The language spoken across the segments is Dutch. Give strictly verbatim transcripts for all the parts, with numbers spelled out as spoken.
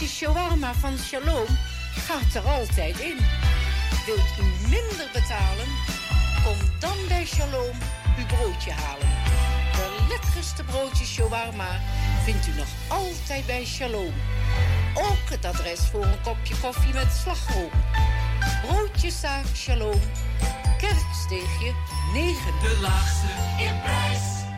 broodje shawarma van Shalom gaat er altijd in. Wilt u minder betalen? Kom dan bij Shalom uw broodje halen. De lekkerste broodjes shawarma vindt u nog altijd bij Shalom. Ook het adres voor een kopje koffie met slagroom. Broodjeszaak Shalom, Kerksteegje negen. De laagste in prijs.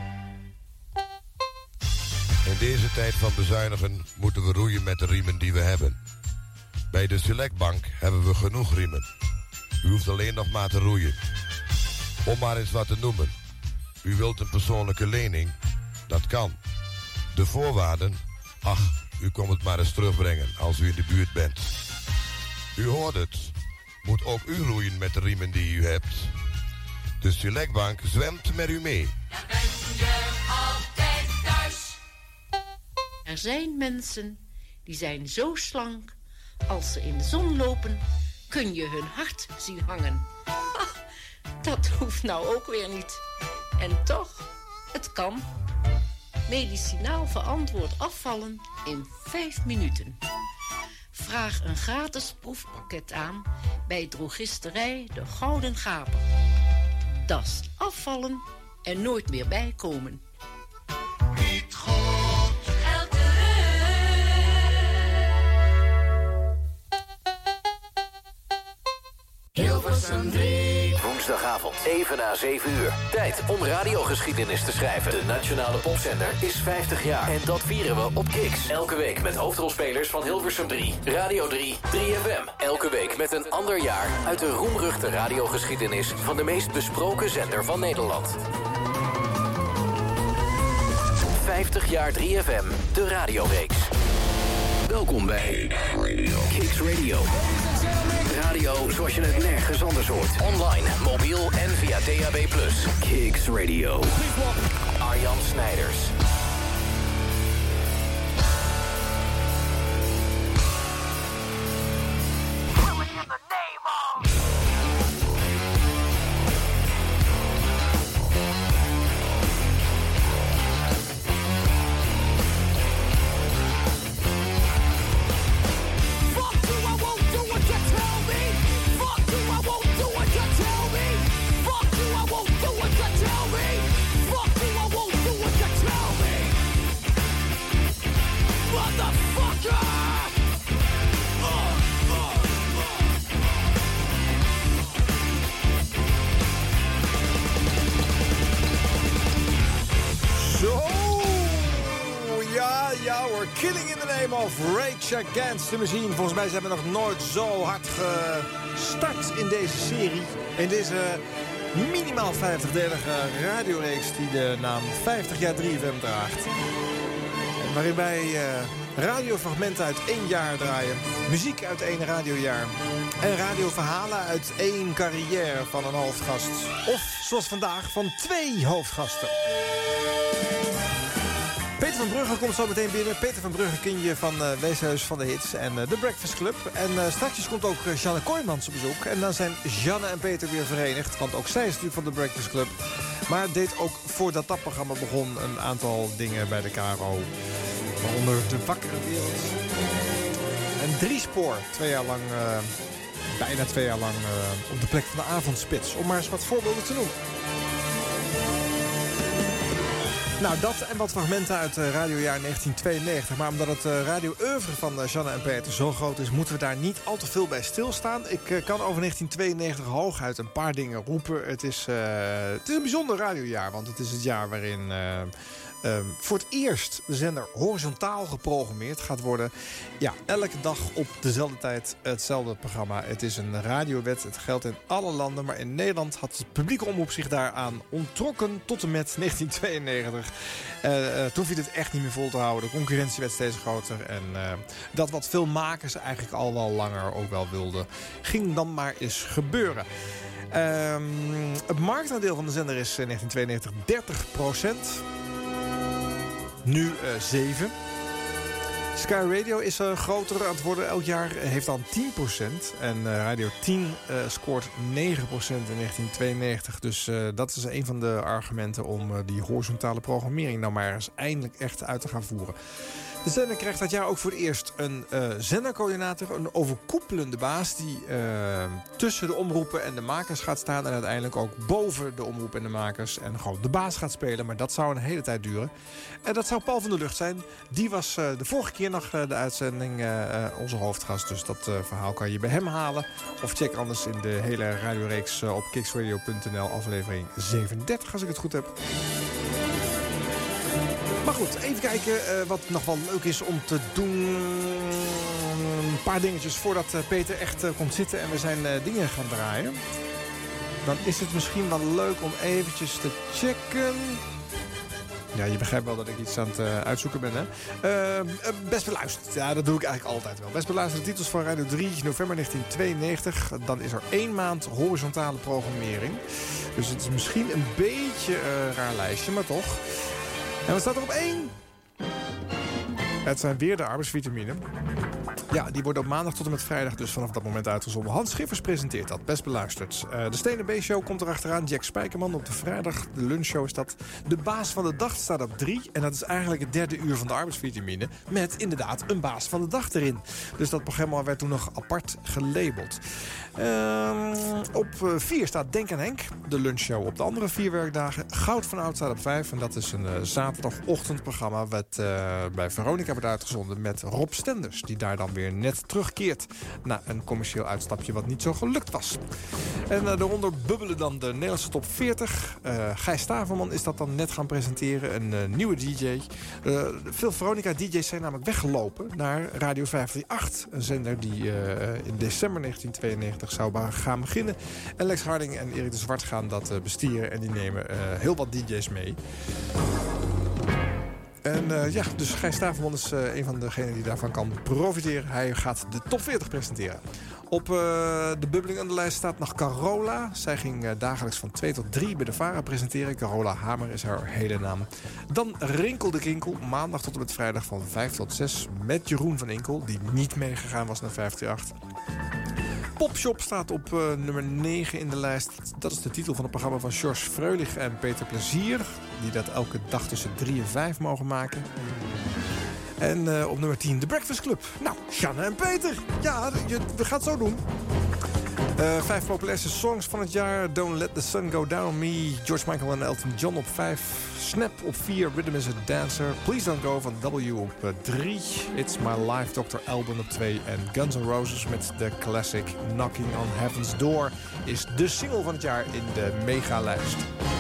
In deze tijd van bezuinigen moeten we roeien met de riemen die we hebben. Bij de Selectbank hebben we genoeg riemen. U hoeft alleen nog maar te roeien. Om maar eens wat te noemen. U wilt een persoonlijke lening? Dat kan. De voorwaarden? Ach, u komt het maar eens terugbrengen als u in de buurt bent. U hoort het. Moet ook u roeien met de riemen die u hebt. De Selectbank zwemt met u mee. Dan ben je altijd thuis. Er zijn mensen die zijn zo slank. Als ze in de zon lopen, kun je hun hart zien hangen. Ach, dat hoeft nou ook weer niet. En toch, het kan. Medicinaal verantwoord afvallen in vijf minuten. Vraag een gratis proefpakket aan bij drogisterij De Gouden Gaper. Das afvallen en nooit meer bijkomen. Niet goed. Elke Hilversum drie. Woensdagavond, even na zeven uur. Tijd om radiogeschiedenis te schrijven. De nationale popzender is vijftig jaar. En dat vieren we op Kicks. Elke week met hoofdrolspelers van Hilversum drie, Radio drie, drie F M. Elke week met een ander jaar uit de roemruchte radiogeschiedenis van de meest besproken zender van Nederland. vijftig jaar drie F M, de radioreeks. Welkom bij Kicks Radio. Radio zoals je het nergens anders hoort. Online, mobiel en via D A B plus. Kicks Radio. Arjan Snijders. Killing in the Name of Rage Against the Machine. Volgens mij zijn we nog nooit zo hard gestart in deze serie. In deze minimaal vijftigdelige radioreeks die de naam vijftig jaar drie F M draagt. En waarin wij uh, radiofragmenten uit één jaar draaien. Muziek uit één radiojaar. En radioverhalen uit één carrière van een hoofdgast. Of, zoals vandaag, van twee hoofdgasten. Peter van Brugge komt zo meteen binnen. Peter van Brugge ken je van uh, Weeshuis van de Hits en uh, The Breakfast Club. En uh, straks komt ook uh, Jeanne Kooijmans op bezoek. En dan zijn Jeanne en Peter weer verenigd. Want ook zij is natuurlijk van The Breakfast Club. Maar deed ook voordat dat programma begon een aantal dingen bij de K R O. Waaronder De Wakkere Wereld. En Driespoor. Twee jaar lang, uh, bijna twee jaar lang uh, op de plek van de avondspits. Om maar eens wat voorbeelden te noemen. Nou, dat en wat fragmenten uit het radiojaar negentien tweeënnegentig. Maar omdat het uh, radio-oeuvre van uh, Jeanne en Peter zo groot is, moeten we daar niet al te veel bij stilstaan. Ik uh, kan over negentien tweeënnegentig hooguit een paar dingen roepen. Het is, uh, het is een bijzonder radiojaar, want het is het jaar waarin uh, uh, voor het eerst de zender horizontaal geprogrammeerd gaat worden. Ja, elke dag op dezelfde tijd hetzelfde programma. Het is een radiowet, het geldt in alle landen. Maar in Nederland had de publieke omroep zich daaraan onttrokken tot en met negentien tweeënnegentig. Uh, uh, toen viel het echt niet meer vol te houden. De concurrentie werd steeds groter. En uh, dat wat veel makers eigenlijk al wel langer ook wel wilden, ging dan maar eens gebeuren. Uh, het marktaandeel van de zender is in negentien tweeënnegentig dertig procent. Nu uh, zeven. Sky Radio is uh, groter aan het worden elk jaar. Heeft dan tien procent. En uh, Radio tien uh, scoort negen procent in negentien tweeënnegentig. Dus uh, dat is een van de argumenten om uh, die horizontale programmering nou maar eens eindelijk echt uit te gaan voeren. De zender krijgt dat jaar ook voor het eerst een uh, zendercoördinator, een overkoepelende baas die uh, tussen de omroepen en de makers gaat staan en uiteindelijk ook boven de omroep en de makers en gewoon de baas gaat spelen. Maar dat zou een hele tijd duren. En dat zou Paul van der Lucht zijn. Die was uh, de vorige keer nog uh, de uitzending uh, uh, onze hoofdgast. Dus dat uh, verhaal kan je bij hem halen. Of check anders in de hele radioreeks uh, op kiksradio punt n l aflevering zevenendertig als ik het goed heb. Maar goed, even kijken uh, wat nog wel leuk is om te doen. Een paar dingetjes voordat uh, Peter echt uh, komt zitten en we zijn uh, dingen gaan draaien. Dan is het misschien wel leuk om eventjes te checken. Ja, je begrijpt wel dat ik iets aan het uh, uitzoeken ben, hè? Uh, uh, best beluisterd. Ja, dat doe ik eigenlijk altijd wel. Best beluisterde titels van Radio drie, november negentien tweeënnegentig. Dan is er één maand horizontale programmering. Dus het is misschien een beetje een uh, raar lijstje, maar toch. En wat staat er op één? Het zijn weer de arbeidsvitamine. Ja, die worden op maandag tot en met vrijdag dus vanaf dat moment uitgezonden. Hans Schiffers presenteert dat, best beluisterd. Uh, de Stenen B-show komt erachteraan. Jack Spijkerman op de vrijdag. De lunchshow is dat. De baas van de dag staat op drie. En dat is eigenlijk het derde uur van de arbeidsvitamine. Met inderdaad een baas van de dag erin. Dus dat programma werd toen nog apart gelabeld. Uh, op vier staat Denk aan Henk. De lunchshow op de andere vier werkdagen. Goud van Oud staat op vijf. En dat is een uh, zaterdagochtendprogramma wat uh, bij Veronica wordt uitgezonden met Rob Stenders. Die daar dan weer net terugkeert na een commercieel uitstapje wat niet zo gelukt was. En uh, daaronder bubbelen dan de Nederlandse top veertig. Uh, Gijs Staverman is dat dan net gaan presenteren. Een uh, nieuwe D J. Uh, veel Veronica-D J's zijn namelijk weggelopen naar Radio vijfhonderdachtendertig. Een zender die uh, in december negentien tweeënnegentig zou gaan beginnen. En Lex Harding en Erik de Zwart gaan dat uh, bestieren. En die nemen uh, heel wat D J's mee. En uh, ja, dus Gijs Staverman is uh, een van degenen die daarvan kan profiteren. Hij gaat de top veertig presenteren. Op uh, de bubbeling aan de lijst staat nog Carola. Zij ging uh, dagelijks van twee tot drie bij de VARA presenteren. Carola Hamer is haar hele naam. Dan Rinkel de Kinkel, maandag tot en met vrijdag van vijf tot zes... met Jeroen van Inkel, die niet meegegaan was naar vijfhonderdachtendertig. Popshop staat op uh, nummer negen in de lijst. Dat is de titel van het programma van George Freulich en Peter Plezier. Die dat elke dag tussen drie en vijf mogen maken. En uh, op nummer tien de Breakfast Club. Nou, Janne en Peter. Ja, je, we gaan het zo doen. Uh, vijf populairste songs van het jaar. Don't Let the Sun Go Down on Me. George Michael en Elton John op vijf. Snap op vier. Rhythm is a Dancer. Please Don't Go van W op uh, drie. It's My Life, doctor Alban op twee. En Guns N' Roses met de classic Knocking on Heaven's Door is de single van het jaar in de megalijst.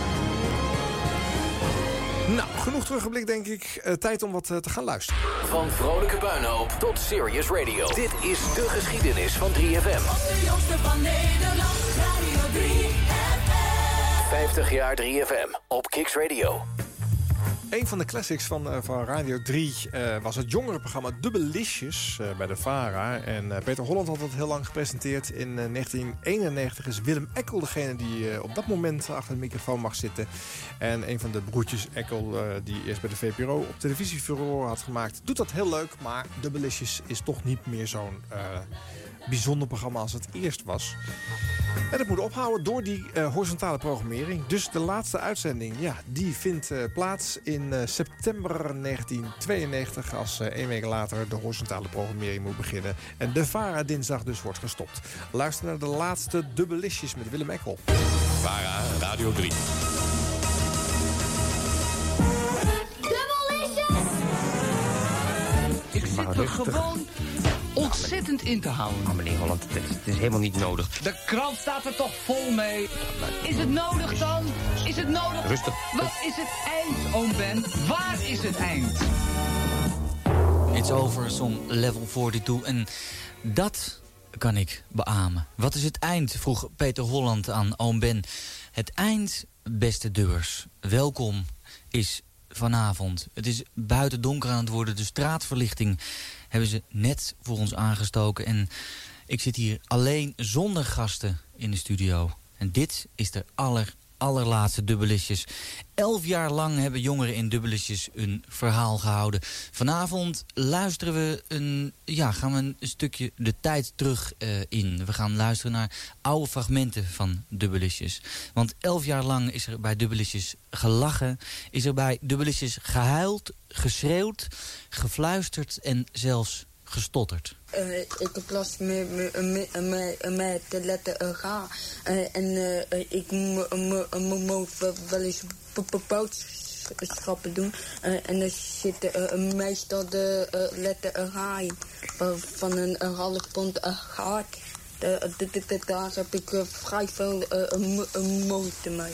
Nou, genoeg teruggeblik denk ik. Uh, tijd om wat uh, te gaan luisteren. Van vrolijke puinhoop tot Serious Radio. Dit is de geschiedenis van drie F M. De jongste van Nederland, Radio drie F M. vijftig jaar drie F M op Kicks Radio. Een van de classics van, uh, van Radio drie uh, was het jongerenprogramma Dubbelicious uh, bij de VARA. En uh, Peter Holland had dat heel lang gepresenteerd. In uh, negentien eenennegentig is Willem Eckel degene die uh, op dat moment achter de microfoon mag zitten. En een van de broertjes Eckel, uh, die eerst bij de V P R O op televisie furore had gemaakt, doet dat heel leuk. Maar Dubbelicious is toch niet meer zo'n uh, bijzonder programma als het eerst was. En dat moet ophouden door die uh, horizontale programmering. Dus de laatste uitzending, ja, die vindt uh, plaats in uh, september negentien tweeënnegentig... als uh, één week later de horizontale programmering moet beginnen. En de VARA dinsdag dus wordt gestopt. Luister naar de laatste Dubbelicious met Willem Eckel. VARA, Radio drie. Dubbelicious! Ik zit er gewoon ontzettend in te houden. Oh, meneer Holland, het is, het is helemaal niet nodig. De krant staat er toch vol mee. Is het nodig dan? Is het nodig? Rustig. Wat is het eind, oom Ben? Waar is het eind? It's over, song level tweeënveertig. En dat kan ik beamen. Wat is het eind? Vroeg Peter Holland aan oom Ben. Het eind, beste dubbers. Welkom is vanavond. Het is buiten donker aan het worden. De straatverlichting hebben ze net voor ons aangestoken. En ik zit hier alleen zonder gasten in de studio. En dit is de aller, allerlaatste Dubbelisjes. Elf jaar lang hebben jongeren in Dubbelisjes een verhaal gehouden. Vanavond luisteren we een, ja, gaan we een stukje de tijd terug uh, in. We gaan luisteren naar oude fragmenten van Dubbelisjes. Want elf jaar lang is er bij Dubbelisjes gelachen. Is er bij Dubbelisjes gehuild, geschreeuwd, gefluisterd en zelfs gestotterd. Uh, ik heb last met, met, met, met de letter G. Uh, en uh, ik moet wel eens boodschappen doen. Uh, en er zit uh, meestal de uh, letter G in. Van een, een half pond gaat. Daar heb ik uh, vrij veel uh, moeite mee.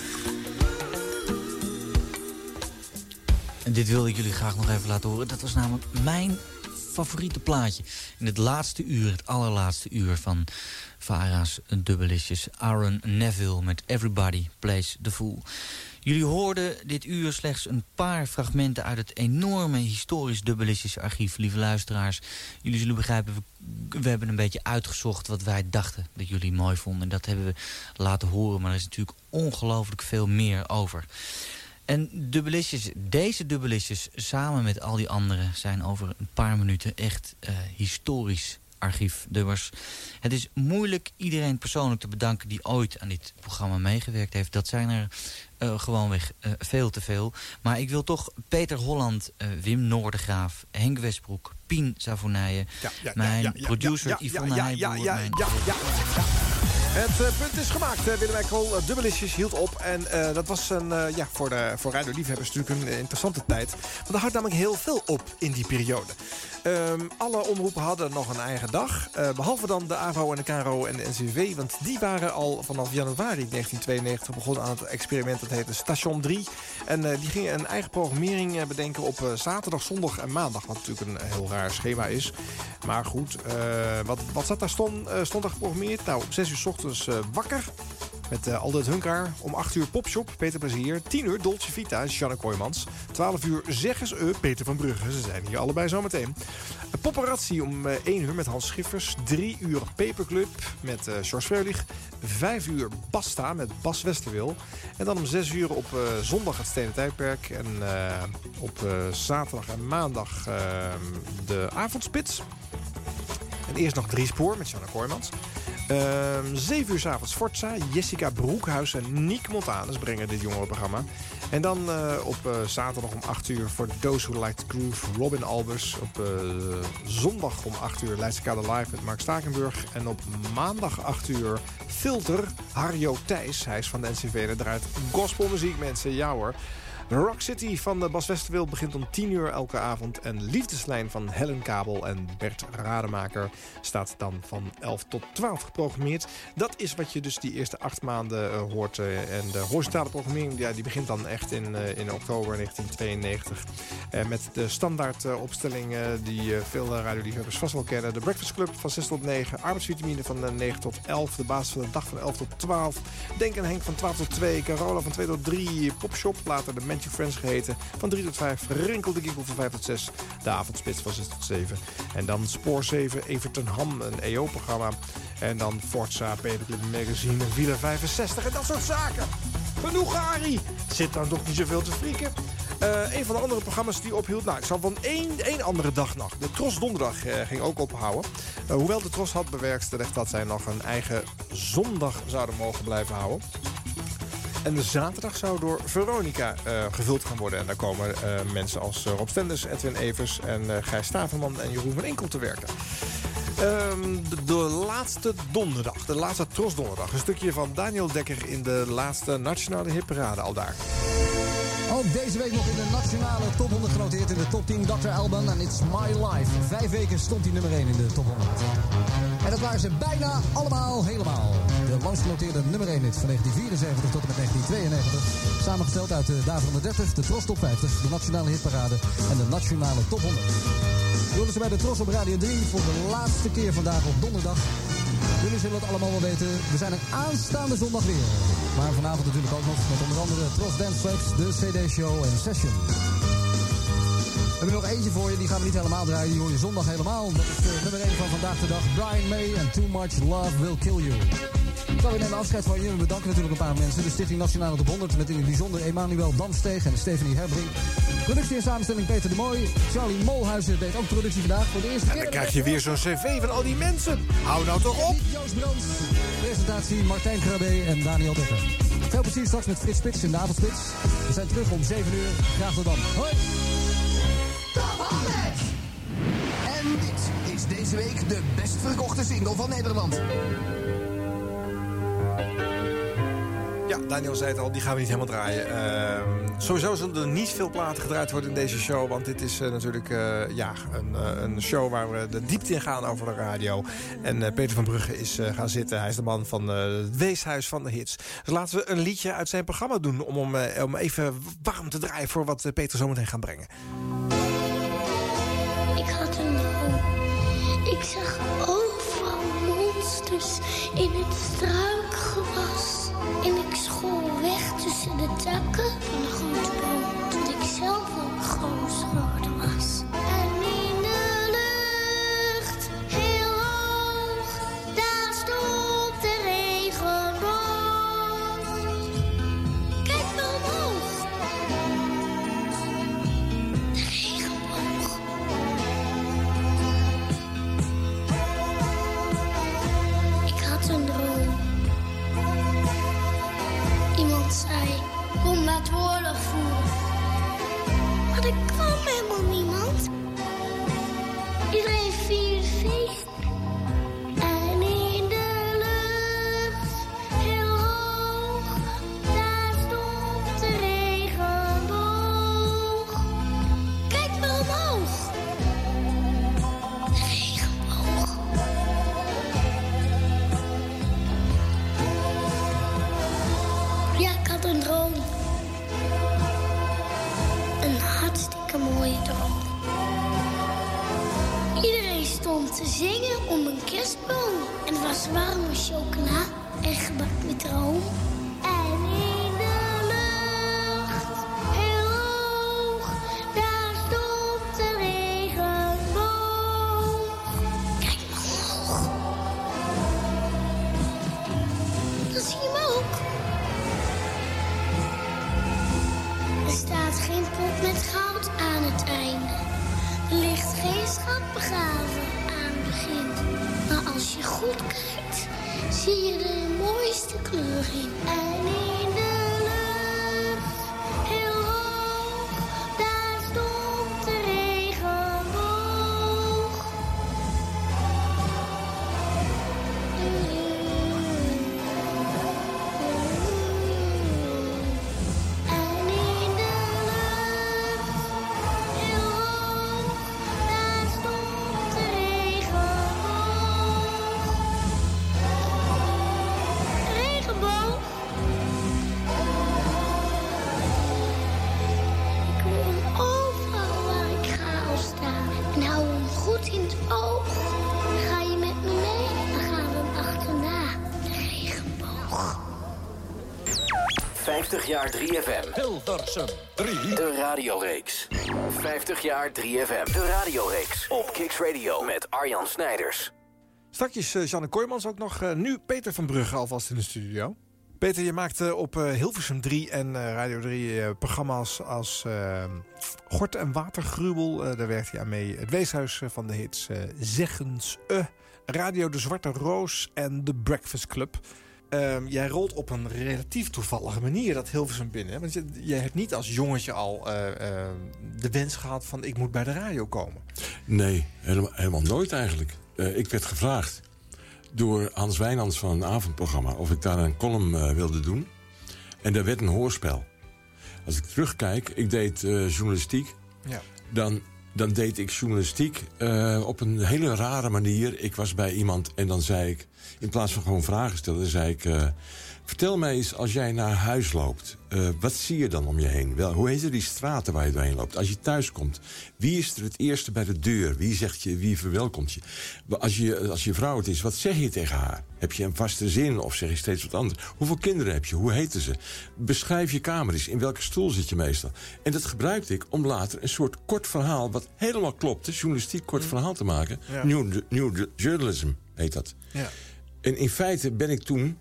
En dit wilde ik jullie graag nog even laten horen. Dat was namelijk mijn favoriete plaatje. In het laatste uur, het allerlaatste uur van Vara's Dubbelisjes. Aaron Neville met Everybody Plays the Fool. Jullie hoorden dit uur slechts een paar fragmenten uit het enorme historisch Dubbelisjes archief, lieve luisteraars. Jullie zullen begrijpen, we, we hebben een beetje uitgezocht wat wij dachten dat jullie mooi vonden. Dat hebben we laten horen, maar er is natuurlijk ongelooflijk veel meer over. En Dubbelisjes, deze Dubbelisjes, samen met al die anderen, zijn over een paar minuten echt uh, historisch archiefdubbers. Het is moeilijk iedereen persoonlijk te bedanken die ooit aan dit programma meegewerkt heeft. Dat zijn er uh, gewoonweg uh, veel te veel. Maar ik wil toch Peter Holland, uh, Wim Noordegraaf, Henk Westbroek, Pien Savonijen, ja, ja, mijn ja, ja, producer ja, ja, Yvonne ja, Heijboer, ja, ja, mijn... ja, ja, ja. Het uh, punt is gemaakt. Uh, Willem Eikel, uh, Dubbelisjes hield op. En uh, dat was een, uh, ja, voor, de, voor radioliefhebbers natuurlijk een uh, interessante tijd. Want er houdt namelijk heel veel op in die periode. Um, alle omroepen hadden nog een eigen dag. Uh, behalve dan de A V R O en de K R O en de N C V. Want die waren al vanaf januari negentien tweeënnegentig begonnen aan het experiment. Dat heette Station drie. En uh, die gingen een eigen programmering uh, bedenken op uh, zaterdag, zondag en maandag. Wat natuurlijk een heel raar schema is. Maar goed, uh, wat, wat zat daar stond, uh, stond daar geprogrammeerd? Nou, zes uur 's ochtends uh, wakker. Met uh, Aldert Hunkaar. Om acht uur Popshop, Peter Plezier. tien uur Dolce Vita, Janne Kooijmans. twaalf uur Zeggens E, Peter van Brugge. Ze zijn hier allebei zometeen. Paparazzi om uh, één uur met Hans Schiffers. drie uur Paperclub met uh, George Freulich. vijf uur Basta met Bas Westerwil. En dan om zes uur op uh, zondag het Stenen Tijdperk. En uh, op uh, zaterdag en maandag uh, de Avondspits. En eerst nog Drie Spoor met Janne Kooijmans. Uh, zeven uur 's avonds Forza, Jessica Broekhuis en Niek Montanus brengen dit jongerenprogramma. En dan uh, op uh, zaterdag om acht uur voor Those Who Like to Groove, Robin Albers. Op uh, zondag om acht uur Leidse Live met Mark Stakenburg. En op maandag acht uur Filter, Harjo Thijs. Hij is van de N C V en er draait gospelmuziek, mensen. Ja hoor. Rock City van de Bas Westerwil begint om tien uur elke avond. En Liefdeslijn van Helen Kabel en Bert Rademaker staat dan van elf tot twaalf geprogrammeerd. Dat is wat je dus die eerste acht maanden uh, hoort. Uh, en de horizontale programmering ja, die begint dan echt in, uh, in oktober negentien tweeënnegentig. Uh, met de standaard uh, opstelling uh, die uh, veel uh, radioliefhebbers vast wel kennen. De Breakfast Club van zes tot negen. Arbeidsvitamine van uh, negen tot elf. De basis van de dag van elf tot twaalf. Denk en Henk van twaalf tot twee. Carola van twee tot drie. Popshop, later de Magic Friends geheten. Van drie tot vijf. Rinkel de Ginkel van vijf tot zes. De Avondspits van zes tot zeven. En dan Spoor zeven. Everton Ham, een E O-programma. En dan Forza, Peterclub Magazine, Wieler vijfenzestig en dat soort zaken. Genoeg, Arie. Zit dan toch niet zoveel te frieken. Uh, een van de andere programma's die ophield... Nou, ik zal van één, één andere dag nog. De Tros Donderdag uh, ging ook ophouden. Uh, hoewel de Tros had bewerkstelligd dat zij nog een eigen zondag zouden mogen blijven houden. En de zaterdag zou door Veronica uh, gevuld gaan worden. En daar komen uh, mensen als uh, Rob Stenders, Edwin Evers en uh, Gijs Staverman en Jeroen van Enkel te werken. Um, de, de laatste donderdag, de laatste Tros Donderdag. Een stukje van Daniel Dekker in de laatste Nationale Hitparade al daar. Ook deze week nog in de nationale top honderd genoteerd in de top tien. dokter Alban en It's My Life. Vijf weken stond hij nummer één in de top honderd. En dat waren ze bijna allemaal helemaal. De langst genoteerde nummer één hit van negentien vierenzeventig tot en met negentien tweeënnegentig. Samengesteld uit de Daver honderddertig, de Tros Top vijftig, de Nationale Hitparade en de Nationale Top honderd. Wilden ze bij de Tros op Radio drie voor de laatste keer vandaag op donderdag. Jullie zullen het allemaal wel weten. We zijn er aanstaande zondag weer. Maar vanavond natuurlijk ook nog met onder andere Tros Dance Flex, de C D-show en Session. We hebben nog eentje voor je, die gaan we niet helemaal draaien. Die hoor je zondag helemaal. Dat is de nummer één van vandaag de dag. Brian May en Too Much Love Will Kill You. Nou, we nemen afscheid van je. We bedanken natuurlijk een paar mensen. De Stichting Nationale Top honderd met in het bijzonder Emanuel Damsteeg en Stephanie Herbrink. Productie en samenstelling Peter de Mooi. Charlie Molhuizen deed ook productie vandaag voor de eerste keer. En dan krijg je weer zo'n cv van al die mensen. Hou nou toch op. Joost Brands. Presentatie Martijn Krabbe en Daniel Dekker. Veel plezier straks met Frits Spits in de avondspits. We zijn terug om zeven uur. Graag tot dan. Hoi. Top honderd. En dit is deze week de best verkochte single van Nederland. Ja, Daniel zei het al, die gaan we niet helemaal draaien. Uh, sowieso zullen er niet veel platen gedraaid worden in deze show. Want dit is uh, natuurlijk uh, ja, een, uh, een show waar we de diepte in gaan over de radio. En uh, Peter van Brugge is uh, gaan zitten. Hij is de man van uh, het weeshuis van de hits. Dus laten we een liedje uit zijn programma doen. Om, om, uh, om even warm te draaien voor wat uh, Peter zometeen gaat brengen. Ik had een droom. Ik zag overal monsters in het struikgewas. En ik school weg tussen de takken van een grote boom. Tot ik zelf ook groot geworden was. En in de lucht, heel hoog, daar stond de regenboog. Kijk maar omhoog. De regenboog. Ik had een droom. Iemand zei, kom laat oorlog voeren. Maar er kwam helemaal niemand. Iedereen vierde feest. En in de lucht, heel hoog, daar stond de regenboog. Kijk maar omhoog. De regenboog. Ja, ik had een droom. Een hartstikke mooie droom. Iedereen stond te zingen om een kerstboom. En er was warme chocola en gebak met room. En in de lucht, heel hoog, daar stond de regenboog. Kijk maar omhoog. Dan zie je hem ook. Er staat geen pot met goud aan het einde. Er ligt geen schat begraven aan het begin. Maar als je goed kijkt, zie je de mooiste kleur in. En in de lucht, heel hoog, daar stond de regenboog. En in de lucht, heel hoog, daar stond de regenboog. Regenboog. Ik wil hem overal waar ik ga al staan. En hou hem goed in het oog. Ga je met me mee, dan gaan we hem achterna. De regenboog. vijftig jaar drie F M. Hilversum drie. De radioreeks. vijftig jaar drie F M. De radioreeks. Op Kicks Radio met Arjan Snijders. Strakjes uh, Janne Kooijmans ook nog. Uh, nu Peter van Brugge alvast in de studio. Peter, je maakt uh, op uh, Hilversum drie en uh, Radio drie uh, programma's als uh, Gort en Watergruwel. Uh, daar werkt hij aan mee. Het Weeshuis uh, van de hits uh, Zeggens uh, Radio de Zwarte Roos en The Breakfast Club. Uh, jij rolt op een relatief toevallige manier dat Hilversum binnen. Hè? Want je, jij hebt niet als jongetje al uh, uh, de wens gehad van ik moet bij de radio komen. Nee, helemaal, helemaal nooit eigenlijk. Uh, ik werd gevraagd door Hans Wijnands van een avondprogramma of ik daar een column uh, wilde doen. En daar werd een hoorspel. Als ik terugkijk, ik deed uh, journalistiek. Ja. Dan, dan deed ik journalistiek uh, op een hele rare manier. Ik was bij iemand en dan zei ik, in plaats van gewoon vragen stellen, dan zei ik, Uh, vertel mij eens, als jij naar huis loopt, uh, wat zie je dan om je heen? Wel, hoe heten die straten waar je doorheen loopt? Als je thuis komt, wie is er het eerste bij de deur? Wie zegt je, wie verwelkomt je? Als je, als je vrouw het is, wat zeg je tegen haar? Heb je een vaste zin of zeg je steeds wat anders? Hoeveel kinderen heb je? Hoe heten ze? Beschrijf je kamer eens. In welke stoel zit je meestal? En dat gebruikte ik om later een soort kort verhaal, wat helemaal klopte, journalistiek kort verhaal te maken. Ja. New, new journalism heet dat. Ja. En in feite ben ik toen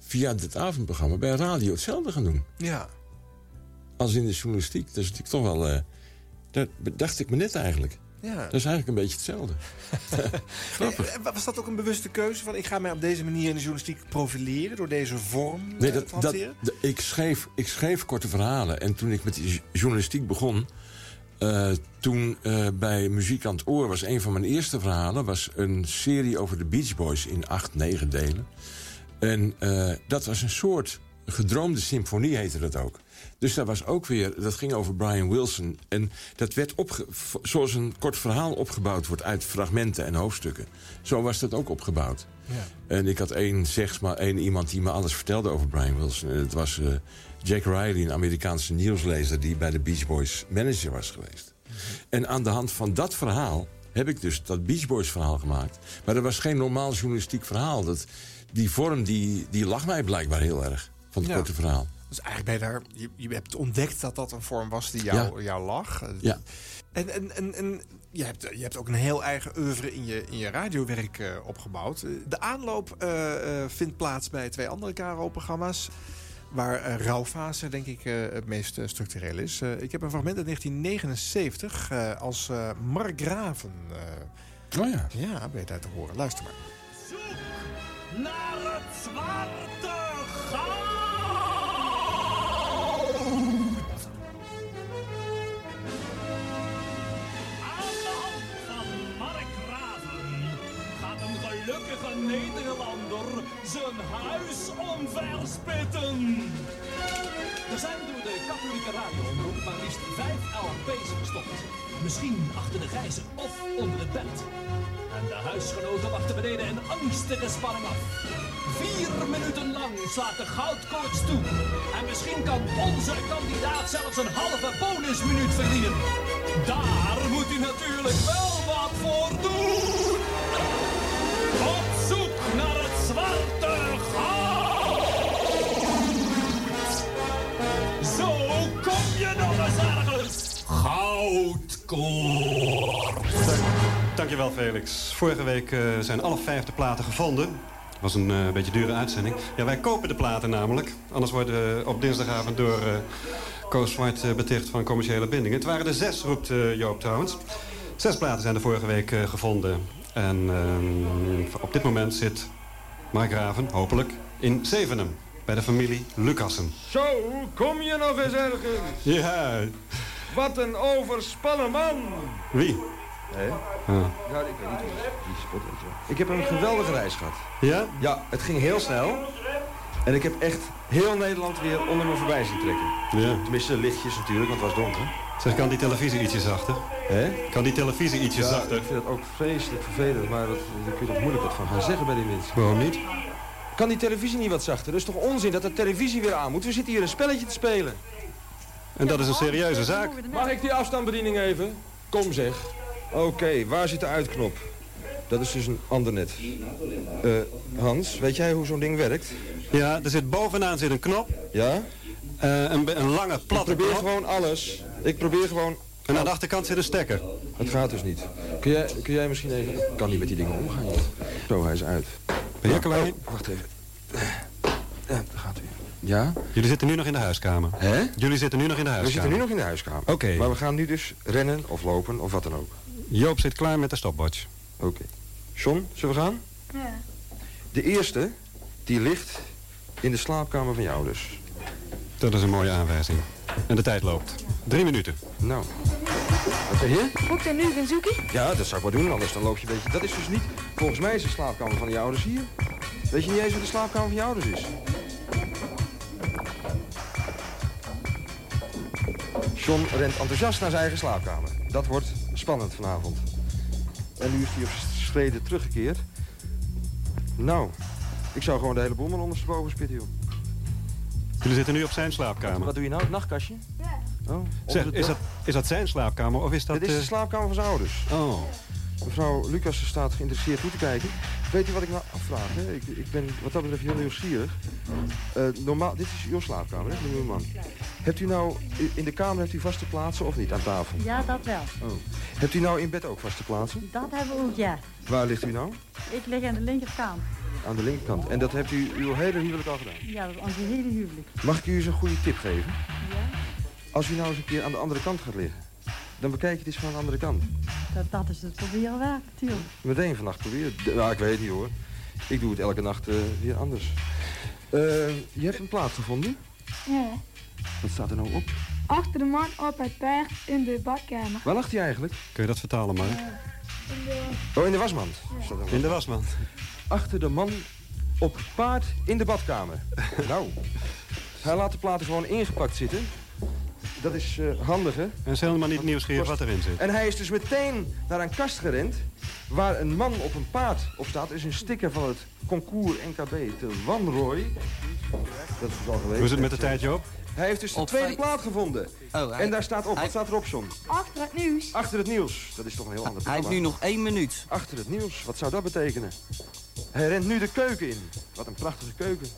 via dit avondprogramma bij radio hetzelfde gaan doen. Ja. Als in de journalistiek. Dat is natuurlijk toch wel... Uh, dat dacht ik me net eigenlijk. Ja. Dat is eigenlijk een beetje hetzelfde. Grappig. Was dat ook een bewuste keuze? Van ik ga mij op deze manier in de journalistiek profileren... door deze vorm nee, uh, dat, te hanteren? Dat, dat, ik, schreef, ik schreef korte verhalen. En toen ik met die journalistiek begon... Uh, toen uh, bij Muziek aan het Oor was een van mijn eerste verhalen... was een serie over de Beach Boys in acht, negen delen. En uh, dat was een soort gedroomde symfonie, heette dat ook. Dus daar was ook weer, dat ging over Brian Wilson. En dat werd opge, zoals een kort verhaal opgebouwd wordt uit fragmenten en hoofdstukken. Zo was dat ook opgebouwd. Ja. En ik had één, zeg maar, één iemand die me alles vertelde over Brian Wilson. En dat was uh, Jack Riley, een Amerikaanse nieuwslezer... die bij de Beach Boys manager was geweest. Mm-hmm. En aan de hand van dat verhaal heb ik dus dat Beach Boys verhaal gemaakt. Maar dat was geen normaal journalistiek verhaal. Dat, die vorm die, die lag mij blijkbaar heel erg, van het ja. korte verhaal. Dus eigenlijk ben je daar... Je, je hebt ontdekt dat dat een vorm was die jou, ja. jou lag. Ja. En, en, en, en je, hebt, je hebt ook een heel eigen oeuvre in je, in je radiowerk uh, opgebouwd. De aanloop uh, uh, vindt plaats bij twee andere K R O-programma's... waar uh, Rouwfase, denk ik, uh, het meest uh, structureel is. Uh, ik heb een fragment uit negentien negenenzeventig uh, als uh, Mark Graven. Uh, oh ja. Ja, ben je daar te horen. Luister maar. Zoek naar het zwarte goud. Gelukkige Nederlander zijn huis omverspitten. Er zijn door de katholieke radioomroep maar liefst vijf L P's gestopt. Misschien achter de gijzer of onder het bed. En de huisgenoten wachten beneden in angstige spanning af. Vier minuten lang slaat de goudkoorts toe. En misschien kan onze kandidaat zelfs een halve bonusminuut verdienen. Daar moet u natuurlijk wel wat voor doen. Op zoek naar het zwarte goud. Zo kom je nog eens ergens. Goudkoorts. Dankjewel, Felix. Vorige week uh, zijn alle vijf de platen gevonden. Dat was een uh, beetje dure uitzending. Ja, wij kopen de platen namelijk. Anders worden we op dinsdagavond door uh, Koos Zwart uh, beticht van commerciële bindingen. Het waren er zes, roept uh, Joop trouwens. Zes platen zijn er vorige week uh, gevonden. En uh, op dit moment zit Mark Graven, hopelijk, in Zevenum. Bij de familie Lucassen. Zo, kom je nog eens ergens? Ja. Wat een overspannen man. Wie? Hé? Ja. Nou, ik weet niet wie die spot is. Ik heb een geweldige reis gehad. Ja? Ja, het ging heel snel. En ik heb echt heel Nederland weer onder me voorbij zien trekken. Ja. Tenminste, lichtjes natuurlijk, want het was donker. Zeg, kan die televisie ietsje zachter? Hé? Kan die televisie ietsje ja, zachter? Ik vind het ook vreselijk vervelend, maar dat, daar kun je toch moeilijk wat van gaan zeggen bij die mensen. Waarom niet? Kan die televisie niet wat zachter? Dat is toch onzin dat de televisie weer aan moet? We zitten hier een spelletje te spelen. En dat is een serieuze zaak. Mag ik die afstandsbediening even? Kom zeg. Oké, okay, waar zit de uitknop? Dat is dus een ander net. Uh, Hans, weet jij hoe zo'n ding werkt? Ja, er zit bovenaan zit een knop. Ja? Uh, een, een lange, platte Ik probeer knop. gewoon alles. Ik probeer gewoon... En aan de achterkant zit een stekker. Het gaat dus niet. Kun jij, kun jij misschien even... Ik kan niet met die dingen omgaan, joh. Zo, hij is uit. Ben je klaar? Oh, wacht even. Ja, daar gaat hij. Ja? Jullie zitten nu nog in de huiskamer. Hè? Jullie zitten nu nog in de huiskamer. We zitten nu nog in de huiskamer. Oké. Okay. Maar we gaan nu dus rennen of lopen of wat dan ook. Joop zit klaar met de stopwatch. Oké. Okay. John, zullen we gaan? Ja. De eerste, die ligt in de slaapkamer van je ouders. Dat is een mooie aanwijzing. En de tijd loopt. Drie minuten. Nou. Wat zeg je? Moet ik daar nu gaan zoeken? Ja, dat zou ik wel doen, anders dan loop je een beetje... Dat is dus niet... Volgens mij is de slaapkamer van je ouders hier. Weet je niet eens wat de slaapkamer van je ouders is? John rent enthousiast naar zijn eigen slaapkamer. Dat wordt spannend vanavond. En nu is hij op schreden teruggekeerd. Nou, ik zou gewoon de hele boel maar ondersteboven spitten, joh. Jullie zitten nu op zijn slaapkamer. Wat doe je nou? Het nachtkastje? Ja. Oh, zeg, is dat, is dat zijn slaapkamer of is dat... Dit is de uh... slaapkamer van zijn ouders. Oh. Mevrouw Lucas staat geïnteresseerd toe te kijken. Weet u wat ik nou afvraag? Hè? Ik, ik ben wat dat betreft heel nieuwsgierig. Uh, normaal, dit is uw slaapkamer, hè, meneer man. Hebt u nou, in de kamer hebt u vaste plaatsen of niet aan tafel? Ja, dat wel. Oh. Hebt u nou in bed ook vaste plaatsen? Dat hebben we ook, ja. Waar ligt u nou? Ik lig aan de linkerkant. Aan de linkerkant. En dat hebt u uw hele huwelijk al gedaan? Ja, dat is onze hele huwelijk. Mag ik u eens een goede tip geven? Ja? Als u nou eens een keer aan de andere kant gaat liggen, dan bekijk je het eens van de andere kant. Dat, dat is het proberen waard, natuurlijk. Meteen vannacht proberen. Nou, ik weet het niet hoor. Ik doe het elke nacht uh, weer anders. Uh, je hebt een plaat gevonden? Ja. Wat staat er nou op? Achter de man op het paard in de badkamer. Waar lag hij eigenlijk? Kun je dat vertalen, maar? Uh, in de... Oh, in de wasmand. Ja. In de wasmand. Achter de man op het paard in de badkamer. Nou, hij laat de platen gewoon ingepakt zitten. Dat is uh, handig, hè? En is helemaal niet nieuwsgierig wat erin zit. En hij is dus meteen naar een kast gerend waar een man op een paard op staat. Er is een sticker van het concours N K B te Wanrooy. Dat is al geweest. Hoe is het met de tijdje op? Hij heeft dus de tweede plaat gevonden. Oh, hij... En daar staat op. Hij... Wat staat erop, John? Achter het nieuws. Achter het nieuws. Dat is toch een heel ander Hij heeft nu nog één minuut. Achter het nieuws. Wat zou dat betekenen? Hij rent nu de keuken in. Wat een prachtige keuken.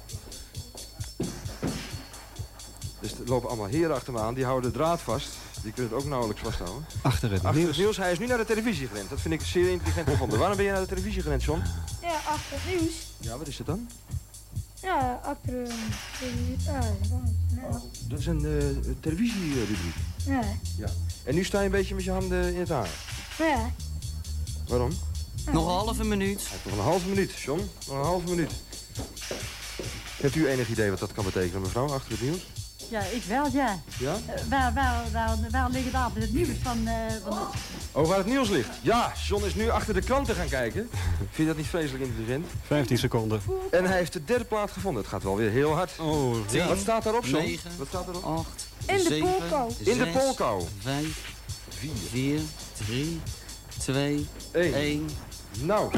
Dus er lopen allemaal heren achter me aan. Die houden de draad vast. Die kunnen het ook nauwelijks vasthouden. Achter het Achter nieuws. het nieuws. Hij is nu naar de televisie gerend. Dat vind ik zeer intelligent gevonden. Waarom ben je naar de televisie gerend, John? Ja, achter het nieuws. Ja, wat is het dan? Ja, achter de... Uh, uh, dat is een uh, televisierubriek. Ja. Ja. En nu sta je een beetje met je handen in het haar. Ja. Waarom? Ja. Nog een halve minuut. Nog een halve minuut, John. Nog een halve minuut. Heeft u enig idee wat dat kan betekenen, mevrouw, achter het nieuws? Ja, ik wel, ja. Ja? Uh, waar, waar, waar, waar ligt het altijd het nieuws van... Uh, van de... Oh, waar het nieuws ligt? Ja, John is nu achter de kranten gaan kijken. Vind je dat niet vreselijk intelligent? vijftien seconden. En hij heeft de derde plaat gevonden. Het gaat wel weer heel hard. Oh, ja. Wat staat daarop, John? negen, wat staat erop? acht, In de zeven, polko. In de polko. vijf, vier, drie, twee, één. één. Nou.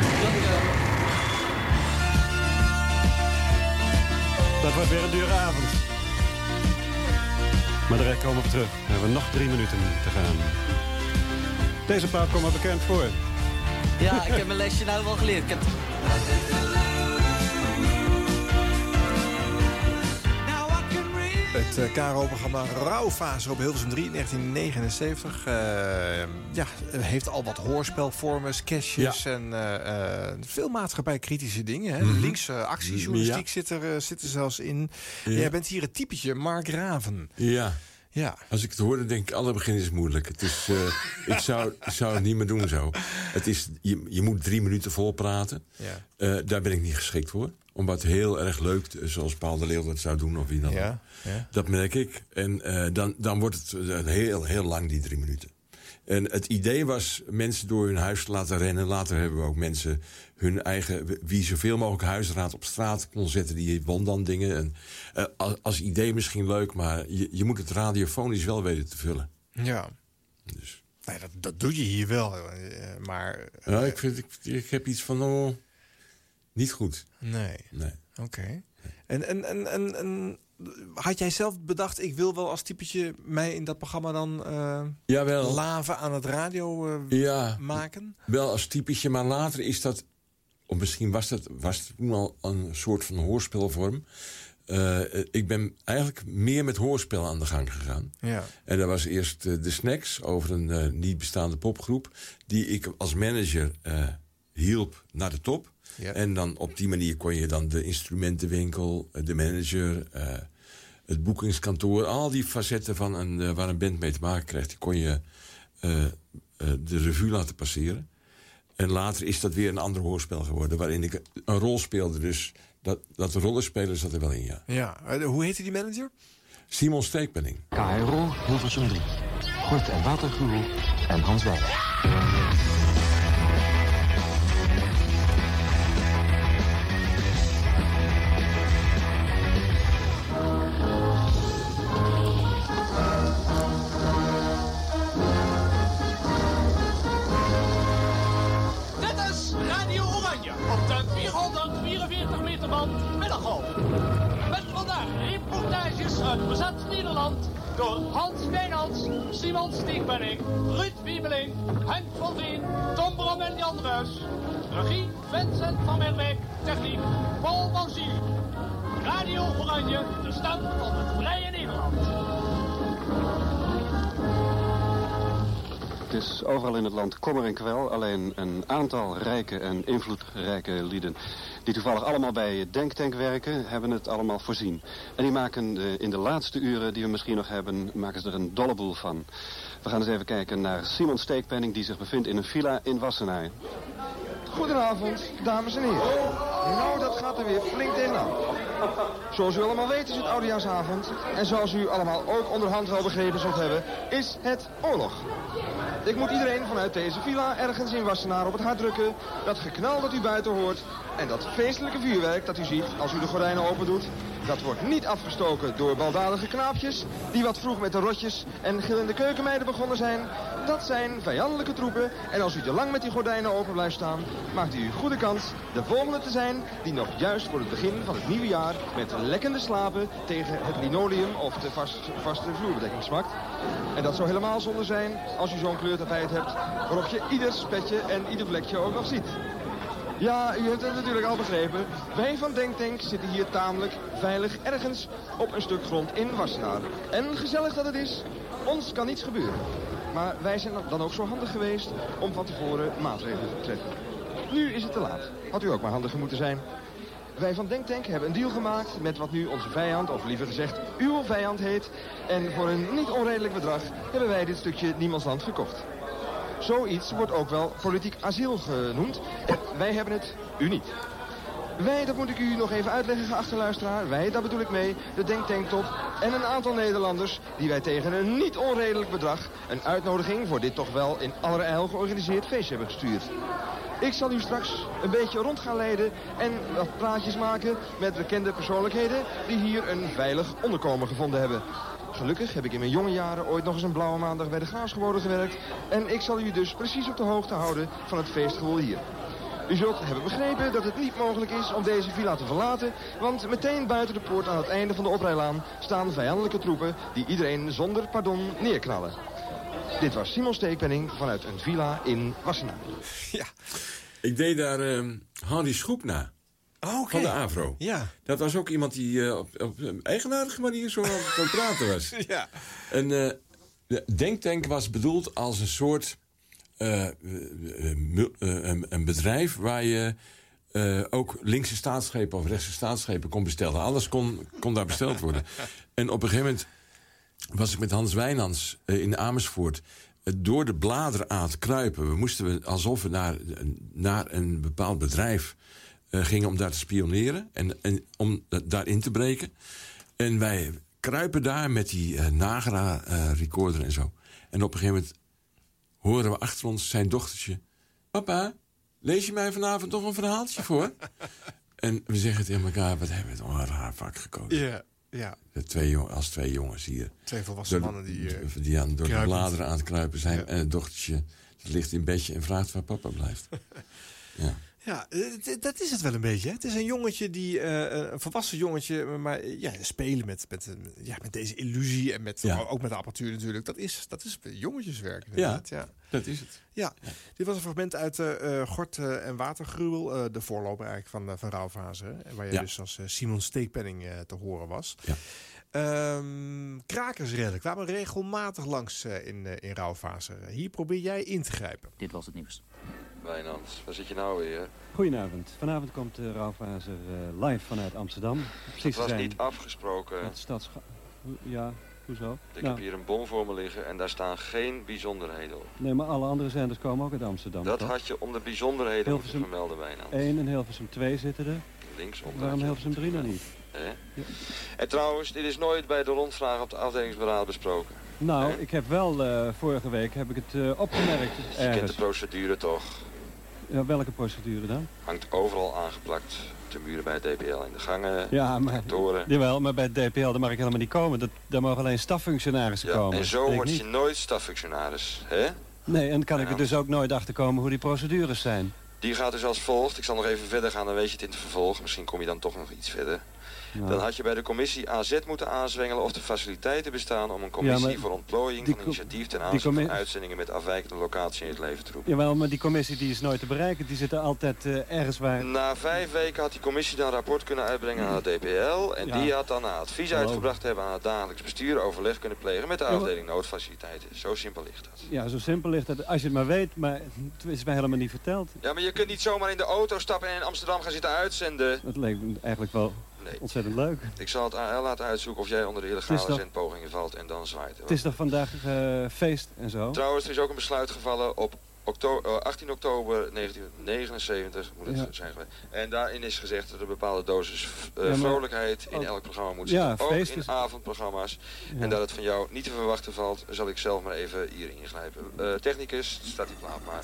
Dat wordt weer een dure avond. Maar daar komen we terug. We hebben nog drie minuten te gaan. Deze plaat komt me bekend voor. Ja, ik heb mijn lesje nou wel geleerd. Ik heb... Het uh, K R O-programma Rouwfase op Hilversum drie in negentien negenenzeventig. Uh, ja, heeft al wat hoorspelvormen, sketches ja. en uh, uh, veel maatschappijkritische dingen. Hè? Mm-hmm. Linkse actiejournalistiek ja. zit, er, uh, zit er zelfs in. Ja. Jij bent hier het typetje Mark Raven. Ja. Ja. Als ik het hoor, dan denk ik, alle begin is moeilijk. Het is, uh, ik, zou, ik zou het niet meer doen zo. Het is, je, je moet drie minuten vol praten. Ja. Uh, daar ben ik niet geschikt voor. Omdat het heel erg leuk, zoals Paul de Leeuw dat zou doen of wie dan ook. Ja, ja. Dat merk ik. En uh, dan, dan wordt het heel, heel lang, die drie minuten. En het idee was mensen door hun huis te laten rennen. Later hebben we ook mensen hun eigen... wie zoveel mogelijk huisraad op straat kon zetten, die won dan dingen. En, uh, als, als idee misschien leuk, maar je, je moet het radiofonisch wel weten te vullen. Ja. Dus. Nee, dat, dat doe je hier wel. Uh, maar... Uh, ja, ik, vind, ik, ik heb iets van... Oh, niet goed. Nee. Nee. Oké. Okay. En, en, en, en, en had jij zelf bedacht, ik wil wel als typetje mij in dat programma dan uh, Jawel. laven aan het radio uh, ja, maken? Wel als typetje, maar later is dat... of misschien was dat was het toen al een soort van hoorspelvorm. Uh, ik ben eigenlijk meer met hoorspel aan de gang gegaan. Ja. En dat was eerst uh, de Snacks over een uh, niet bestaande popgroep... die ik als manager uh, hielp naar de top... Ja. En dan op die manier kon je dan de instrumentenwinkel, de manager, uh, het boekingskantoor... al die facetten van een, uh, waar een band mee te maken krijgt... die kon je uh, uh, de revue laten passeren. En later is dat weer een ander hoorspel geworden... waarin ik een rol speelde. Dus dat, dat rollenspelen zat er wel in, ja. Ja. Uh, hoe heette die manager? Simon Steekpenning. K R O Hilversum drie. Kort en Waterguru en Hans Weijer. Uit bezet Nederland door Hans Wijnands, Simon Steekpenning, Ruud Wiebeling, Henk van Veen, Tom Brom en Jan Ruis. Regie Vincent van Merwijk, techniek Paul Bouzy. Radio Oranje, de stem van het vrije Nederland. Het is overal in het land kommer en kwel. Alleen een aantal rijke en invloedrijke lieden die toevallig allemaal bij Denktank werken, hebben het allemaal voorzien. En die maken uh, in de laatste uren die we misschien nog hebben, maken ze er een dolle boel van. We gaan eens even kijken naar Simon Steekpenning, die zich bevindt in een villa in Wassenaar. Goedenavond, dames en heren. Nou, dat gaat er weer flink tegenaan. Zoals u allemaal weet is het oudejaarsavond. En zoals u allemaal ook onderhand wel begrepen zult hebben, is het oorlog. Ik moet iedereen vanuit deze villa ergens in Wassenaar op het hart drukken. Dat geknal dat u buiten hoort en dat feestelijke vuurwerk dat u ziet als u de gordijnen open doet, dat wordt niet afgestoken door baldadige knaapjes die wat vroeg met de rotjes en gillende keukenmeiden begonnen zijn. Dat zijn vijandelijke troepen en als u te lang met die gordijnen open blijft staan, maakt u goede kans de volgende te zijn die nog juist voor het begin van het nieuwe jaar met lekkende slapen tegen het linoleum of de vast, vaste vloerbedekking smakt. En dat zou helemaal zonde zijn als u zo'n kleurtapijt hebt waarop je ieder spetje en ieder vlekje ook nog ziet. Ja, u hebt het natuurlijk al begrepen. Wij van Denktank zitten hier tamelijk veilig ergens op een stuk grond in Wassenaar. En gezellig dat het is, ons kan niets gebeuren. Maar wij zijn dan ook zo handig geweest om van tevoren maatregelen te treffen. Nu is het te laat. Had u ook maar handiger moeten zijn. Wij van Denktank hebben een deal gemaakt met wat nu onze vijand, of liever gezegd uw vijand heet. En voor een niet onredelijk bedrag hebben wij dit stukje niemandsland gekocht. Zoiets wordt ook wel politiek asiel genoemd. Wij hebben het, u niet. Wij, dat moet ik u nog even uitleggen, geachte luisteraar. Wij, daar bedoel ik mee, de Denktanktop en een aantal Nederlanders die wij tegen een niet onredelijk bedrag een uitnodiging voor dit toch wel in allerijl georganiseerd feestje hebben gestuurd. Ik zal u straks een beetje rond gaan leiden en wat praatjes maken met bekende persoonlijkheden die hier een veilig onderkomen gevonden hebben. Gelukkig heb ik in mijn jonge jaren ooit nog eens een blauwe maandag bij de Graafsgeboorde gewerkt. En ik zal u dus precies op de hoogte houden van het feestgewoel hier. U zult hebben begrepen dat het niet mogelijk is om deze villa te verlaten, want meteen buiten de poort aan het einde van de oprijlaan staan vijandelijke troepen die iedereen zonder pardon neerknallen. Dit was Simon Steekpenning vanuit een villa in Wassenaar. Ja. Ik deed daar uh, Henry Schoep na. Oh, okay. Van de AVRO. Ja. Dat was ook iemand die uh, op, op een eigenaardige manier zo aan het praten was. Ja. En uh, de Denktank was bedoeld als een soort uh, uh, uh, een, een bedrijf waar je uh, ook linkse staatsschepen of rechtse staatsschepen kon bestellen. Alles kon, kon daar besteld worden. En op een gegeven moment was ik met Hans Wijnands uh, in Amersfoort uh, door de bladeren aan het kruipen. We moesten we alsof we naar, naar een bepaald bedrijf Uh, gingen om daar te spioneren en, en om uh, daarin te breken. En wij kruipen daar met die uh, Nagra-recorder uh, en zo. En op een gegeven moment horen we achter ons zijn dochtertje: papa, lees je mij vanavond nog een verhaaltje voor? En we zeggen tegen elkaar: wat hebben we toch een raar vak gekozen. Ja, ja. De twee jongen, als twee jongens hier. Twee volwassen door, mannen die, uh, die aan, door kruipend. de bladeren aan het kruipen zijn. Ja. En het dochtertje dat ligt in bedje en vraagt waar papa blijft. Ja. Ja, dat is het wel een beetje. Hè? Het is een jongetje, die, uh, een volwassen jongetje, maar ja, spelen met, met, ja, met deze illusie en met, ja. ook met de apparatuur natuurlijk. Dat is, dat is jongetjeswerk inderdaad. Ja, ja, dat is het. Ja. Ja. Dit was een fragment uit uh, Gort uh, en Watergruwel, uh, de voorloper eigenlijk van, uh, van Rauwfase. Hè? Waar je ja. dus als uh, Simon Steekpenning uh, te horen was. Ja. Um, krakersredden kwamen regelmatig langs uh, in, uh, in Rauwfase. Hier probeer jij in te grijpen. Dit was het nieuws. Wijnands, waar zit je nou weer? Goedenavond. Vanavond komt de Rauwfazer uh, live vanuit Amsterdam. Precies het was niet afgesproken. Het stadscha- ja, hoezo? Ik nou. heb hier een bon voor me liggen en daar staan geen bijzonderheden op. Nee, maar alle andere zenders komen ook uit Amsterdam. Dat toch? had je om de bijzonderheden Hilversum moeten vermelden, Wijnands. één en Hilversum twee zitten er. Linksonder. Waarom Hilversum drie dan niet? Eh? Ja. En trouwens, dit is nooit bij de rondvraag op de afdelingsberaad besproken. Nou, eh? ik heb wel, uh, vorige week heb ik het uh, opgemerkt. Je kent de procedure toch? Ja, welke procedure dan? Hangt overal aangeplakt. De muren bij het D P L in de gangen, ja, maar, kantoren. Jawel, maar bij het D P L daar mag ik helemaal niet komen. Dat, daar mogen alleen staffunctionarissen ja, komen. En zo word je nooit staffunctionaris, hè? Nee, en kan ja. ik er dus ook nooit achter komen hoe die procedures zijn. Die gaat dus als volgt. Ik zal nog even verder gaan, dan weet je het in het vervolg. Misschien kom je dan toch nog iets verder. Ja. Dan had je bij de commissie A Z moeten aanzwengelen of de faciliteiten bestaan om een commissie Ja, maar voor ontplooiing van initiatief ten aanzien van uitzendingen met afwijkende locatie in het leven te roepen. Jawel, maar die commissie die is nooit te bereiken. Die zit er altijd uh, ergens waar... Na vijf weken had die commissie dan een rapport kunnen uitbrengen aan het D P L. En Ja. die had dan na advies Hallo. uitgebracht hebben aan het dagelijks bestuur overleg kunnen plegen met de Ja, maar- afdeling noodfaciliteiten. Zo simpel ligt dat. Ja, zo simpel ligt het. Als je het maar weet, maar het is mij helemaal niet verteld. Ja, maar je kunt niet zomaar in de auto stappen en in Amsterdam gaan zitten uitzenden. Dat leek me eigenlijk wel Nee. ontzettend leuk. Ik zal het A L laten uitzoeken of jij onder de Het is illegale toch- zendpogingen valt en dan zwaait. Het is toch vandaag uh, feest en zo? Trouwens, er is ook een besluit gevallen op okto- uh, achttien oktober negentiennegenenzeventig, moet het Ja. zijn geweest. En daarin is gezegd dat er een bepaalde dosis uh, Ja, maar- vrolijkheid in Oh. elk programma moet Ja, zitten. Ook feest in is- avondprogramma's. Ja. En dat het van jou niet te verwachten valt, zal ik zelf maar even hier ingrijpen. Uh, technicus, staat die plaat maar.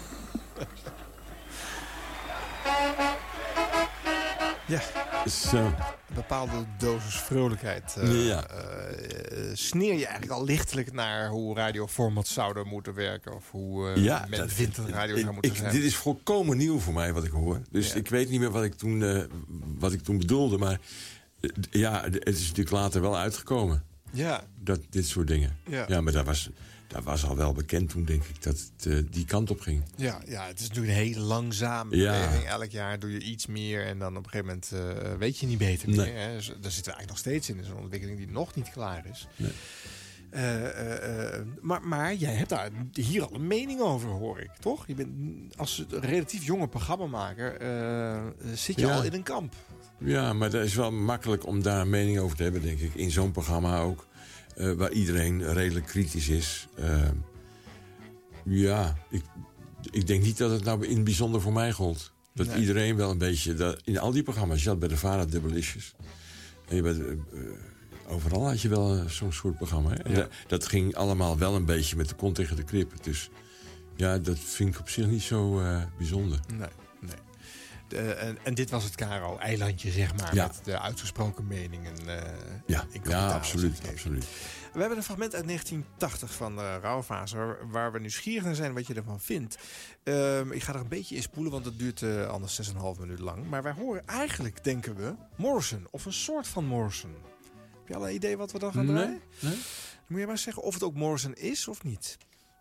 Ja, Zo. een bepaalde dosis vrolijkheid. Uh, Ja. uh, sneer je eigenlijk al lichtelijk naar hoe radioformats zouden moeten werken? Of hoe uh, Ja, men dat- vindt dat radio ik- zou moeten ik- zijn? Dit is volkomen nieuw voor mij wat ik hoor. Dus Ja. ik weet niet meer wat ik toen, uh, wat ik toen bedoelde. Maar uh, ja, het is natuurlijk later wel uitgekomen. Ja. Dat, dit soort dingen. Ja. Ja, maar dat was, dat was al wel bekend toen, denk ik, dat het uh, die kant op ging. Ja, ja, het is natuurlijk een hele langzame Ja. beweging. Elk jaar doe je iets meer en dan op een gegeven moment uh, weet je niet beter Nee. meer. Hè. Dus daar zitten we eigenlijk nog steeds in. Dat is een ontwikkeling die nog niet klaar is. Nee. Uh, uh, uh, maar, maar jij hebt daar hier al een mening over, hoor ik, toch? Je bent als relatief jonge programmamaker uh, zit je Ja. al in een kamp. Ja, maar dat is wel makkelijk om daar een mening over te hebben, denk ik. In zo'n programma ook, uh, waar iedereen redelijk kritisch is. Uh, ja, ik, ik denk niet dat het nou in het bijzonder voor mij gold. Dat Nee. iedereen wel een beetje... Dat, in al die programma's, je had bij de VARA Dubbelisjes. En je bent, uh, overal had je wel uh, zo'n soort programma. Hè? En Ja. dat, dat ging allemaal wel een beetje met de kont tegen de krip. Dus ja, dat vind ik op zich niet zo uh, bijzonder. Nee, nee. De, en, en dit was het Caro-eilandje, zeg maar, Ja. met de uitgesproken meningen. Uh, Ja, in ja absoluut, absoluut. We hebben een fragment uit negentien tachtig van de Rauwfase, waar we nieuwsgierig naar zijn wat je ervan vindt. Um, ik ga er een beetje in spoelen, want het duurt uh, anders zes en een half minuut lang. Maar wij horen eigenlijk, denken we, Morrison, of een soort van Morrison. Heb je al een idee wat we dan gaan Nee, draaien? nee. Dan moet je maar zeggen of het ook Morrison is of niet.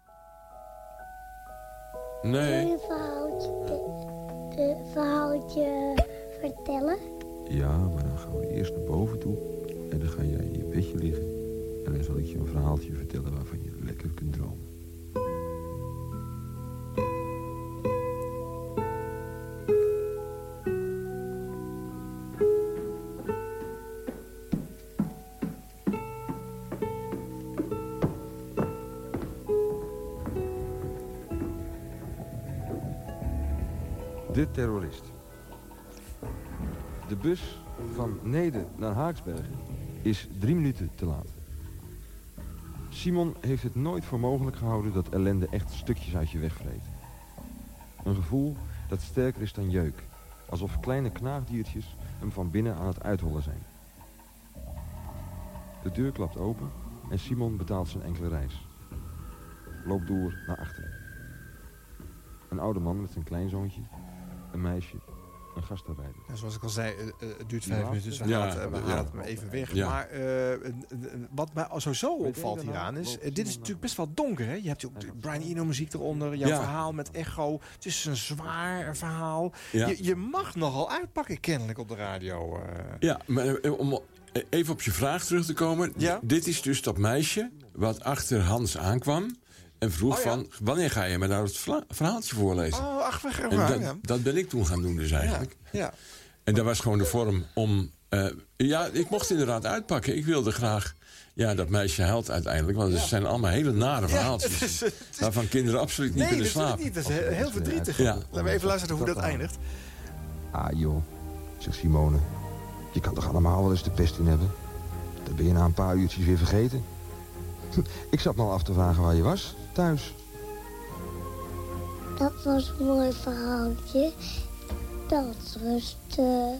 Nee. Kun je een verhaaltje, de verhaaltje vertellen? Ja, maar dan gaan we eerst naar boven toe. En dan ga jij in je bedje liggen. En dan zal ik je een verhaaltje vertellen waarvan je lekker kunt dromen. De terrorist. De bus van Neede naar Haaksbergen is drie minuten te laat. Simon heeft het nooit voor mogelijk gehouden dat ellende echt stukjes uit je wegvreet. Een gevoel dat sterker is dan jeuk. Alsof kleine knaagdiertjes hem van binnen aan het uithollen zijn. De deur klapt open en Simon betaalt zijn enkele reis. Loopt door naar achteren. Een oude man met zijn kleinzoontje, een meisje, een gastarbeider. Ja, zoals ik al zei, uh, uh, het duurt vijf Ja. minuten, dus we Ja, halen het, we ja. halen het maar even weg. Ja. Maar uh, uh, uh, wat mij sowieso Weet opvalt je, daarna hieraan is, loopt uh, dit is iemand natuurlijk best wel donker, hè? Je hebt ook de Brian Eno muziek eronder, jouw Ja. verhaal met echo. Het is een zwaar verhaal. Ja. Je, je mag nogal uitpakken kennelijk op de radio. Uh. Ja, maar uh, om even op je vraag terug te komen. Ja? Dit is dus dat meisje wat achter Hans aankwam. En vroeg Oh, ja. van, wanneer ga je me nou het vla- verhaaltje voorlezen? Oh, ach, weg, en waar, dat, ja. dat ben ik toen gaan doen dus eigenlijk. Ja. En dat was gewoon de vorm om... Uh, ja, ik mocht inderdaad uitpakken. Ik wilde graag... Ja, dat meisje huilt uiteindelijk. Want het zijn allemaal hele nare verhaaltjes. het is- het is- Waarvan kinderen absoluut niet Nee, kunnen natuurlijk slapen. niet. Dat is heel, heel verdrietig. Ja. Laten we even luisteren hoe dat eindigt. Ah joh, zegt Simone. Je kan toch allemaal wel eens de pest in hebben? Dat ben je na een paar uurtjes weer vergeten. Ik zat me al af te vragen waar je was, thuis. Dat was een mooi verhaaltje. Dat rustte.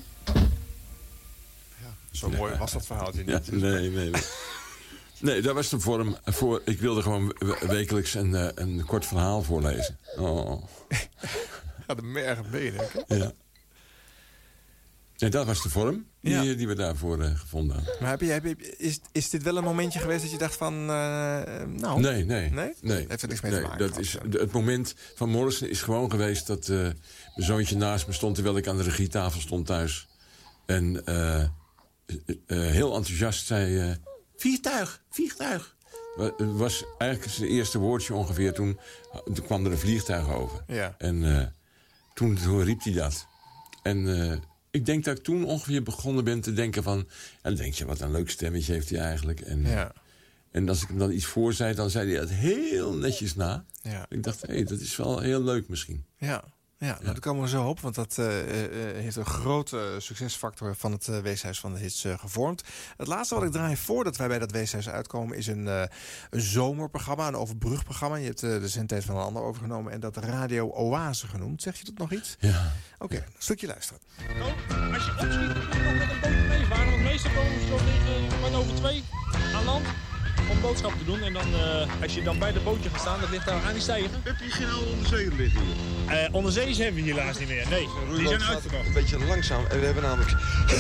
Zo mooi was dat verhaaltje Ja, niet. nee, nee, nee. Nee, dat was de vorm voor... Ik wilde gewoon we- wekelijks een, uh, een kort verhaal voorlezen. Oh. Ja, de merg benen. Hè? Ja. En dat was de vorm die, Ja. die we daarvoor uh, gevonden hadden. Maar heb je, heb je, is, is dit wel een momentje geweest dat je dacht van... Uh, nou, nee, nee. nee? nee. Heeft er niks mee nee, te maken? Dat is, de, het moment van Morrison is gewoon geweest dat uh, mijn zoontje naast me stond... terwijl ik aan de regietafel stond thuis. En uh, uh, uh, heel enthousiast zei... Uh, vliegtuig, vliegtuig. Het was eigenlijk zijn eerste woordje ongeveer. Toen, toen kwam er een vliegtuig over. Ja. En uh, toen, toen riep hij dat. En uh, ik denk dat ik toen ongeveer begonnen ben te denken van... Ja, dan denk je, wat een leuk stemmetje heeft hij eigenlijk. En, ja. en als ik hem dan iets voor zei, dan zei hij dat heel netjes na. Ja. Ik dacht, hé, hey, dat is wel heel leuk misschien. Ja. Ja, nou, dat komen we zo op, want dat uh, uh, heeft een grote succesfactor van het uh, Weeshuis van de Hits uh, gevormd. Het laatste wat ik draai voordat wij bij dat Weeshuis uitkomen is een, uh, een zomerprogramma, een overbrugprogramma. Je hebt uh, de zendtijd van een ander overgenomen en dat Radio Oase genoemd. Zeg je dat nog iets? Ja. Oké, okay, een stukje luisteren. Oh, als je opschiet, kun je nog met een boot meevaren, want meestal komen ze zo tegen kwart over twee aan land om boodschappen te doen. En dan, uh, als je dan bij de bootje gaat staan, dat ligt daar aan die steiger. Heb je geen oude onderzeeër liggen hier? Uh, onderzeeërs hebben we helaas niet meer, nee. Die zijn uitverkocht. Een beetje langzaam en we hebben namelijk...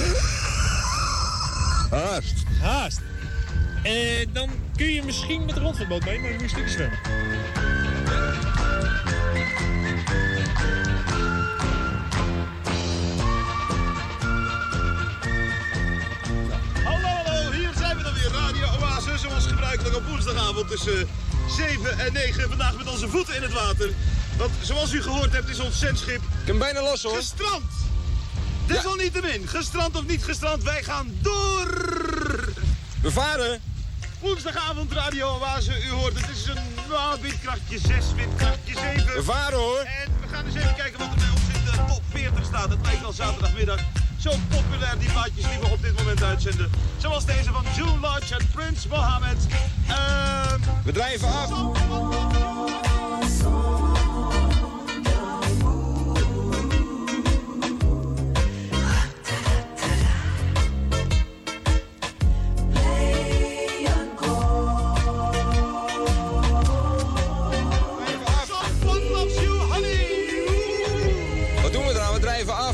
Haast. Haast. Uh, dan kun je misschien met de rondvaartboot mee, maar dan moet je een stukje zwemmen. Hallo, hallo, hier zijn we dan weer. Radio Oase, zoals gebruikelijk op woensdagavond tussen zeven en negen. Vandaag met onze voeten in het water. Want zoals u gehoord hebt is ons zendschip... Ik hem bijna los, hoor. Gestrand. Desalniettemin, gestrand of niet gestrand, wij gaan door. We varen. Woensdagavond Radio Oase, u hoort het is een nou, windkrachtje zes, windkrachtje zeven. We varen, hoor. En we gaan eens even kijken wat er bij ons in de top veertig staat. Het lijkt al zaterdagmiddag. Zo populair die plaatjes die we op dit moment uitzenden. Zoals deze van June Lodge en Prins Mohammed. Uh, we drijven af. Wat doen we eraan? We drijven af.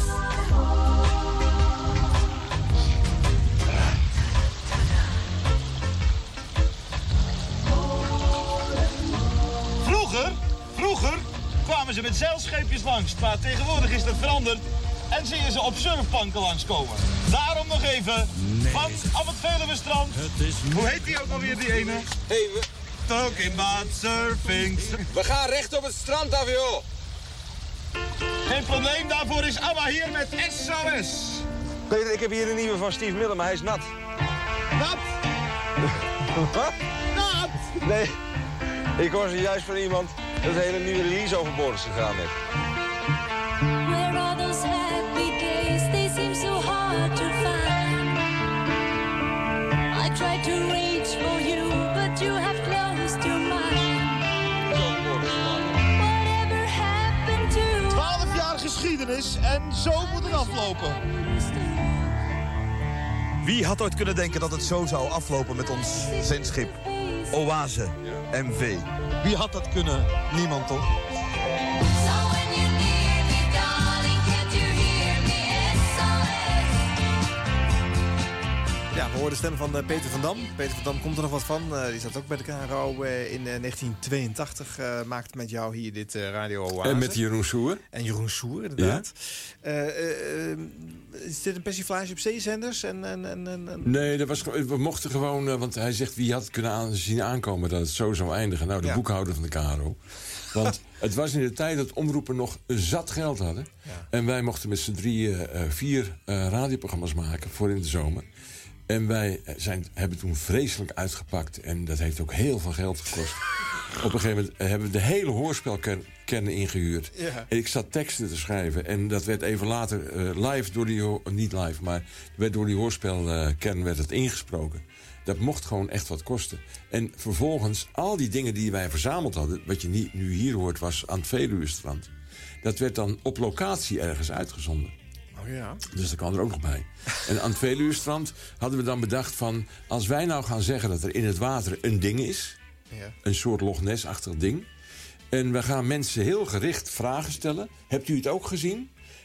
Vroeger, vroeger kwamen ze met zeilscheepjes langs, maar tegenwoordig is dat veranderd en zie je ze op surfplanken langskomen. Daarom nog even, nee. Van op het Veluwestrand. Hoe heet die ook alweer, die ene? Hey, we... Talking about surfing. We gaan recht op het strand af, joh. Geen probleem, daarvoor is ABBA hier met S O S. Peter, ik heb hier een nieuwe van Steve Miller, maar hij is nat. Nat? Wat? Nat? Nee, ik hoor ze juist van iemand dat de hele nieuwe release overboord is gegaan net. Where are those happy days? They seem so hard to find. I tried to reach for you, but you have closed your mind. Whatever happened to... twaalf jaar geschiedenis en zo moet het aflopen. Wie had ooit kunnen denken dat het zo zou aflopen met ons zendschip Oase M V? Wie had dat kunnen? Niemand, toch? Ja, we horen de stem van uh, Peter van Dam. Peter van Dam komt er nog wat van. Uh, die zat ook bij de K R O uh, in uh, negentien tweeëntachtig. Uh, maakte met jou hier dit uh, Radio Oase. En met Jeroen Soer. En Jeroen Soer, inderdaad. Ja. Uh, uh, uh, is dit een persiflage op zeezenders? En, en, en, en... Nee, dat was, we mochten gewoon... Uh, want hij zegt, wie had het kunnen aan, zien aankomen dat het zo zou eindigen? Nou, de ja. boekhouder van de K R O. Want het was in de tijd dat omroepen nog zat geld hadden. Ja. En wij mochten met z'n drieën uh, vier uh, radioprogramma's maken voor in de zomer. En wij zijn, hebben toen vreselijk uitgepakt. En dat heeft ook heel veel geld gekost. Op een gegeven moment hebben we de hele hoorspelkern ingehuurd. Ja. En ik zat teksten te schrijven. En dat werd even later uh, live door die... Niet live, maar werd door die hoorspelkern werd het ingesproken. Dat mocht gewoon echt wat kosten. En vervolgens, al die dingen die wij verzameld hadden... wat je niet, nu hier hoort, was aan het Veluwestrand. Dat werd dan op locatie ergens uitgezonden. Oh ja. Dus dat kwam er ook nog bij. En aan het Veluwestrand hadden we dan bedacht van... als wij nou gaan zeggen dat er in het water een ding is... Ja. Een soort Loch Ness-achtig ding... en we gaan mensen heel gericht vragen stellen... hebt u het ook gezien?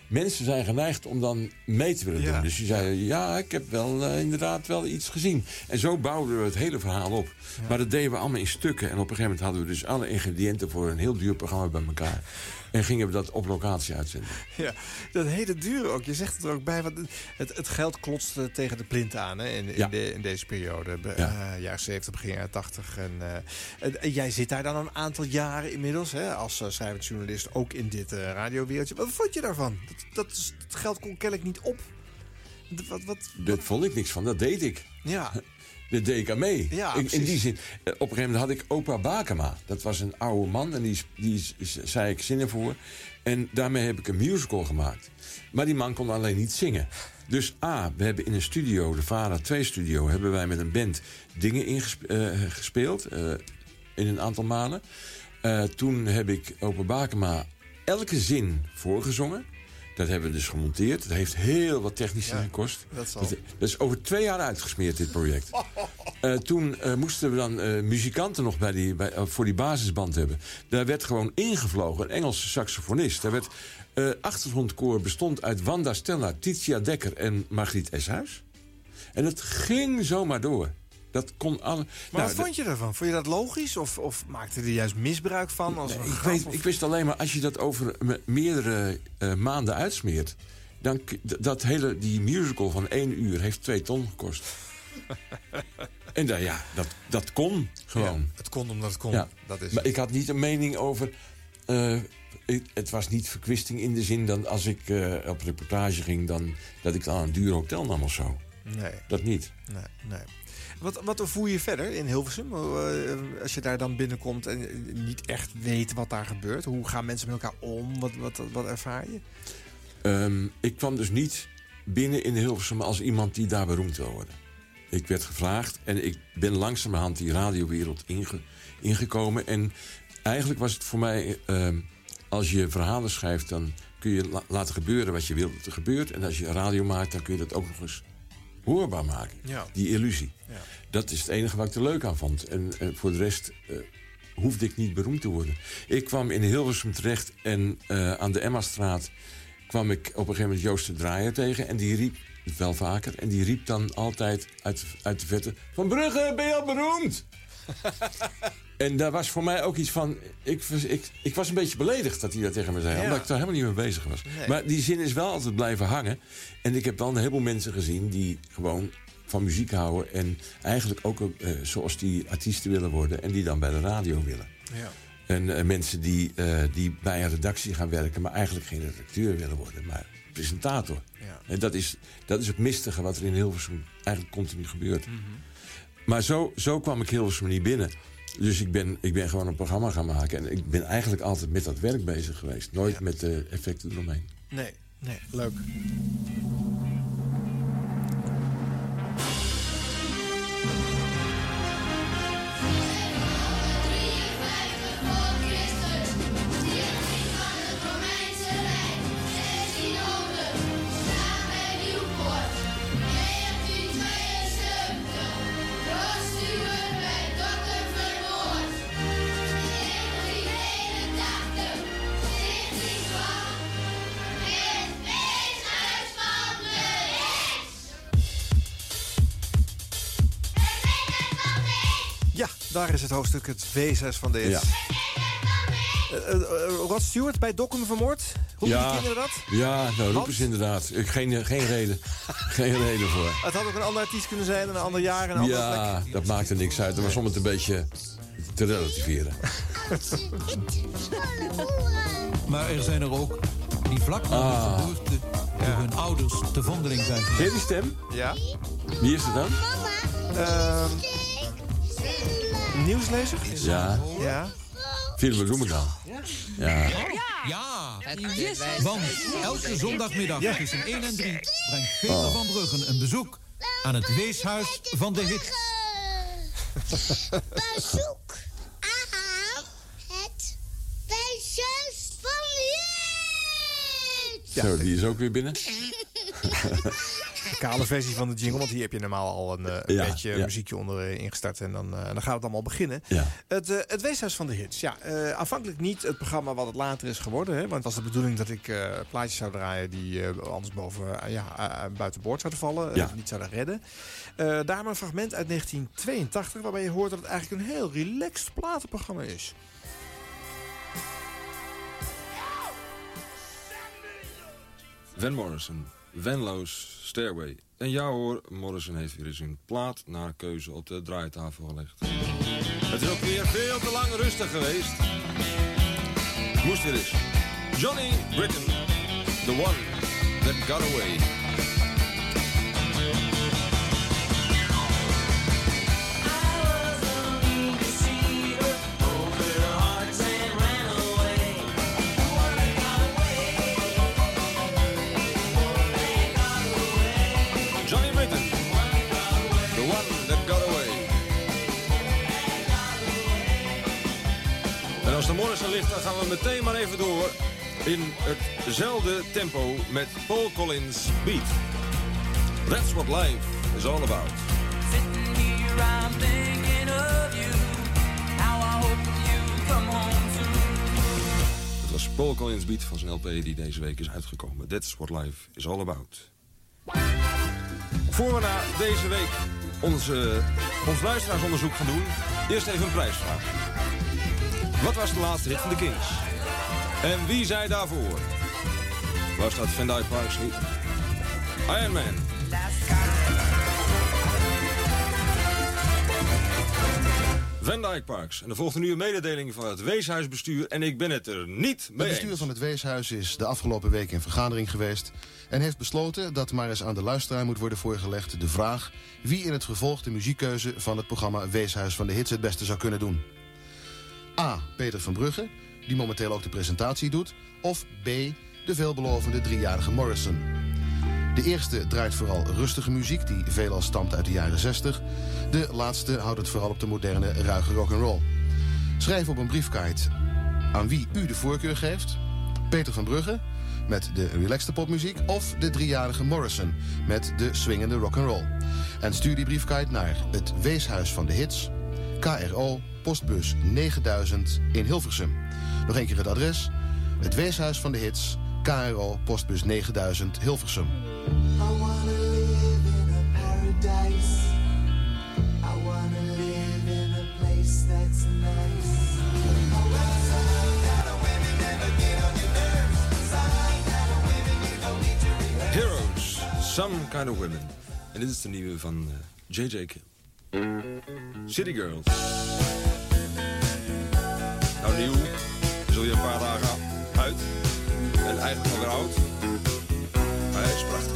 mensen zijn geneigd om dan mee te willen doen. Ja. Dus die zeiden, ja, ik heb wel uh, inderdaad wel iets gezien. En zo bouwden we het hele verhaal op. Ja. Maar dat deden we allemaal in stukken. En op een gegeven moment hadden we dus alle ingrediënten voor een heel duur programma bij elkaar. En gingen we dat op locatie uitzenden. Ja, dat hele duur ook. Je zegt het er ook bij. Want het, het geld klotste tegen de plint aan hè, in, in, ja. de, in deze periode. Be, ja. uh, jaren zeventig, begin jaren tachtig. En, uh, en, en jij zit daar dan een aantal jaren inmiddels. Hè, als uh, schrijvend journalist ook in dit uh, radiowereldje. Wat vond je daarvan? Dat, dat, dat geld kon kennelijk niet op. Wat, wat, dat vond ik niks van. Dat deed ik. Ja. Dat deed ik aan mee. Ja, in, in die zin, op een gegeven moment had ik opa Bakema. Dat was een oude man en die, die zei ik zinnen voor. En daarmee heb ik een musical gemaakt. Maar die man kon alleen niet zingen. Dus A, we hebben in een studio, de Vara twee studio... hebben wij met een band dingen ingespeeld. Uh, in een aantal malen. Uh, toen heb ik opa Bakema elke zin voorgezongen. Dat hebben we dus gemonteerd. Dat heeft heel wat technische ja, gekost. Dat, zal. Dat, dat is over twee jaar uitgesmeerd, dit project. Uh, toen uh, moesten we dan uh, muzikanten nog bij die, bij, uh, voor die basisband hebben. Daar werd gewoon ingevlogen, een Engelse saxofonist. Daar werd, uh, achtergrondkoor bestond uit Wanda Stella, Titia Dekker en Margriet Eshuis. En dat ging zomaar door. Dat kon alle... Maar nou, wat vond je daarvan? Vond je dat logisch? Of, of maakte je er juist misbruik van? Als nee, ik, weet, of... ik wist alleen maar, als je dat over meerdere uh, maanden uitsmeert... dan dat hele, die musical van één uur heeft twee ton gekost. En dan, ja, dat, dat kon gewoon. Ja, het kon omdat het kon. Ja. Dat is maar ik had niet een mening over... Uh, ik, het was niet verkwisting in de zin dat als ik uh, op reportage ging... Dan, dat ik dan een duur hotel nam of zo. Nee. Dat niet. Nee, nee. Wat, wat voer je verder in Hilversum? Als je daar dan binnenkomt en niet echt weet wat daar gebeurt. Hoe gaan mensen met elkaar om? Wat, wat, wat ervaar je? Um, ik kwam dus niet binnen in Hilversum als iemand die daar beroemd wil worden. Ik werd gevraagd en ik ben langzamerhand die radiowereld inge, ingekomen. En eigenlijk was het voor mij... Um, als je verhalen schrijft, dan kun je la- laten gebeuren wat je wil dat er gebeurt. En als je radio maakt, dan kun je dat ook nog eens... hoorbaar maken, ja. Die illusie. Ja. Dat is het enige wat ik er leuk aan vond. En, en voor de rest uh, hoefde ik niet beroemd te worden. Ik kwam in Hilversum terecht en uh, aan de Emmastraat... kwam ik op een gegeven moment Joost de Draaier tegen... en die riep, wel vaker, en die riep dan altijd uit, uit de verte... Van Brugge, ben je al beroemd? En daar was voor mij ook iets van... Ik, ik, ik was een beetje beledigd dat hij dat tegen me zei. Ja. Omdat ik daar helemaal niet mee bezig was. Nee. Maar die zin is wel altijd blijven hangen. En ik heb wel een heleboel mensen gezien... die gewoon van muziek houden... en eigenlijk ook uh, zoals die artiesten willen worden... en die dan bij de radio willen. Ja. En uh, mensen die, uh, die bij een redactie gaan werken... maar eigenlijk geen redacteur willen worden... maar presentator. Ja. En dat is, dat is het mistige wat er in Hilversum eigenlijk continu gebeurt. Mm-hmm. Maar zo, zo kwam ik Hilversum niet binnen... Dus ik ben, ik ben gewoon een programma gaan maken. En ik ben eigenlijk altijd met dat werk bezig geweest. Nooit ja. met de effecten eromheen. Nee, nee, leuk. Daar is het hoofdstuk, het V zes van dit. Ja. Uh, uh, Rod Stewart bij Dokkum vermoord? Roepen ja. die kinderen dat? Ja, nou roepen ze inderdaad. Geen, geen reden. Geen reden voor. Het had ook een ander artiest kunnen zijn, een ander jaar, een andere ja, plek. Dat maakte niks uit. Dat was om het een beetje te relativeren. Maar er zijn er ook die vlak na ah. de geboorte door ja. hun ouders te vondeling zijn. Ken je die stem? Ja. Wie is het dan? Uh, Nieuwslezer? Ja. Ja. Philip Roemendaal. Ja. Ja. Ja. Want elke zondagmiddag ja. tussen één en drie brengt Peter oh. van Bruggen een bezoek aan het weeshuis van de hit. Bezoek aan het weeshuis van de hit. Zo, die is ook weer binnen. de kale versie van de jingle. Want hier heb je normaal al een, uh, een Ja, beetje ja. muziekje onder uh, ingestart. En dan, uh, dan gaat het allemaal beginnen. Ja. Het, uh, het Weeshuis van de Hits. Ja, uh, aanvankelijk niet het programma wat het later is geworden. Hè, want het was de bedoeling dat ik uh, plaatjes zou draaien die uh, anders boven, uh, ja, uh, buiten boord zouden vallen. Ja. Uh, niet zouden redden. Uh, daarom een fragment uit negentien tweeëntachtig. Waarbij je hoort dat het eigenlijk een heel relaxed platenprogramma is. Van Morrison, Venlo's Stairway. En ja hoor, Morrison heeft weer eens een plaat naar keuze op de draaitafel gelegd. Het is ook weer veel te lang rustig geweest. Moest weer eens. Johnny Britten, the one that got away. Als de Morrison ligt, dan gaan we meteen maar even door in hetzelfde tempo met Paul Collins' Beat. That's what life is all about. Sitting here, I'm thinking of you. How I hope you come home soon. Het was Paul Collins' Beat van zijn L P die deze week is uitgekomen. That's what life is all about. Voor we na deze week onze, ons luisteraarsonderzoek gaan doen, eerst even een prijsvraag. Wat was de laatste hit van de Kings? En wie zei daarvoor? Was dat Van Dyke Parks niet? Iron Man. Van Dyke Parks. En er volgt nu een mededeling van het Weeshuisbestuur en ik ben het er niet mee eens. Het bestuur van het Weeshuis is de afgelopen week in vergadering geweest en heeft besloten dat maar eens aan de luisteraar moet worden voorgelegd de vraag wie in het vervolg de muziekkeuze van het programma Weeshuis van de Hits het beste zou kunnen doen. A. Peter van Brugge, die momenteel ook de presentatie doet. Of B. De veelbelovende driejarige Morrison. De eerste draait vooral rustige muziek, die veelal stamt uit de jaren zestig. De laatste houdt het vooral op de moderne, ruige rock'n'roll. Schrijf op een briefkaart aan wie u de voorkeur geeft. Peter van Brugge, met de relaxte popmuziek. Of de driejarige Morrison, met de swingende rock'n'roll. En stuur die briefkaart naar het Weeshuis van de Hits, K R O, postbus negenduizend in Hilversum. Nog een keer het adres. Het Weeshuis van de Hits, K R O, postbus negenduizend, Hilversum. I wanna live in a paradise. I wanna live in a place that's nice. Heroes, Some Kind of Women. En dit is de nieuwe van uh, J J Kill. City Girls. Nou nieuw, is alweer een paar dagen uit. En eigenlijk alweer oud. Maar hij is prachtig.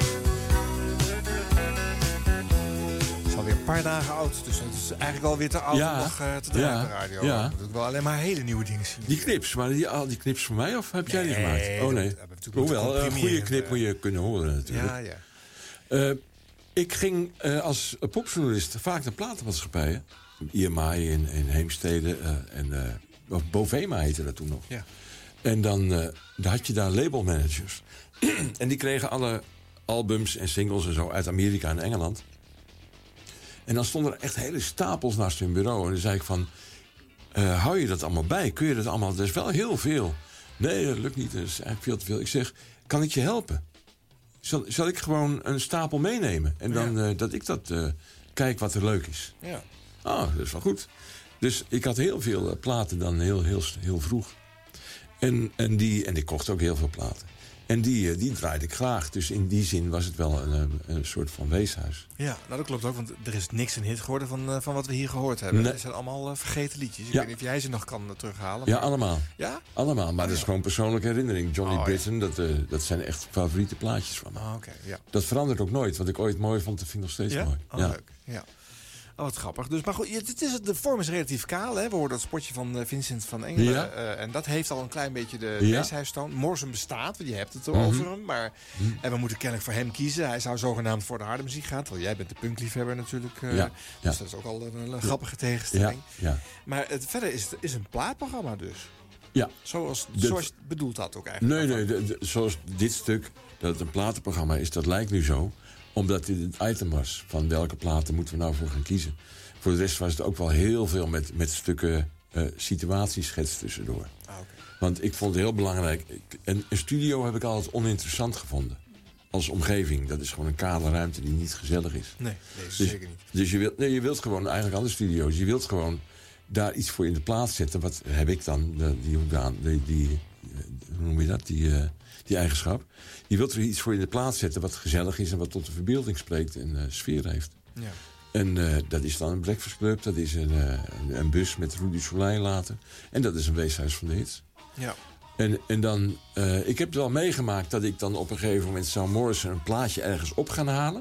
Het is alweer een paar dagen oud, dus het is eigenlijk alweer te oud Ja, om nog uh, te draaien ja, op de radio. ja. Ik moet wel alleen maar hele nieuwe dingen zien. Die knips, maar die, al die knips van mij of heb jij die Nee, gemaakt? Oh nee. dat hebben we natuurlijk Hoewel, moeten een goede comprimeren, knip uh, moet je kunnen horen natuurlijk. Ja, ja. Uh, ik ging uh, als popjournalist vaak naar platenmaatschappijen. I M I in, in Heemstede uh, en uh, of Bovema heette dat toen nog. Ja. En dan, uh, dan had je daar labelmanagers. En die kregen alle albums en singles en zo uit Amerika en Engeland. En dan stonden er echt hele stapels naast hun bureau. En dan zei ik van, uh, hou je dat allemaal bij? Kun je dat allemaal? Dat is wel heel veel. Nee, dat lukt niet. Dat is eigenlijk veel te veel. Ik zeg, kan ik je helpen? Zal, zal ik gewoon een stapel meenemen? En dan ja. uh, dat ik dat uh, kijk wat er leuk is. Ja. Ah, dat is wel goed. Dus ik had heel veel uh, platen dan heel, heel, heel vroeg. En, en, die, en ik kocht ook heel veel platen. En die, uh, die draaide ik graag. Dus in die zin was het wel een, een soort van weeshuis. Ja, nou dat klopt ook. Want er is niks een hit geworden van, uh, van wat we hier gehoord hebben. Nee. Het zijn allemaal uh, vergeten liedjes. Ik Ja. weet niet of jij ze nog kan uh, terughalen. Ja, maar... allemaal. Ja? Allemaal, maar Oh, dat is ja. gewoon persoonlijke herinnering. Johnny Oh, ja. Britten, dat, uh, dat zijn echt favoriete plaatjes van me. Oh, oké, ja. Dat verandert ook nooit. Wat ik ooit mooi vond, dat vind ik nog steeds Ja? mooi. Oh, leuk. Ja. Oh, wat grappig. Dus, maar goed, het is, de vorm is relatief kaal. Hè? We hoorden dat spotje van uh, Vincent van Engelen. Ja. Uh, en dat heeft al een klein beetje de Ja. weeshuistoon. Morrison bestaat, want je hebt het Mhm. over hem. Maar, en we moeten kennelijk voor hem kiezen. Hij zou zogenaamd voor de harde muziek gaan. Terwijl jij bent de punkliefhebber natuurlijk. Uh, Ja. Dus Ja. dat is ook al een, een grappige tegenstelling. Ja. Ja. Maar het, verder is het is een plaatprogramma dus. Ja. Zoals, De- zoals je het bedoeld had ook eigenlijk. Nee, nee, de- de- zoals dit stuk, dat het een platenprogramma is, dat lijkt nu zo. Omdat dit het item was van welke platen moeten we nou voor gaan kiezen. Voor de rest was het ook wel heel veel met, met stukken uh, situatieschets tussendoor. Ah, okay. Want ik vond het heel belangrijk. Ik, een, een studio heb ik altijd oninteressant gevonden. Als omgeving. Dat is gewoon een kale ruimte die niet gezellig is. Nee, nee dus, zeker niet. Dus je wilt, nee, je wilt gewoon, eigenlijk alle studio's, je wilt gewoon daar iets voor in de plaats zetten. Wat heb ik dan? De, die, die, die, hoe noem je dat? Die, uh, die eigenschap. Je wilt er iets voor in de plaats zetten wat gezellig is en wat tot de verbeelding spreekt en uh, sfeer heeft. Ja. En uh, dat is dan een Breakfast Club, dat is een, uh, een bus met Rudy Soleil later. En dat is een weeshuis van de hits. Ja. En, en dan, uh, ik heb het wel meegemaakt dat ik dan op een gegeven moment zou Morrison een plaatje ergens op gaan halen.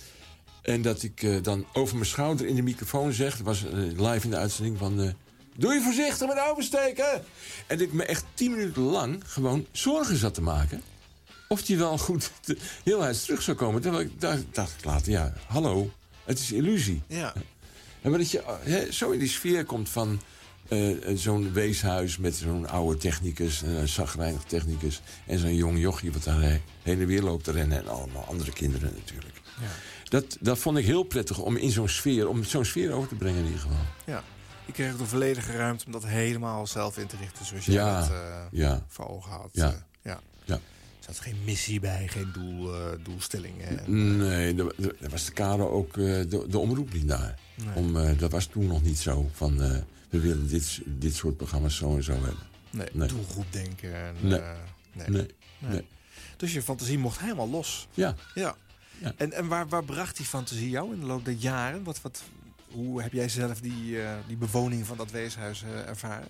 En dat ik uh, dan over mijn schouder in de microfoon zeg, dat was uh, live in de uitzending van... Uh, doe je voorzichtig met oversteken! En dat ik me echt tien minuten lang gewoon zorgen zat te maken. Of die wel goed te, heel huis terug zou komen. Terwijl ik dacht, dacht ik later, ja, hallo, het is illusie. Ja. En maar dat je he, zo in die sfeer komt van uh, zo'n weeshuis met zo'n oude technicus, een uh, zagrijnig technicus, en zo'n jong jochie wat daar heen en weer loopt te rennen en allemaal andere kinderen natuurlijk. Ja. Dat, dat vond ik heel prettig om in zo'n sfeer, om zo'n sfeer over te brengen in ieder geval. Ja. Je kreeg de volledige ruimte om dat helemaal zelf in te richten zoals je ja. dat uh, ja. voor ogen had. Ja. Uh, ja. Ja. Er zat geen missie bij, geen doel, uh, doelstellingen. En, nee, daar was de Karo ook uh, de, de omroep niet naar. Nee. Om, uh, dat was toen nog niet zo van uh, we willen dit, dit soort programma's zo en zo hebben. Nee, nee. doelgroep denken. En, nee. Uh, nee. Nee. Nee. Nee. Dus je fantasie mocht helemaal los. Ja. ja. ja. En, en waar, waar bracht die fantasie jou in de loop der jaren? Wat, wat, hoe heb jij zelf die, uh, die bewoning van dat weeshuis uh, ervaren?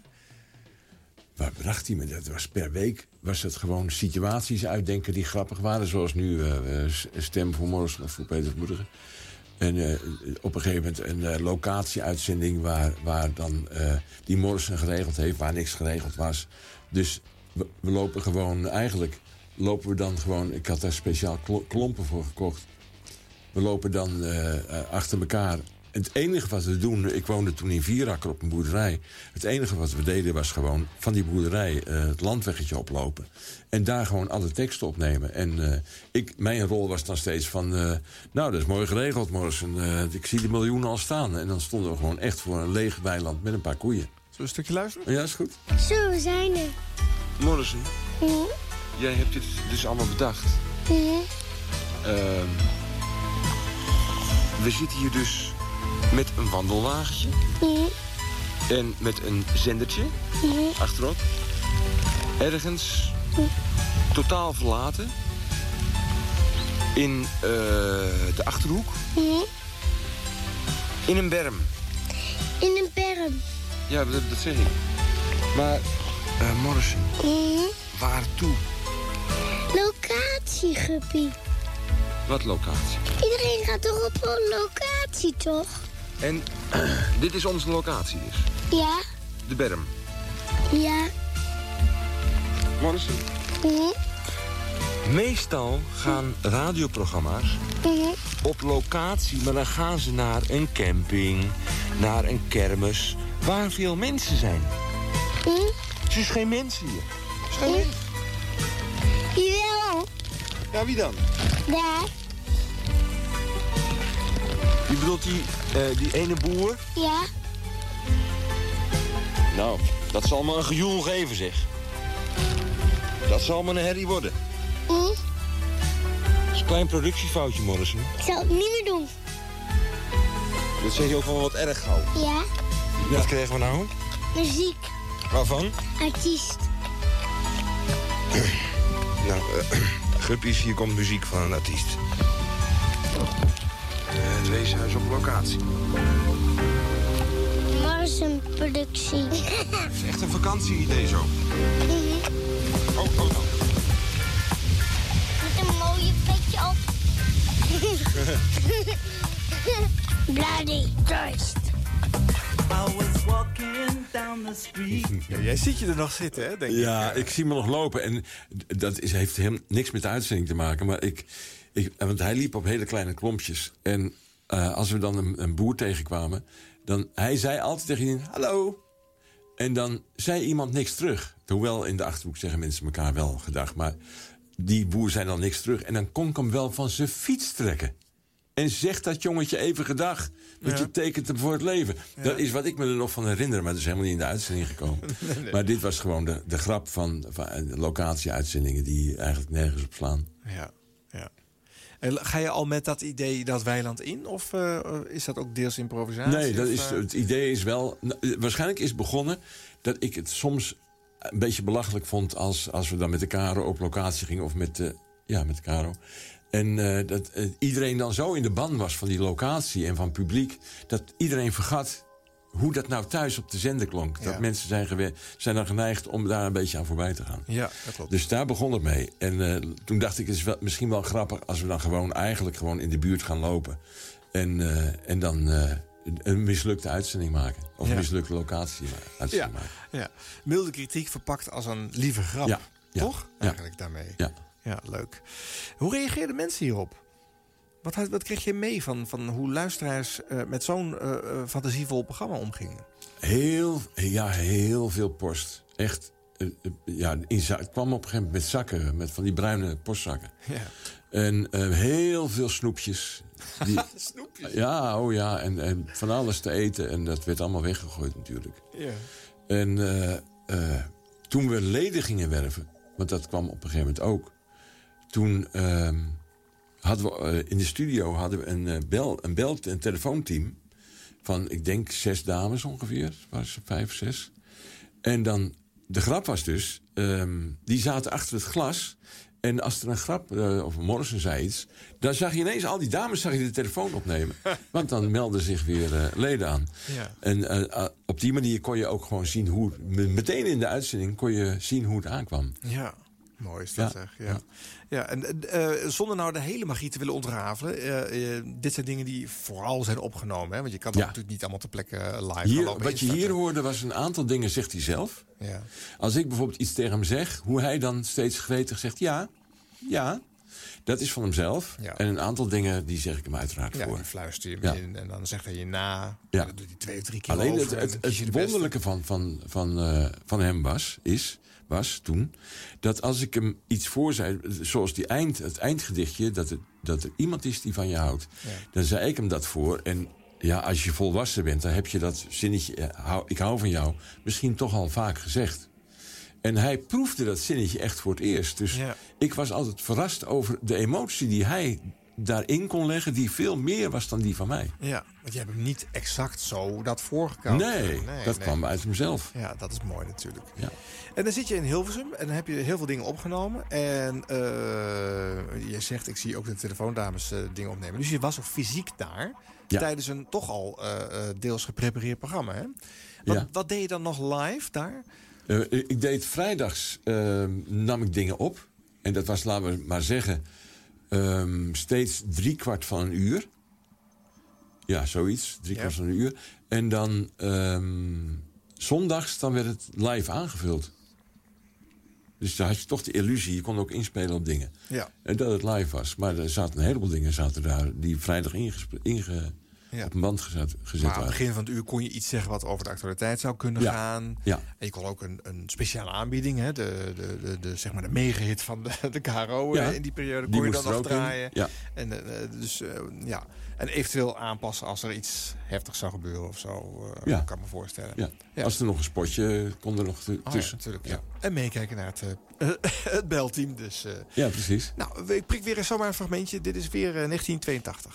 Waar bracht hij me? Dat was per week was het gewoon situaties uitdenken die grappig waren. Zoals nu uh, Stem voor Morrison of voor Peter Moediger. En uh, op een gegeven moment een uh, locatieuitzending waar, waar dan uh, die Morrison geregeld heeft, waar niks geregeld was. Dus we, we lopen gewoon, eigenlijk lopen we dan gewoon, ik had daar speciaal klompen voor gekocht. We lopen dan uh, uh, achter elkaar. Het enige wat we doen, ik woonde toen in Vierakker op een boerderij. Het enige wat we deden was gewoon van die boerderij uh, het landweggetje oplopen. En daar gewoon alle teksten opnemen. En uh, ik, mijn rol was dan steeds van, uh, nou dat is mooi geregeld Morrison. Uh, ik zie de miljoenen al staan. En dan stonden we gewoon echt voor een leeg weiland met een paar koeien. Zullen we een stukje luisteren? Ja, is goed. Zo, we zijn er. Morrison, Ja. jij hebt dit dus allemaal bedacht. Ja. Uh, we zitten hier dus met een wandelwagentje. Ja. En met een zendertje Ja. achterop. Ergens ja. totaal verlaten. In uh, de Achterhoek. Ja. In een berm. In een berm. Ja, dat, dat zeg ik. Maar, uh, Morrison, Ja. waartoe? Locatie, Guppy. Wat locatie? Iedereen gaat toch op een locatie, toch? En dit is onze locatie dus? Ja. De berm. Ja. Morrison? Ja. Meestal gaan radioprogramma's Ja. op locatie, maar dan gaan ze naar een camping, naar een kermis, waar veel mensen zijn. Ja. Er is geen mens hier. Er is geen mens. Jawel. Ja, wie dan? Daar. Je bedoelt die, uh, die ene boer? Ja. Nou, dat zal me een gejoel geven, zeg. Dat zal me een herrie worden. Hm? Dat is een klein productiefoutje, Morrison. Ik zal het niet meer doen. Dat zeg je ook wel wat erg gauw. Ja. Wat krijgen we nou? Muziek. Waarvan? Artiest. Nou, uh, Guppies, hier komt muziek van een artiest. Uh, het weeshuis op locatie. Morrison productie. Het is echt een vakantie-idee zo. Mm-hmm. Oh, oh, oh. Met een mooie petje op. Bloody Christ. I was walking down the street. Ja, jij ziet je er nog zitten, hè? Denk ja, ik. ik zie me nog lopen. En dat is, heeft helemaal niks met de uitzending te maken. Maar ik, ik, want hij liep op hele kleine klompjes. En uh, als we dan een, een boer tegenkwamen, dan hij zei altijd tegen iedereen: hallo. En dan zei iemand niks terug. Hoewel in de Achterhoek zeggen mensen elkaar wel gedag. Maar die boer zei dan niks terug. En dan kon ik hem wel van zijn fiets trekken. En zegt dat jongetje even gedag. Want ja. je tekent hem voor het leven. Ja. Dat is wat ik me er nog van herinner. Maar dat is helemaal niet in de uitzending gekomen. nee, nee. Maar dit was gewoon de, de grap van, van locatie-uitzendingen... die eigenlijk nergens op slaan. Ja, ja. En ga je al met dat idee dat weiland in? Of uh, is dat ook deels improvisatie? Nee, dat of, is, uh... het idee is wel... Nou, waarschijnlijk is het begonnen dat ik het soms een beetje belachelijk vond... als, als we dan met de Caro op locatie gingen. Of met, uh, ja, met de Caro. En uh, dat uh, iedereen dan zo in de ban was van die locatie en van publiek... dat iedereen vergat hoe dat nou thuis op de zender klonk. Ja. Dat mensen zijn, gewe- zijn dan geneigd om daar een beetje aan voorbij te gaan. Ja, dat klopt. Dus daar begon het mee. En uh, toen dacht ik, het is wel, misschien wel grappig... als we dan gewoon eigenlijk gewoon in de buurt gaan lopen. En, uh, en dan uh, een mislukte uitzending maken. Of ja. een mislukte locatie uitzending ja. maken. Ja. Milde kritiek verpakt als een lieve grap. Ja. Ja. Toch? Ja. Eigenlijk daarmee. Ja. Ja, leuk. Hoe reageerden mensen hierop? Wat, wat kreeg je mee van, van hoe luisteraars uh, met zo'n uh, uh, fantasievol programma omgingen? Heel, ja, heel veel post. Echt. Uh, uh, ja, in za- het kwam op een gegeven moment met zakken, met van die bruine postzakken. Ja. En uh, heel veel snoepjes. Die, snoepjes? Ja, oh ja. En, en van alles te eten. En dat werd allemaal weggegooid natuurlijk. Ja. En uh, uh, toen we leden gingen werven, want dat kwam op een gegeven moment ook. Toen uh, hadden we uh, in de studio hadden we een, uh, bel, een, bel, een telefoonteam van, ik denk, zes dames ongeveer. Was er vijf, zes. En dan, de grap was dus, um, die zaten achter het glas. En als er een grap, uh, of Morrison zei iets... dan zag je ineens, al die dames zag je de telefoon opnemen. Want dan melden zich weer uh, leden aan. Ja. En uh, uh, op die manier kon je ook gewoon zien hoe... meteen in de uitzending kon je zien hoe het aankwam. Ja. Mooi is dat, ja. zeg. Ja. Ja. Ja, en uh, zonder nou de hele magie te willen ontrafelen... Uh, uh, dit zijn dingen die vooral zijn opgenomen. Hè? Want je kan het ja. natuurlijk niet allemaal ter plekke live hier, lopen Wat je hier hoorde was een aantal dingen, zegt hij zelf. Ja. Als ik bijvoorbeeld iets tegen hem zeg... hoe hij dan steeds gretig zegt... ja, ja, dat is van hemzelf. Ja. En een aantal dingen, die zeg ik hem uiteraard ja, voor. Ja, fluister je hem ja. in en dan zegt hij je na. Ja. En dan doet hij twee of drie keer Alleen over. het, het, het, het wonderlijke van, van, van, uh, van hem was, is... was toen, dat als ik hem iets voor zei... zoals die eind, het eindgedichtje... Dat, het, dat er iemand is die van je houdt... Ja. Dan zei ik hem dat voor. En ja, als je volwassen bent... dan heb je dat zinnetje, hou, ik hou van jou... misschien toch al vaak gezegd. En hij proefde dat zinnetje echt voor het eerst. Dus ja. ik was altijd verrast over de emotie die hij daarin kon leggen... die veel meer was dan die van mij. Ja, want je hebt hem niet exact zo dat voorgekomen. Nee, nee, dat nee. kwam uit hemzelf. Ja, dat is mooi natuurlijk. Ja. En dan zit je in Hilversum en dan heb je heel veel dingen opgenomen. En uh, je zegt, ik zie ook de telefoondames uh, dingen opnemen. Dus je was ook fysiek daar... Ja. tijdens een toch al uh, deels geprepareerd programma. Hè? Wat, ja. wat deed je dan nog live daar? Uh, ik deed vrijdags, uh, nam ik dingen op. En dat was, laten we maar zeggen... Um, steeds drie kwart van een uur. Ja, zoiets. Drie ja. kwart van een uur. En dan um, zondags dan werd het live aangevuld. Dus daar had je toch de illusie. Je kon ook inspelen op dingen. Ja. En dat het live was. Maar er zaten een heleboel dingen zaten daar... die vrijdag ingespe- inge, ja. op een band gezet, gezet maar aan waren. het begin van het uur kon je iets zeggen... wat over de actualiteit zou kunnen ja. gaan. Ja. En je kon ook een, een speciale aanbieding... Hè, de, de, de, de, zeg maar de megahit van de, de K R O ja. in die periode... kon die je dan nog draaien. Ja. En, uh, dus, uh, ja. en eventueel aanpassen als er iets heftigs zou gebeuren of zo. Uh, ja. kan me voorstellen. Ja. Ja. Als er nog een spotje kon er nog t- tussen. Oh, ja, natuurlijk, ja. Ja. En meekijken naar het, uh, het belteam. Dus, uh, ja, precies. Nou, ik prik weer eens zomaar een fragmentje. Dit is weer uh, negentien tweeëntachtig.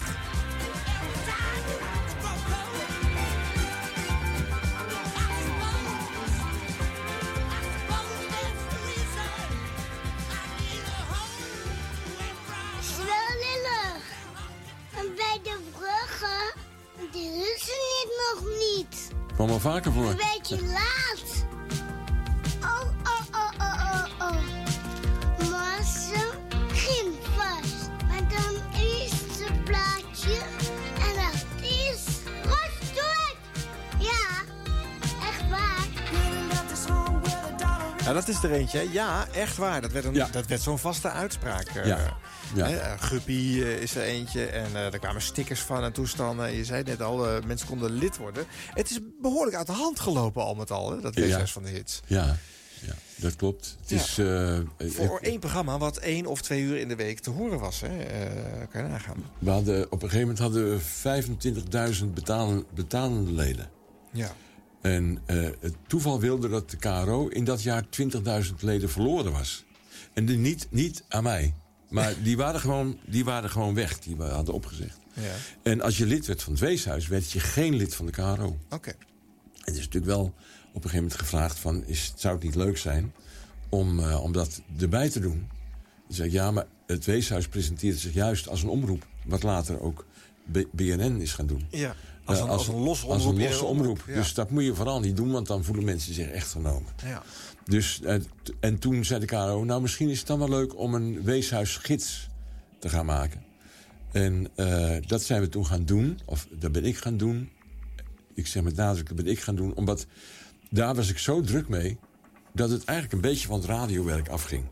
Die is er niet nog niet. Kwam al vaker voor. Een beetje laat. Oh, oh, oh, oh, oh, oh. Morsen ging vast. Maar dan is het plaatje. En dat is rotstoot. Ja, echt waar. Ja, dat is er eentje, hè? Ja, echt waar. Dat werd, een, Ja. dat werd zo'n vaste uitspraak. eh. Ja. Ja. Hè, eh, Guppy eh, is er eentje. En eh er kwamen stickers van en toestanden. Je zei het net al, eh, mensen konden lid worden. Het is behoorlijk uit de hand gelopen al met al, hè? Dat Weeshuis van de Hits. Ja, ja, dat klopt. Het Ja. is, uh, Voor één programma wat één of twee uur in de week te horen was. Hè? Uh, kan je nagaan. We hadden, op een gegeven moment hadden we vijfentwintigduizend betalen, betalende leden. Ja. En uh, het toeval wilde dat de K R O in dat jaar twintigduizend leden verloren was. En die niet, niet aan mij. Maar die waren, gewoon, die waren gewoon weg. Die hadden opgezegd. Ja. En als je lid werd van het Weeshuis, werd je geen lid van de K R O. Oké. Okay. En het is natuurlijk wel op een gegeven moment gevraagd van, is, zou het niet leuk zijn om, uh, om dat erbij te doen? Dan zei ik, ja, maar het Weeshuis presenteert zich juist als een omroep. Wat later ook B- B N N is gaan doen. Ja, als een, uh, als, als een losse omroep. Als een losse omroep. Ja. Dus dat moet je vooral niet doen, want dan voelen mensen zich echt genomen. Ja. Dus, uh, t- en toen zei de K R O, nou misschien is het dan wel leuk om een weeshuisgids te gaan maken. En uh, dat zijn we toen gaan doen, of dat ben ik gaan doen. Ik zeg met nadruk, dat ben ik gaan doen, omdat daar was ik zo druk mee dat het eigenlijk een beetje van het radiowerk afging.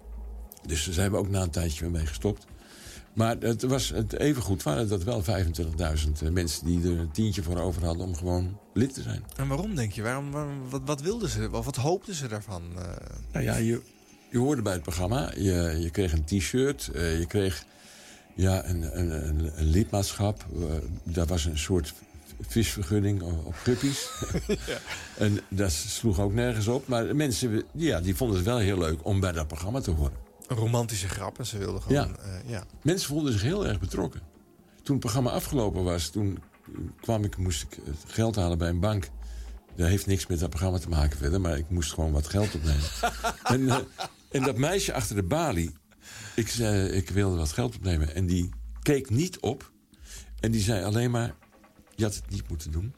Dus daar zijn we ook na een tijdje mee gestopt. Maar het was het evengoed waren dat wel vijfentwintigduizend mensen die er een tientje voor over hadden om gewoon lid te zijn. En waarom, denk je? Waarom, waarom, wat, wat wilden ze? Of wat hoopten ze daarvan? Uh... Nou ja, je, je hoorde bij het programma. Je, je kreeg een t-shirt. Uh, je kreeg ja, een, een, een, een lidmaatschap. Uh, daar was een soort visvergunning op guppies. Ja. En dat sloeg ook nergens op. Maar de mensen ja, die vonden het wel heel leuk om bij dat programma te horen. Een romantische grap en ze wilden gewoon... Ja. Uh, ja. Mensen voelden zich heel erg betrokken. Toen het programma afgelopen was, toen kwam ik, moest ik geld halen bij een bank. Dat heeft niks met dat programma te maken verder, maar ik moest gewoon wat geld opnemen. en, uh, en dat meisje achter de balie, ik zei, ik wilde wat geld opnemen. En die keek niet op. En die zei alleen maar, je had het niet moeten doen.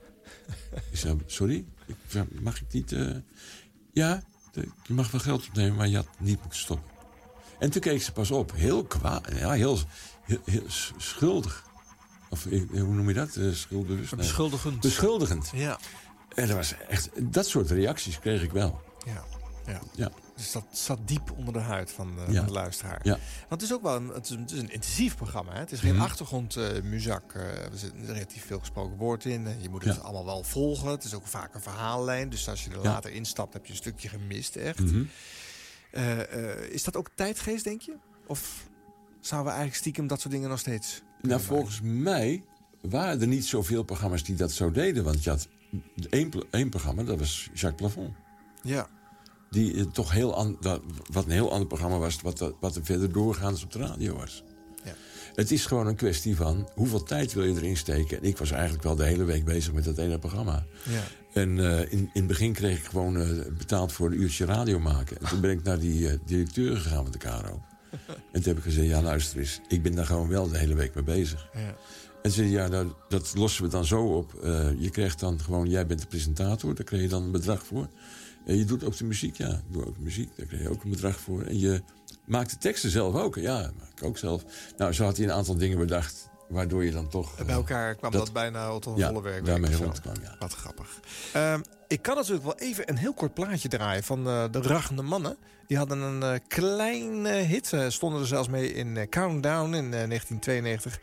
Ik zei, sorry, mag ik niet... Uh... Ja, je mag wel geld opnemen, maar je had niet moeten stoppen. En toen keek ze pas op. Heel kwaad. Ja, heel, heel, heel schuldig. Of hoe noem je dat? Uh, schuldbewust? Beschuldigend. Beschuldigend. Ja. En dat was echt... Dat soort reacties kreeg ik wel. Ja. Ja. Ja. Dus dat zat diep onder de huid van, uh, ja. van de luisteraar. Ja. Want het is ook wel een, het is een, het is een intensief programma. Hè? Het is geen mm-hmm. achtergrondmuzak. Uh, er zit relatief veel gesproken woord in. Je moet het ja. allemaal wel volgen. Het is ook vaak een verhaallijn. Dus als je er ja. later instapt, heb je een stukje gemist, echt. Mm-hmm. Uh, uh, is dat ook tijdgeest, denk je? Of zouden we eigenlijk stiekem dat soort dingen nog steeds... Nou, volgens mij waren er niet zoveel programma's die dat zo deden. Want je had één, één programma, dat was Jacques Plafond. Ja. Die uh, toch heel an, dat, wat een heel ander programma was... wat, wat er verder doorgaans op de radio was. Ja. Het is gewoon een kwestie van hoeveel tijd wil je erin steken. En ik was eigenlijk wel de hele week bezig met dat ene programma. Ja. En uh, in, in het begin kreeg ik gewoon uh, betaald voor een uurtje radio maken. En toen ben ik naar die uh, directeur gegaan met de K R O. En toen heb ik gezegd, ja luister eens, ik ben daar gewoon wel de hele week mee bezig. Ja. En ze zei, ja, nou, dat lossen we dan zo op. Uh, je krijgt dan gewoon, jij bent de presentator, daar kreeg je dan een bedrag voor. En je doet ook de muziek, ja, ik doe ook muziek, daar kreeg je ook een bedrag voor. En je maakt de teksten zelf ook, ja, maak ik ook zelf. Nou, zo had hij een aantal dingen bedacht, waardoor je dan toch... Uh, bij elkaar kwam dat, dat bijna tot een ja, volle werk. daarmee rond kwam, ja. Wat grappig. Uh, ik kan natuurlijk wel even een heel kort plaatje draaien van uh, de Rachende Mannen. Die hadden een uh, klein uh, hit, uh, stonden er zelfs mee in uh, Countdown in uh, negentien tweeënnegentig.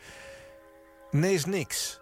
Nee is niks.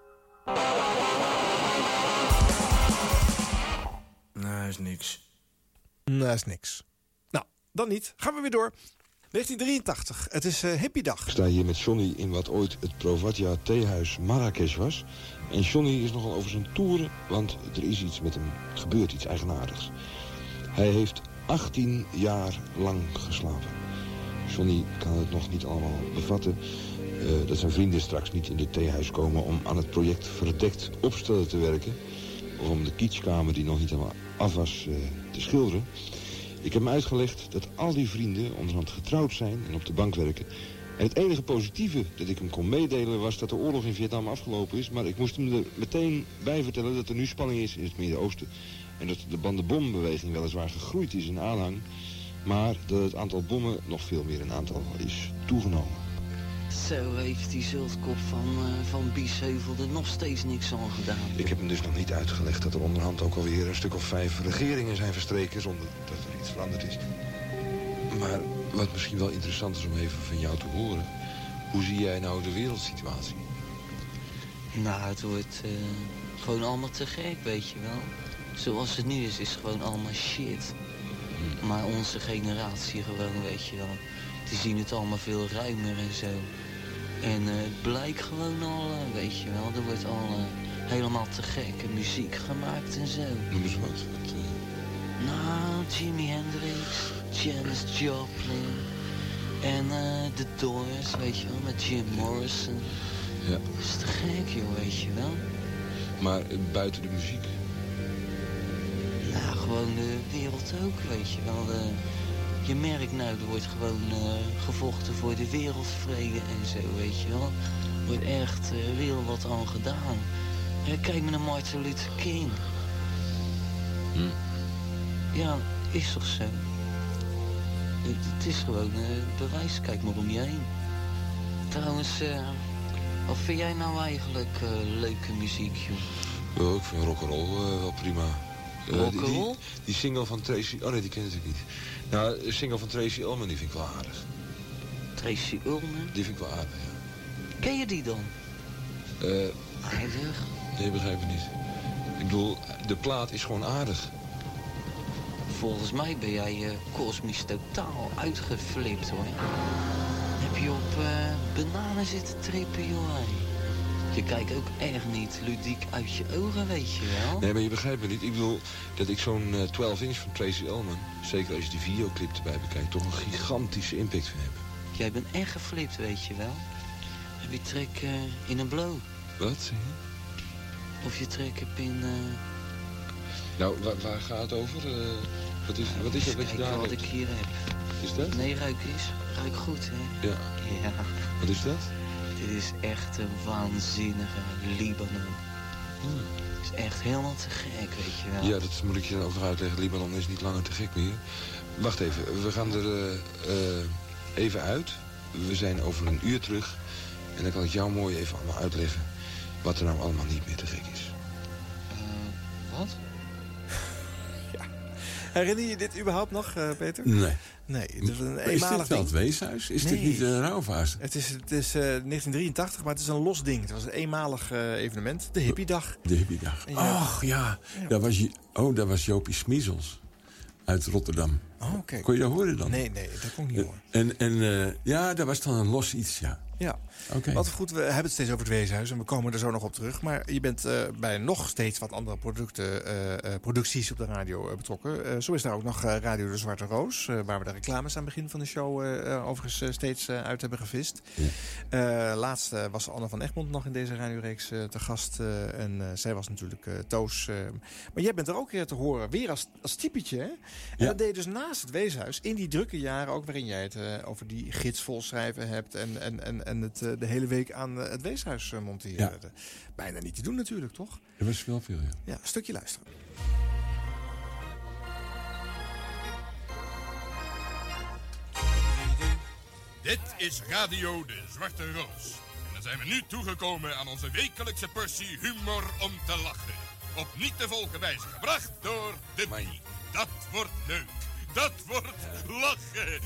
Nee, is niks. Nee, is niks. Nou, dan niet. Gaan we weer door. negentien drieëntachtig. Het is uh, hippiedag. Ik sta hier met Johnny in wat ooit het Provatia Theehuis Marrakesh was. En Johnny is nogal over zijn toeren, want er is iets met hem gebeurd, iets eigenaardigs. Hij heeft achttien jaar lang geslapen. Johnny kan het nog niet allemaal bevatten. Uh, dat zijn vrienden straks niet in dit theehuis komen om aan het project verdekt opstellen te werken. Of om de kitschkamer die nog niet helemaal af was uh, te schilderen. Ik heb me uitgelegd dat al die vrienden onderhand getrouwd zijn en op de bank werken. En het enige positieve dat ik hem kon meedelen was dat de oorlog in Vietnam afgelopen is. Maar ik moest hem er meteen bij vertellen dat er nu spanning is in het Midden-Oosten. En dat de bandenbombeweging weliswaar gegroeid is in aanhang. Maar dat het aantal bommen nog veel meer in aantal is toegenomen. Zo heeft die zultkop van, uh, van Biesheuvel er nog steeds niks aan gedaan. Ik heb hem dus nog niet uitgelegd dat er onderhand ook alweer een stuk of vijf regeringen zijn verstreken zonder dat er iets veranderd is. Maar wat misschien wel interessant is om even van jou te horen, hoe zie jij nou de wereldsituatie? Nou, het wordt uh, gewoon allemaal te gek, weet je wel. Zoals het nu is, is gewoon allemaal shit. Hmm. Maar onze generatie gewoon, weet je wel, die zien het allemaal veel ruimer en zo. En uh, het blijkt gewoon al, uh, weet je wel, er wordt al uh, helemaal te gekke muziek gemaakt en zo. Noem eens wat. wat uh... Nou, Jimi Hendrix, Janis Joplin en uh, The Doors, weet je wel, met Jim Morrison. Ja. Dat is te gek, joh, weet je wel. Maar uh, buiten de muziek? Nou, gewoon de wereld ook, weet je wel. De, je merkt nou, er wordt gewoon uh, gevochten voor de wereldvrede en zo, weet je wel. Er wordt echt uh, heel wat aan gedaan. Ja, kijk maar naar Martin Luther King. Hm. Ja, is toch zo? Het, het is gewoon uh, bewijs, kijk maar om je heen. Trouwens, uh, wat vind jij nou eigenlijk uh, leuke muziek, joh? Ja, ik vind rock'n'roll uh, wel prima. Uh, rock'n'roll? Die, die, die single van Tracy... Oh nee, die ken ik niet. Nou, de single van Tracy Ullman, die vind ik wel aardig. Tracy Ullman? Die vind ik wel aardig, ja. Ken je die dan? Uh, aardig? Nee, begrijp ik niet. Ik bedoel, de plaat is gewoon aardig. Volgens mij ben jij uh, kosmisch totaal uitgeflipt, hoor. Heb je op uh, bananen zitten trippen, joh. Je kijkt ook echt niet ludiek uit je ogen, weet je wel. Nee, maar je begrijpt me niet. Ik bedoel dat ik zo'n uh, twaalf inch van Tracy Ullman, zeker als je die videoclip erbij bekijkt, toch een gigantische impact van heb. Jij bent echt geflipt, weet je wel. Heb je trek uh, in een blow? Wat, zeg je? Of je trek hebt in... Uh... Nou, waar, waar gaat het over? Uh, wat is, wat is dat wat je daar wat hebt? ik hier heb. Is dat? Nee, ruik eens. Ruik goed, hè? Ja. Ja. Wat is dat? Dit is echt een waanzinnige Libanon. Hmm. Het is echt helemaal te gek, weet je wel. Ja, dat moet ik je dan ook nog uitleggen. Libanon is niet langer te gek meer. Wacht even, we gaan er uh, uh, even uit. We zijn over een uur terug. En dan kan ik jou mooi even allemaal uitleggen wat er nou allemaal niet meer te gek is. Uh, wat? Ja. Herinner je dit überhaupt nog, uh, Peter? Nee. Nee, het is een is eenmalig dit wel ding. het weeshuis? Is Nee. dit niet de rouwfase? Het is, het is uh, negentien drieëntachtig, maar het is een los ding. Het was een eenmalig uh, evenement, de Hippiedag. De Hippiedag. Och, ja. Ja. Daar was je, oh, daar was Jopie Smiezels uit Rotterdam. Oh, okay. Kon je dat horen dan? Nee, nee, dat kon ik niet horen. En, en uh, ja, daar was dan een los iets, ja. Ja, okay. Wat goed, we hebben het steeds over het weeshuis en we komen er zo nog op terug. Maar je bent uh, bij nog steeds wat andere producten, uh, uh, producties op de radio uh, betrokken. Uh, zo is daar ook nog uh, Radio de Zwarte Roos, uh, waar we de reclames aan het begin van de show uh, overigens uh, steeds uh, uit hebben gevist. Ja. Uh, laatst uh, was Anne van Egmond nog in deze radioreeks uh, te gast uh, en uh, zij was natuurlijk uh, Toos. Uh, maar jij bent er ook weer te horen, weer als, als typetje, hè? En ja. dat deed je dus naast het weeshuis, in die drukke jaren ook waarin jij het uh, over die gids volschrijven hebt en, en, en en het uh, de hele week aan uh, het weeshuis uh, monteren. Ja. Bijna niet te doen natuurlijk, toch? Er was wel veel, ja. Ja, een stukje luisteren. Dit is Radio de Zwarte Roos. En dan zijn we nu toegekomen aan onze wekelijkse portie humor om te lachen. Op niet te volgen wijze gebracht door de Manie. Dat wordt leuk. Dat wordt lachen.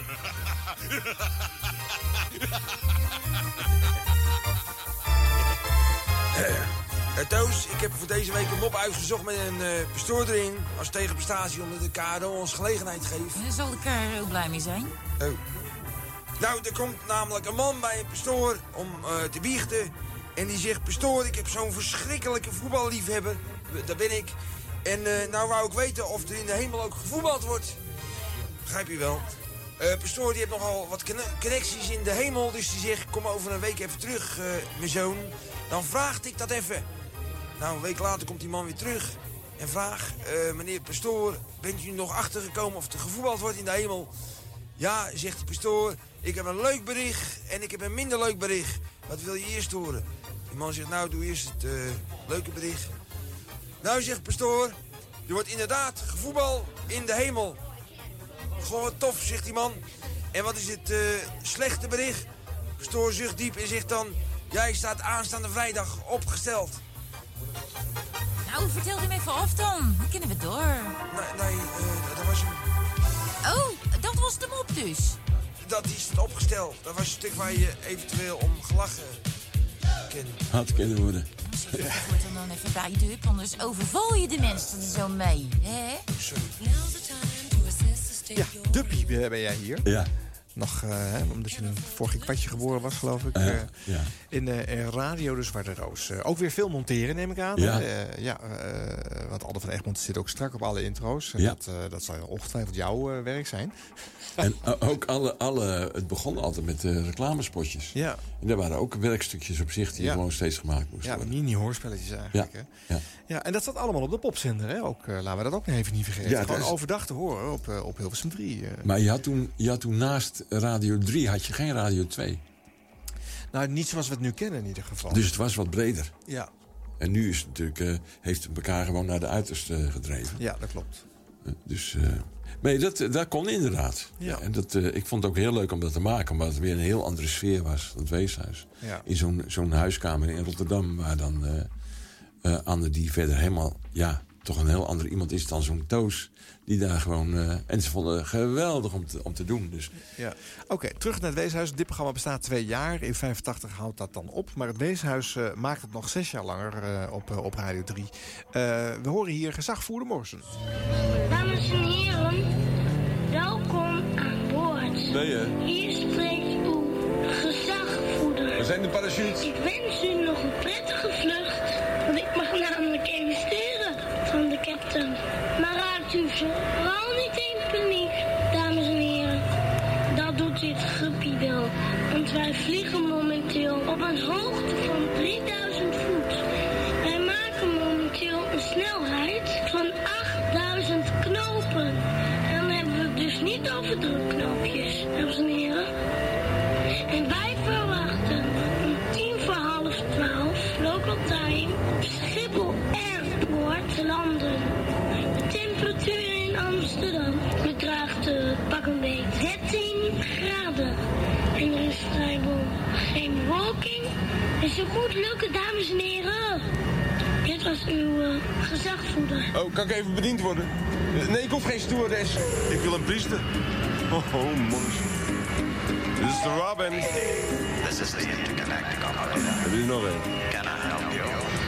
Uh, Toos, ik heb voor deze week een mop uitgezocht met een uh, pastoor erin. Als tegenprestatie omdat de K R O ons gelegenheid geeft. Daar zal de K R O blij mee zijn. Oh. Nou, er komt namelijk een man bij een pastoor om uh, te biechten. En die zegt, pastoor, ik heb zo'n verschrikkelijke voetballiefhebber. Dat ben ik. En uh, nou wou ik weten of er in de hemel ook gevoetbald wordt. Begrijp je wel? Uh, pastoor die heeft nogal wat connecties in de hemel. Dus die zegt, kom over een week even terug, uh, mijn zoon. Dan vraag ik dat even. Nou, een week later komt die man weer terug. En vraagt, uh, meneer pastoor, bent u nog achtergekomen of er gevoetbald wordt in de hemel? Ja, zegt de pastoor, ik heb een leuk bericht en ik heb een minder leuk bericht. Wat wil je eerst horen? Die man zegt, nou, doe eerst het uh, leuke bericht. Nou, zegt de pastoor, er wordt inderdaad gevoetbal in de hemel. Gewoon wat tof, zegt die man. En wat is het uh, slechte bericht? Pastoor zucht diep en zegt dan... Jij staat aanstaande vrijdag opgesteld. Nou, vertel hem even af dan. Dan kunnen we door. Nee, nee uh, dat was een... Oh, dat was de mop dus. Dat is het opgesteld. Dat was een stuk waar je eventueel om gelachen kan. Had kunnen worden. Zet je voet dan, dan even bij de heup, anders overval je de mensen er zo mee. Hè? Sorry. Ja, Duppie ben jij hier. Ja. Nog, uh, hè, omdat je een vorige kwartje geboren was, geloof ik. Uh, uh, ja. In uh, Radio de Zwarte Roos. Uh, ook weer veel monteren, neem ik aan. Ja. Uh, ja uh, want Aldo van Egmond zit ook strak op alle intro's. Ja. Dat, uh, dat zal ongetwijfeld jouw uh, werk zijn. En uh, ook alle, alle... Het begon altijd met uh, reclamespotjes. Ja. En daar waren ook werkstukjes op zich die ja. gewoon steeds gemaakt moesten ja, worden. Ja, mini-hoorspelletjes eigenlijk. Ja. Hè? Ja. Ja, en dat staat allemaal op de popzender. Hè? Ook, uh, laten we dat ook even niet vergeten. Ja, gewoon is... overdag te horen op, uh, op Hilversum drie. Uh. Maar je had, toen, je had toen naast Radio drie had je geen Radio twee. Nou, niet zoals we het nu kennen in ieder geval. Dus het was wat breder. Ja. En nu is het natuurlijk, uh, heeft het elkaar gewoon naar de uiterste uh, gedreven. Ja, dat klopt. Uh, dus... Uh, Nee, dat, dat kon inderdaad. Ja. En dat, uh, ik vond het ook heel leuk om dat te maken... omdat het weer een heel andere sfeer was, dat weeshuis. Ja. In zo'n zo'n huiskamer in Rotterdam... waar dan uh, uh, Anne, die verder helemaal... ja, toch een heel ander iemand is dan zo'n Toos... die daar gewoon... Uh, en ze vonden het geweldig om te, om te doen. Dus. Ja. Oké, okay, terug naar het Weeshuis. Dit programma bestaat twee jaar. In vijfentachtig houdt dat dan op. Maar het Weeshuis uh, maakt het nog zes jaar langer uh, op, uh, op Radio drie. Uh, we horen hier gezagvoerder Morsen. Dames en heren... Welkom aan boord. Nee, hè? Hier spreekt uw gezagvoerder. We zijn de parachute. Ik wens u nog een prettige vlucht. Want ik mag namelijk even sturen van de captain. Maar raakt u vooral niet in paniek, dames en heren. Dat doet dit guppy wel. Want wij vliegen momenteel op een hoogte van drieduizend voet. Wij maken momenteel een snelheid van achtduizend knopen. Dus niet over drukknopjes, dames en heren. En wij verwachten om tien voor half twaalf, local time, op Schiphol Airport te landen. De temperatuur in Amsterdam bedraagt uh, pak een beet dertien graden. En er is vrijwel geen wolking. Dus het moet lukken, dames en heren. Dit was uw uh, gezagvoerder. Oh, kan ik even bediend worden? Nee, ik hoef geen stewardess. Ik wil een priester. Oh, oh mooi. Dit is de Robin. This is the intergalactic operator. Heb je er nog een? Can I help you?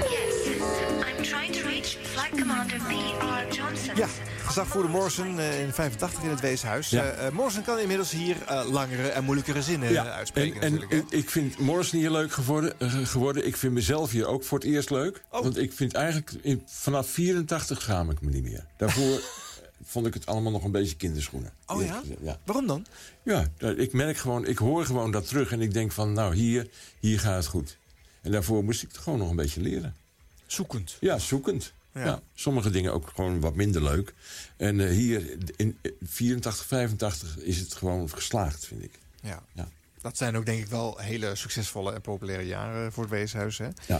Yes, I'm trying to reach Flight Commander B R Johnson. Ja, gezagvoerder Morsen uh, in vijfentachtig in het Weeshuis. Ja. Uh, uh, Morsen kan inmiddels hier uh, langere en moeilijkere zinnen ja. uh, uitspreken. En, en ik, ik vind Morsen hier leuk geworden, uh, geworden. Ik vind mezelf hier ook voor het eerst leuk. Oh. Want ik vind eigenlijk, in, vanaf vierentachtig schaam ik me niet meer. Daarvoor vond ik het allemaal nog een beetje kinderschoenen. Oh ja? ja? Waarom dan? Ja, ik merk gewoon, ik hoor gewoon dat terug en ik denk van, nou hier, hier gaat het goed. En daarvoor moest ik het gewoon nog een beetje leren. Zoekend? Ja, zoekend. Ja. Ja, sommige dingen ook gewoon wat minder leuk. En uh, hier in vierentachtig, vijfentachtig is het gewoon geslaagd, vind ik. Ja. ja. Dat zijn ook denk ik wel hele succesvolle en populaire jaren voor het Weeshuis. Hè? Ja.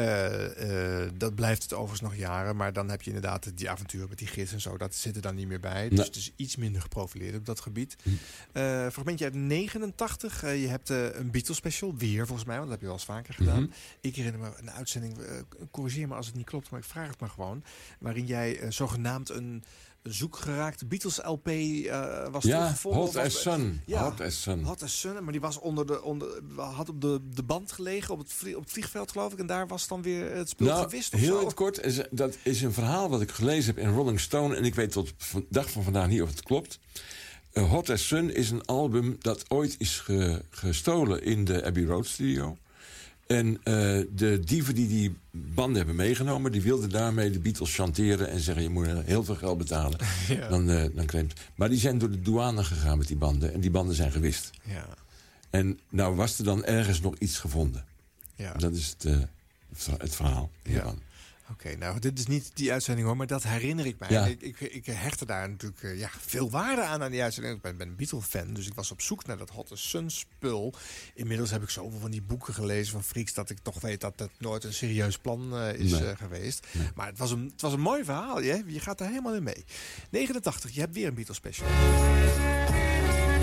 Uh, uh, dat blijft het overigens nog jaren. Maar dan heb je inderdaad die avonturen met die gids en zo. Dat zit er dan niet meer bij. Dus nee. Het is iets minder geprofileerd op dat gebied. Hm. Uh, fragmentje uit negenentachtig. Uh, je hebt uh, een Beatles special. Weer volgens mij, want dat heb je wel eens vaker gedaan. Mm-hmm. Ik herinner me een uitzending. Uh, corrigeer me als het niet klopt, maar ik vraag het maar gewoon. Waarin jij uh, zogenaamd een... zoekgeraakte Beatles-L P uh, was ja, teruggevonden. Hot as Sun. Ja, Hot as Sun. Hot as Sun, maar die was onder de, onder, had op de, de band gelegen, op het, vlie, op het vliegveld geloof ik. En daar was dan weer het spul nou, gewist of heel zo. Heel kort, is, dat is een verhaal wat ik gelezen heb in Rolling Stone. En ik weet tot de dag van vandaag niet of het klopt. Uh, Hot as Sun is een album dat ooit is ge, gestolen in de Abbey Road studio. En uh, de dieven die die banden hebben meegenomen... die wilden daarmee de Beatles chanteren... en zeggen, je moet heel veel geld betalen. Ja. Dan, uh, dan claimt. Maar die zijn door de douane gegaan met die banden... en die banden zijn gewist. Ja. En nou was er dan ergens nog iets gevonden. Ja. Dat is het, uh, het verhaal hiervan. Ja. Oké, okay, nou, dit is niet die uitzending hoor, maar dat herinner ik mij. Ja. Ik, ik, ik hechtte daar natuurlijk uh, ja, veel waarde aan aan die uitzending. Ik ben, ben een Beatle-fan, dus ik was op zoek naar dat Hot as Sun spul. Inmiddels heb ik zoveel van die boeken gelezen van Freaks... dat ik toch weet dat dat nooit een serieus plan uh, is nee. uh, geweest. Nee. Maar het was, een, het was een mooi verhaal, je, je gaat er helemaal in mee. negenentachtig, je hebt weer een Beatle-special.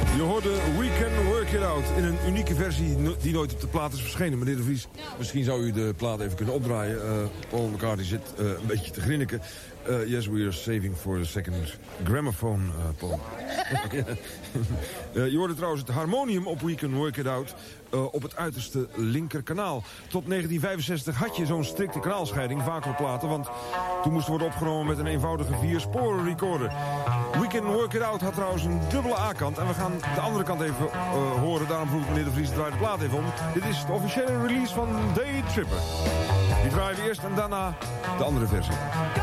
Je hoorde We Can Work It Out in een unieke versie die nooit op de plaat is verschenen. Meneer De Vries, misschien zou u de plaat even kunnen opdraaien. Uh, Paul McCartney zit uh, een beetje te grinniken. Uh, yes, we are saving for the second gramophone, uh, Paul. uh, je hoorde trouwens het harmonium op We Can Work It Out uh, op het uiterste linkerkanaal. Tot negentien vijfenzestig had je zo'n strikte kanaalscheiding, vaak op platen, want toen moest worden opgenomen met een eenvoudige vier-sporen recorder. We Can Work It Out had trouwens een dubbele A-kant en we gaan de andere kant even uh, horen. Daarom vroeg ik meneer De Vries, draai de plaat even om. Dit is de officiële release van Day Tripper. Die draaien we eerst en daarna de andere versie.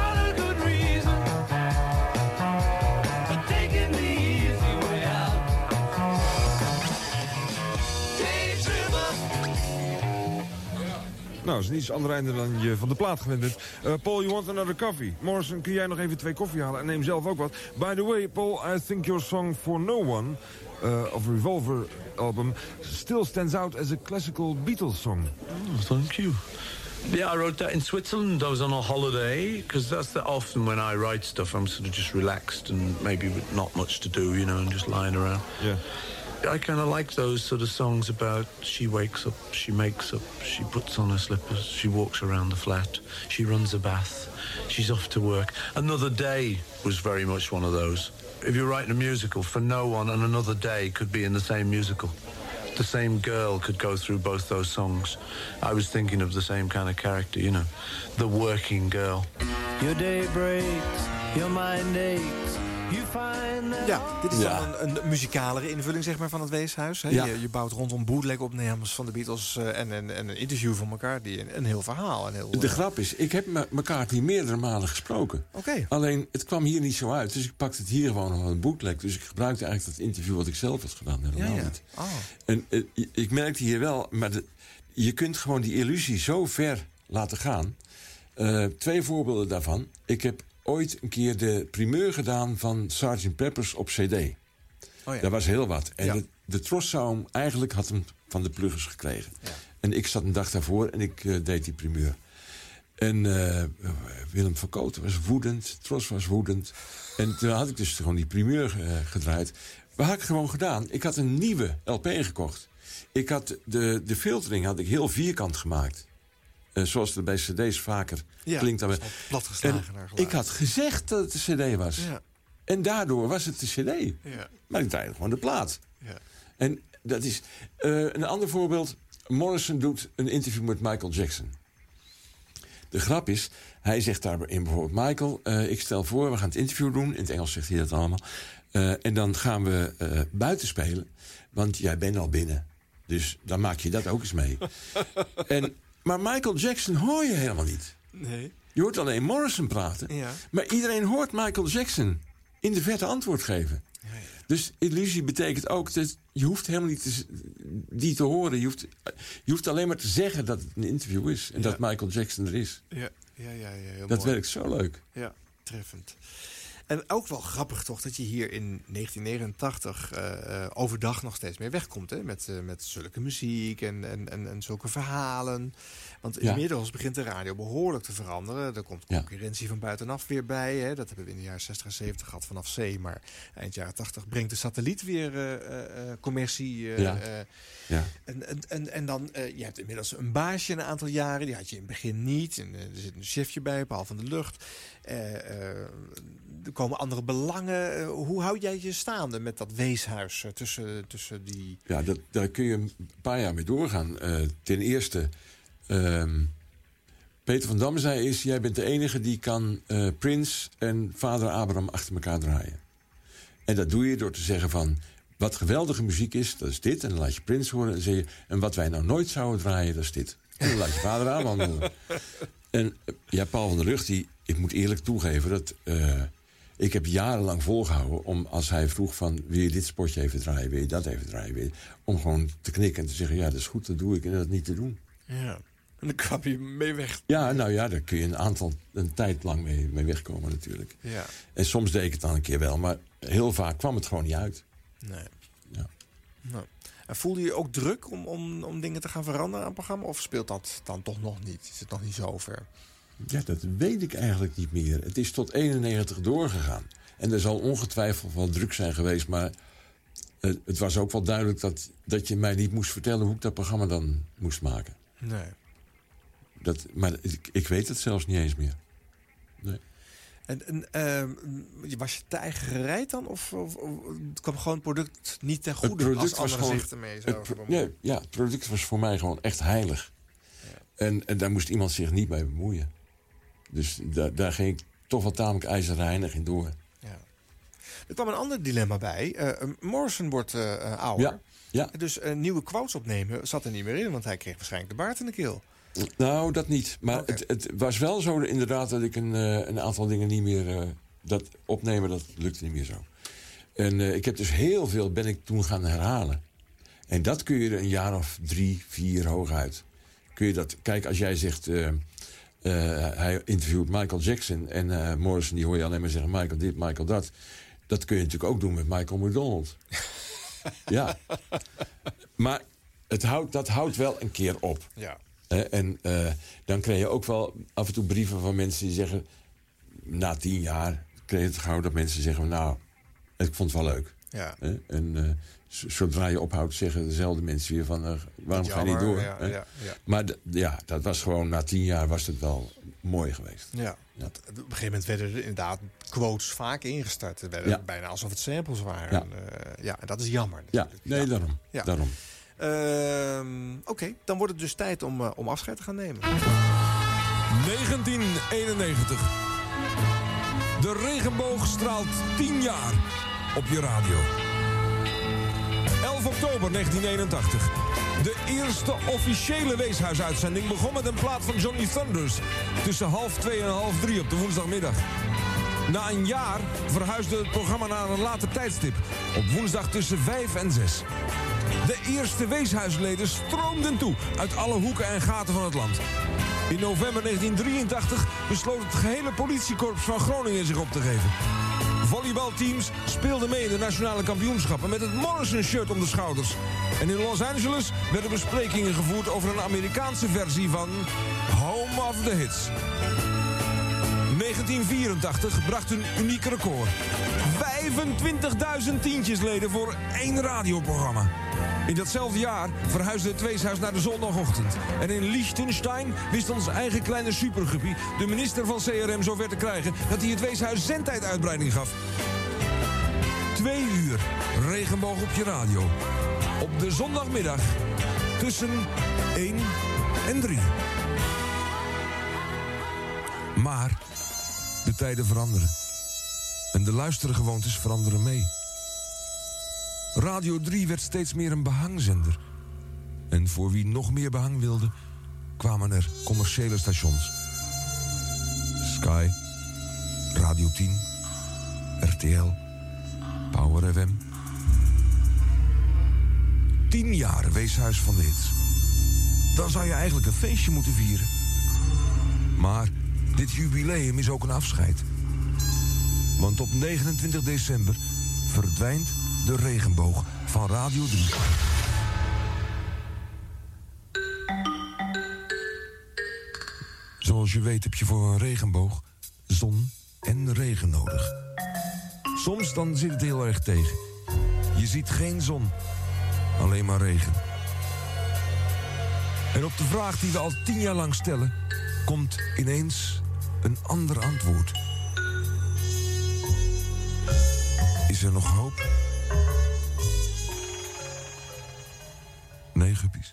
Nou, dat is niet iets ander einde dan je van de plaat gewend bent. Uh, Paul, you want another coffee? Morrison, kun jij nog even twee koffie halen en neem zelf ook wat. By the way, Paul, I think your song For No One uh, of Revolver album still stands out as a classical Beatles song. Oh, thank you. Yeah, I wrote that in Switzerland. I was on a holiday, because that's the, often when I write stuff, I'm sort of just relaxed and maybe with not much to do, you know, and just lying around. Yeah. I kind of like those sort of songs about she wakes up, she makes up, she puts on her slippers, she walks around the flat, she runs a bath, she's off to work. Another Day was very much one of those. If you're writing a musical, For No One and Another Day could be in the same musical. The same girl could go through both those songs. I was thinking of the same kind of character, you know, the working girl. Your day breaks, your mind aches. Ja, dit is Ja. dan een, een muzikalere invulling zeg maar, van het Weeshuis. Hè? Ja. Je, je bouwt rondom bootleg-opnames van de Beatles uh, en, en, en een interview van elkaar. Die een, een heel verhaal. Een heel, De uh, grap is, ik heb me McCartney meerdere malen gesproken. Oké. Alleen, het kwam hier niet zo uit. Dus ik pakte het hier gewoon nog een bootleg. Dus ik gebruikte eigenlijk dat interview wat ik zelf had gedaan. Helemaal Ja, ja. niet. Oh. En uh, ik merkte hier wel, maar de, je kunt gewoon die illusie zo ver laten gaan. Uh, twee voorbeelden daarvan. Ik heb ooit een keer de primeur gedaan van sergeant Peppers op cd. Oh ja. Dat was heel wat. En Ja. de, de Tros zou hem, eigenlijk had hem van de pluggers gekregen. Ja. En ik zat een dag daarvoor en ik uh, deed die primeur. En uh, Willem van Kooten was woedend, Tros was woedend. En toen had ik dus gewoon die primeur uh, gedraaid. Wat had ik gewoon gedaan? Ik had een nieuwe L P gekocht. Ik had de, de filtering had ik heel vierkant gemaakt. Uh, zoals het bij cd's vaker Ja, klinkt. Dan platgeslagen en naar geluid. ik had gezegd dat het de cd was. Ja. En daardoor was het de cd. Ja. Maar ik draaide gewoon de plaat. Ja. En dat is... Uh, een ander voorbeeld. Morrison doet een interview met Michael Jackson. De grap is, hij zegt daarin bijvoorbeeld... Michael, uh, ik stel voor, we gaan het interview doen. In het Engels zegt hij dat allemaal. Uh, en dan gaan we uh, buiten spelen. Want jij bent al binnen. Dus dan maak je dat ook eens mee. en, maar Michael Jackson hoor je helemaal niet. Nee. Je hoort alleen Morrison praten. Ja. Maar iedereen hoort Michael Jackson in de verte antwoord geven. Ja, ja. Dus illusie betekent ook dat je hoeft helemaal niet te, die te horen. Je hoeft, je hoeft alleen maar te zeggen dat het een interview is. En ja. dat Michael Jackson er is. Ja, ja, ja, ja heel dat mooi. werkt zo leuk. Ja, treffend. En ook wel grappig toch dat je hier in negentien negenentachtig uh, uh, overdag nog steeds meer wegkomt. Hè? Met, uh, met zulke muziek en, en, en, en zulke verhalen. Want Ja. inmiddels begint de radio behoorlijk te veranderen. Er komt Ja. concurrentie van buitenaf weer bij. Hè? Dat hebben we in de jaren zestig en zeventig gehad vanaf zee. Maar eind jaren tachtig brengt de satelliet weer uh, uh, commercie. Uh, Ja. uh, Ja. En, en, en, en dan, uh, je hebt inmiddels een baasje een aantal jaren. Die had je in het begin niet. En, uh, er zit een chefje bij, Paul van de Lucht. Uh, uh, er komen andere belangen. Uh, hoe houd jij je staande met dat weeshuis uh, tussen, tussen die... Ja, dat, daar kun je een paar jaar mee doorgaan. Uh, ten eerste, um, Peter van Dam zei is... jij bent de enige die kan uh, Prince en vader Abraham achter elkaar draaien. En dat doe je door te zeggen van... wat geweldige muziek is, dat is dit. En dan laat je Prince horen en dan zeg je... en wat wij nou nooit zouden draaien, dat is dit. En dan laat je vader Abraham horen. En uh, ja, Paul van der Lucht, die, ik moet eerlijk toegeven... dat uh, ik heb jarenlang volgehouden om als hij vroeg van... wil je dit spotje even draaien, wil je dat even draaien... Wil je, om gewoon te knikken en te zeggen... ja, dat is goed, dat doe ik en dat niet te doen. Ja, en dan kwam je mee weg. Ja, nou ja, daar kun je een aantal, een tijd lang mee, mee wegkomen natuurlijk. Ja. En soms deed ik het dan een keer wel, maar heel vaak kwam het gewoon niet uit. Nee. Ja. Nou. En voelde je ook druk om, om, om dingen te gaan veranderen aan het programma? Of speelt dat dan toch nog niet? Is het nog niet zo ver? Ja, dat weet ik eigenlijk niet meer. Het is tot eenennegentig doorgegaan. En er zal ongetwijfeld wel druk zijn geweest, maar uh, het was ook wel duidelijk dat, dat je mij niet moest vertellen... hoe ik dat programma dan moest maken. Nee. Dat, maar ik, ik weet het zelfs niet eens meer. Nee. En, en uh, was je te eigen gereid dan? Of, of, of kwam gewoon het product niet ten goede het als anderen gewoon, zich ermee zouden pro- bemoeien? ja, ja, het product was voor mij gewoon echt heilig. Ja. En, en daar moest iemand zich niet mee bemoeien. Dus da, daar ging ik toch wel tamelijk ijzerreinig in door. Ja. Er kwam een ander dilemma bij. Uh, Morrison wordt uh, ouder. Ja, ja. Dus uh, nieuwe quotes opnemen zat er niet meer in... want hij kreeg waarschijnlijk de baard in de keel. Nou, dat niet. Maar okay. het, het was wel zo inderdaad dat ik een, uh, een aantal dingen niet meer... Uh, dat opnemen, dat lukte niet meer zo. En uh, ik heb dus heel veel ben ik toen gaan herhalen. En dat kun je er een jaar of drie, vier hooguit. Kun je dat... Kijk, als jij zegt... Uh, uh, hij interviewt Michael Jackson... en uh, Morrison, die hoor je alleen maar zeggen... Michael dit, Michael dat. Dat kun je natuurlijk ook doen met Michael McDonald. Ja. Maar het houdt, dat houdt wel een keer op. Ja. Uh, en uh, dan kreeg je ook wel af en toe brieven van mensen die zeggen... na tien jaar kreeg je het gauw dat mensen zeggen... nou, ik vond het wel leuk. Ja. Uh, en uh, zodra je ophoudt zeggen dezelfde mensen weer van... Uh, waarom ga je niet door? Ja, uh? ja, ja. Maar d- ja, dat was gewoon... na tien jaar was het wel mooi geweest. Ja. Ja. Op een gegeven moment werden er inderdaad quotes vaak ingestart. Het werden ja. bijna alsof het samples waren. Ja, uh, ja en dat is jammer natuurlijk. Ja, nee, ja. daarom. Ja. daarom. Uh, Oké, okay, dan wordt het dus tijd om, uh, om afscheid te gaan nemen. negentien eenennegentig. De regenboog straalt tien jaar op je radio. elf oktober negentien eenentachtig. De eerste officiële Weeshuisuitzending begon met een plaat van Johnny Thunders... tussen half twee en half drie op de woensdagmiddag. Na een jaar verhuisde het programma naar een later tijdstip... op woensdag tussen vijf en zes. De eerste Weeshuisleden stroomden toe uit alle hoeken en gaten van het land. In november negentien drieëntachtig besloot het gehele politiekorps van Groningen zich op te geven. Volleybalteams speelden mee in de nationale kampioenschappen met het Morrison-shirt om de schouders. En in Los Angeles werden besprekingen gevoerd over een Amerikaanse versie van Home of the Hits. negentien vierentachtig bracht een uniek record. vijfentwintigduizend tientjesleden voor één radioprogramma. In datzelfde jaar verhuisde het Weeshuis naar de zondagochtend. En in Liechtenstein wist ons eigen kleine superguppie... de minister van C R M zover te krijgen... dat hij het Weeshuis zendtijduitbreiding gaf. Twee uur regenboog op je radio. Op de zondagmiddag tussen één en drie. Maar de tijden veranderen. En de luistergewoontes veranderen mee. Radio drie werd steeds meer een behangzender. En voor wie nog meer behang wilde, kwamen er commerciële stations. Sky, Radio tien, R T L, Power F M. Tien jaar Weeshuis van de Hits. Dan zou je eigenlijk een feestje moeten vieren. Maar dit jubileum is ook een afscheid. Want op negenentwintig december verdwijnt de regenboog van Radio drie. Zoals je weet heb je voor een regenboog zon en regen nodig. Soms dan zit het heel erg tegen. Je ziet geen zon, alleen maar regen. En op de vraag die we al tien jaar lang stellen, komt ineens een ander antwoord. Is er nog hoop? Nee, guppies.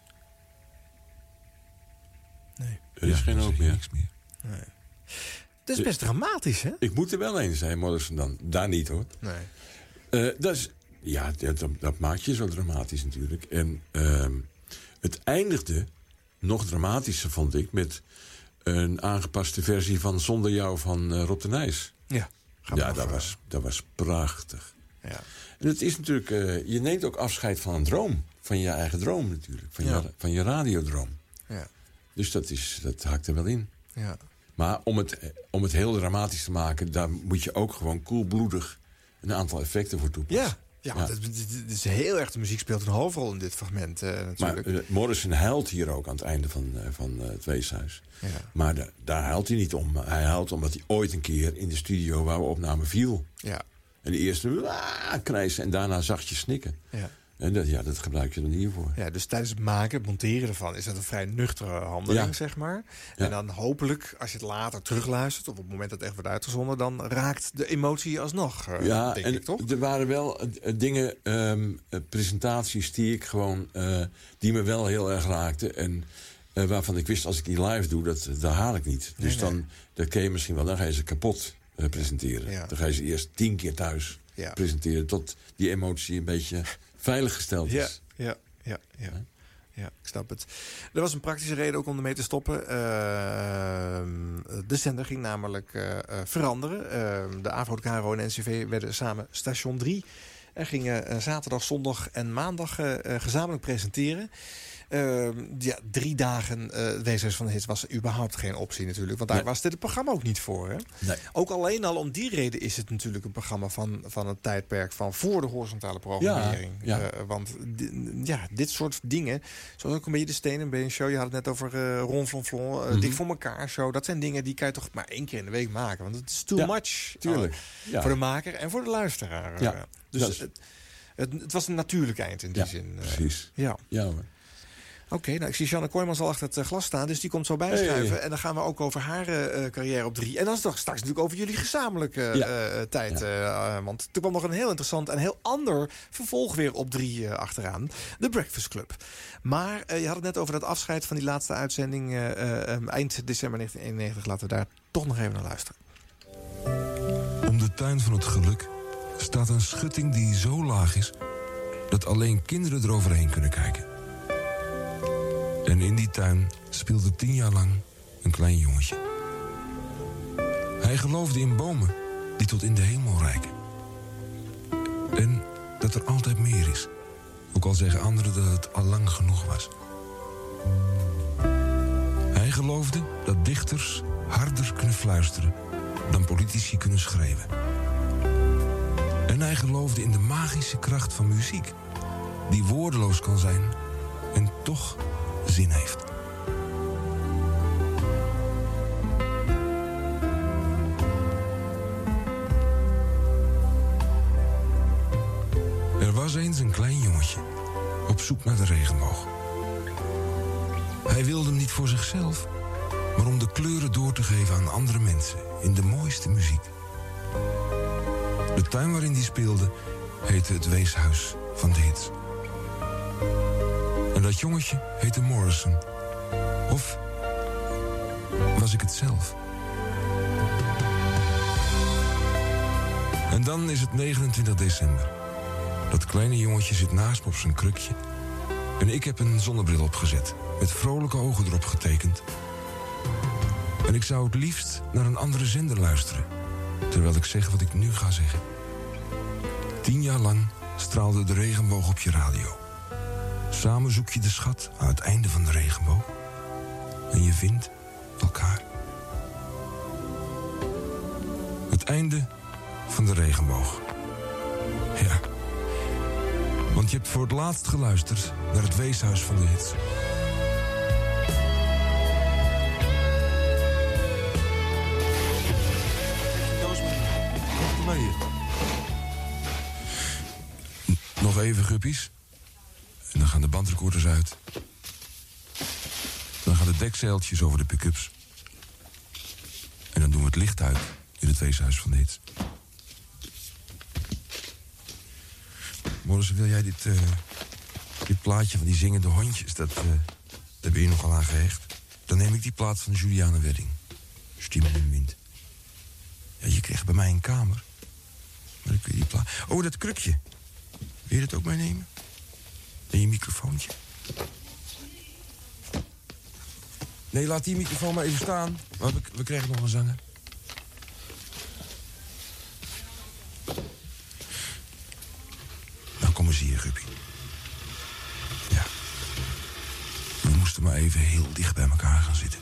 Nee. Er is ja, geen hoop meer. Niks meer. Nee. Het is best ik, dramatisch, hè? Ik moet er wel eens zijn, Morrison dan. Daar niet, hoor. Nee. Uh, dat is, ja, dat, dat maakt je zo dramatisch natuurlijk. En uh, het eindigde, nog dramatischer vond ik... met een aangepaste versie van Zonder Jou van uh, Rob de Nijs. Ja. Ja, dat was, dat was prachtig. Ja. En het is natuurlijk... Uh, je neemt ook afscheid van een droom. Van je eigen droom natuurlijk. Van, ja. je, van je radiodroom. Ja. Dus dat, is, dat haakt er wel in. Ja. Maar om het, om het heel dramatisch te maken... daar moet je ook gewoon koelbloedig een aantal effecten voor toepassen. Ja, ja, ja. Het, het is heel erg... De muziek speelt een hoofdrol in dit fragment uh, natuurlijk. Maar uh, Morrison huilt hier ook aan het einde van, uh, van uh, het Weeshuis. Ja. Maar da, daar huilt hij niet om. Hij huilt omdat hij ooit een keer in de studio waar we opnamen viel. Ja. En de eerste ah, krijsen en daarna zachtjes snikken. Ja. En dat, ja, dat gebruik je dan hiervoor. Ja, dus tijdens het maken, het monteren ervan... is dat een vrij nuchtere handeling, Ja. zeg maar. Ja. En dan hopelijk, als je het later terugluistert... of op het moment dat het echt wordt uitgezonden... dan raakt de emotie alsnog, uh, Ja, denk en ik, toch? er waren wel uh, dingen, um, uh, presentaties die ik gewoon... Uh, die me wel heel erg raakten. En uh, waarvan ik wist, als ik die live doe, dat, dat haal ik niet. Nee, dus dan, nee. dan kun je misschien wel, dan ga je ze kapot uh, presenteren. Ja. Dan ga je ze eerst tien keer thuis Ja. presenteren... tot die emotie een beetje veilig gesteld Ja, is. ja, ja, ja. Ja, ik snap het. Er was een praktische reden ook om ermee te stoppen. Uh, de zender ging namelijk uh, uh, veranderen. Uh, de AVRO, de K R O en N C V werden samen station drie. En gingen uh, zaterdag, zondag en maandag uh, uh, gezamenlijk presenteren. Uh, ja, drie dagen uh, Weeshuis van de Hits was überhaupt geen optie natuurlijk. Want daar Nee. was dit het programma ook niet voor. Hè? Nee. Ook alleen al om die reden is het natuurlijk een programma van, van het tijdperk van voor de horizontale programmering. Ja, ja. Uh, want di- ja, dit soort dingen, zoals ook een beetje de Steen en Been show. Je had het net over uh, Ron Flonflon, uh, Mhm. Dik voor elkaar show. Dat zijn dingen die kan je toch maar één keer in de week maken. Want het is too Ja, much. tuurlijk. Uh, Ja. Voor de maker en voor de luisteraar. Ja, Uh, dus dat is- het, het, het was een natuurlijk eind in die Ja, zin. Uh, precies. Ja. Ja, hoor. Oké, nou ik zie Janne Kooijmans al achter het uh, glas staan, dus die komt zo bijschuiven. Hey. En dan gaan we ook over haar uh, carrière op drie. En dan is het toch straks natuurlijk over jullie gezamenlijke uh, Ja. uh, tijd. Uh, uh, want er kwam nog een heel interessant en heel ander vervolg weer op drie uh, achteraan. The Breakfast Club. Maar uh, je had het net over dat afscheid van die laatste uitzending uh, uh, um, eind december negentien eenennegentig. Laten we daar toch nog even naar luisteren. Om de tuin van het geluk staat een schutting die zo laag is dat alleen kinderen eroverheen kunnen kijken. En in die tuin speelde tien jaar lang een klein jongetje. Hij geloofde in bomen die tot in de hemel reiken. En dat er altijd meer is. Ook al zeggen anderen dat het al lang genoeg was. Hij geloofde dat dichters harder kunnen fluisteren dan politici kunnen schreeuwen. En hij geloofde in de magische kracht van muziek, die woordeloos kan zijn en toch zin heeft. Er was eens een klein jongetje op zoek naar de regenboog. Hij wilde hem niet voor zichzelf, maar om de kleuren door te geven aan andere mensen in de mooiste muziek. De tuin waarin hij speelde heette het Weeshuis van de Hits. En dat jongetje heette Morrison. Of was ik het zelf? En dan is het negenentwintig december. Dat kleine jongetje zit naast me op zijn krukje. En ik heb een zonnebril opgezet, met vrolijke ogen erop getekend. En ik zou het liefst naar een andere zender luisteren, terwijl ik zeg wat ik nu ga zeggen. Tien jaar lang straalde de regenboog op je radio. Samen zoek je de schat aan het einde van de regenboog. En je vindt elkaar. Het einde van de regenboog. Ja. Want je hebt voor het laatst geluisterd naar het Weeshuis van de Hits. Wacht maar hier. Nog even, guppies. En dan gaan de bandrecorders uit. Dan gaan de dekzeiltjes over de pick-ups. En dan doen we het licht uit in het Weeshuis van de Hits. Morris, wil jij dit, uh, dit plaatje van die zingende hondjes? Dat, uh, daar ben je nogal aan gehecht. Dan neem ik die plaat van Juliane Wedding. Stiemel in wind. Ja, je kreeg bij mij een kamer. Maar dan kun je die plaat... Oh, dat krukje. Wil je dat ook meenemen? En je microfoontje. Nee, laat die microfoon maar even staan. Want we, we krijgen nog een zanger. Nou, kom eens hier, Guppy. Ja. We moesten maar even heel dicht bij elkaar gaan zitten.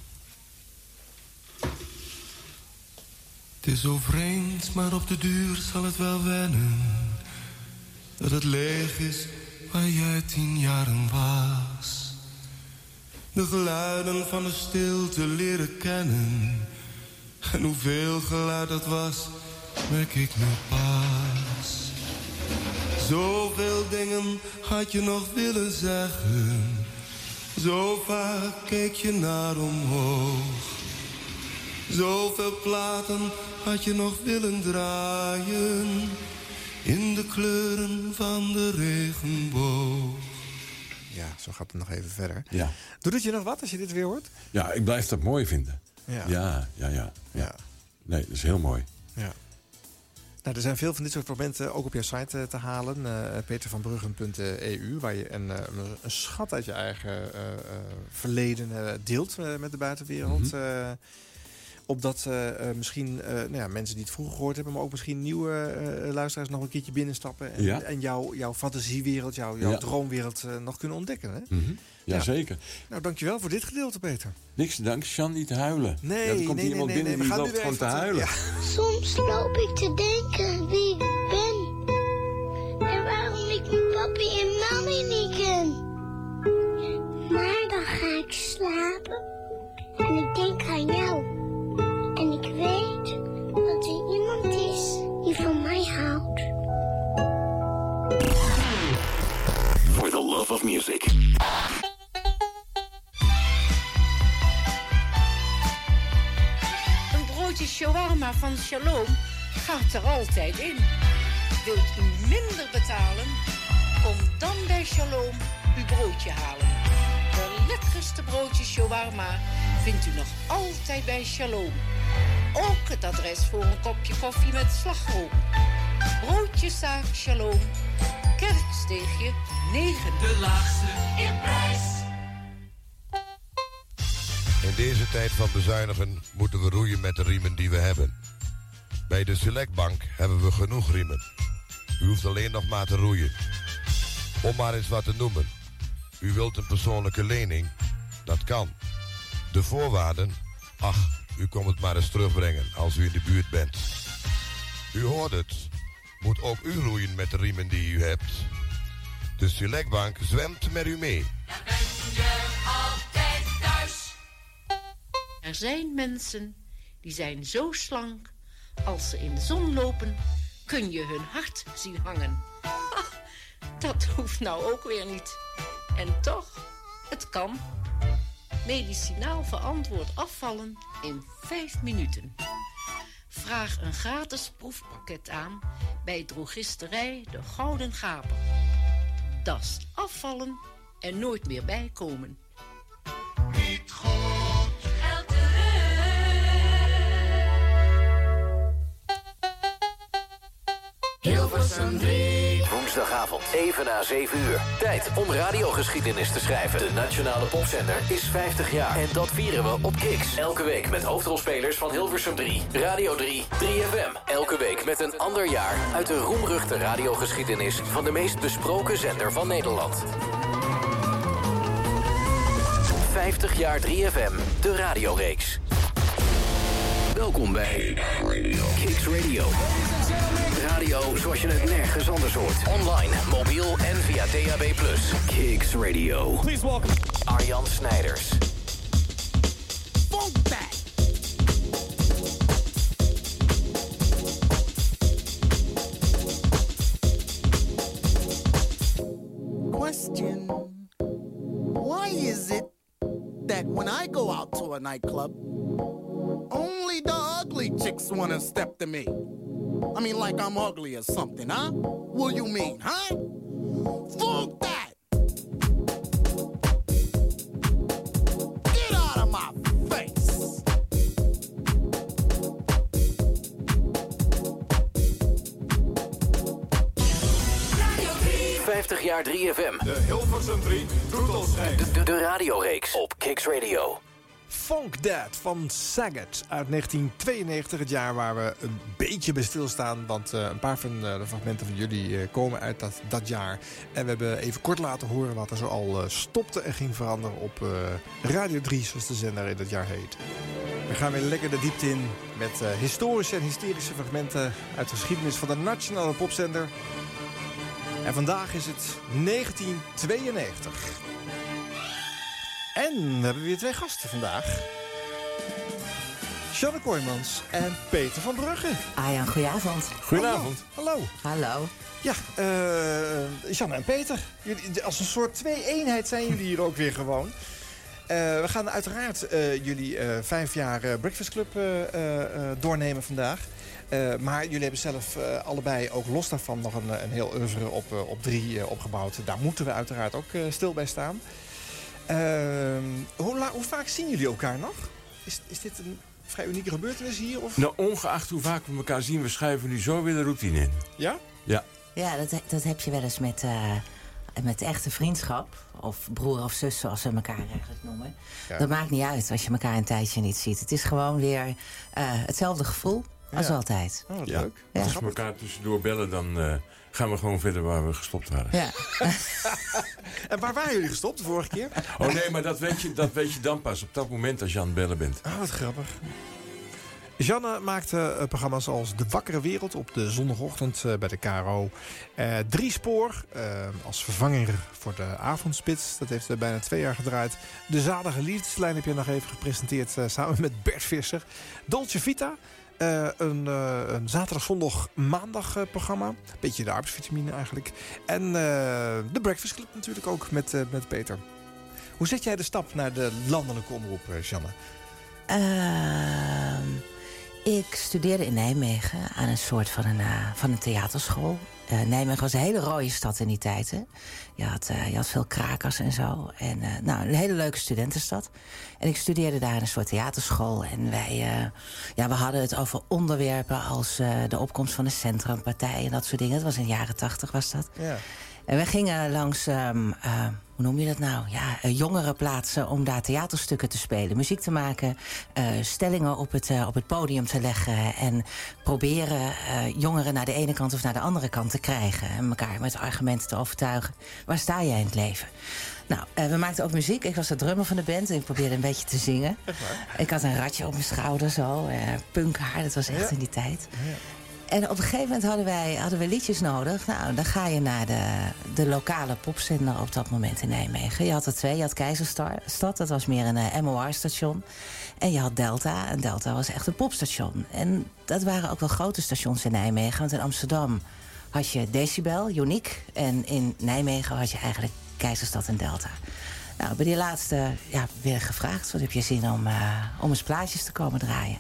Het is zo vreemd, maar op de duur zal het wel wennen. Dat het leeg is waar jij tien jaren was. De geluiden van de stilte leren kennen. En hoeveel geluid dat was, merk ik nu pas. Zoveel dingen had je nog willen zeggen. Zo vaak keek je naar omhoog. Zoveel platen had je nog willen draaien. In de kleuren van de regenboog. Ja, zo gaat het nog even verder. Ja. Doet het je nog wat als je dit weer hoort? Ja, ik blijf dat mooi vinden. Ja. Ja, ja, ja. Ja. Nee, dat is heel mooi. Ja. Nou, er zijn veel van dit soort momenten ook op jouw site uh, te halen. Uh, petervanbruggen punt e u, waar je een, uh, een schat uit je eigen uh, uh, verleden uh, deelt uh, met de buitenwereld. Mm-hmm. uh, Opdat uh, uh, misschien uh, nou ja, mensen die het vroeger gehoord hebben, maar ook misschien nieuwe uh, luisteraars nog een keertje binnenstappen. En, ja. en jouw, jouw fantasiewereld, jouw, jouw ja. droomwereld uh, nog kunnen ontdekken. Hè? Mm-hmm. Jazeker. Ja. Nou, dankjewel voor dit gedeelte, Peter. Niks te danken, Jean, niet te huilen. Nee, ja, er komt nee, iemand nee, binnen nee, die loopt gewoon te huilen. Ja. Soms loop ik te denken wie ik ben. En waarom ik mijn papi en mami niet ken. Maar dan ga ik slapen. En ik denk aan jou. En ik weet dat er iemand is die van mij houdt. For the love of music. Een broodje shawarma van Shalom gaat er altijd in. Wilt u minder betalen? Kom dan bij Shalom uw broodje halen. De lekkerste broodjes shawarma vindt u nog altijd bij Shalom. Ook het adres voor een kopje koffie met slagroom. Broodjeszaak Shalom. Kerksteegje negen. De laagste in prijs. In deze tijd van bezuinigen moeten we roeien met de riemen die we hebben. Bij de Selectbank hebben we genoeg riemen. U hoeft alleen nog maar te roeien. Om maar eens wat te noemen. U wilt een persoonlijke lening? Dat kan. De voorwaarden? Ach, u komt het maar eens terugbrengen als u in de buurt bent. U hoort het. Moet ook u roeien met de riemen die u hebt. De Selectbank zwemt met u mee. Dan ben je altijd thuis. Er zijn mensen die zijn zo slank. Als ze in de zon lopen, kun je hun hart zien hangen. Ach, dat hoeft nou ook weer niet. En toch, het kan. Medicinaal verantwoord afvallen in vijf minuten. Vraag een gratis proefpakket aan bij drogisterij De Gouden Gaper. Das afvallen en nooit meer bijkomen. Niet goed, geld terug. Hilversum drie. Woensdagavond, even na zeven uur. Tijd om radiogeschiedenis te schrijven. De Nationale Popzender is vijftig jaar. En dat vieren we op Kix. Elke week met hoofdrolspelers van Hilversum drie, Radio drie, drie F M. Elke week met een ander jaar uit de roemruchte radiogeschiedenis van de meest besproken zender van Nederland. vijftig jaar drie F M, de radioreeks. Welkom bij Kix Radio. Radio zoals je het nergens anders hoort. Online, mobiel en via D A B plus. Kix Radio. Please welcome Arjan Snijders. Funk that. Question. Why is it that when I go out to a nightclub, only the ugly chicks wanna step to me? I mean, like I'm ugly or something, huh? What you mean, huh? Fuck that! Get out of my face! vijftig jaar drie F M. De Hilversum drie doet ons heen. De, de, de radioreeks op Kix Radio. Funk That van Saget uit negentien tweeënnegentig. Het jaar waar we een beetje bij stilstaan. Want uh, een paar van uh, de fragmenten van jullie uh, komen uit dat, dat jaar. En we hebben even kort laten horen wat er zo al uh, stopte en ging veranderen op uh, Radio drie, zoals de zender in dat jaar heet. We gaan weer lekker de diepte in met uh, historische en hysterische fragmenten uit de geschiedenis van de Nationale Popzender. En vandaag is het negentien tweeënnegentig. En we hebben weer twee gasten vandaag. Jeanne Kooijmans en Peter van Brugge. Ah ja, goedenavond. Goedenavond. Hallo. Hallo. Ja, uh, Jeanne en Peter. Jullie, als een soort twee-eenheid zijn jullie hier ook weer gewoon. Uh, we gaan uiteraard uh, jullie uh, vijf jaar uh, Breakfast Club uh, uh, doornemen vandaag. Uh, maar jullie hebben zelf uh, allebei ook los daarvan nog een, een heel oeuvre op, uh, op drie uh, opgebouwd. Daar moeten we uiteraard ook uh, stil bij staan. Uh, hoe, la- hoe vaak zien jullie elkaar nog? Is, is dit een vrij unieke gebeurtenis hier? Of? Nou, ongeacht hoe vaak we elkaar zien, we schuiven nu zo weer de routine in. Ja? Ja. Ja, dat, dat heb je wel eens met, uh, met echte vriendschap. Of broer of zus, zoals we elkaar eigenlijk noemen. Ja. Dat maakt niet uit als je elkaar een tijdje niet ziet. Het is gewoon weer uh, hetzelfde gevoel als ja. altijd. Oh, ja. leuk. Ja. Als we elkaar tussendoor bellen, dan uh, gaan we gewoon verder waar we gestopt waren. Ja. En waar waren jullie gestopt de vorige keer? Oh nee, maar dat weet je, dat weet je dan pas op dat moment als je aan het bellen bent. Oh, wat grappig. Jeanne maakte uh, programma's als De Wakkere Wereld op de zondagochtend uh, bij de K R O. Uh, drie spoor uh, als vervanger voor de avondspits. Dat heeft uh, bijna twee jaar gedraaid. De Zalige Liefdeslijn heb je nog even gepresenteerd uh, samen met Bert Visser. Dolce Vita. Uh, een, uh, een zaterdag, zondag, maandag uh, programma. Beetje de arbeidsvitamine eigenlijk. En uh, de Breakfast Club natuurlijk ook met, uh, met Peter. Hoe zet jij de stap naar de landelijke omroep, uh, Jeanne? Uh, ik studeerde in Nijmegen aan een soort van een, uh, van een theaterschool. Uh, Nijmegen was een hele rode stad in die tijd. Hè? Je, had, uh, je had veel krakers en zo. En, uh, nou, een hele leuke studentenstad. En ik studeerde daar in een soort theaterschool. En wij uh, ja, we hadden het over onderwerpen als uh, de opkomst van de Centrumpartij en dat soort dingen. Dat was in de jaren tachtig was dat. Ja. En we gingen langs, um, uh, hoe noem je dat nou? Ja, uh, jongere plaatsen om daar theaterstukken te spelen. Muziek te maken, uh, stellingen op het, uh, op het podium te leggen. En proberen uh, jongeren naar de ene kant of naar de andere kant te krijgen. En elkaar met argumenten te overtuigen. Waar sta jij in het leven? Nou, uh, we maakten ook muziek. Ik was de drummer van de band en ik probeerde een beetje te zingen. Ik had een ratje op mijn schouder zo. Uh, punkhaar, dat was echt ja. in die tijd. Ja. En op een gegeven moment hadden wij hadden we liedjes nodig. Nou, dan ga je naar de, de lokale popzender op dat moment in Nijmegen. Je had er twee. Je had Keizerstad, dat was meer een uh, M O R-station. En je had Delta, en Delta was echt een popstation. En dat waren ook wel grote stations in Nijmegen. Want in Amsterdam had je Decibel, Uniek. En in Nijmegen had je eigenlijk Keizerstad en Delta. Nou, bij die laatste ja, werd gevraagd. Wat heb je zin om, uh, om eens plaatjes te komen draaien?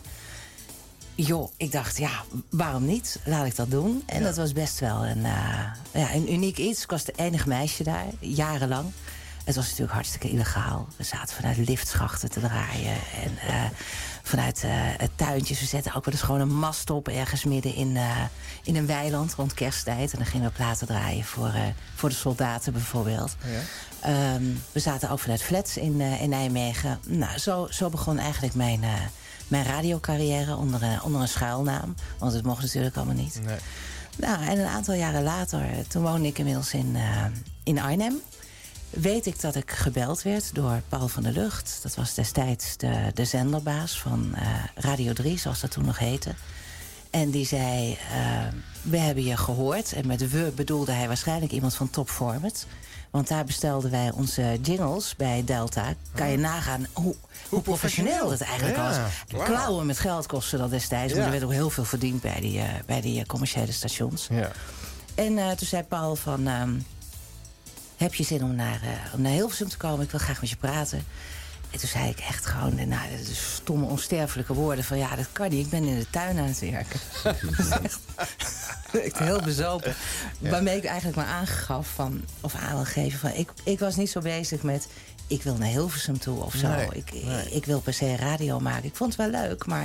Joh, ik dacht, ja, waarom niet? Laat ik dat doen. En ja. dat was best wel een, uh, ja, een uniek iets. Ik was de enige meisje daar, jarenlang. Het was natuurlijk hartstikke illegaal. We zaten vanuit liftschachten te draaien. En uh, vanuit uh, tuintjes. We zetten ook wel eens gewoon een mast op ergens midden in, uh, in een weiland rond kersttijd. En dan gingen we platen draaien voor, uh, voor de soldaten bijvoorbeeld. Ja. Um, we zaten ook vanuit flats in, uh, in Nijmegen. Nou, zo, zo begon eigenlijk mijn... Uh, Mijn radiocarrière onder een, onder een schuilnaam. Want het mocht natuurlijk allemaal niet. Nee. Nou, en een aantal jaren later, toen woonde ik inmiddels in, uh, in Arnhem. Weet ik dat ik gebeld werd door Paul van der Lucht. Dat was destijds de, de zenderbaas van uh, Radio drie, zoals dat toen nog heette. En die zei, uh, we hebben je gehoord. En met we bedoelde hij waarschijnlijk iemand van Top Format. Want daar bestelden wij onze jingles bij Delta. Kan je nagaan hoe, hoe professioneel het eigenlijk ja, was. Wow. Klauwen met geld kostte dat destijds. Ja. Want er werd ook heel veel verdiend bij die, uh, bij die uh, commerciële stations. Ja. En uh, toen zei Paul van... Um, heb je zin om naar, uh, om naar Hilversum te komen? Ik wil graag met je praten. En toen zei ik echt gewoon nou, de stomme onsterfelijke woorden van... ja, dat kan niet, ik ben in de tuin aan het werken. echt, echt heel bezopen. Ja. Waarmee ik eigenlijk maar aangaf van, of aan wil geven van... Ik, ik was niet zo bezig met, ik wil naar Hilversum toe of zo. Nee, ik, nee. ik, ik wil per se radio maken. Ik vond het wel leuk, maar...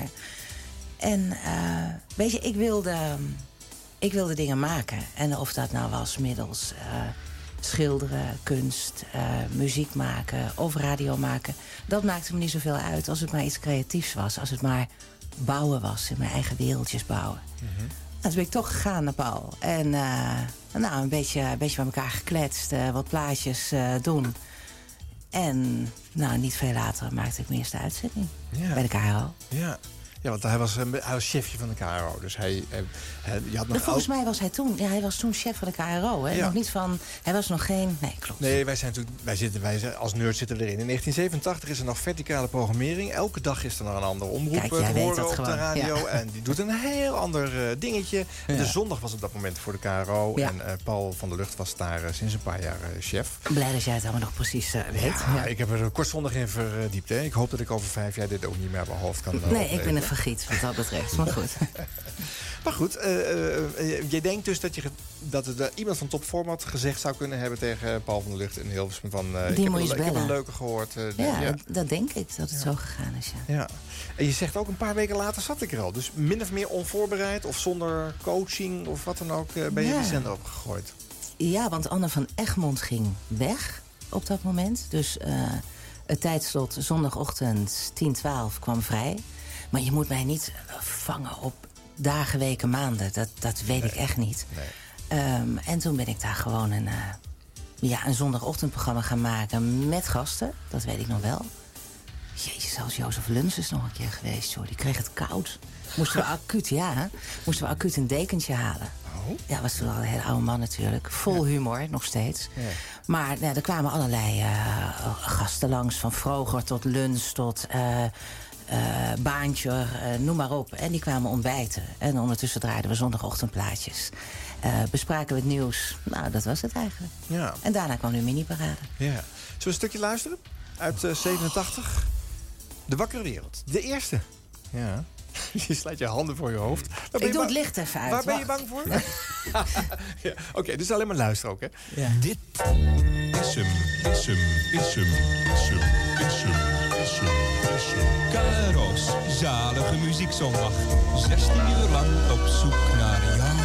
En uh, weet je, ik wilde, ik wilde dingen maken. En of dat nou was middels... Uh, schilderen, kunst, uh, muziek maken of radio maken. Dat maakte me niet zoveel uit als het maar iets creatiefs was. Als het maar bouwen was, in mijn eigen wereldjes bouwen. Mm-hmm. Nou, toen ben ik toch gegaan naar Paul. En uh, nou, een beetje, een beetje bij elkaar gekletst, uh, wat plaatjes uh, doen. En nou, niet veel later maakte ik mijn eerste uitzending ja. bij de K R O. Ja. Ja, want hij was, hij was chefje van de K R O. Dus hij, hij, hij je had nog Volgens oud... mij was hij toen, ja, hij was toen chef van de K R O. Hè? Ja. Nog niet van, hij was nog geen... Nee, klopt. Nee, wij zijn natuurlijk, wij zitten, wij zijn, als nerd zitten we erin. In negentien zevenentachtig is er nog verticale programmering. Elke dag is er nog een andere omroep Kijk, eh, jij te weet horen dat op gewoon. de radio. Ja. En die doet een heel ander uh, dingetje. Ja. De zondag was op dat moment voor de K R O. Ja. En uh, Paul van der Lucht was daar uh, sinds een paar jaar uh, chef. Blij dat jij het allemaal nog precies uh, weet. Ja, Ja. Ik heb er kortstondig in verdiept. Hè. Ik hoop dat ik over vijf jaar dit ook niet meer uit mijn hoofd kan. Uh, Nee, ik ben een vergiet wat dat betreft. Maar goed. Maar goed, uh, uh, uh, je denkt dus dat, je, dat er uh, iemand van Top Format gezegd zou kunnen hebben tegen Paul van der Lucht in Hilversum van... Uh, Die ik, moet heb je een, ik heb bellen. een leuke gehoord. Uh, Ja, ja. Dat, dat denk ik, dat het Ja. zo gegaan is. Ja. Ja. En je zegt ook een paar weken later zat ik er al. Dus min of meer onvoorbereid of zonder coaching of wat dan ook uh, ben je Ja. die zender opgegooid. Ja, want Anne van Egmond ging weg op dat moment. Dus uh, het tijdslot zondagochtend tien twaalf kwam vrij. Maar je moet mij niet vangen op dagen, weken, maanden. Dat, dat weet Nee. ik echt niet. Nee. Um, en toen ben ik daar gewoon een, uh, ja, een zondagochtendprogramma gaan maken met gasten. Dat weet ik nog wel. Jeetje, zelfs Jozef Luns is nog een keer geweest, joh. Die kreeg het koud. Moesten we acuut, ja, hè? Moesten we acuut een dekentje halen. Oh. Ja, was toen al een hele oude man natuurlijk. Vol humor, nog steeds. Ja. Maar nou, er kwamen allerlei uh, gasten langs. Van Vroger tot Luns tot uh, uh, Baantje, uh, noem maar op. En die kwamen ontbijten. En ondertussen draaiden we zondagochtendplaatjes. Uh, bespraken we het nieuws. Nou, dat was het eigenlijk. Ja. En daarna kwam de mini-parade. Ja. Zullen we een stukje luisteren? Uit uh, zevenentachtig. De Wakkere Wereld. De eerste. Ja. Je slaat je handen voor je hoofd. Waar ben Ik je doe bang- het licht even uit. Waar ben je wacht. bang voor? Ja. Oké, okay, dus alleen maar luisteren ook, hè? Ja. Dit is hem, is hem, is hem, is hem, is hem, is hem, is hem. K R O's zalige muziekzondag. zestien uur lang op zoek naar jou.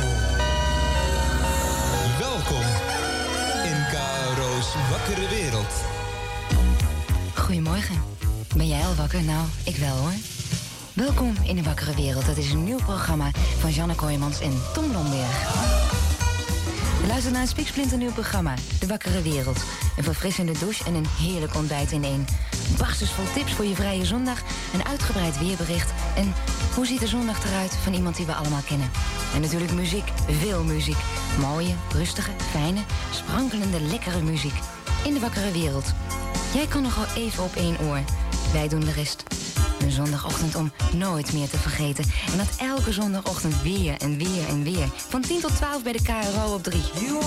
Welkom in K R O's Wakkere Wereld. Goedemorgen. Ben jij al wakker? Nou, ik wel hoor. Welkom in de Wakkere Wereld. Dat is een nieuw programma van Janne Kooijmans en Tom Lomberg. Luister naar een spieksplinternieuw programma, De Wakkere Wereld. Een verfrissende douche en een heerlijk ontbijt in één. Barstens vol tips voor je vrije zondag, een uitgebreid weerbericht... en hoe ziet de zondag eruit van iemand die we allemaal kennen. En natuurlijk muziek, veel muziek. Mooie, rustige, fijne, sprankelende, lekkere muziek. In De Wakkere Wereld. Jij kan nog wel even op één oor. Wij doen de rest. Een zondagochtend om nooit meer te vergeten. En dat elke zondagochtend weer en weer en weer. Van tien tot twaalf bij de K R O op drie.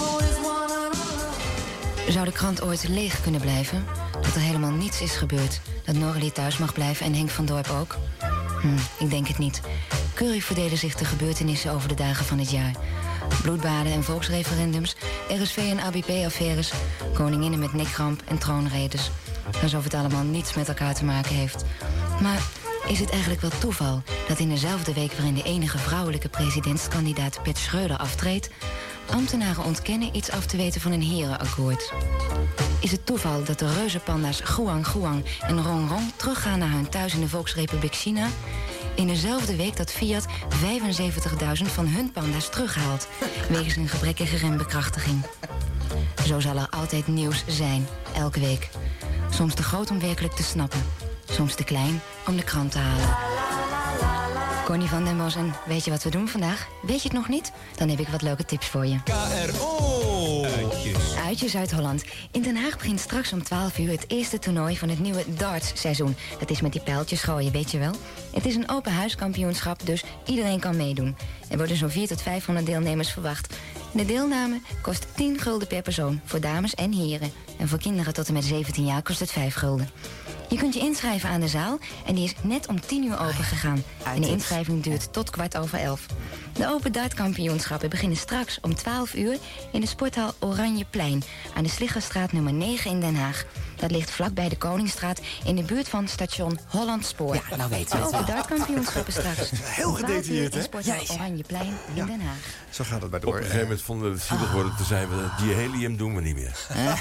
Zou de krant ooit leeg kunnen blijven? Dat er helemaal niets is gebeurd. Dat Norrelie thuis mag blijven en Henk van Dorp ook? Hm, ik denk het niet. Keurig verdelen zich de gebeurtenissen over de dagen van het jaar. Bloedbaden en volksreferendums, R S V en A B P-affaires... koninginnen met nekramp en troonredes. Alsof het allemaal niets met elkaar te maken heeft. Maar is het eigenlijk wel toeval dat in dezelfde week... waarin de enige vrouwelijke presidentskandidaat Pet Schreuder aftreedt... ambtenaren ontkennen iets af te weten van een herenakkoord? Is het toeval dat de reuzenpanda's Guang Guang en Rong Rong... teruggaan naar hun thuis in de Volksrepubliek China... in dezelfde week dat Fiat vijfenzeventigduizend van hun panda's terughaalt... wegens een gebrekkige rembekrachtiging. Zo zal er altijd nieuws zijn, elke week. Soms te groot om werkelijk te snappen. Soms te klein om de krant te halen. Connie van den Bos, en weet je wat we doen vandaag? Weet je het nog niet? Dan heb ik wat leuke tips voor je. K R O Uitjes. Uitjes uit Holland. In Den Haag begint straks om twaalf uur het eerste toernooi van het nieuwe darts-seizoen. Dat is met die pijltjes gooien, weet je wel. Het is een open huiskampioenschap, dus iedereen kan meedoen. Er worden zo'n vierhonderd tot vijfhonderd deelnemers verwacht. De deelname kost tien gulden per persoon, voor dames en heren. En voor kinderen tot en met zeventien jaar kost het vijf gulden. Je kunt je inschrijven aan de zaal en die is net om tien uur open gegaan. En de inschrijving duurt tot kwart over elf. De open dartkampioenschappen beginnen straks om twaalf uur... in de sporthal Oranjeplein aan de Sliggerstraat nummer negen in Den Haag. Dat ligt vlakbij de Koningsstraat in de buurt van station Hollandspoor. Ja, nou weten we De het. open dartkampioenschappen straks. Heel gedetailleerd, hè? in sporthal Oranjeplein in Ja. Den Haag. Zo gaat het bij Op door. een gegeven moment vonden we het zielig worden. Toen zeiden we, die helium doen we niet meer.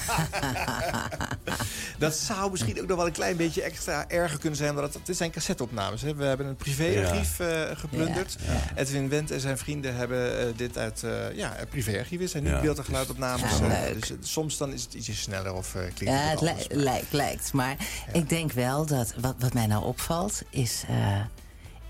Dat zou misschien ook nog wel een klein beetje extra erger kunnen zijn. Omdat het, dit zijn cassetteopnames. Hè. We hebben een privéarchief uh, geplunderd. Ja, ja. Edwin Wendt en zijn vrienden hebben uh, dit uit uh, ja, een privéarchief. Het zijn niet Ja. beeld- en geluidopnames. Ja, Uh, leuk. dus uh, soms dan is het ietsje sneller of uh, klinkt Ja, het het wat li- anders. lijkt, lijkt. Maar ik denk wel dat wat, wat mij nou opvalt is... Uh,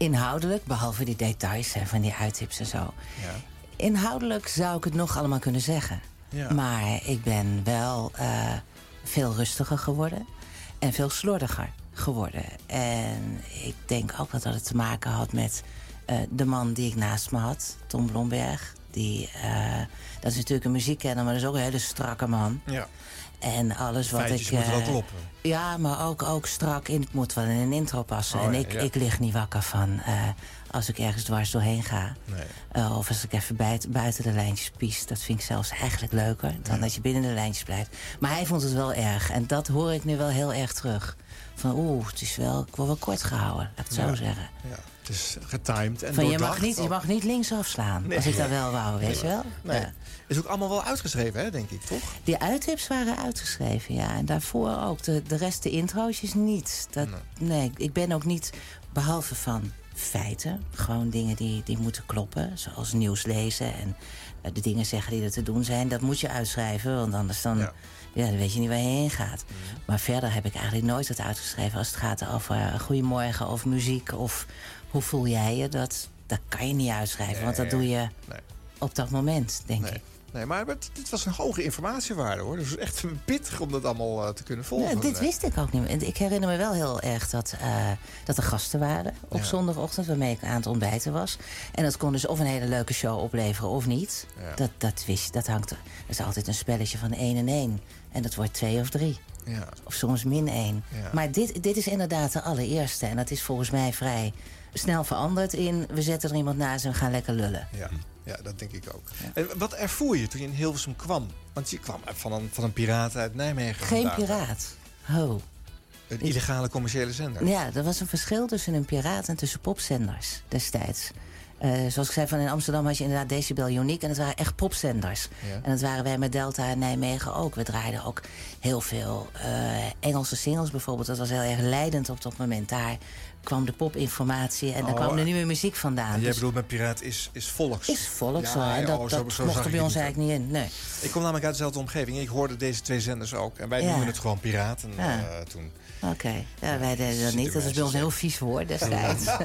Inhoudelijk, behalve die details hè, van die uittips en zo. Ja. Inhoudelijk zou ik het nog allemaal kunnen zeggen. Ja. Maar ik ben wel uh, veel rustiger geworden. En veel slordiger geworden. En ik denk ook dat dat het te maken had met uh, de man die ik naast me had. Tom Blomberg. Die, uh, dat is natuurlijk een muziekkenner, maar dat is ook een hele strakke man. Ja. En alles wat Feitjes ik... Uh, moeten wel kloppen. Ja, maar ook, ook strak in. Het moet wel in een intro passen. Oh, en ja, ik, ja. ik lig niet wakker van uh, als ik ergens dwars doorheen ga. Nee. Uh, of als ik even buiten, buiten de lijntjes pies. Dat vind ik zelfs eigenlijk leuker dan Ja. dat je binnen de lijntjes blijft. Maar hij vond het wel erg. En dat hoor ik nu wel heel erg terug. Van oeh, het is wel, ik word wel kort gehouden. Laat ik het Ja. zo zeggen. Ja. Het is getimed en Van, je, doordacht. mag niet, je mag niet links afslaan. Nee. Als ik dat wel wou, weet je wel. Nee. Ja. Is ook allemaal wel uitgeschreven, hè, denk ik, toch? Die uittips waren uitgeschreven, ja. En daarvoor ook. De, de rest, de introotjes niet. Dat, nee. nee, ik ben ook niet, behalve van feiten... gewoon dingen die, die moeten kloppen. Zoals nieuws lezen en uh, de dingen zeggen die er te doen zijn. Dat moet je uitschrijven, want anders dan... Ja. Ja, dan weet je niet waar je heen gaat. Mm. Maar verder heb ik eigenlijk nooit het uitgeschreven... als het gaat over uh, goedemorgen of muziek of hoe voel jij je. Dat, dat kan je niet uitschrijven, nee, want dat doe je nee. op dat moment, denk nee. ik. Nee, maar dit was een hoge informatiewaarde, hoor. Dus het is echt pittig om dat allemaal uh, te kunnen volgen. Nee, dit wist ik ook niet meer. Ik herinner me wel heel erg dat, uh, dat er gasten waren op ja. zondagochtend... waarmee ik aan het ontbijten was. En dat kon dus of een hele leuke show opleveren of niet. Ja. Dat, dat wist je, dat hangt er. Er is altijd een spelletje van één en één. En dat wordt twee of drie. Ja. Of soms min één. Ja. Maar dit, dit is inderdaad de allereerste. En dat is volgens mij vrij snel veranderd in... we zetten er iemand naast en we gaan lekker lullen. Ja. Ja, dat denk ik ook. Ja. En wat ervoer je toen je in Hilversum kwam? Want je kwam van een, van een piraat uit Nijmegen. Geen vandaan. piraat. Ho. Een illegale commerciële zender. Ja, er was een verschil tussen een piraat en tussen popzenders destijds. Uh, zoals ik zei, van in Amsterdam had je inderdaad Decibel Unique... en het waren echt popzenders. Ja. En dat waren wij met Delta en Nijmegen ook. We draaiden ook heel veel uh, Engelse singles bijvoorbeeld. Dat was heel erg leidend op dat moment. Daar kwam de popinformatie en oh, daar kwam de nieuwe muziek vandaan. En jij dus bedoelt met piraat is, is volks? Is volks, ja, en dat, oh, zo, dat zo mocht er bij ons eigenlijk niet in. Nee. Ik kom namelijk uit dezelfde omgeving. Ik hoorde deze twee zenders ook. En wij ja. noemden het gewoon piraten ja. uh, toen. Oké, okay. ja, wij deden dat niet. Dat is bij ons een heel vies woord destijds. uh,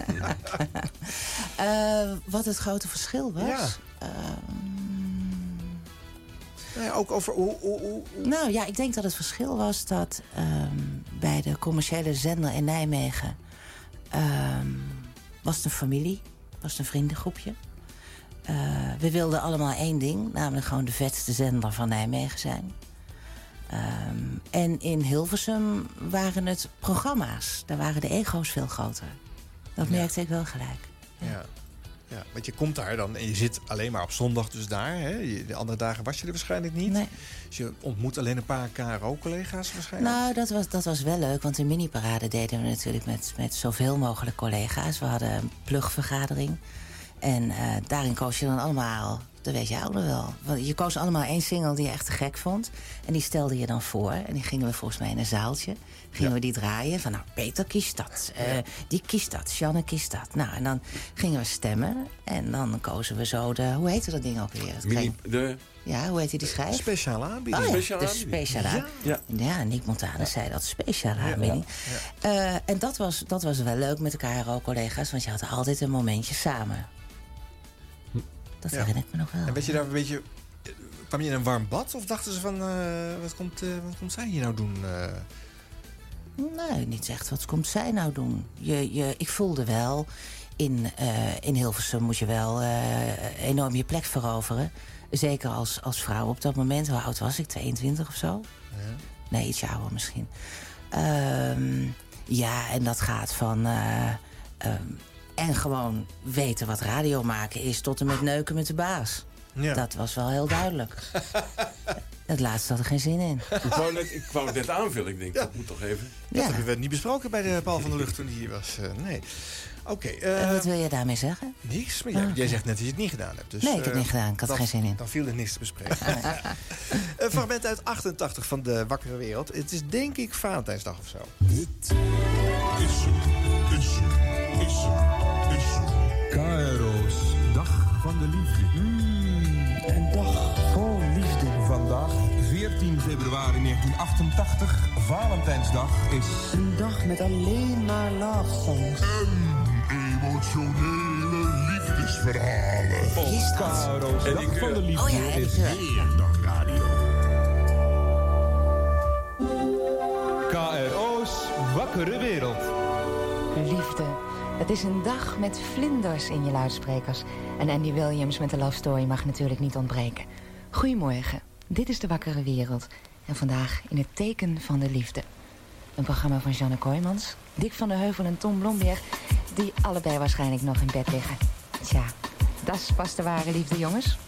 wat het grote verschil was? Ja. Uh, nee, ook over hoe, hoe, hoe... Nou ja, ik denk dat het verschil was dat um, bij de commerciële zender in Nijmegen... Um, was het een familie, was het een vriendengroepje. Uh, we wilden allemaal één ding, namelijk gewoon de vetste zender van Nijmegen zijn. Um, en in Hilversum waren het programma's. Daar waren de ego's veel groter. Dat merkte ja. ik wel gelijk. Ja. Ja. Ja, want je komt daar dan en je zit alleen maar op zondag dus daar. Hè? De andere dagen was je er waarschijnlijk niet. Nee. Dus je ontmoet alleen een paar K R O-collega's waarschijnlijk. Nou, dat was, dat was wel leuk. Want de mini-parade deden we natuurlijk met, met zoveel mogelijk collega's. We hadden een plugvergadering. En uh, daarin koos je dan allemaal... Dat weet jij ook nog wel. Want je koos allemaal één single die je echt te gek vond. En die stelde je dan voor. En die gingen we volgens mij in een zaaltje. Gingen ja. we die draaien. Van nou, Peter kiest dat. Uh, ja. Die kiest dat. Sjanne kiest dat. Nou, en dan gingen we stemmen. En dan kozen we zo de... Hoe heette dat ding ook weer? Mini, de... Ja, hoe heet die schijf? Speciale aanbieding. Oh, ja, speciale de speciale aanbieding. Ja. Ja. ja, Nick Montana ja. zei dat. Speciale aanbieding. Ja. Ja. Uh, en dat was, dat was wel leuk met de K R O-collega's. Want je had altijd een momentje samen. Dat ja. herinner ik me nog wel. En weet je daar een beetje... Kwam je in een warm bad? Of dachten ze van... Uh, wat, komt, uh, wat komt zij hier nou doen? Uh... Nee, niet echt. Wat komt zij nou doen? Je, je, ik voelde wel... In, uh, in Hilversum moet je wel uh, enorm je plek veroveren. Zeker als, als vrouw op dat moment. Hoe oud was ik? tweeëntwintig of zo? Ja. Nee, ietsje ouder misschien. Um, ja, en dat gaat van... Uh, um, En gewoon weten wat radio maken is... tot en met neuken met de baas. Ja. Dat was wel heel duidelijk. Het laatste had er geen zin in. Ik wou, net, ik wou het net aanvullen. Ik denk, ja. dat moet toch even... Dat ja. hebben we niet besproken bij de Paul van der Lucht toen hij hier was. Uh, nee. Oké. Okay, uh, wat wil je daarmee zeggen? Niks. Maar jij, oh, okay. jij zegt net dat je het niet gedaan hebt. Dus, nee, ik heb het niet gedaan. Ik had er geen zin in. Dan viel er niks te bespreken. Een fragment uit achtentachtig van de Wakkere Wereld. Het is denk ik Valentijnsdag of zo. Dit is hem, is hem, is hem, is hem. K R O's Dag van de Liefde. Mm, een dag vol liefde. Vandaag, veertien februari negentien achtentachtig, Valentijnsdag is... een dag met alleen maar love songs. En Emotionele liefdesverhalen. Wie is dat? Caro's Dag van de Liefde Oh ja, is Eddie meer dan radio. K R O's Wakkere Wereld. Liefde. Het is een dag met vlinders in je luidsprekers. En Andy Williams met de Love Story mag natuurlijk niet ontbreken. Goedemorgen, dit is de Wakkere Wereld. En vandaag in het teken van de liefde. Een programma van Jeanne Kooijmans, Dick van der Heuvel en Tom Blomberg... die allebei waarschijnlijk nog in bed liggen. Tja, dat is pas de ware liefde, jongens.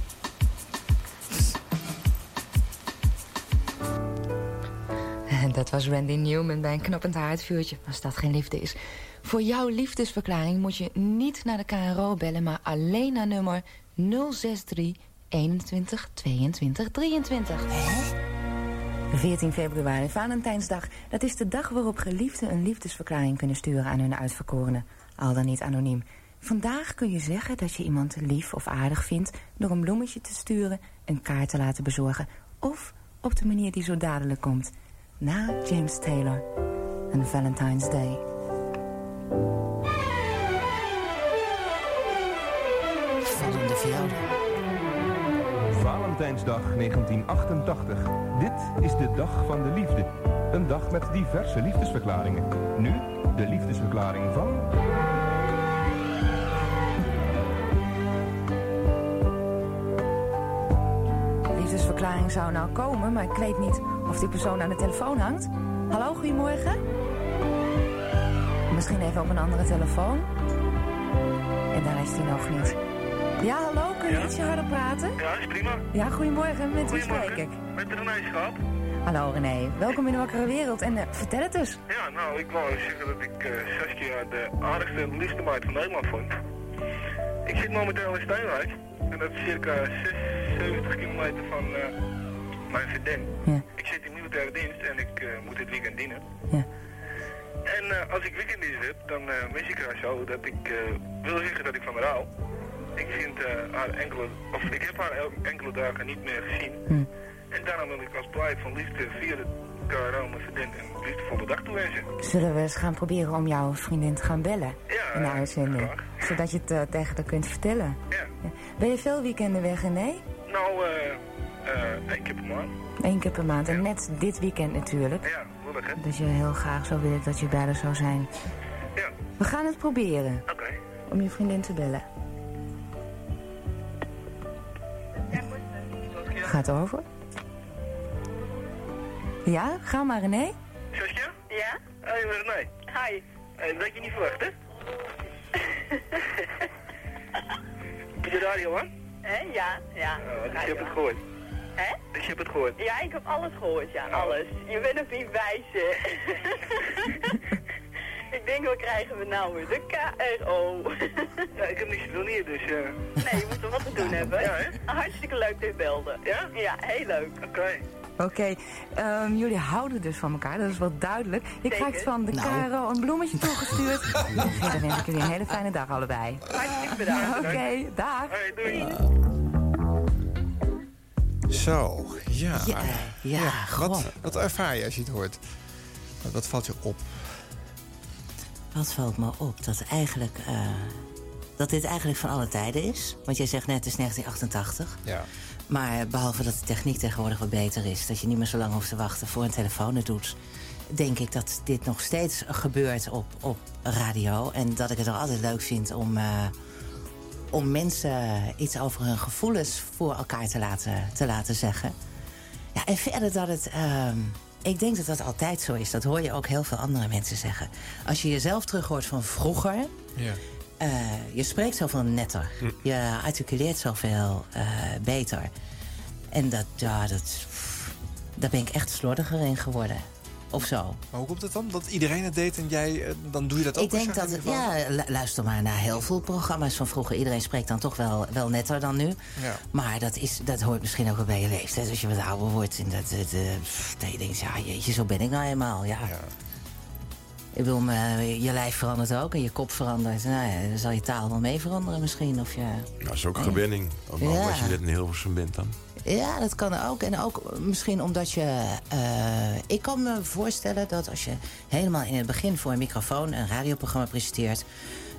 En dat was Randy Newman bij een knappend haardvuurtje, als dat geen liefde is. Voor jouw liefdesverklaring moet je niet naar de K R O bellen... maar alleen naar nummer nul zes drie eenentwintig tweeëntwintig drieëntwintig. veertien februari, Valentijnsdag. Dat is de dag waarop geliefden een liefdesverklaring kunnen sturen aan hun uitverkorenen. Al dan niet anoniem. Vandaag kun je zeggen dat je iemand lief of aardig vindt... door een bloemetje te sturen, een kaart te laten bezorgen... of op de manier die zo dadelijk komt. Na James Taylor. Een Valentine's Day. Vallende velden. Valentijnsdag negentien achtentachtig. Dit is de dag van de liefde. Een dag met diverse liefdesverklaringen. Nu de liefdesverklaring van... Liefdesverklaring zou nou komen, maar ik weet niet of die persoon aan de telefoon hangt. Hallo, goedemorgen. Misschien even op een andere telefoon. En daar is hij nog niet. Ja, hallo, kun je Ja? ietsje harder praten? Ja, is prima. Ja, goedemorgen, met wie Goedemorgen. spreek ik? Met René Schaap. Hallo René, welkom in de Wakkere Wereld en uh, vertel het dus. Ja, nou, ik wou zeggen dat ik uh, Saskia de aardigste en liefste meid van Nederland vond. Ik zit momenteel in Steenwijk. En dat is circa zesenzeventig kilometer van uh, mijn vriendin. Ja. Ik zit in militaire dienst en ik uh, moet dit weekend dienen. Ja. En uh, als ik weekenddienst heb, dan uh, mis ik haar zo dat ik uh, wil zeggen dat ik van haar hou. Ik vind uh, haar enkele, of ik heb haar el- enkele dagen niet meer gezien. Hm. En daarom wil ik als blijk van liefde via de K R O mijn vriendin een liefdevolle dag toewensen. Zullen we eens gaan proberen om jouw vriendin te gaan bellen? Ja, in de uitzending. Zodat je het uh, tegen haar kunt vertellen. Ja. Ja. Ben je veel weekenden weg, René? Nou, eh, uh, één keer per maand. Eén keer per maand. En net dit weekend natuurlijk. Ja, lullig hè? Dat je heel graag zou willen dat je bij haar zou zijn. Ja. We gaan het proberen. Oké. Okay. Om je vriendin te bellen. Gaat over? Ja, ga maar René. Saskia? Ja? Hé, hey, René. Hi. Hey, dat had je niet verwacht, hè? Heb je de radio aan? Hé, ja, ja. Oh, dus je hebt het gehoord? Hè? Dus je hebt het gehoord? Ja, ik heb alles gehoord, ja, Oh. alles. Je bent op die wijze. Ik denk, wat krijgen we nou weer? De K R O. Ja, ik heb niet zoveel hier, dus... Uh... Nee, je moet er wat te doen hebben. Ja, hè? Hartstikke leuk dat je belde. Ja? Ja, heel leuk. Oké. Okay. Oké, okay, um, jullie houden dus van elkaar, dat is wel duidelijk. Je Zeker. krijgt van de Nou. K R O een bloemetje toegestuurd. En dan wens ik jullie een hele fijne dag allebei. Hartstikke bedankt. Oké, okay, dag. Hey, doei. Zo, ja. Ja, ja, wat, goh. wat ervaar je als je het hoort? Wat, wat valt je op? Wat valt me op? Dat, eigenlijk, uh, dat dit eigenlijk van alle tijden is. Want jij zegt net, het is negentien achtentachtig. Ja. Maar behalve dat de techniek tegenwoordig wat beter is... dat je niet meer zo lang hoeft te wachten voor een telefoon het doet... denk ik dat dit nog steeds gebeurt op, op radio. En dat ik het er altijd leuk vind om, uh, om mensen iets over hun gevoelens... voor elkaar te laten, te laten zeggen. Ja, en verder dat het... Uh, ik denk dat dat altijd zo is. Dat hoor je ook heel veel andere mensen zeggen. Als je jezelf terughoort van vroeger... Ja. Uh, je spreekt zoveel netter. Hm. Je articuleert zoveel uh, beter. En dat, ja, dat, pff, daar ben ik echt slordiger in geworden. Of zo. Maar hoe komt het dan? Dat iedereen het deed en jij, uh, dan doe je dat ook? Ik denk dat, ja, luister maar naar heel veel programma's van vroeger. Iedereen spreekt dan toch wel, wel netter dan nu. Ja. Maar dat, is, dat hoort misschien ook wel bij je leeftijd. Als je wat ouder wordt. En dat, dat, uh, pff, dat je denkt, ja, jeetje, zo ben ik nou eenmaal. Ja. ja. Ik bedoel, me, je lijf verandert ook en je kop verandert. Nou ja, dan zal je taal wel mee veranderen misschien. Of je... Nou, dat is ook gewenning. Ja. Als je net in Hilversum bent dan. Ja, dat kan ook. En ook misschien omdat je... Uh, ik kan me voorstellen dat als je helemaal in het begin voor een microfoon een radioprogramma presenteert...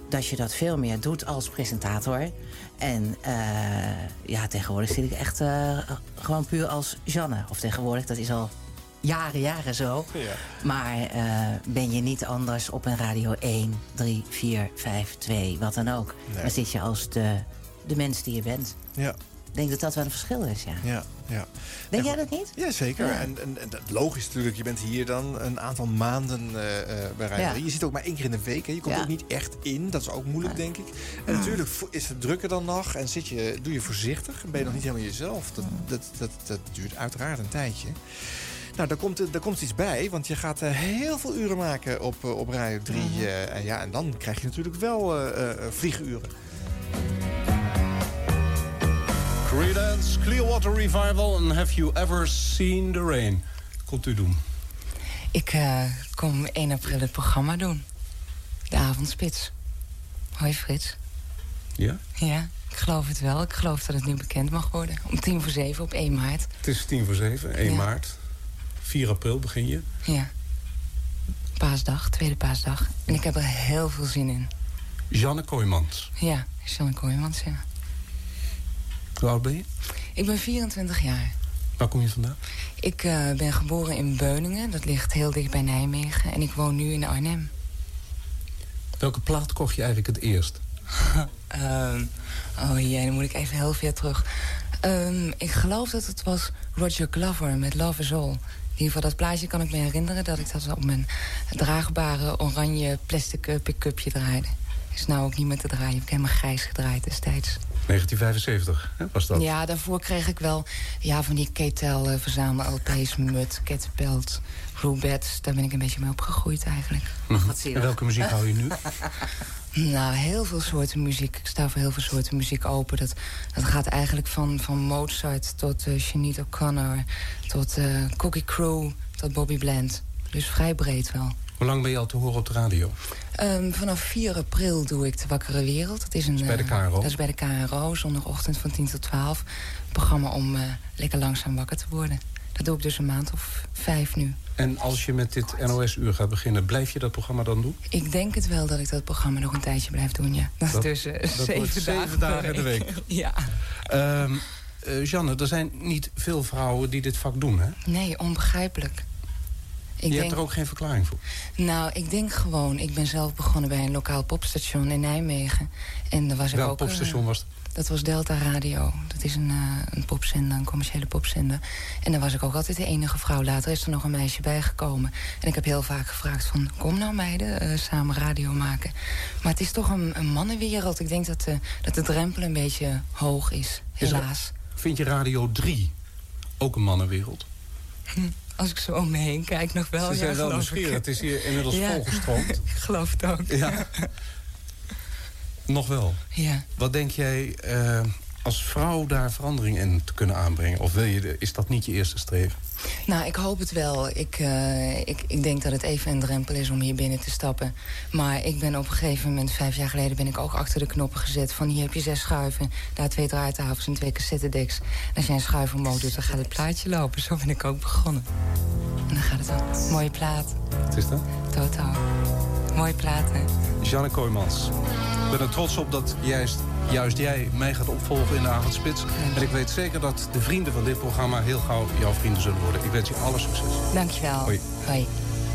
dat je dat veel meer doet als presentator. En uh, ja, tegenwoordig zit ik echt uh, gewoon puur als Jeanne. Of tegenwoordig, dat is al jaren, jaren zo. Ja. Maar uh, ben je niet anders op een Radio één, drie, vier, vijf, twee, wat dan ook. Nee. Dan zit je als de, de mens die je bent. Ja. Ik denk dat dat wel een verschil is, ja. Ja, ja. Denk jij dat niet? Ja, zeker. Ja. En, en, en logisch natuurlijk, je bent hier dan een aantal maanden uh, bij Radio drie. Ja. Je zit ook maar één keer in de week. Hè. Je komt ja. ook niet echt in. Dat is ook moeilijk, ja. denk ik. En ja. natuurlijk is het drukker dan nog. En zit je, doe je voorzichtig. En ben je nog niet helemaal jezelf. Dat, dat, dat, dat duurt uiteraard een tijdje. Nou, daar komt, daar komt iets bij. Want je gaat uh, heel veel uren maken op, uh, op Radio drie. Mm-hmm. Uh, en, ja, en dan krijg je natuurlijk wel uh, uh, vlieguren. Creedence, Clearwater Revival en Have You Ever Seen the Rain? Wat komt u doen? Ik uh, kom één april het programma doen. De Avondspits. Hoi Frits. Ja? Ja, ik geloof het wel. Ik geloof dat het nu bekend mag worden. Om tien voor zeven op één maart. Het is tien voor zeven, één ja. maart. vier april begin je. Ja. Paasdag, tweede paasdag. En ik heb er heel veel zin in. Jeanne Kooijmans. Ja, Jeanne Kooijmans, ja. Hoe oud ben je? Ik ben vierentwintig jaar. Waar kom je vandaan? Ik uh, ben geboren in Beuningen. Dat ligt heel dicht bij Nijmegen. En ik woon nu in Arnhem. Welke plaat kocht je eigenlijk het eerst? um, oh jee, dan moet ik even heel ver terug. Um, ik geloof dat het was Roger Glover met Love Is All. In ieder geval, dat plaatje kan ik me herinneren... dat ik dat op mijn draagbare oranje plastic pick-upje draaide. Is nou ook niet meer te draaien. Heb ik helemaal grijs gedraaid destijds. negentien vijfenzeventig, hè, was dat? Ja, daarvoor kreeg ik wel ja, van die Ketel uh, verzamel-L P's, Mut, Kettenpelt, Roubets. Daar ben ik een beetje mee opgegroeid eigenlijk. Mm-hmm. Wat zie je en welke muziek hou je nu? Nou, heel veel soorten muziek. Ik sta voor heel veel soorten muziek open. Dat, dat gaat eigenlijk van, van Mozart tot uh, Sinead O'Connor... tot uh, Cookie Crew, tot Bobby Bland. Dus vrij breed wel. Hoe lang ben je al te horen op de radio? Um, vanaf vier april doe ik De Wakkere Wereld. Dat is, een, dat is bij de K R O? Uh, dat is bij de K R O, zondagochtend van tien tot twaalf. Een programma om uh, lekker langzaam wakker te worden. Dat doe ik dus een maand of vijf nu. En als je met dit N O S-uur gaat beginnen, blijf je dat programma dan doen? Ik denk het wel dat ik dat programma nog een tijdje blijf doen, ja. Dat, dat is dus uh, dat zeven, zeven dagen in de week. Ja. Um, uh, Jeanne, er zijn niet veel vrouwen die dit vak doen, hè? Nee, onbegrijpelijk. Ik je denk, hebt er ook geen verklaring voor? Nou, ik denk gewoon... Ik ben zelf begonnen bij een lokaal popstation in Nijmegen. En daar was ik Welk ook, popstation uh, was het? Dat was Delta Radio. Dat is een, uh, een popzender, een commerciële popzender. En daar was ik ook altijd de enige vrouw. Later is er nog een meisje bijgekomen. En ik heb heel vaak gevraagd van... kom nou meiden, uh, samen radio maken. Maar het is toch een, een mannenwereld. Ik denk dat, uh, dat de drempel een beetje hoog is, helaas. Is er, vind je Radio drie ook een mannenwereld? Hm. Als ik zo om me heen kijk, nog wel. Ze zijn ja, wel nieuwsgierig. Het is hier inmiddels ja. volgestroomd. Ik geloof het ook. Ja. Nog wel. Ja. Wat denk jij uh, als vrouw daar verandering in te kunnen aanbrengen? Of wil je de, is dat niet je eerste streven? Nou, ik hoop het wel. Ik, uh, ik, ik denk dat het even een drempel is om hier binnen te stappen. Maar ik ben op een gegeven moment, vijf jaar geleden... ben ik ook achter de knoppen gezet van hier heb je zes schuiven... daar twee draaitafels en twee cassettedecks. En als jij een schuif omhoog doet, dan gaat het plaatje lopen. Zo ben ik ook begonnen. En dan gaat het ook. Mooie plaat. Wat is dat? Toto. Mooie plaat, hè? Jeanne Kooijmans. Ik ben er trots op dat juist, juist jij mij gaat opvolgen in de Avondspits. En ik weet zeker dat de vrienden van dit programma heel gauw jouw vrienden zullen worden. Ik wens je alle succes. Dankjewel. Hoi. Hoi.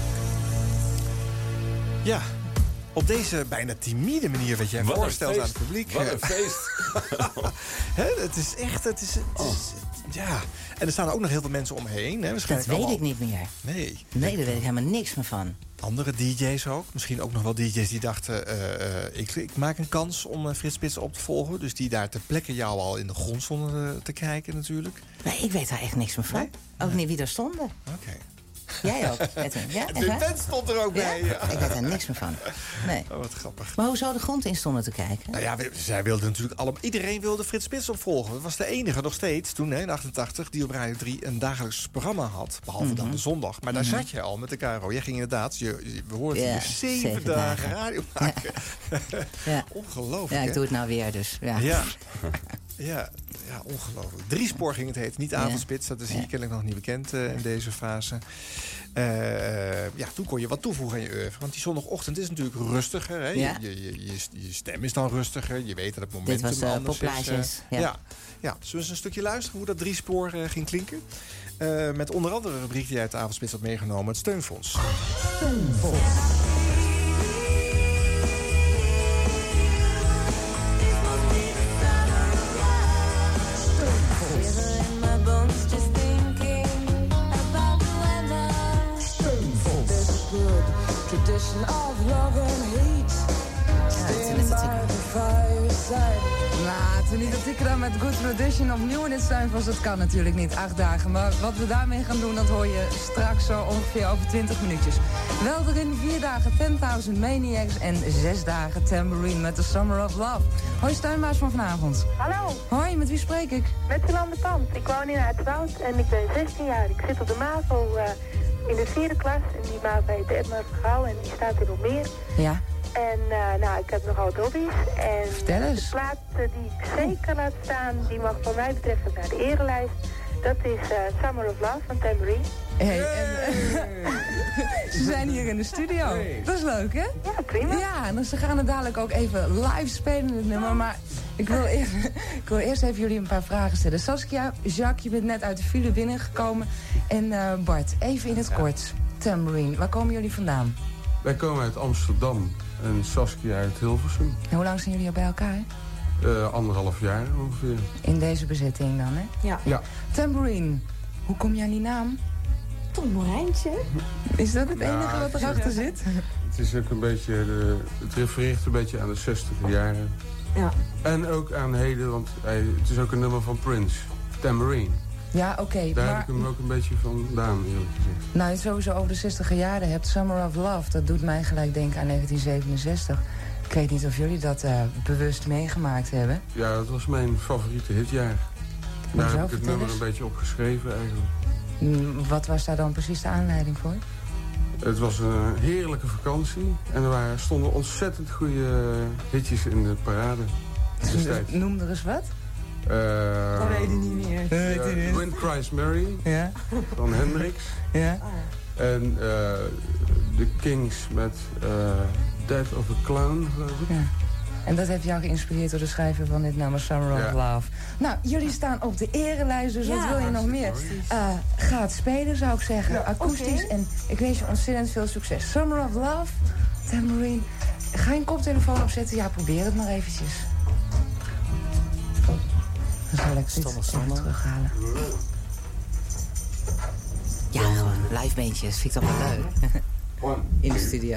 Ja, op deze bijna timide manier wat jij wat voorstelt aan het publiek. Wat een feest. He, het is echt... Het is, het is, oh. Ja, en er staan ook nog heel veel mensen omheen. Hè? Dat weet allemaal... ik niet meer. Nee. Nee, daar weet ik helemaal niks meer van. Andere D J's ook. Misschien ook nog wel D J's die dachten... Uh, uh, ik, ik maak een kans om uh, Frits Spits op te volgen. Dus die daar ter plekke jou al in de grond stonden uh, te kijken natuurlijk. Nee, ik weet daar echt niks meer van. Nee? Ook nee. niet wie er stonden. Oké. Okay. Jij ook, Edwin? Ja, de vent stond er ook bij. Ja? Ja. Ik weet er niks meer van. Nee. Oh, wat grappig. Maar hoe zou de grond in stonden te kijken? Nou ja, zij wilden natuurlijk allemaal... Iedereen wilde Frits Spits opvolgen. Dat was de enige nog steeds, toen hè, in achtentachtig... die op Radio drie een dagelijks programma had. Behalve mm-hmm. dan de zondag. Maar daar mm-hmm. zat je al met de K R O. Jij ging inderdaad... Je, je, we hoorden ja, je zeven, zeven dagen, dagen radio maken. Ja. Ja. Ongelooflijk, Ja, ik hè? doe het nou weer, dus. Ja. ja. Ja, ja, ongelooflijk. Driespoor ging het heet, niet avondspits. Dat is hier Ja. kennelijk nog niet bekend uh, in deze fase. Uh, ja, toen kon je wat toevoegen aan je oeuvre. Want die zondagochtend is natuurlijk rustiger. Hè? Ja. Je, je, je, je stem is dan rustiger. Je weet dat het momentum Dit was uh, anders Poplages. is. Ja. Uh, ja. Ja, zullen we eens een stukje luisteren hoe dat driespoor uh, ging klinken? Uh, met onder andere een rubriek die uit de avondspits had meegenomen. Het Steunfonds. Steunfonds. Tradition of love and hate. Stand by the fireside. Nou, toen niet dat ik dan met Good Tradition opnieuw in het Steunfonds. Dat kan natuurlijk niet, acht dagen. Maar wat we daarmee gaan doen, dat hoor je straks zo ongeveer over twintig minuutjes. Wel erin vier dagen tenduizend Maniacs en zes dagen Tambourine met The Summer of Love. Hoi Steunbaas van vanavond. Hallo. Hoi, met wie spreek ik? Met Jolande Pand. Ik woon in Uitwoud en ik ben zestien jaar. Ik zit op de MAVO uh, in de vierde klas. En die MAVO heet Edmar Vergaal en die staat in Almere. Ja. En uh, nou, ik heb nogal wat hobby's. En Vertel eens. de plaat uh, die ik zeker laat staan, die mag van mij betreffend naar de erelijst. Dat is uh, Summer of Love van Tambourine. Hey, en, ze zijn hier in de studio. Hey. Dat is leuk, hè? Ja, prima. Ja, dus ze gaan het dadelijk ook even live spelen, het nummer. Maar ik wil, eerst, ik wil eerst even jullie een paar vragen stellen. Saskia, Jacques, je bent net uit de file binnengekomen. En uh, Bart, even in het kort. Tambourine, waar komen jullie vandaan? Wij komen uit Amsterdam en Saskia uit Hilversum. En hoe lang zijn jullie al bij elkaar? Uh, anderhalf jaar ongeveer. In deze bezetting dan, hè? Ja. Ja. Tambourine, hoe kom je aan die naam? Tom Morijntje. Is dat het Ja, enige wat erachter zit? Het is ook een beetje, de, het refereert een beetje aan de zestiger jaren. Ja. En ook aan heden, want hij, het is ook een nummer van Prince, Tambourine. Ja, oké. Okay, Daar maar... heb ik hem ook een beetje vandaan, eerlijk gezegd. Nou, je het sowieso over de zestiger jaren hebt. Summer of Love, dat doet mij gelijk denken aan negentien zevenenzestig. Ik weet niet of jullie dat uh, bewust meegemaakt hebben. Ja, dat was mijn favoriete hitjaar. Daar heb ik het nummer een beetje opgeschreven eigenlijk. Mm, wat was daar dan precies de aanleiding voor? Het was een heerlijke vakantie. En er waren, stonden ontzettend goede hitjes in de parade. Destijds. Noem er eens wat. Uh, dat weet je niet meer. Uh, uh, Wind Cries Mary ja. van Hendrix. Ja. En uh, The Kings met uh, Death of a Clown, geloof ik. Ja. En dat heeft jou geïnspireerd door de schrijver van dit nummer Summer of ja. Love. Nou, jullie staan op de erelijst, dus ja, wat wil je nog meer? Uh, ga het spelen, zou ik zeggen. Ja, akoestisch. Okay. En ik wens je ontzettend veel succes. Summer of Love, Tambourine. Ga je een koptelefoon opzetten? Ja, probeer het maar eventjes. Dan zal ik dit even terughalen. Ja, gewoon live beentjes. Vind ik toch wel leuk. In de studio.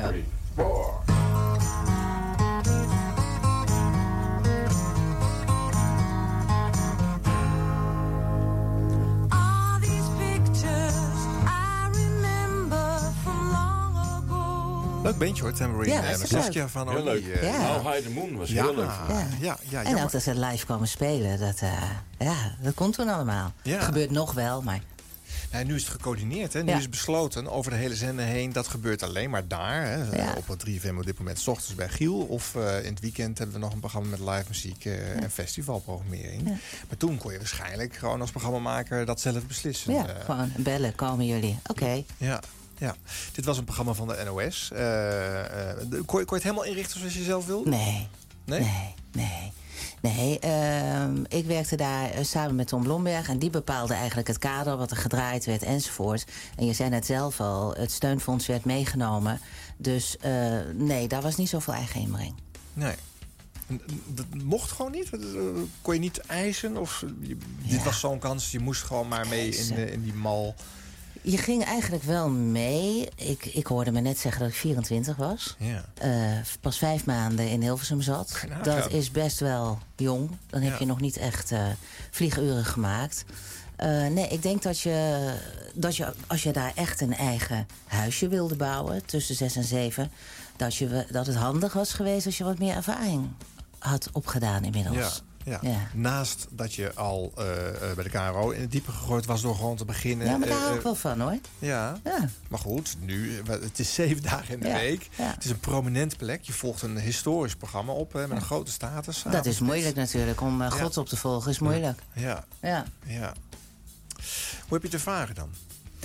Leuk beentje hoor, Tambourine. Ja, en Saskia van heel leuk. Uh, ja. How High the Moon was ja, heel leuk. Ja. Ja, ja, en ook dat ze live komen spelen, dat, uh, ja, dat komt toen allemaal. Ja. Het gebeurt nog wel, maar... Nou, nu is het gecoördineerd, hè? Nu ja. is besloten over de hele zender heen. Dat gebeurt alleen maar daar. Hè? Ja. Op het drie F M op dit moment, 's ochtends bij Giel. Of uh, in het weekend hebben we nog een programma met live muziek uh, ja. en festivalprogrammering. Ja. Maar toen kon je waarschijnlijk gewoon als programmamaker dat zelf beslissen. Ja, uh, gewoon bellen, komen jullie. Oké. Okay. Ja. Ja, dit was een programma van de N O S. Uh, uh, kon, je, kon je het helemaal inrichten zoals je zelf wilde? Nee. Nee? Nee, nee. Nee, uh, ik werkte daar uh, samen met Tom Blomberg... en die bepaalde eigenlijk het kader, wat er gedraaid werd enzovoort. En je zei net zelf al, het steunfonds werd meegenomen. Dus uh, nee, daar was niet zoveel eigen inbreng. Nee. Dat mocht gewoon niet? Kon je niet eisen? Of je, dit ja. was zo'n kans, je moest gewoon maar mee in, in die mal... Je ging eigenlijk wel mee. Ik, ik hoorde me net zeggen dat ik vierentwintig was. Ja. Uh, pas vijf maanden in Hilversum zat. Nou, dat ja. is best wel jong. Dan heb ja. je nog niet echt uh, vlieguren gemaakt. Uh, nee, ik denk dat je, dat je, als je daar echt een eigen huisje wilde bouwen... tussen zes en zeven... dat, je, dat het handig was geweest als je wat meer ervaring had opgedaan inmiddels. Ja. Ja. Ja. Naast dat je al uh, uh, bij de K R O in het diepe gegooid was door gewoon te beginnen. Ja, maar daar uh, hou ik wel van, hoor. Ja. ja. Maar goed, nu, het is zeven dagen in de ja. week. Ja. Het is een prominente plek. Je volgt een historisch programma op, hè, met ja. een grote status. Dat is moeilijk natuurlijk. Om uh, God ja. op te volgen is moeilijk. Ja. Ja. ja. Hoe heb je het ervaren dan?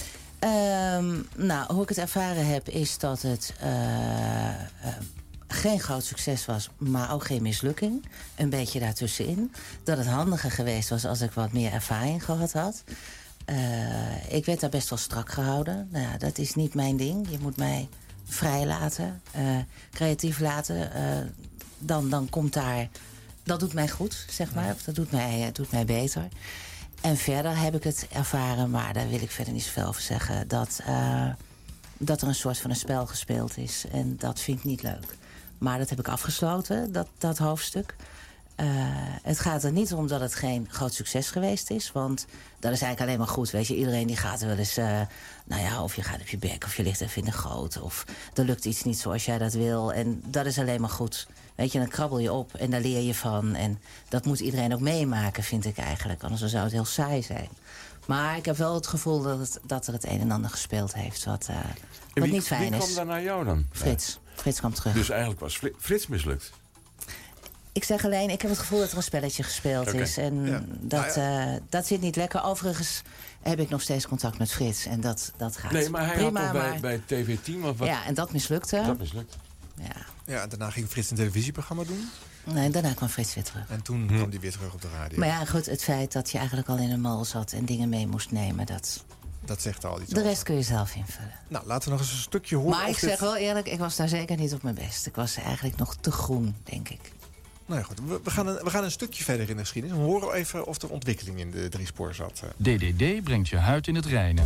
Um, nou, hoe ik het ervaren heb, is dat het uh, uh, geen groot succes was, maar ook geen mislukking. Een beetje daartussenin. Dat het handiger geweest was als ik wat meer ervaring gehad had. Uh, ik werd daar best wel strak gehouden. Nou ja, dat is niet mijn ding. Je moet mij vrij laten, uh, creatief laten. Uh, dan, dan komt daar... Dat doet mij goed, zeg maar. Of dat doet mij, uh, doet mij beter. En verder heb ik het ervaren, maar daar wil ik verder niet zoveel over zeggen... dat, uh, dat er een soort van een spel gespeeld is. En dat vind ik niet leuk. Maar dat heb ik afgesloten, dat, dat hoofdstuk. Uh, het gaat er niet om dat het geen groot succes geweest is. Want dat is eigenlijk alleen maar goed. Weet je, iedereen die gaat er wel eens... Uh, nou ja, of je gaat op je bek, of je ligt even in de goot... of er lukt iets niet zoals jij dat wil. En dat is alleen maar goed. Weet je, dan krabbel je op en daar leer je van. En dat moet iedereen ook meemaken, vind ik eigenlijk. Anders zou het heel saai zijn. Maar ik heb wel het gevoel dat, het, dat er het een en ander gespeeld heeft... wat, uh, wat wie, niet fijn is. Wie kwam daar naar jou dan? Frits. Frits kwam terug. Dus eigenlijk was Frits mislukt? Ik zeg alleen, ik heb het gevoel dat er een spelletje gespeeld okay. is. En ja. dat, nou ja. uh, dat zit niet lekker. Overigens heb ik nog steeds contact met Frits. En dat, dat gaat nee, maar hij prima. had toch bij, maar... bij het T V-team of wat? Ja, en dat mislukte. Dat mislukte. Ja. Ja, daarna ging Frits een televisieprogramma doen. Nee, daarna kwam Frits weer terug. En toen hm. kwam hij weer terug op de radio. Maar ja, goed, het feit dat je eigenlijk al in een mal zat... en dingen mee moest nemen, dat... Dat zegt al iets. De rest over. Kun je zelf invullen. Nou, laten we nog eens een stukje horen. Maar ik dit... zeg wel eerlijk, ik was daar zeker niet op mijn best. Ik was eigenlijk nog te groen, denk ik. Nou ja, goed. We, we, gaan een, we gaan een stukje verder in de geschiedenis. We horen even of er ontwikkeling in de driespoor zat. D D D brengt je huid in het reinen.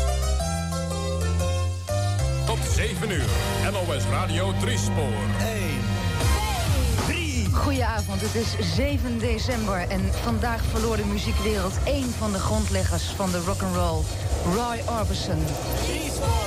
Tot zeven uur. N O S Radio Driespoor. één, drie. Goedenavond, het is zeven december en vandaag verloor de muziekwereld één van de grondleggers van de rock'n'roll, Roy Orbison. Driespoor.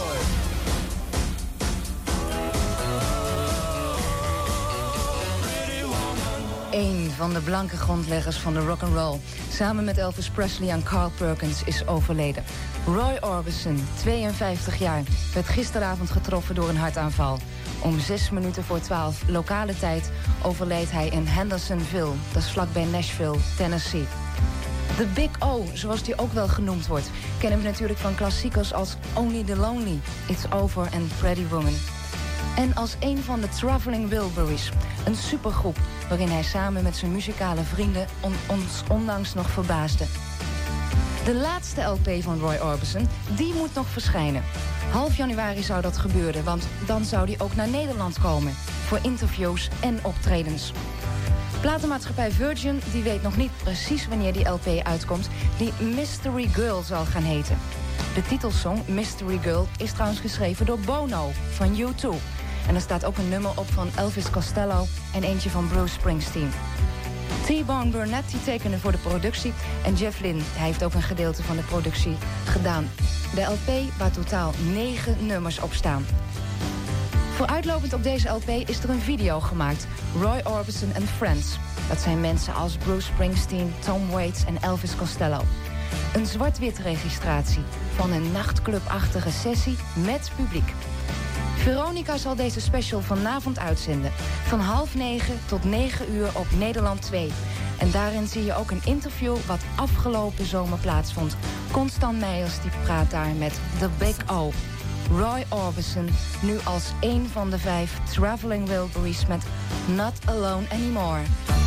Eén van de blanke grondleggers van de rock'n'roll, samen met Elvis Presley en Carl Perkins, is overleden. Roy Orbison, tweeënvijftig jaar, werd gisteravond getroffen door een hartaanval. Om zes minuten voor twaalf lokale tijd overleed hij in Hendersonville, dat is vlakbij Nashville, Tennessee. The Big O, zoals die ook wel genoemd wordt, kennen we natuurlijk van klassiekers als Only the Lonely, It's Over en Pretty Woman. En als een van de Traveling Wilburys, een supergroep waarin hij samen met zijn muzikale vrienden on- ons onlangs nog verbaasde. De laatste L P van Roy Orbison, die moet nog verschijnen. Half januari zou dat gebeuren, want dan zou hij ook naar Nederland komen. Voor interviews en optredens. Platenmaatschappij Virgin die weet nog niet precies wanneer die L P uitkomt, die Mystery Girl zal gaan heten. De titelsong Mystery Girl is trouwens geschreven door Bono van U twee. En er staat ook een nummer op van Elvis Costello en eentje van Bruce Springsteen. T-Bone Burnett die tekende voor de productie en Jeff Lynne hij heeft ook een gedeelte van de productie gedaan. De L P waar totaal negen nummers op staan. Vooruitlopend op deze L P is er een video gemaakt, Roy Orbison and Friends. Dat zijn mensen als Bruce Springsteen, Tom Waits en Elvis Costello. Een zwart-wit registratie van een nachtclubachtige sessie met publiek. Veronica zal deze special vanavond uitzenden. Van half negen tot negen uur op Nederland twee. En daarin zie je ook een interview wat afgelopen zomer plaatsvond. Constant Meijers die praat daar met The Big O. Roy Orbison, nu als één van de vijf Traveling Wilburys met Not Alone Anymore.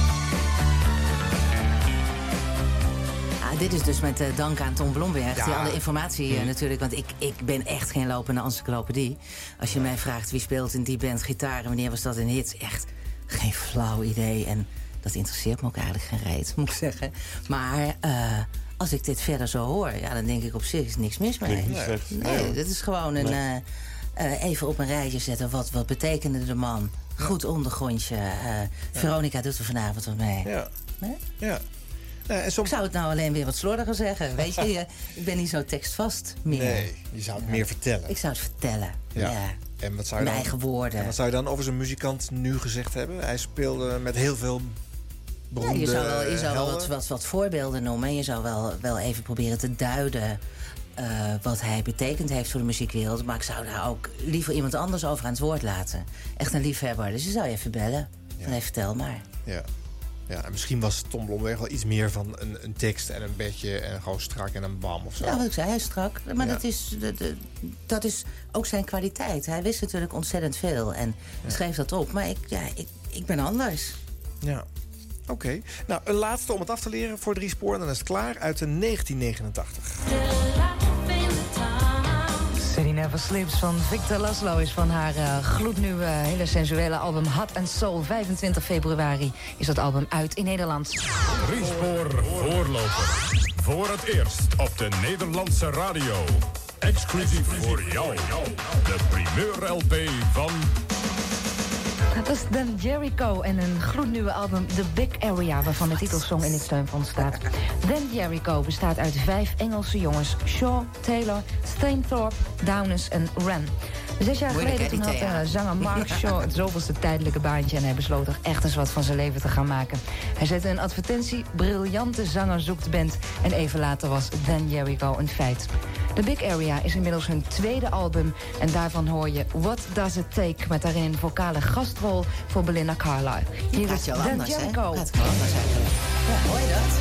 Dit is dus met uh, dank aan Tom Blomberg, Ja. die alle informatie uh, Mm. natuurlijk... want ik, ik ben echt geen lopende encyclopedie. Als je mij vraagt wie speelt in die band gitaar en wanneer was dat een hit... echt geen flauw idee. En dat interesseert me ook eigenlijk geen reet, moet ik zeggen. Maar uh, als ik dit verder zo hoor, ja, dan denk ik op zich is niks mis mee. Klinkt niet slecht. Nee, Nee. dit is gewoon een... Nee. Uh, uh, even op een rijtje zetten, wat, wat betekende de man? Goed ondergrondje. Uh, Veronica doet er vanavond wat mee. Ja. Nee? Ja. Ja, en soms... Ik zou het nou alleen weer wat slordiger zeggen. Weet je, je, ik ben niet zo tekstvast meer. Nee, je zou het meer vertellen. Ik zou het vertellen, ja. ja. En wat zou je Mijn dan, eigen woorden. En wat zou je dan over zijn muzikant nu gezegd hebben? Hij speelde met heel veel beroemde ja, je zou wel, je zou wel helden. wat, wat, wat voorbeelden noemen. Je zou wel, wel even proberen te duiden uh, wat hij betekend heeft voor de muziekwereld. Maar ik zou daar ook liever iemand anders over aan het woord laten. Echt een liefhebber. Dus je zou je even bellen. Ja. En even vertel maar. Ja. Ja, en misschien was Tom Blomberg wel iets meer van een, een tekst en een bedje en gewoon strak en een bam of zo. Ja, wat ik zei, hij is strak. Maar ja. dat, is, de, de, dat is ook zijn kwaliteit. Hij wist natuurlijk ontzettend veel en ja. schreef dat op. Maar ik, ja, ik, ik ben anders. Ja, oké. Okay. Nou, een laatste om het af te leren voor drie spoor en dan is het klaar uit de negentien negenentachtig. City Never Sleeps van Victor Laszlo is van haar uh, gloednieuwe, hele sensuele album Hot and Soul. vijfentwintig februari is dat album uit in Nederland. Driespoor voorloper. Voor het eerst op de Nederlandse radio. Exclusief voor jou. De primeur L P van... Dat is Dan Jericho en een gloednieuwe album The Big Area, waarvan de titelsong in het steunfonds staat. Dan Jericho bestaat uit vijf Engelse jongens: Shaw, Taylor, Stainthorpe, Downes en Wren. Zes jaar Moeilijk, geleden hè, toen had die uh, zanger Mark Shaw het zoveelste tijdelijke baantje en hij besloot er echt eens wat van zijn leven te gaan maken. Hij zette een advertentie, briljante zanger zoekt band en even later was Dan Jericho een feit. The Big Area is inmiddels hun tweede album en daarvan hoor je What Does It Take met daarin een vocale gastrol voor Belinda Carlisle. Hier is Dan anders, Jericho. Hè? Praat je anders eigenlijk. Ja, hoor je dat?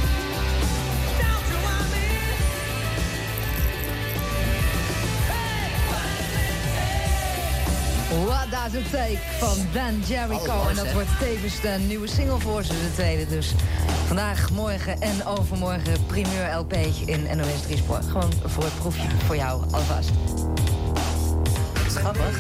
What Does It Take van Dan Jericho. Oh, en dat wordt tevens de nieuwe single voor ze, de tweede dus. Vandaag, morgen en overmorgen primeur L P in N O S drie spoor. Gewoon voor het proefje, voor jou alvast. Grappig.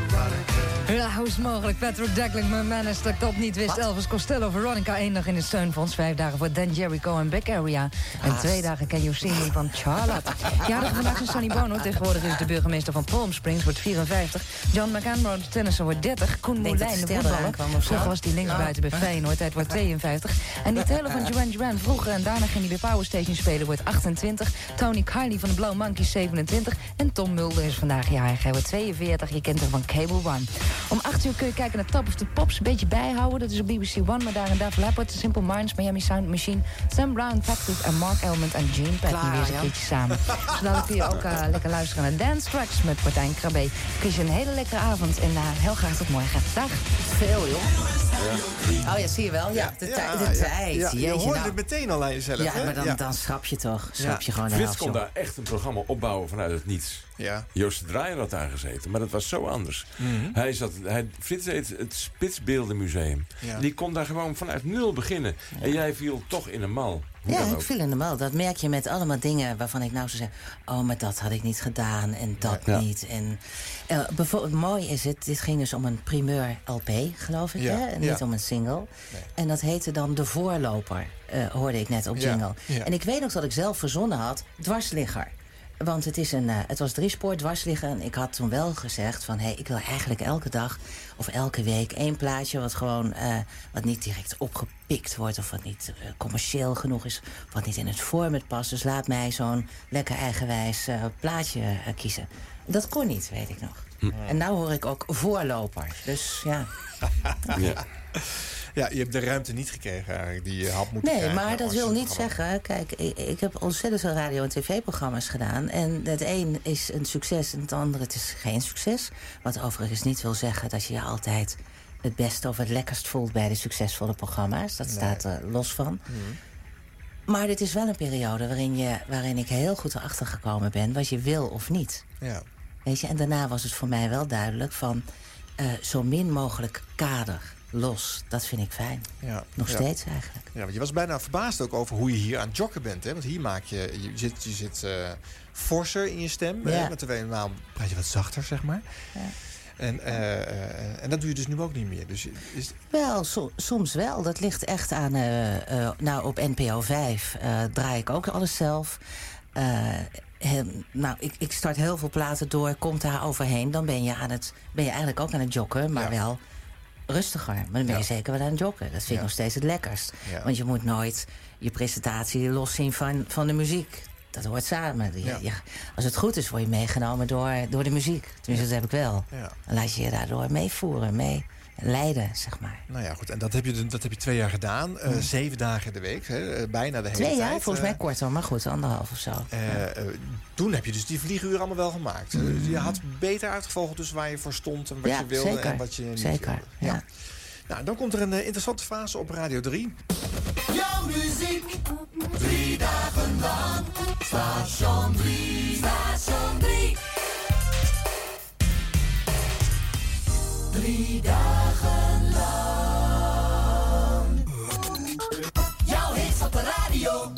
Ja, hoe is het mogelijk? Patrick Declan, mijn man is dat ik dat niet wist. Wat? Elvis Costello, Veronica, één dag in het steunfonds. Vijf dagen voor Dan Jericho en Big Area. En twee dagen Can You See Me van Charlotte. Ja, dat vandaag is Sonny Bono. Tegenwoordig is de burgemeester van Palm Springs, wordt vierenvijftig. John McEnroe, de tennisser, wordt dertig. Koen Moulijn, de voetballer. Vroeger was hij linksbuiten bij Feyenoord. Hij wordt tweeënvijftig. En die Taylor van Duran Duran, vroeger en daarna ging hij bij Power Station spelen, wordt achtentwintig. Tony Kiley van de Blauw Monkeys, zevenentwintig. En Tom Mulder is vandaag jarig. Hij wordt tweeënveertig. Je kent hem van Cable One. Om acht uur kun je kijken naar Top of the Pops. Een beetje bijhouden. Dat is op B B C One. Maar daar en daar Lab The Simple Minds, Miami Sound Machine, Sam Brown, Cactus en Mark Elmond en Gene Patton weer eens een keertje samen. Zodat kun je ook uh, lekker luisteren naar Dance Tracks met Martijn Krabbe. Kies je een hele lekkere avond en uh, heel graag tot morgen. Dag. Veel, joh. Ja. Oh ja, zie je wel. Ja, de, ja, de ja, tijd. Ja, ja. Je hoorde nou. het meteen al aan jezelf. Ja, hè? maar dan, ja. dan schrap je toch. Schrap Ja. je gewoon de Frits helft, kon joh. daar echt een programma opbouwen vanuit het niets. Ja. Joost de Draaier had daar gezeten, maar dat was zo anders. Mm-hmm. Hij zat, hij, Frits deed het Spitsbeeldenmuseum. Ja. Die kon daar gewoon vanuit nul beginnen. Ja. En jij viel toch in een mal. Hoe Ja, dan ik ook. viel in de mal. Dat merk je met allemaal dingen waarvan ik nou zou zeggen... oh, maar dat had ik niet gedaan en dat Ja. niet. En, uh, bijvoorbeeld, mooi is het, dit ging dus om een primeur L P, geloof ik, Ja. hè? En niet Ja. om een single. Nee. En dat heette dan De Voorloper, uh, hoorde ik net op Ja. jingle. Ja. En ik weet nog dat ik zelf verzonnen had, dwarsligger. Want het, is een, uh, het was driespoor dwarsliggen. En ik had toen wel gezegd van... hé, hey, ik wil eigenlijk elke dag of elke week één plaatje... wat gewoon uh, wat niet direct opgepikt wordt... of wat niet uh, commercieel genoeg is... of wat niet in het format past. Dus laat mij zo'n lekker eigenwijs uh, plaatje uh, kiezen. Dat kon niet, weet ik nog. Hm. En nu hoor ik ook voorloper. Dus ja... Ja. Ja, je hebt de ruimte niet gekregen eigenlijk die je had moeten nee, krijgen. maar dat als wil je niet programma- zeggen... Kijk, ik, ik heb ontzettend veel radio- en tv-programma's gedaan. En het een is een succes en het andere het is geen succes. Wat overigens niet wil zeggen dat je je altijd het beste of het lekkerst voelt... bij de succesvolle programma's. Dat Nee. staat er los van. Mm. Maar dit is wel een periode waarin, je, waarin ik heel goed erachter gekomen ben... wat je wil of niet. Ja. Weet je? En daarna was het voor mij wel duidelijk van... Uh, zo min mogelijk kader, los. Dat vind ik fijn. Ja. Nog Ja. steeds eigenlijk. Ja, want je was bijna verbaasd ook over hoe je hier aan het joggen bent. Hè? Want hier maak je... Je zit, je zit uh, forser in je stem. Ja. Hè? Maar terwijl normaal praat je wat zachter, zeg maar. Ja. En, uh, uh, en dat doe je dus nu ook niet meer. Dus is... Wel, so, soms wel. Dat ligt echt aan... Uh, uh, nou, op N P O vijf uh, draai ik ook alles zelf. Uh, he, nou, ik, ik start heel veel platen door. Komt daar overheen, dan ben je, aan het, ben je eigenlijk ook aan het joggen. Maar ja. wel rustiger. Maar dan ben je ja. zeker wel aan het joggen. Dat vind ik ja. nog steeds het lekkerst. Ja. Want je moet nooit je presentatie loszien van, van de muziek. Dat hoort samen. Je, ja. je, als het goed is, word je meegenomen door, door de muziek. Tenminste, dat heb ik wel. Ja. Dan laat je je daardoor meevoeren, mee... leiden, zeg maar. Nou ja, goed. En dat heb je, dat heb je twee jaar gedaan. Uh, mm. Zeven dagen in de week. Hè? Bijna de hele twee tijd. Twee jaar? Volgens mij korter, maar goed, anderhalf of zo. Uh, ja. uh, toen heb je dus die vlieguren allemaal wel gemaakt. Mm. Uh, je had beter uitgevolgd dus waar je voor stond en wat ja, je wilde zeker. en wat je niet zeker. wilde. Ja. Ja. Nou, dan komt er een uh, interessante fase op Radio drie. Jouw muziek, drie dagen lang. Station drie, station drie. Drie dagen lang. Jouw hits op de radio.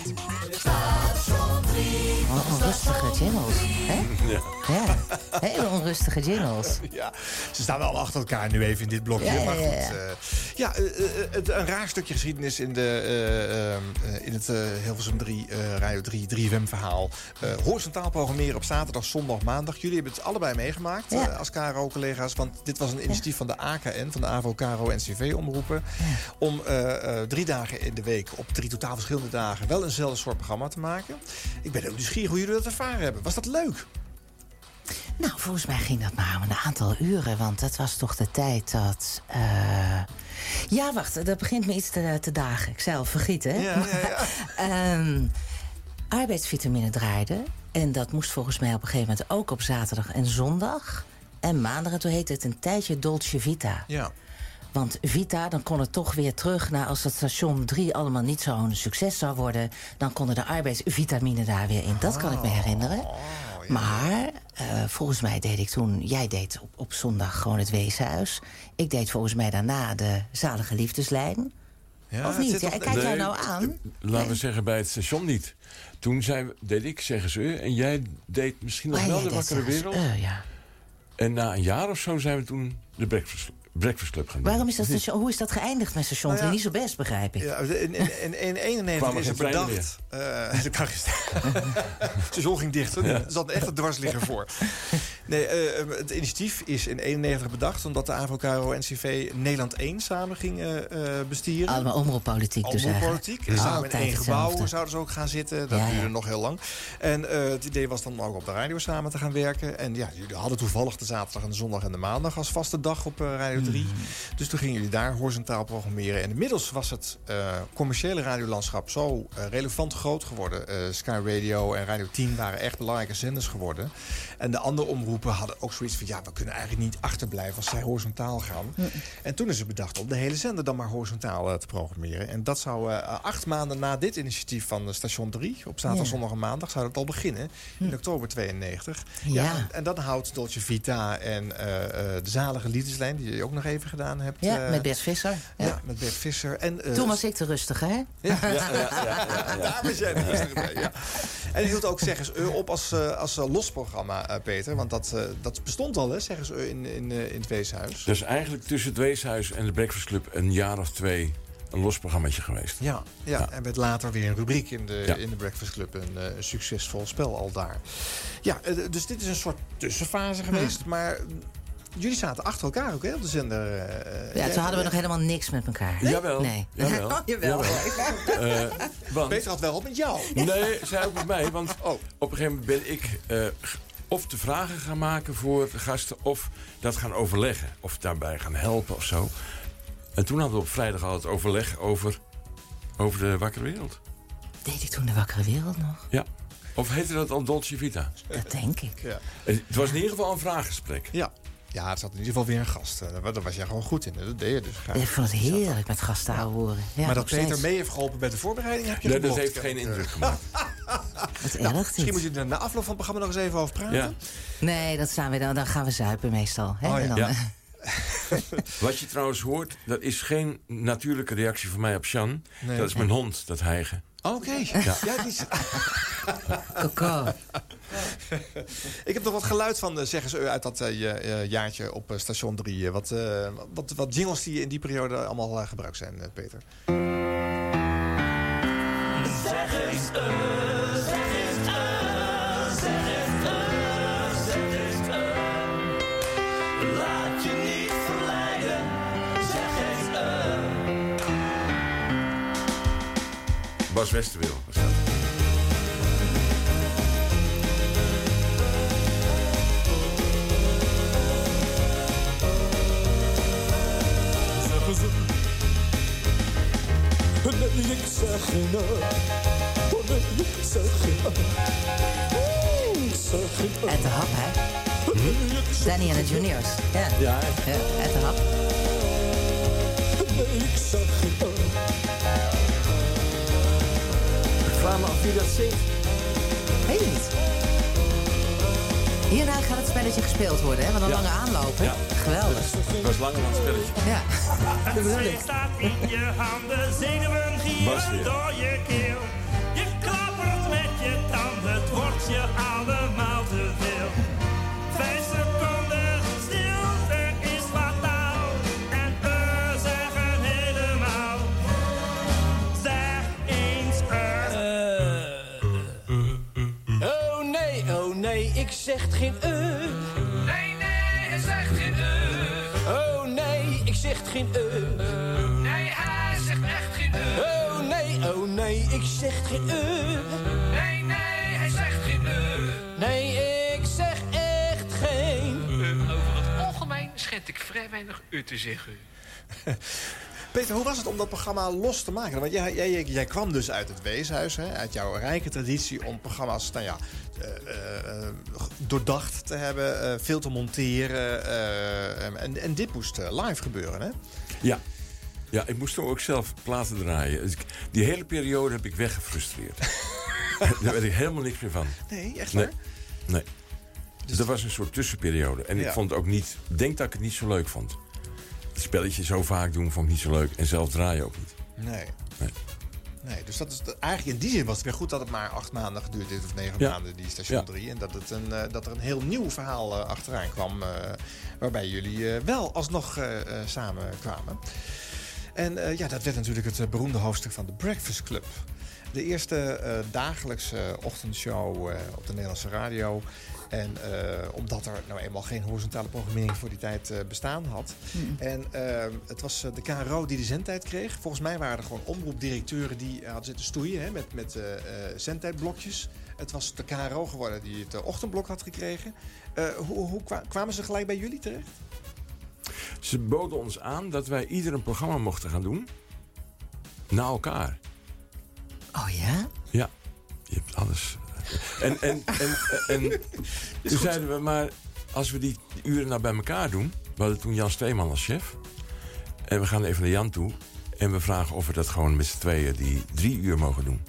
Station drie. Oh, onrustige jingles, hè? Ja. Ja, hele onrustige jingles. Ja, ze staan wel achter elkaar nu even in dit blokje. Ja, maar goed, ja, ja. Uh, ja uh, uh, een raar stukje geschiedenis in, de, uh, uh, in het uh, Hilversum drie, uh, Radio drie, drie F M verhaal. Uh, horizontaal programmeren op zaterdag, zondag, maandag. Jullie hebben het allebei meegemaakt ja. uh, als K R O-collega's. Want dit was een initiatief ja. van de A K N, van de AVO, K R O en C V-omroepen. Ja. Om uh, uh, drie dagen in de week, op drie totaal verschillende dagen, wel eenzelfde soort programma te maken. Ik ben ook nieuwsgierig hoe jullie dat ervaren hebben. Was dat leuk? Nou, volgens mij ging dat maar om een aantal uren. Want dat was toch de tijd dat... Uh... Ja, wacht, dat begint me iets te, te dagen. Ik zei al, vergieten, hè? Ja, ja, ja. um, arbeidsvitamine draaide. En dat moest volgens mij op een gegeven moment ook op zaterdag en zondag. En maandag, en toen heette het een tijdje Dolce Vita. Ja. Want Vita, dan kon het toch weer terug naar als dat station drie allemaal niet zo'n succes zou worden. Dan konden de arbeidsvitamine daar weer in. Dat kan ik me herinneren. Oh, ja. Maar uh, volgens mij deed ik toen... Jij deed op, op zondag gewoon het Weeshuis. Ik deed volgens mij daarna de Zalige Liefdeslijn. Ja, of niet? Ja, toch... kijk nee, jou nou aan. Laten nee. we zeggen bij het station niet. Toen zei, deed ik, zeggen ze... en jij deed misschien nog oh, wel de Wakkere Wereld. Uh, ja. En na een jaar of zo zijn we toen de Breakfast, breakfast Club gaan doen. Waarom is dat station, hoe is dat geëindigd met station drie? Nou ja, niet zo best, begrijp ik. Ja, in, in, in, in eenennegentig is het bedacht. Uh, het station ging dicht. Ja. Er zat echt een dwarsligger voor. Nee, uh, het initiatief is in eenennegentig bedacht... omdat de AVO, K R O en C V Nederland één samen gingen uh, bestieren. Allemaal omroeppolitiek dus Omroeppolitiek. Ja. Samen in één gebouw zouden ze ook gaan zitten. Dat ja, duurde ja. nog heel lang. En uh, het idee was dan ook op de radio samen te gaan werken. En ja, jullie hadden toevallig de zaterdag en de zondag en de maandag... als vaste dag op uh, Radio drie. Mm. Dus toen gingen jullie daar horizontaal programmeren. En inmiddels was het uh, commerciële radiolandschap zo uh, relevant groot geworden. Uh, Sky Radio en Radio tien waren echt belangrijke zenders geworden. En de andere omroepen hadden ook zoiets van... ja, we kunnen eigenlijk niet achterblijven als zij horizontaal gaan. Mm. En toen is het bedacht om de hele zender dan maar horizontaal uh, te programmeren. En dat zou uh, acht maanden na dit initiatief van uh, station drie... op zaterdag, ja. zondag en maandag zou dat al beginnen. In mm. oktober tweeënnegentig. Ja. Ja, en dan houdt Dolce Vita en uh, uh, de Zalige Liefdeslijn... die je ook nog even gedaan hebt. Ja, uh, met Bert Visser. Ja, ja met Bert Visser. En, uh, toen was ik de rustige, hè? Ja, ja, ja, ja, ja, ja. Daar was jij de rustige bij, ja. En je hield ook Zeggens U op als, uh, als uh, losprogramma, uh, Peter. Want dat, uh, dat bestond al, hè, Zeggens U in, in, uh, in het Weeshuis. Dus eigenlijk tussen het Weeshuis en de Breakfast Club... een jaar of twee een los programmaatje geweest. Ja, ja, ja. En met later weer een rubriek in de, ja. in de Breakfast Club. Een uh, succesvol spel al daar. Ja, uh, dus dit is een soort tussenfase geweest. Hmm. Maar... jullie zaten achter elkaar ook, hè, op de zender. Uh, ja, toen hadden we nog helemaal niks met elkaar. Nee? Jawel. Nee. Jawel. Oh, jawel. jawel. uh, want... Peter had wel op met jou. Nee, zij ook met mij. Want oh. op een gegeven moment ben ik uh, of de vragen gaan maken voor de gasten... of dat gaan overleggen. Of daarbij gaan helpen of zo. En toen hadden we op vrijdag al het overleg over, over de Wakkere Wereld. Deed ik toen de Wakkere Wereld nog? Ja. Of heette dat al Dolce Vita? Dat denk ik. Ja. Het was in ieder geval een vraaggesprek. Ja. Ja, het zat in ieder geval weer een gast. Daar was jij gewoon goed in. Dat deed je dus graag. Ik vond het heerlijk met gasten te horen. Ja, maar dat Peter steeds. mee heeft geholpen bij de voorbereiding heb je Nee, dat heeft geen indruk gemaakt. Wat nou, erg misschien moet je er na afloop van het programma nog eens even over praten. Ja. Nee, dat staan we dan, dan gaan we zuipen meestal. Hè? Oh, ja. En dan, ja. Wat je trouwens hoort, dat is geen natuurlijke reactie van mij op Sjan. Nee. Dat is mijn hond, dat hijgen. Oké. Okay. Ja. Ja, die is... Coco. Ik heb nog wat geluid van uh, Zeggens U uit dat uh, jaartje op uh, station drie. Uh, wat, uh, wat, wat jingles die in die periode allemaal uh, gebruikt zijn, uh, Peter. Zeggens U, Zeggens U, Zeggens U, Zeggens U. Laat je niet verleiden, Zeggens U. Bas Westerwil was dat. geen uh. Oh nee, ik zeg geen uh. Ik zeg geen uh. Uit de hap, hè? Hm? Danny en de Juniors. Ja, ja, ja uit de hap. Nee, ik zeg geen uh. Ik vraag me af wie dat zingt. Weet je niet. Hierna gaat het spelletje gespeeld worden, hè? Wat een ja. lange aanlopen. Ja. Geweldig. Het was langer dan het spelletje. Ja. Het zweet staat in je handen, zenuwen gieren door je keel. Je klappert met je tanden, het wordt je allemaal te veel. Vijf seconden stilte is fataal. En we zeggen helemaal, zeg eens uh. Oh nee, oh nee, ik zeg geen uh. Nee, nee, hij zegt geen uh. Oh nee, ik zeg geen uh. Nee, hij zegt echt geen uh. Oh nee, oh nee, ik zeg geen uh. Nee, nee, hij zegt geen uh. Nee, ik zeg echt geen uh. Over het algemeen schet ik vrij weinig u te zeggen. Peter, hoe was het om dat programma los te maken? Want jij, jij, jij kwam dus uit het Weeshuis, hè? Uit jouw rijke traditie om programma's nou ja, uh, uh, doordacht te hebben, uh, veel te monteren. Uh, en, en dit moest uh, live gebeuren, hè? Ja. Ja, ik moest toen ook zelf platen draaien. Dus ik, die hele periode heb ik weggefrustreerd. Daar werd ik helemaal niks meer van. Nee, echt waar? Nee. nee. Dus dat was een soort tussenperiode. En ja. ik vond het ook niet... Ik denk dat ik het niet zo leuk vond. Het spelletje zo vaak doen vond ik niet zo leuk. En zelf draaien ook niet. Nee. Nee. Nee, dus dat is de, eigenlijk in die zin was het weer goed dat het maar acht maanden geduurd heeft. Of negen ja. maanden, die station drie. Ja. En dat, het een, uh, dat er een heel nieuw verhaal uh, achteraan kwam. Uh, waarbij jullie uh, wel alsnog uh, uh, samen kwamen. En uh, ja, dat werd natuurlijk het uh, beroemde hoofdstuk van The Breakfast Club. De eerste uh, dagelijkse ochtendshow uh, op de Nederlandse radio. En uh, omdat er nou eenmaal geen horizontale programmering voor die tijd uh, bestaan had. Mm. En uh, het was uh, de K R O die de zendtijd kreeg. Volgens mij waren er gewoon omroepdirecteuren die uh, hadden zitten stoeien hè, met, met uh, uh, zendtijdblokjes. Het was de K R O geworden die het uh, ochtendblok had gekregen. Uh, hoe, hoe kwa- kwamen ze gelijk bij jullie terecht? Ze boden ons aan dat wij ieder een programma mochten gaan doen. Na elkaar. Oh ja? Ja. Je hebt alles... En, en, en, en, en toen zeiden we, maar als we die uren nou bij elkaar doen... We hadden toen Jan Steeman als chef. En we gaan even naar Jan toe. En we vragen of we dat gewoon met z'n tweeën die drie uur mogen doen.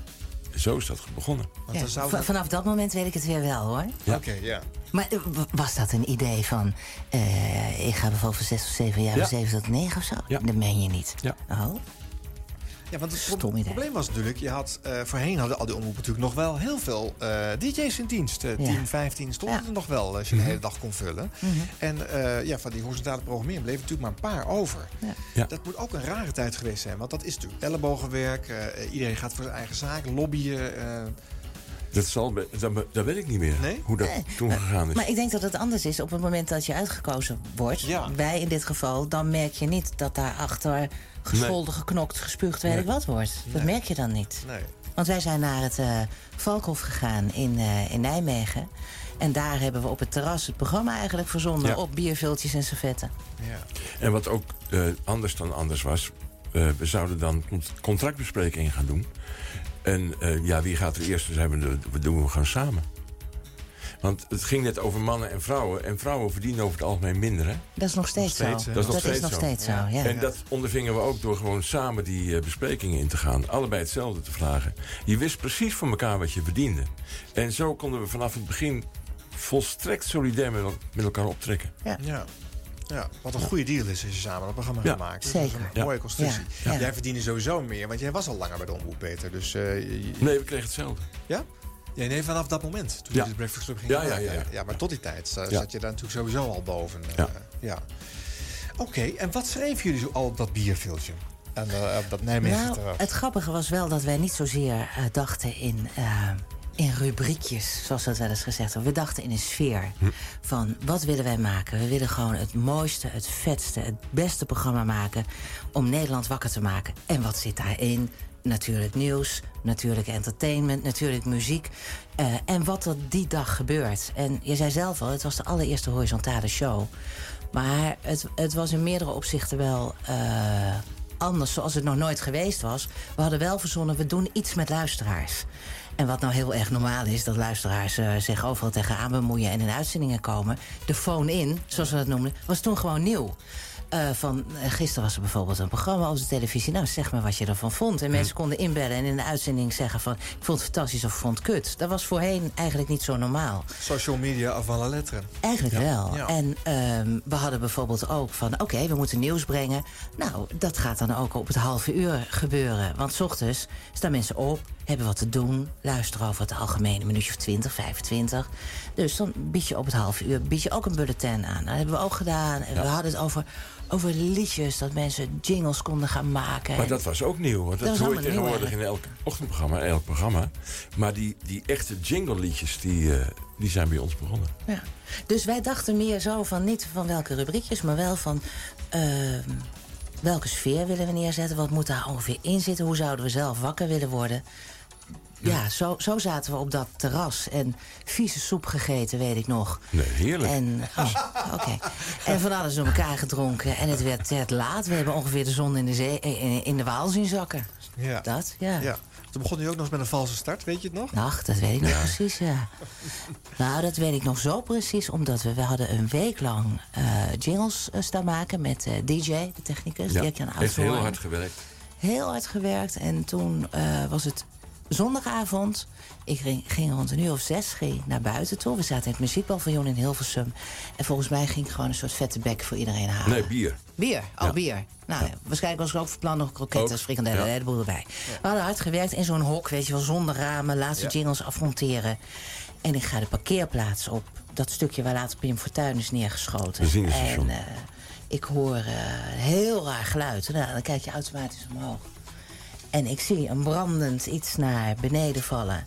Zo is dat begonnen. Ja, dan zou dat... Vanaf dat moment weet ik het weer wel, hoor. Ja. Oké, okay, ja. Maar was dat een idee van... Uh, ik ga bijvoorbeeld zes of zeven jaar, ja. zeven tot negen of zo? Ja. Dat meen je niet. Ja. Oh. Ja, want het pro- probleem was natuurlijk... je had uh, voorheen hadden al die omroepen natuurlijk nog wel heel veel uh, D J's in dienst. Uh, ja. tien, vijftien stonden ja. er nog wel als je mm-hmm. de hele dag kon vullen. Mm-hmm. En uh, ja, van die horizontale programmering bleef natuurlijk maar een paar over. Ja. Ja. Dat moet ook een rare tijd geweest zijn. Want dat is natuurlijk ellebogenwerk. Uh, iedereen gaat voor zijn eigen zaak, lobbyen... Uh, Dat, zal, dat, dat weet ik niet meer, nee? hoe dat nee. toen maar, gegaan is. Maar ik denk dat het anders is op het moment dat je uitgekozen wordt. Ja. Wij in dit geval, dan merk je niet dat daarachter gescholden, nee. geknokt, gespuugd, weet nee. ik wat wordt. Dat nee. merk je dan niet. Nee. Want wij zijn naar het uh, Valkhof gegaan in, uh, in Nijmegen. En daar hebben we op het terras het programma eigenlijk verzonden... Ja. op bierviltjes en servetten. Ja. En wat ook uh, anders dan anders was... Uh, we zouden dan contractbesprekingen gaan doen... En uh, ja, wie gaat er eerst? Dus hebben we, we doen we gewoon samen. Want het ging net over mannen en vrouwen. En vrouwen verdienen over het algemeen minder, hè? Dat is nog steeds, nog steeds zo. Dat is nog, dat steeds, is nog zo. steeds zo. Ja. Ja, en ja. dat ondervingen we ook door gewoon samen die uh, besprekingen in te gaan. Allebei hetzelfde te vragen. Je wist precies van elkaar wat je verdiende. En zo konden we vanaf het begin volstrekt solidair met, met elkaar optrekken. Ja. ja. Ja, wat een goede deal is als je samen een programma ja. gaat maken. Zeker. Dat is een ja. mooie constructie. Ja. Ja. Jij verdiende sowieso meer, want jij was al langer bij de omroep, Peter. Dus, uh, je... Nee, we kregen hetzelfde. Ja? Ja, nee, vanaf dat moment. Toen ja. je de Breakfast Club ging ja, ja, ja, ja. ja, maar tot die tijd uh, ja. zat je daar natuurlijk sowieso al boven. Uh, ja. ja. Oké, okay, en wat schreven jullie zo al op dat bierviltje? En uh, op dat Nijmegen nou, terug? Het grappige was wel dat wij niet zozeer uh, dachten in... Uh, in rubriekjes, zoals dat wel eens gezegd wordt. We dachten in een sfeer hm. van wat willen wij maken? We willen gewoon het mooiste, het vetste, het beste programma maken... om Nederland wakker te maken. En wat zit daarin? Natuurlijk nieuws, natuurlijk entertainment, natuurlijk muziek. Uh, en wat er die dag gebeurt. En je zei zelf al, het was de allereerste horizontale show. Maar het, het was in meerdere opzichten wel... Uh, anders, zoals het nog nooit geweest was. We hadden wel verzonnen, we doen iets met luisteraars. En wat nou heel erg normaal is, dat luisteraars uh, zich overal tegenaan bemoeien en in uitzendingen komen. De phone-in, zoals we dat noemden, was toen gewoon nieuw. Uh, van, uh, gisteren was er bijvoorbeeld een programma op de televisie. Nou, zeg maar wat je ervan vond. En mensen konden inbellen en in de uitzending zeggen van... ik vond het fantastisch of ik vond het kut. Dat was voorheen eigenlijk niet zo normaal. Social media avant la lettre. Eigenlijk ja. wel. Ja. En um, we hadden bijvoorbeeld ook van... oké, okay, we moeten nieuws brengen. Nou, dat gaat dan ook op het halve uur gebeuren. Want 's ochtends staan mensen op, hebben wat te doen... luisteren over het algemeen een minuutje of twintig, vijfentwintig. Dus dan bied je op het halve uur bied je ook een bulletin aan. Dat hebben we ook gedaan. En ja. we hadden het over... over liedjes, dat mensen jingles konden gaan maken. Maar dat was ook nieuw, want dat, dat hoor je tegenwoordig in elk ochtendprogramma, elk programma. Maar die, die echte jingle-liedjes, die, uh, die zijn bij ons begonnen. Ja. Dus wij dachten meer zo van, niet van welke rubriekjes, maar wel van... Uh, welke sfeer willen we neerzetten, wat moet daar ongeveer in zitten... hoe zouden we zelf wakker willen worden... Ja, ja zo, zo zaten we op dat terras. En vieze soep gegeten, weet ik nog. Nee, heerlijk. En, oh, okay. en van alles door elkaar gedronken. En het werd, werd laat. We hebben ongeveer de zon in de, zee, in, in de Waal zien zakken. Ja. Dat, ja. ja. Toen begon u ook nog eens met een valse start, weet je het nog? Ach, dat weet ik nog ja. precies, ja. Nou, dat weet ik nog zo precies. Omdat we, we hadden een week lang uh, jingles uh, staan maken met uh, D J, de technicus. Ja, die heb je aan heeft heel hard gewerkt. Heel hard gewerkt. En toen uh, was het... zondagavond, ik ging, ging rond een uur of zes ging naar buiten toe. We zaten in het muziekpaviljoen in Hilversum. En volgens mij ging ik gewoon een soort vette bek voor iedereen halen. Nee, bier. Bier, oh ja. bier. Nou, ja. waarschijnlijk was er ook voor plan nog kroketten, frikandellen, ja. de boel erbij. Ja. We hadden hard gewerkt in zo'n hok, weet je wel, zonder ramen, laatste ja. jingles afmonteren. En ik ga de parkeerplaats op, dat stukje waar later Pim Fortuyn is neergeschoten. En uh, ik hoor uh, heel raar geluid. Nou, dan kijk je automatisch omhoog. En ik zie een brandend iets naar beneden vallen.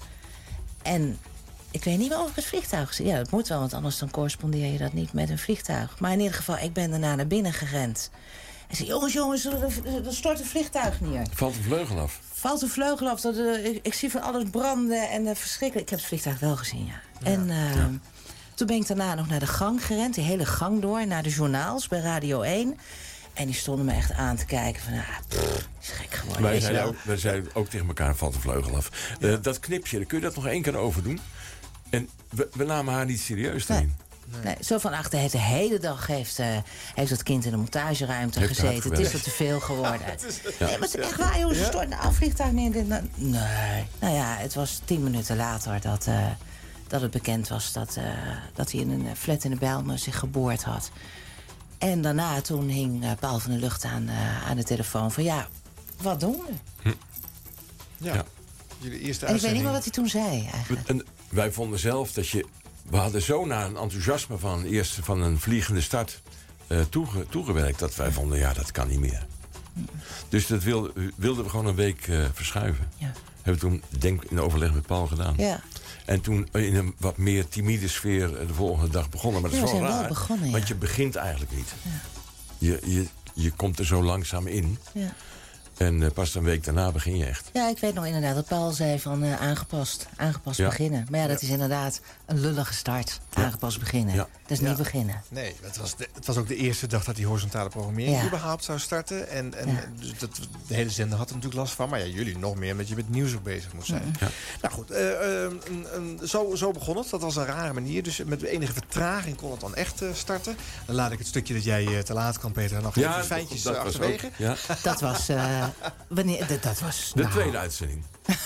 En ik weet niet wel of ik het vliegtuig zie. Ja, dat moet wel, want anders dan correspondeer je dat niet met een vliegtuig. Maar in ieder geval, ik ben daarna naar binnen gerend. En zei, jongens, jongens, er stort een vliegtuig neer. Valt een vleugel af? Valt een vleugel af. Dat, uh, ik, ik zie van alles branden en uh, verschrikkelijk. Ik heb het vliegtuig wel gezien, ja. ja. En uh, ja. toen ben ik daarna nog naar de gang gerend. Die hele gang door, naar de journaals bij Radio één. En die stonden me echt aan te kijken van, ah, pff, is gek geworden. Wij zeiden ook, wij zeiden ook tegen elkaar, valt een vleugel af. Ja. Uh, dat knipje, kun je dat nog één keer overdoen? En we, we namen haar niet serieus nee. erin. Nee. Nee, zo van achter heeft de hele dag heeft, uh, heeft dat kind in de montageruimte heeft gezeten. Het is er te veel geworden. Ja, is, ja. Nee, maar het is echt waar, jongens. Ze stort een vliegtuig neer. Nee. Nou ja, het was tien minuten later dat, uh, dat het bekend was dat, uh, dat hij in een flat in de Bijlmer zich geboord had. En daarna, toen hing uh, Paul van der Lucht aan, uh, aan de telefoon van... ja, wat doen we? Hm. Ja. ja. Jullie eerste en ik weet niet meer wat hij toen zei, eigenlijk. En wij vonden zelf dat je... We hadden zo naar een enthousiasme van, eerst van een vliegende start uh, toege, toegewerkt... dat wij vonden, ja, dat kan niet meer. Hm. Dus dat wilde, wilden we gewoon een week uh, verschuiven. Ja. Hebben we toen, denk in overleg met Paul gedaan. Ja. En toen in een wat meer timide sfeer de volgende dag begonnen. Maar dat ja, is wel raar, wel begonnen, ja. want je begint eigenlijk niet. Ja. Je, je, je komt er zo langzaam in. Ja. En uh, pas een week daarna begin je echt. Ja, ik weet nog inderdaad dat Paul zei van uh, aangepast. Aangepast ja. beginnen. Maar ja, dat ja. is inderdaad een lullige start. Ja. Aangepast beginnen. Ja. Dat is ja. niet beginnen. Nee, het was, de, het was ook de eerste dag dat die horizontale programmering ja. überhaupt zou starten. En, en ja. dus dat, de hele zender had er natuurlijk last van. Maar ja, jullie nog meer, omdat je met nieuws ook bezig moest zijn. Ja. Nou goed, uh, uh, uh, zo, zo begon het. Dat was een rare manier. Dus met enige vertraging kon het dan echt uh, starten. Dan laat ik het stukje dat jij uh, te laat kan, Peter, nog ja, even fijntjes dat, dat achterwege. Ja. Dat was... Uh, wanneer, dat, dat was de nou. tweede uitzending.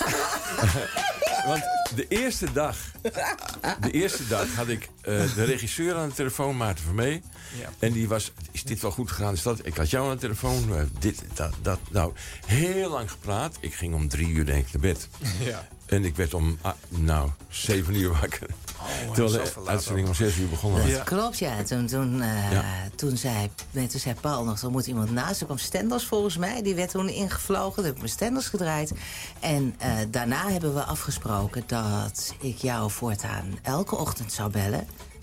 Want de eerste dag... De eerste dag had ik uh, de regisseur aan de telefoon, Maarten Vermee. Ja. En die was, is dit wel goed gegaan? Is dat? Ik had jou aan de telefoon. Uh, dit, dat, dat. Nou, heel lang gepraat. Ik ging om drie uur denk ik naar bed. Ja. En ik werd om, ah, nou, zeven uur wakker. Oh, terwijl de uitzending om zes uur begonnen was. Ja. Klopt, ja. Toen, toen, uh, ja. Toen, zei, nee, toen zei Paul nog, er moet iemand naast. Er kwam Stenders volgens mij. Die werd toen ingevlogen. Toen heb ik mijn Stenders gedraaid. En uh, daarna hebben we afgesproken dat ik jou voortaan elke ochtend zou bellen.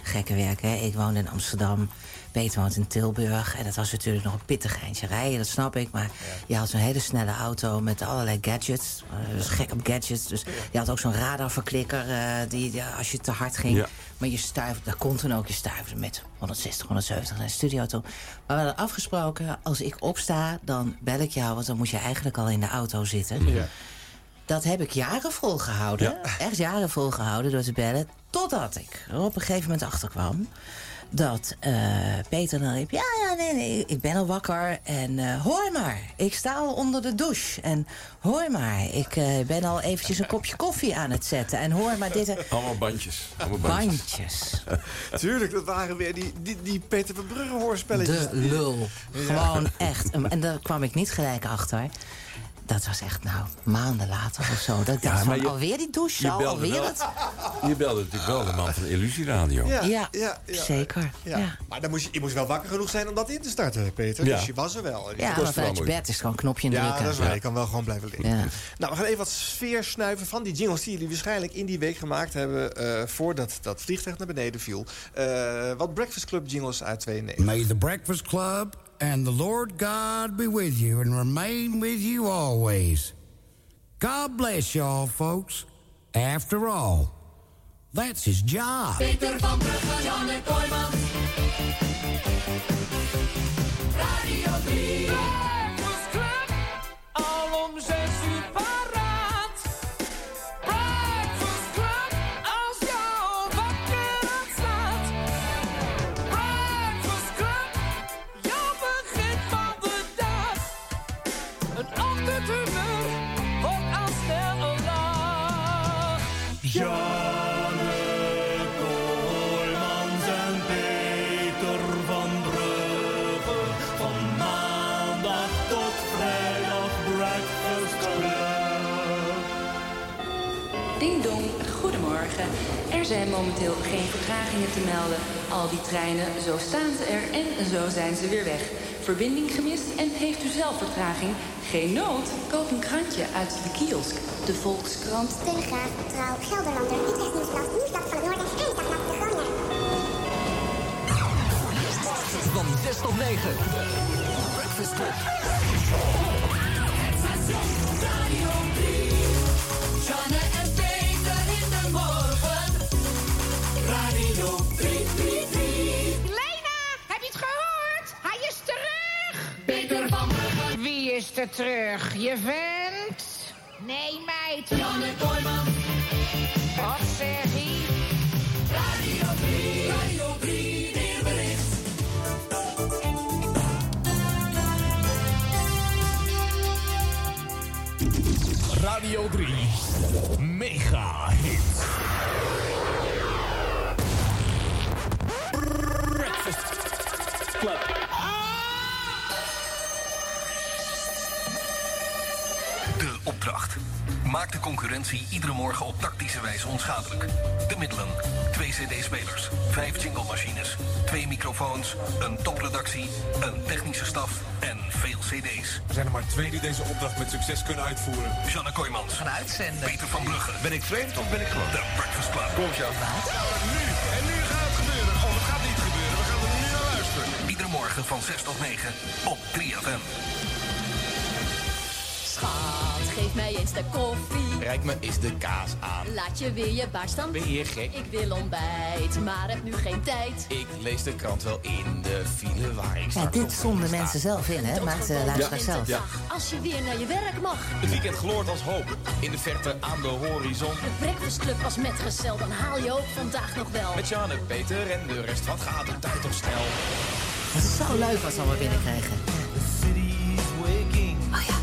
gekke werk. Hè. Ik woonde in Amsterdam, Peter woont in Tilburg. En dat was natuurlijk nog een pittig eindje rijden, dat snap ik. Maar ja. je had zo'n hele snelle auto met allerlei gadgets. Uh, dus gek op gadgets. Dus je had ook zo'n radarverklikker uh, die, die, als je te hard ging. Ja. Maar je stuiver, daar kon toen ook je stuiver met honderdzestig, honderdzeventig naar de studio toe. Maar we hadden afgesproken, als ik opsta, dan bel ik jou. Want dan moet je eigenlijk al in de auto zitten. Ja. Dat heb ik jaren volgehouden. Ja. Echt jaren volgehouden door te bellen. Totdat ik er op een gegeven moment achterkwam dat uh, Peter dan riep... ja, ja, nee, nee, ik ben al wakker en uh, hoor maar, ik sta al onder de douche. En hoor maar, ik uh, ben al eventjes een kopje koffie aan het zetten. En hoor maar dit... Allemaal bandjes. Allemaal bandjes. bandjes. Tuurlijk, dat waren weer die, die, die Peter van Brugge hoorspelletjes. De lul. Ja. Gewoon echt. En daar kwam ik niet gelijk achter. Dat was echt, nou, maanden later of zo. Dat ik dacht ja, van, je, alweer die douche, zo, alweer wel, het. Je belde natuurlijk wel de man van de Illusieradio. Ja, ja, ja, ja zeker. Ja. Ja. Maar dan moest je, je moest wel wakker genoeg zijn om dat in te starten, Peter. Ja. Dus je was er wel. Ja, maar vanuit je bed is gewoon een knopje indrukken. Ja, dat is waar. Ja. Je kan wel gewoon blijven liggen. Ja. Nou, we gaan even wat sfeer snuiven van die jingles die jullie waarschijnlijk in die week gemaakt hebben uh, voordat dat vliegtuig naar beneden viel. Uh, wat Breakfast Club jingles uit tweeënnegentig. May the Breakfast Club and the Lord God be with you and remain with you always. God bless y'all, folks. After all, that's his job. Peter van Brugge, Janne Kooijmans. Radio drie. Breakfast Club, al om zes uur paraat. Breakfast Club, als jou wakker staat. Breakfast Club, jouw begin van de dag. Een ochtendhumeur wordt al snel een lach. Janne Kooijmans en Peter van Brugge. Van maandag tot vrijdag Breakfast Club. Ding dong, goedemorgen. Er zijn momenteel geen vertragingen te melden. Al die treinen, zo staan ze er en zo zijn ze weer weg. Verbinding gemist en heeft u zelf vertraging? Geen nood, koop een krantje uit de kiosk. De Volkskrant, Telegraaf, Trouw, Gelderlander, Utrecht Nieuwsblad, Nieuwsblad van het Noorden en Dagblad de Groninger. Van zes tot negen. Breakfast Club. Radio drie. Janne en Peter in de morgen. Radio drie, drie, drie. Lena, heb je het gehoord? Hij is terug. Peter van Brugge. Wie is er terug? Je vent? Nee, meid. Janne Kooijmans. Wat zeg je? Radio drie. Radio drie, weerbericht. Radio drie. Mega hit. Breakfast Club. De opdracht. Maak de concurrentie iedere morgen op tactische wijze onschadelijk. De middelen. Twee cd-spelers, vijf jingle-machines, twee microfoons, een topredactie, een technische staf en veel cd's. Er zijn er maar twee die deze opdracht met succes kunnen uitvoeren. Janne Kooijmans. Gaan uitzenden. Peter van Brugge. Ben ik vreemd of ben ik gewoon? De Breakfast Club. Kom, Jan. Nu. En nu gaat het gebeuren. Of het gaat niet gebeuren. We gaan er nu naar luisteren. Iedere morgen van zes tot negen op drie F M. Schat, geef mij eens de koffie. Rijk me eens de kaas aan. Laat je weer je baard staan. Ben je gek? Ik wil ontbijt, maar heb nu geen tijd. Ik lees de krant wel in de file waar ik sta. Ja, dit zonden mensen zelf in, hè? Maakt de luisteraar zelf. Ja. Als je weer naar je werk mag. Het weekend gloort als hoop. In de verte aan de horizon. De Breakfast Club was metgezel, dan haal je ook vandaag nog wel. Met Jan en Peter en de rest, wat gaat de tijd toch snel? Het is zo leuk wat ze allemaal binnenkrijgen. Oh ja.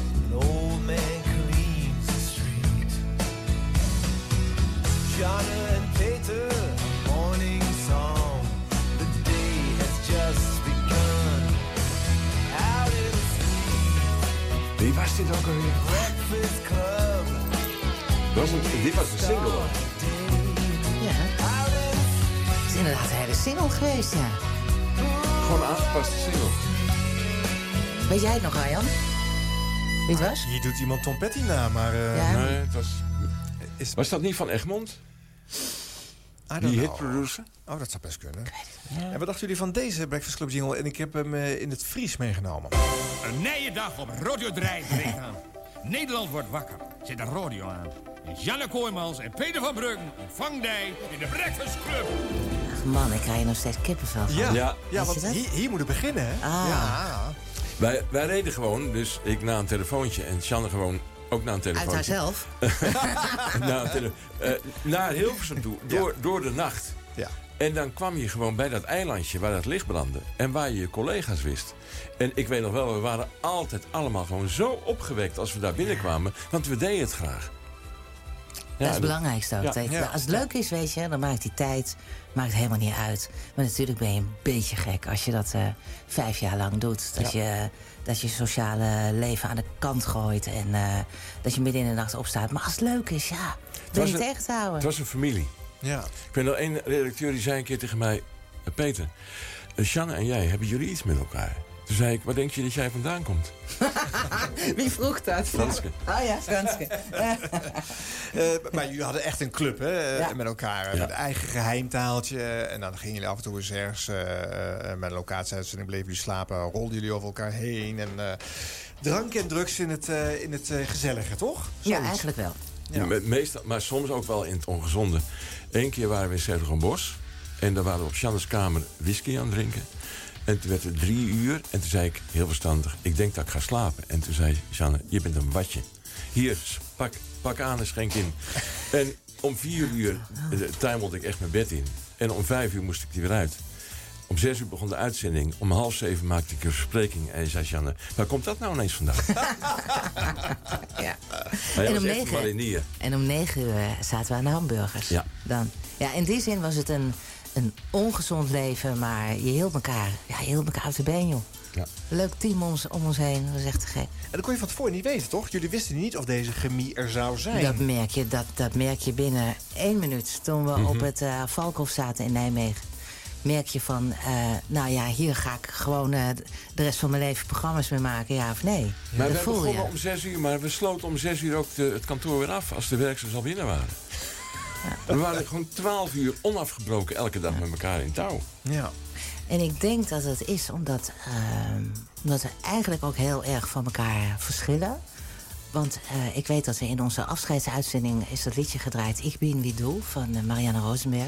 Janne and Peter, morning song. The day has just begun. Out in the street. Wie was dit ook alweer? Breakfast Club. Dat moet, dit was een single. Ja. Het is inderdaad een hele single geweest, ja. Gewoon een aangepaste single. Weet jij het nog, Arjan? Wie het was? Hier doet iemand Tom Petty na, maar... Uh... Ja. Nee, het was... Is... Was dat niet van Egmond? Die hitproducer? Oh, dat zou best kunnen. Ja. En wat dachten jullie van deze Breakfast Club jingle? En ik heb hem uh, in het Fries meegenomen. Een nieuwe dag op Radio drie breekt aan. Nederland wordt wakker. Zet de radio aan. En Janne Kooijmans en Peter van Bruggen ontvangt die in de Breakfast Club. Ach man, ik krijg je nog steeds kippenvel van. Ja, ja. ja want hier, hier moet het beginnen, hè? Ah. Ja. Wij, wij reden gewoon, dus ik na een telefoontje en Janne gewoon ook na een telefoontje. Uit haarzelf? na een tele- uh, naar Hilversum toe, door, ja. door de nacht. Ja. En dan kwam je gewoon bij dat eilandje waar dat licht brandde. En waar je je collega's wist. En ik weet nog wel, we waren altijd allemaal gewoon zo opgewekt als we daar binnenkwamen. Want we deden het graag. Ja, dat is het belangrijkste ook. Ja. Ja. Als het leuk is, weet je, dan maakt die tijd maakt helemaal niet uit. Maar natuurlijk ben je een beetje gek als je dat uh, vijf jaar lang doet. Dat, ja. je, dat je sociale leven aan de kant gooit. En uh, dat je midden in de nacht opstaat. Maar als het leuk is, ja, ben je tegen te houden. Het was een familie. Ja. Ik weet nog één redacteur die zei een keer tegen mij... Peter, uh, Janne en jij, hebben jullie iets met elkaar? Toen zei ik, waar denk je dat jij vandaan komt? Wie vroeg dat? Franske. Oh ja, Franske. uh, maar jullie hadden echt een club, hè? Ja. Met elkaar. Ja. Met een eigen geheimtaaltje. En dan gingen jullie af en toe eens ergens... Uh, met een locatieuitzending bleven jullie slapen. Rolden jullie over elkaar heen. En uh, drank en drugs in het, uh, in het uh, gezellige, toch? Zoiets. Ja, eigenlijk wel. Ja. Ja, meestal, maar soms ook wel in het ongezonde. Eén keer waren we in Sertogenbosch. En daar waren we op Janne's kamer whisky aan het drinken. En toen werd het drie uur. En toen zei ik, heel verstandig, ik denk dat ik ga slapen. En toen zei Janne, je bent een watje. Hier, pak, pak aan en schenk in. En om vier uur tuimelde ik echt mijn bed in. En om vijf uur moest ik die weer uit. Om zes uur begon de uitzending. Om half zeven maakte ik een verspreking. En zei Janne, waar komt dat nou ineens vandaan? Ja. En om, negen, en om negen uur zaten we aan de hamburgers. Ja. Dan. Ja, in die zin was het een... Een ongezond leven, maar je hield elkaar, ja, je hield elkaar uit de been, joh. Ja. Leuk team om, om ons heen, dat is echt te gek. En dat kon je van tevoren niet weten, toch? Jullie wisten niet of deze chemie er zou zijn. Dat merk je, dat, dat merk je binnen één minuut. Toen we mm-hmm. op het uh, Valkhof zaten in Nijmegen... merk je van, uh, nou ja, hier ga ik gewoon uh, de rest van mijn leven programma's mee maken, ja of nee. Maar dat we voel begonnen je. om zes uur, maar we sloten om zes uur ook de, het kantoor weer af... als de werksters al binnen waren. Ja. We waren gewoon twaalf uur onafgebroken elke dag ja. met elkaar in touw. Ja. En ik denk dat het is omdat, uh, omdat we eigenlijk ook heel erg van elkaar verschillen. Want uh, ik weet dat we in onze afscheidsuitzending is dat liedje gedraaid... Ik bin wie du van uh, Marianne Rosenberg.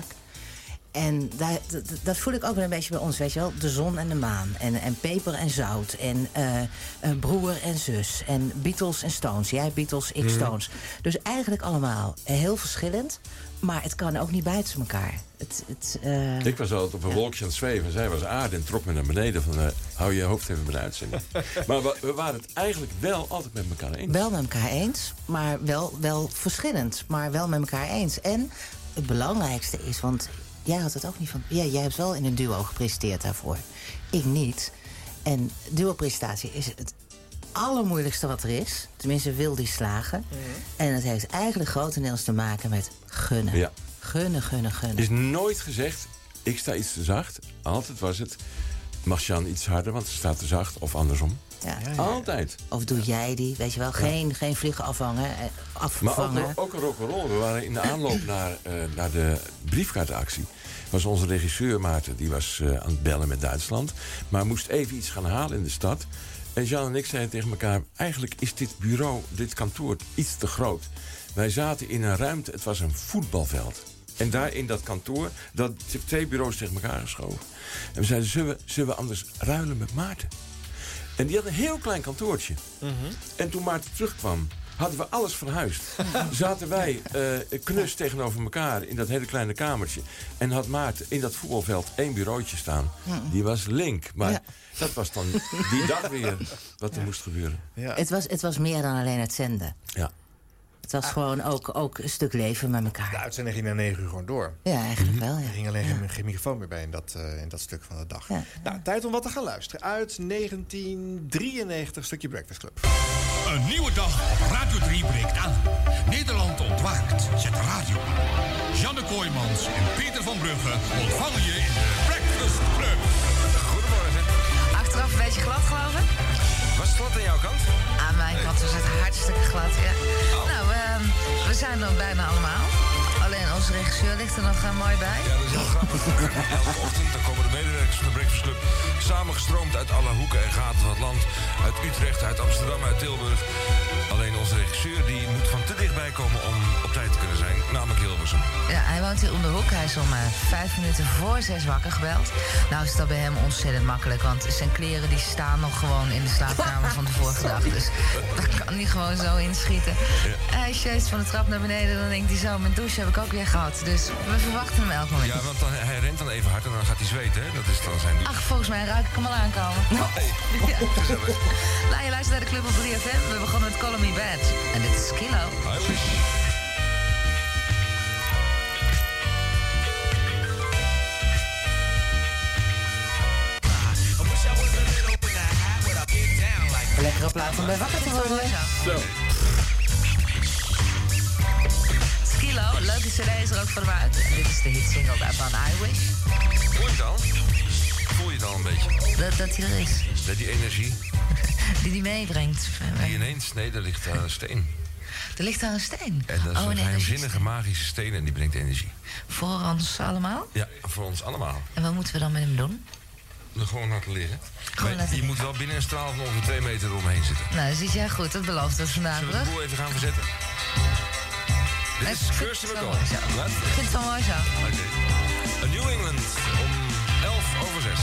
En daar, dat, dat voel ik ook wel een beetje bij ons, weet je wel. De zon en de maan. En, en peper en zout. En uh, uh, broer en zus. En Beatles en Stones. Jij Beatles, ik Stones. Mm. Dus eigenlijk allemaal heel verschillend. Maar het kan ook niet buiten elkaar. Het, het, uh, ik was altijd op een ja. wolkje aan het zweven. Zij was aarde en trok me naar beneden. Van, uh, hou je hoofd even bij de uitzending. Maar we, we waren het eigenlijk wel altijd met elkaar eens. Wel met elkaar eens. Maar wel, wel verschillend. Maar wel met elkaar eens. En het belangrijkste is... want jij had het ook niet van... Ja, jij hebt wel in een duo gepresenteerd daarvoor. Ik niet. En duo-presentatie is het allermoeilijkste wat er is. Tenminste, wil die slagen. Mm. En het heeft eigenlijk grotendeels te maken met gunnen. Ja. Gunnen, gunnen, gunnen. Er is nooit gezegd, ik sta iets te zacht. Altijd was het, mag Jan iets harder, want ze staat te zacht. Of andersom. Ja. Ja, ja. Altijd. Of doe jij die, weet je wel. Geen, ja. geen vliegen afvangen. afvangen. Maar ook, ook een rock'n'roll. We waren in de aanloop naar, uh, naar de briefkaartactie. Was onze regisseur Maarten, die was uh, aan het bellen met Duitsland. Maar moest even iets gaan halen in de stad. En Jan en ik zeiden tegen elkaar... eigenlijk is dit bureau, dit kantoor, iets te groot. Wij zaten in een ruimte, het was een voetbalveld. En daar in dat kantoor, dat twee bureaus tegen elkaar geschoven. En we zeiden, zullen we, zullen we anders ruilen met Maarten? En die had een heel klein kantoortje. Mm-hmm. En toen Maarten terugkwam, hadden we alles verhuisd. Zaten wij uh, knus tegenover elkaar in dat hele kleine kamertje. En had Maarten in dat voetbalveld één bureautje staan. Mm. Die was link. Maar ja. dat was dan die dag weer wat er ja. moest gebeuren. Ja. Het, was, het was meer dan alleen het zenden. Ja. Het was ah. gewoon ook, ook een stuk leven met elkaar. De uitzending ging na negen uur gewoon door. Ja, eigenlijk wel. Ja. Er ging alleen ja. geen microfoon meer bij in dat, uh, in dat stuk van de dag. Ja. Nou, tijd om wat te gaan luisteren. Uit negentien drieënnegentig, stukje Breakfast Club. Een nieuwe dag op Radio drie breekt aan. Nederland ontwaakt. Zet de radio aan. Janne Kooijmans en Peter van Brugge ontvangen je in de Breakfast Club. Goedemorgen. Achteraf een beetje glad, geloof ik. Was het glad aan jouw kant? Aan mijn kant was het hartstikke glad, ja. Oh. Nou, we, we zijn er bijna allemaal. Alleen onze regisseur ligt er nog uh, mooi bij. Ja, dat is heel grappig. Elke ochtend dan komen de medewerkers van de Breakfast Club samengestroomd uit alle hoeken en gaten van het land. Uit Utrecht, uit Amsterdam, uit Tilburg. Alleen onze regisseur die moet van te dichtbij komen om op tijd te kunnen zijn, namelijk Hilversum. Ja, hij woont hier om de hoek. Hij is om uh, vijf minuten voor zes wakker gebeld. Nou is dat bij hem ontzettend makkelijk, want zijn kleren die staan nog gewoon in de slaapkamer van de vorige dag. Dus daar kan hij gewoon zo inschieten. Ja. Hij sjeest van de trap naar beneden, dan denkt hij zo, mijn douche heb ik ook weer gehad. Dus we verwachten hem elk moment. Ja, want dan, hij rent dan even hard en dan gaat hij zweten, hè? Dat is dan zijn douche. Ach, volgens mij ruik ik hem al aankomen. Oh, hey. Ja. Gezellig. Nou, je luistert naar de Club op drie F M. We begonnen met Call Me Bad. En dit is Kilo. I wish. Lekkere plaat om bij wakker te worden. Zo. Skilo, leuke cd is er ook voor hem uit. En dit is de hitsingle daarvan, I Wish. Voel je het al? Voel je het al een beetje? Dat, dat hij er is. Dat die energie. Die die meebrengt. Die ineens, nee, daar ligt daar een steen. Er ligt daar een steen? En dat is oh, een een geheimzinnige magische steen en die brengt energie. Voor ons allemaal? Ja, voor ons allemaal. En wat moeten we dan met hem doen? Er gewoon laten liggen. Gewoon laten... Je moet wel binnen een straal van ongeveer twee meter eromheen zitten. Nou, dat ziet jij goed. Dat belooft ons vandaag. Zullen we de boel even gaan verzetten? Dit is Kirsty McCall. Ik vind het wel mooi zo. Oké. Okay. New England om elf over zes.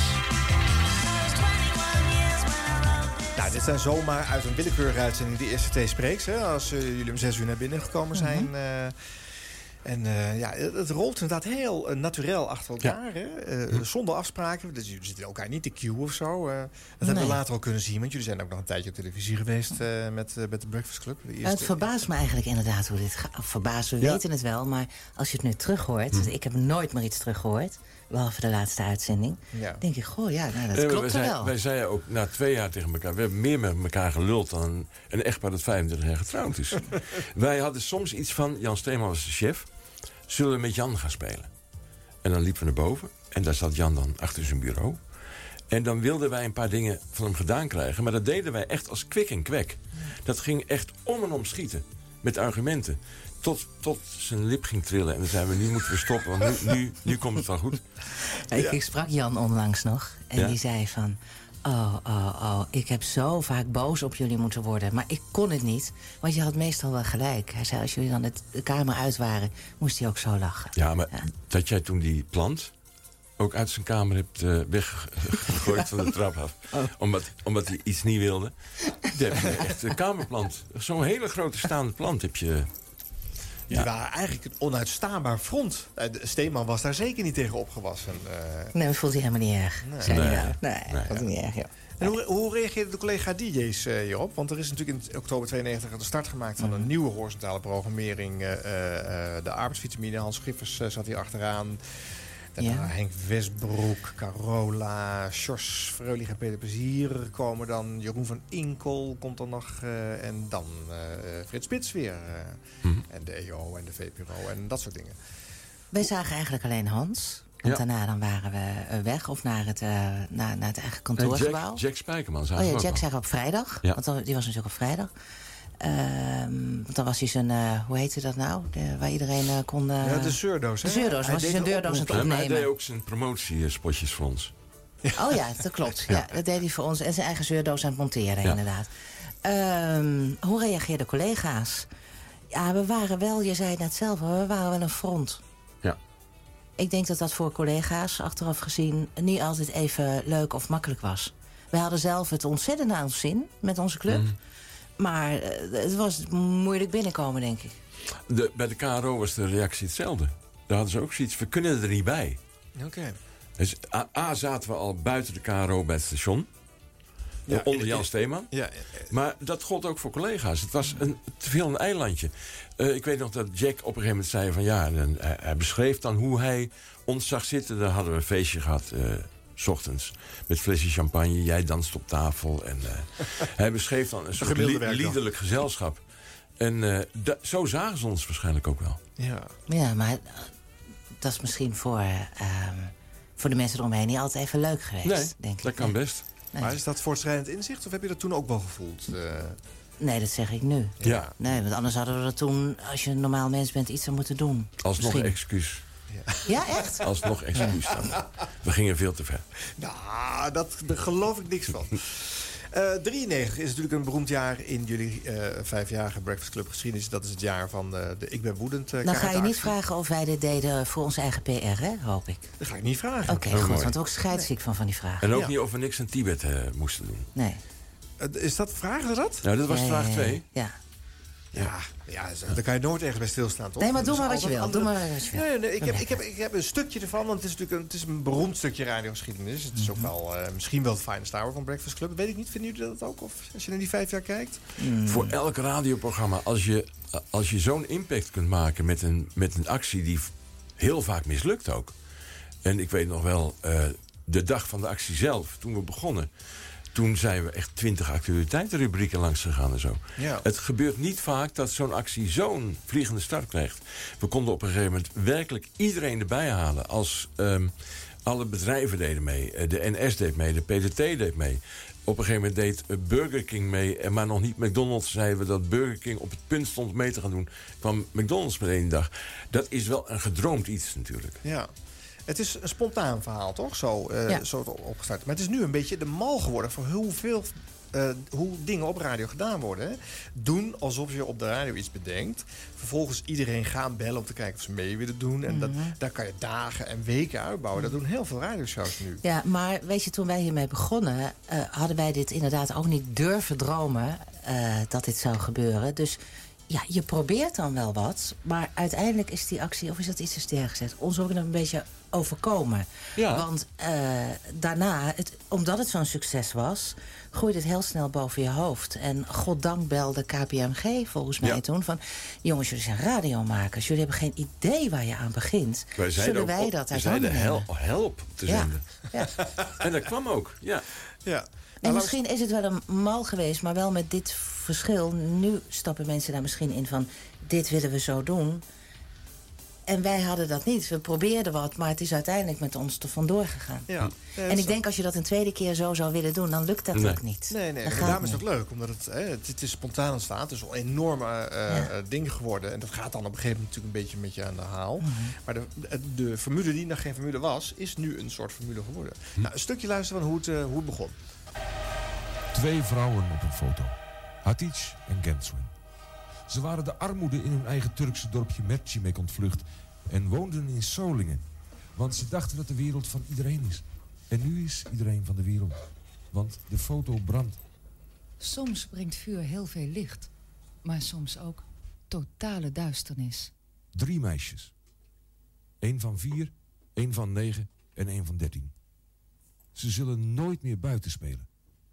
Nou, dit zijn zomaar uit een willekeurige uitzending die eerste twee spreeks. Hè, als uh, jullie om zes uur naar binnen gekomen zijn. Mm-hmm. uh, En uh, ja, het rolt inderdaad heel uh, naturel achter elkaar. Ja. Hè? Uh, zonder afspraken. Dus jullie zitten elkaar niet te cueën of zo. Uh, dat nee. hebben we later al kunnen zien. Want jullie zijn ook nog een tijdje op televisie geweest uh, met, uh, met de Breakfast Club. De eerste... Het verbaast me eigenlijk inderdaad hoe dit gaat. Verbaast, we ja. weten het wel. Maar als je het nu terughoort. Hm. Ik heb nooit meer iets teruggehoord. Behalve de laatste uitzending. Ja. Denk ik, goh, ja, nou, dat uh, klopt er zei, wel. Wij zeiden ook na twee jaar tegen elkaar. We hebben meer met elkaar geluld dan een echtpaar dat vijfentwintig jaar getrouwd is. Wij hadden soms iets van, Jan Steeman was de chef. Zullen we met Jan gaan spelen? En dan liepen we naar boven. En daar zat Jan dan achter zijn bureau. En dan wilden wij een paar dingen van hem gedaan krijgen. Maar dat deden wij echt als kwik en kwek. Dat ging echt om en om schieten. Met argumenten. Tot, tot zijn lip ging trillen. En dan zeiden we, nu moeten we stoppen. Want nu, nu, nu komt het wel goed. Ja, ik, ik sprak Jan onlangs nog. En ja? die zei van... Oh, oh, oh, ik heb zo vaak boos op jullie moeten worden. Maar ik kon het niet, want je had meestal wel gelijk. Hij zei, als jullie dan het, de kamer uit waren, moest hij ook zo lachen. Ja, maar ja. dat jij toen die plant ook uit zijn kamer hebt uh, weggegooid van de trap af. Oh. Omdat, omdat hij iets niet wilde. Dan heb je echt een kamerplant. Zo'n hele grote staande plant heb je... Die ja. waren eigenlijk een onuitstaanbaar front. Steeman was daar zeker niet tegen opgewassen. Uh... Nee, dat voelt hij helemaal niet erg. Nee, nee, nee, nee, nee, nee vond hij niet erg, ja. En hoe, hoe reageerden de collega-dj's uh, hierop? Want er is natuurlijk in oktober tweeënnegentig de start gemaakt van een nieuwe horizontale programmering. Uh, uh, de arbeidsvitamine, Hans Schiffers uh, zat hier achteraan. Daarna ja. Henk Westbroek, Carola, Sjors Freulich en Peter Plezier komen dan. Jeroen van Inkel komt dan nog. Uh, en dan uh, Frits Spits weer. Uh, mm-hmm. En de E O en de V P R O en dat soort dingen. Wij zagen eigenlijk alleen Hans. Want ja. daarna dan waren we weg of naar het, uh, naar, naar het eigen kantoorgebouw. Jack, Jack Spijkerman zagen we. Oh ja, Jack zagen we op vrijdag. Ja. Want dan, die was natuurlijk op vrijdag. Um, want dan was hij zijn, uh, hoe heette dat nou? De, waar iedereen uh, kon... Uh, ja, de zeurdoos. De zeurdoos, was hij zijn deurdoos aan het opnemen. Hij deed ook zijn promotiespotjes voor ons. Ja. Oh ja, dat klopt. Ja. Ja, dat deed hij voor ons. En zijn eigen zeurdoos aan het monteren, ja. inderdaad. Um, hoe reageerden collega's? Ja, we waren wel, je zei het net zelf, we waren wel een front. Ja. Ik denk dat dat voor collega's, achteraf gezien, niet altijd even leuk of makkelijk was. Wij hadden zelf het ontzettend naar ons zin met onze club. Mm. Maar uh, het was moeilijk binnenkomen, denk ik. De, bij de K R O was de reactie hetzelfde. Daar hadden ze ook zoiets, we kunnen er niet bij. Oké. Okay. Dus A, A zaten we al buiten de K R O bij het station. Ja, onder Jan Steeman. Ja, ja, ja. Maar dat gold ook voor collega's. Het was een, te veel een eilandje. Uh, ik weet nog dat Jack op een gegeven moment zei van... ja, en, hij, hij beschreef dan hoe hij ons zag zitten. Daar hadden we een feestje gehad... Uh, 's ochtends, met flesje champagne, jij danst op tafel. En uh, hij beschreef dan een soort li- liederlijk gezelschap. En uh, da- zo zagen ze ons waarschijnlijk ook wel. Ja, ja maar uh, dat is misschien voor, uh, voor de mensen eromheen niet altijd even leuk geweest. Nee, denk ik. dat kan best. Nee. Maar is dat voortschrijdend inzicht of heb je dat toen ook wel gevoeld? Uh... Nee, dat zeg ik nu. Ja. Nee, want anders hadden we dat toen, als je een normaal mens bent, iets aan moeten doen. Alsnog Misschien. excuus. Ja, ja echt? Alsnog excuus dan. We gingen veel te ver. Nou, dat, daar geloof ik niks van. Uh, drieënnegentig is natuurlijk een beroemd jaar in jullie uh, vijfjarige Breakfast Club geschiedenis. Dat is het jaar van uh, de Ik Ben Woedend uh, Dan ga je niet vragen of wij dit deden voor onze eigen P R, hè? Hoop ik. Dat ga ik niet vragen. Oké, okay, goed, mooi. Want ook scheidsziek nee. van van die vragen. En ook ja. niet of we niks aan Tibet uh, moesten doen. Nee. Uh, is dat, vragen ze dat? Nou, dat was ja, vraag twee. Ja. Ja, ja, daar kan je nooit ergens bij stilstaan, toch? Nee, maar doe dus maar wat je wil. Andere... Doe maar wat je wil. Nee, nee, ik, heb, ik, heb, ik heb een stukje ervan, want het is natuurlijk een, het is een beroemd stukje radiogeschiedenis. Het is ook wel, uh, misschien wel het finest hour van Breakfast Club. Weet ik niet, vinden jullie dat ook? Of als je naar die vijf jaar kijkt? Mm. Voor elk radioprogramma, als je, als je zo'n impact kunt maken met een, met een actie die heel vaak mislukt ook. En ik weet nog wel, uh, de dag van de actie zelf, toen we begonnen... Toen zijn we echt twintig actualiteitenrubrieken langs gegaan en zo. Ja. Het gebeurt niet vaak dat zo'n actie zo'n vliegende start krijgt. We konden op een gegeven moment werkelijk iedereen erbij halen. Als um, alle bedrijven deden mee. De N S deed mee, de P D T deed mee. Op een gegeven moment deed Burger King mee, maar nog niet McDonald's. Zeiden we dat Burger King op het punt stond mee te gaan doen. Kwam McDonald's met één dag. Dat is wel een gedroomd iets natuurlijk. Ja. Het is een spontaan verhaal, toch? Zo, uh, ja. zo opgestart. Maar het is nu een beetje de mal geworden voor hoeveel, uh, hoe dingen op radio gedaan worden. Hè? Doen alsof je op de radio iets bedenkt. Vervolgens iedereen gaan bellen om te kijken of ze mee willen doen. En Mm-hmm. dat, daar kan je dagen en weken uitbouwen. Dat doen heel veel radioshows nu. Ja, maar weet je, toen wij hiermee begonnen... Uh, hadden wij dit inderdaad ook niet durven dromen uh, dat dit zou gebeuren. Dus... Ja, je probeert dan wel wat, maar uiteindelijk is die actie, of is dat iets te sterk gezegd, ons ook een beetje overkomen. Ja. Want uh, daarna, het, omdat het zo'n succes was, groeide het heel snel boven je hoofd. En goddank belde K P M G volgens mij ja. toen van... jongens, jullie zijn radiomakers, jullie hebben geen idee waar je aan begint. Wij Zullen wij op, dat uit handen nemen? Help, help te ja. zenden. Ja. En dat kwam ook, ja. ja. En nou, misschien is het wel een mal geweest, maar wel met dit verschil. Nu stappen mensen daar misschien in van, dit willen we zo doen. En wij hadden dat niet. We probeerden wat, maar het is uiteindelijk met ons er vandoor gegaan. Ja. Ja, en ik denk, als je dat een tweede keer zo zou willen doen, dan lukt dat nee. ook niet. Nee, nee. Maar daarom is het leuk, omdat het, hè, het, het is spontaan ontstaan. Het is een enorme uh, ja. ding geworden. En dat gaat dan op een gegeven moment natuurlijk een beetje met je aan de haal. Mm-hmm. Maar de, de, de formule die nog geen formule was, is nu een soort formule geworden. Hm. Nou, een stukje luisteren van hoe het, uh, hoe het begon. Twee vrouwen op een foto. Hatice en Genswin. Ze waren de armoede in hun eigen Turkse dorpje Mercimek ontvlucht en woonden in Solingen. Want ze dachten dat de wereld van iedereen is. En nu is iedereen van de wereld. Want de foto brandt. Soms brengt vuur heel veel licht. Maar soms ook totale duisternis. Drie meisjes. Eén van vier, één van negen en één van dertien. Ze zullen nooit meer buiten spelen.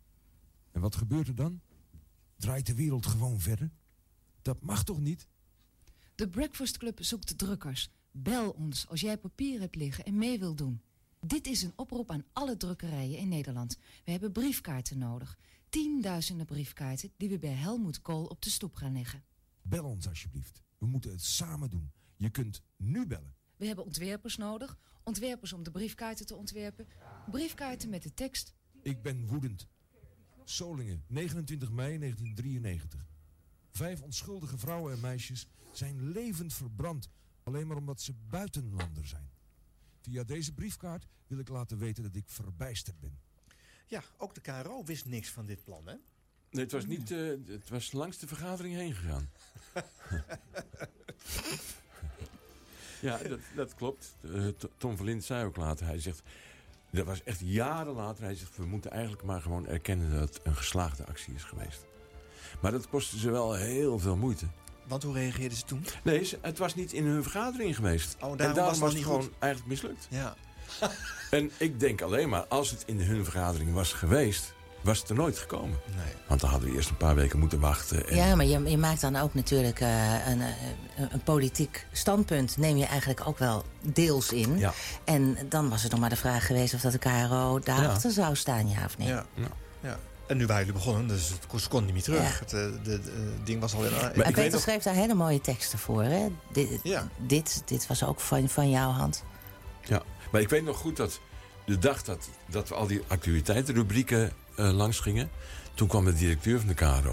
En wat gebeurt er dan? Draait de wereld gewoon verder? Dat mag toch niet? De Breakfast Club zoekt drukkers. Bel ons als jij papier hebt liggen en mee wilt doen. Dit is een oproep aan alle drukkerijen in Nederland. We hebben briefkaarten nodig. Tienduizenden briefkaarten die we bij Helmut Kool op de stoep gaan leggen. Bel ons alsjeblieft. We moeten het samen doen. Je kunt nu bellen. We hebben ontwerpers nodig. Ontwerpers om de briefkaarten te ontwerpen. Briefkaarten met de tekst... Ik ben woedend. Solingen, negenentwintig mei negentien drieënnegentig. Vijf onschuldige vrouwen en meisjes zijn levend verbrand, alleen maar omdat ze buitenlander zijn. Via deze briefkaart wil ik laten weten dat ik verbijsterd ben. Ja, ook de K R O wist niks van dit plan, hè? Nee, het was, niet, uh, het was langs de vergadering heen gegaan. Ja, dat, dat klopt. Uh, Tom Verlind zei ook later, hij zegt... Dat was echt jaren later. Hij zegt, we moeten eigenlijk maar gewoon erkennen dat het een geslaagde actie is geweest. Maar dat kostte ze wel heel veel moeite. Want hoe reageerden ze toen? Nee, het was niet in hun vergadering geweest. Oh, daarom en daarom was het, was het niet gewoon goed. eigenlijk mislukt. Ja. En ik denk alleen maar, als het in hun vergadering was geweest... was het er nooit gekomen. Nee. Want dan hadden we eerst een paar weken moeten wachten. En... Ja, maar je, je maakt dan ook natuurlijk uh, een, een, een politiek standpunt... neem je eigenlijk ook wel deels in. Ja. En dan was het nog maar de vraag geweest... of dat de K R O daarachter ja. zou staan, ja of nee. Ja. Ja. Ja. En nu waren jullie begonnen, dus het kon niet meer terug. Ja. Het de, de, de ding was al in... Maar en Peter nog... schreef daar hele mooie teksten voor, hè? Dit, ja. dit, dit was ook van, van jouw hand. Ja, maar ik weet nog goed dat... de dag dat, dat we al die actualiteitenrubrieken uh, langs gingen... toen kwam de directeur van de K R O,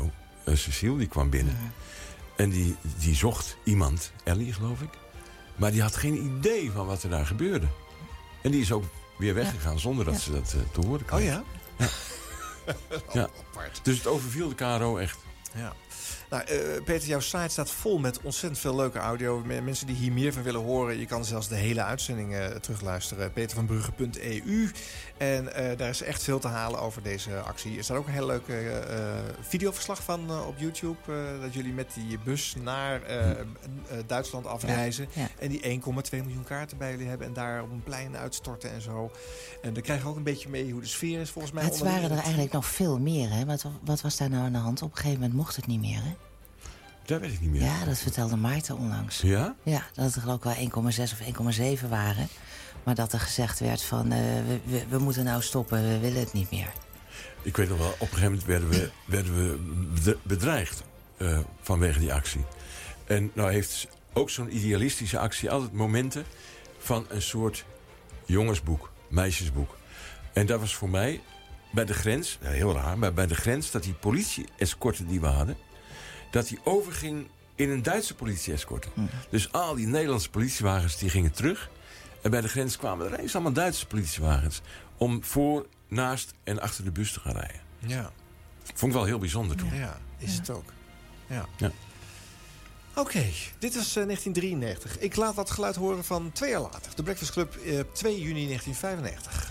uh, Cecile, die kwam binnen. Mm. En die, die zocht iemand, Ellie geloof ik. Maar die had geen idee van wat er daar gebeurde. En die is ook weer weggegaan ja. zonder dat ja. ze dat uh, te horen kreeg. Oh ja? Ja. ja. Dus het overviel de K R O echt. Ja. Nou, uh, Peter, jouw site staat vol met ontzettend veel leuke audio. Mensen die hier meer van willen horen. Je kan zelfs de hele uitzending uh, terugluisteren. petervanbrugge punt e u. En uh, daar is echt veel te halen over deze actie. Er staat ook een heel leuk uh, videoverslag van uh, op YouTube. Uh, dat jullie met die bus naar uh, uh, Duitsland afreizen. Ja, ja. En die één komma twee miljoen kaarten bij jullie hebben. En daar op een plein uitstorten en zo. En dan krijg je ook een beetje mee hoe de sfeer is volgens mij. Het waren er eigenlijk nog veel meer. Hè? Wat, wat was daar nou aan de hand? Op een gegeven moment mocht het niet meer, hè? Dat weet ik niet meer. Ja, dat vertelde Maarten onlangs. Ja? Ja, dat het er geloof ik wel één komma zes of één komma zeven waren. Maar dat er gezegd werd van, uh, we, we, we moeten nou stoppen, we willen het niet meer. Ik weet nog wel, op een gegeven moment werden we, werden we bedreigd uh, vanwege die actie. En nou heeft ook zo'n idealistische actie altijd momenten van een soort jongensboek, meisjesboek. En dat was voor mij bij de grens, heel raar, maar bij de grens dat die politie-escorte die we hadden, dat die overging in een Duitse politie-escorte. Mm. Dus al die Nederlandse politiewagens die gingen terug. En bij de grens kwamen er eens allemaal Duitse politiewagens om voor, naast en achter de bus te gaan rijden. Ja. Vond ik wel heel bijzonder toen. Ja, is ja. het ook. Ja. ja. Oké, okay, dit was uh, negentien drieënnegentig. Ik laat dat geluid horen van twee jaar later. De Breakfast Club, uh, twee juni negentien vijfennegentig.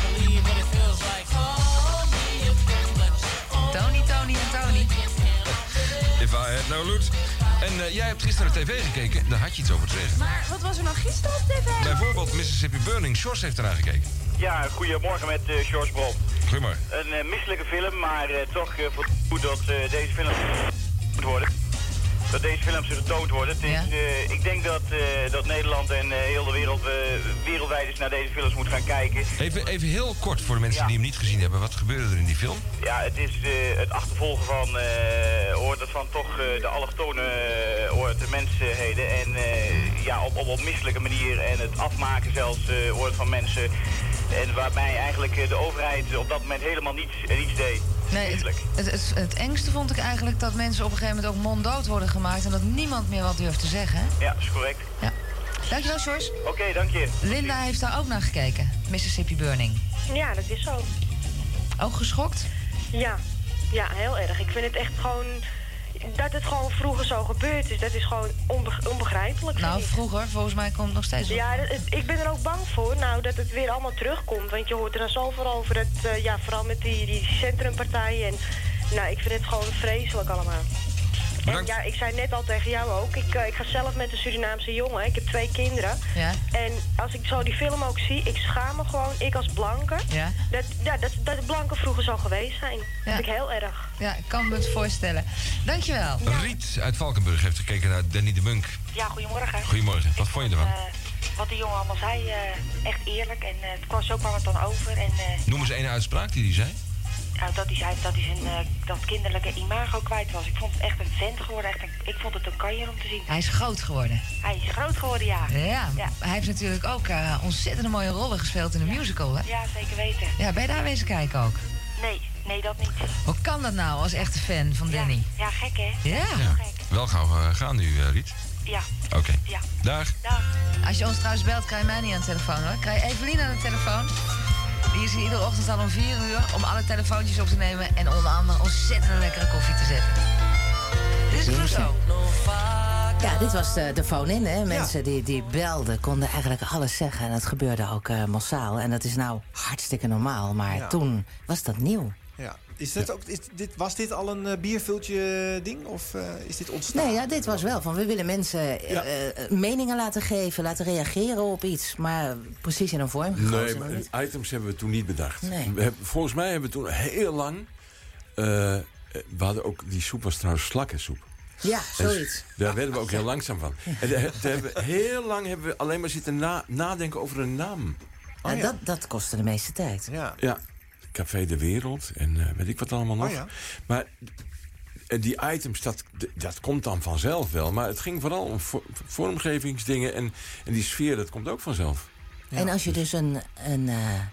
Tony, Tony en Tony. If I had no loot. En uh, jij hebt gisteren naar tv gekeken, daar had je iets over te zeggen. Maar wat was er nou gisteren op tv? Bijvoorbeeld Mississippi Burning. Sjors heeft ernaar gekeken. Ja, goedemorgen met uh, Sjors Brom. Goedemorgen. Een uh, misselijke film, maar uh, toch uh, goed dat uh, deze film moet worden. Dat deze films getoond worden. Het is, ja. uh, ik denk dat, uh, dat Nederland en uh, heel de wereld uh, wereldwijd eens naar deze films moet gaan kijken. Even, even heel kort voor de mensen ja. die hem niet gezien hebben. Wat gebeurde er in die film? Ja, het is uh, het achtervolgen van, uh, hoort het van toch uh, de allochtone uh, hoort de mensheden. En uh, ja, op, op, op misselijke manier. En het afmaken zelfs uh, hoort van mensen. En waarbij eigenlijk uh, de overheid op dat moment helemaal niets, uh, niets deed. Nee, het, het, het, het engste vond ik eigenlijk dat mensen op een gegeven moment ook monddood worden gemaakt en dat niemand meer wat durft te zeggen. Ja, dat is correct. Ja. Dankjewel, Sjors. Oké, okay, dank je. Linda heeft daar ook naar gekeken, Mississippi Burning. Ja, dat is zo. Ook geschokt? Ja, ja, heel erg. Ik vind het echt gewoon, dat het gewoon vroeger zo gebeurd is, dat is gewoon onbe- onbegrijpelijk. Nou, vroeger, volgens mij komt het nog steeds op. Ja, het, ik ben er ook bang voor, nou, dat het weer allemaal terugkomt. Want je hoort er dan zoveel over, dat, uh, ja, vooral met die, die centrumpartijen. En, nou, ik vind het gewoon vreselijk allemaal. Bedankt. En ja, ik zei net al tegen jou ook, ik, uh, ik ga zelf met een Surinaamse jongen, ik heb twee kinderen. Ja. En als ik zo die film ook zie, ik schaam me gewoon, ik als blanke, ja. dat, ja, dat, dat de blanken vroeger zo geweest zijn. Ja. Dat vind ik heel erg. Ja, ik kan me het voorstellen. Dankjewel. Ja. Riet uit Valkenburg heeft gekeken naar Danny de Munk. Ja, goedemorgen. Goedemorgen. Wat ik vond je ervan? Uh, wat de jongen allemaal zei, uh, echt eerlijk. En uh, het kwam, zo kwam het dan over. En, uh, Noem eens een uitspraak die hij zei. Nou, dat hij zei dat hij zijn uh, dat kinderlijke imago kwijt was. Ik vond het echt een vent geworden. Echt een, ik vond het een kanjer om te zien. Hij is groot geworden. Hij is groot geworden, ja. Ja, ja. Hij heeft natuurlijk ook uh, ontzettend mooie rollen gespeeld in de ja. musical, hè? Ja, zeker weten. Ja, ben je daar wezen kijken ook? Nee, nee, dat niet. Hoe kan dat nou als echte fan van Danny? Ja, ja gek, hè? Ja. ja. Gek. Wel gauw uh, gaan nu, uh, Riet. Ja. Oké. Okay. Ja. Dag. Dag. Als je ons trouwens belt, krijg je mij niet aan de telefoon, hoor. Krijg je Evelien aan de telefoon. Die is hier iedere ochtend al om vier uur om alle telefoontjes op te nemen en onder andere ontzettend lekkere koffie te zetten. Dit is goed zo. Ja, dit was de, de phone-in, hè. Mensen ja. die, die belden konden eigenlijk alles zeggen. En dat gebeurde ook uh, massaal. En dat is nou hartstikke normaal. Maar ja. toen was dat nieuw. Ja. Is dit ook, is dit, was dit al een uh, bierviltje ding? Of uh, is dit ontstaan? Nee, ja, dit was wel van we willen mensen uh, ja. uh, meningen laten geven, laten reageren op iets. Maar precies in een vorm gegoten. Nee, maar items hebben we toen niet bedacht. Nee. We hebben, volgens mij hebben we toen heel lang... Uh, we hadden ook, die soep was trouwens slakkensoep. Ja, zoiets. En daar werden we ook heel langzaam van. En daar, daar hebben we, heel lang hebben we alleen maar zitten na, nadenken over een naam. Oh, ja, ja. Dat, dat kostte de meeste tijd. Ja. Ja. Café de Wereld en uh, weet ik wat allemaal nog. Oh ja. Maar die items, dat, dat komt dan vanzelf wel. Maar het ging vooral om vo- vormgevingsdingen en, en die sfeer, dat komt ook vanzelf. Ja. En als je dus een, een, uh,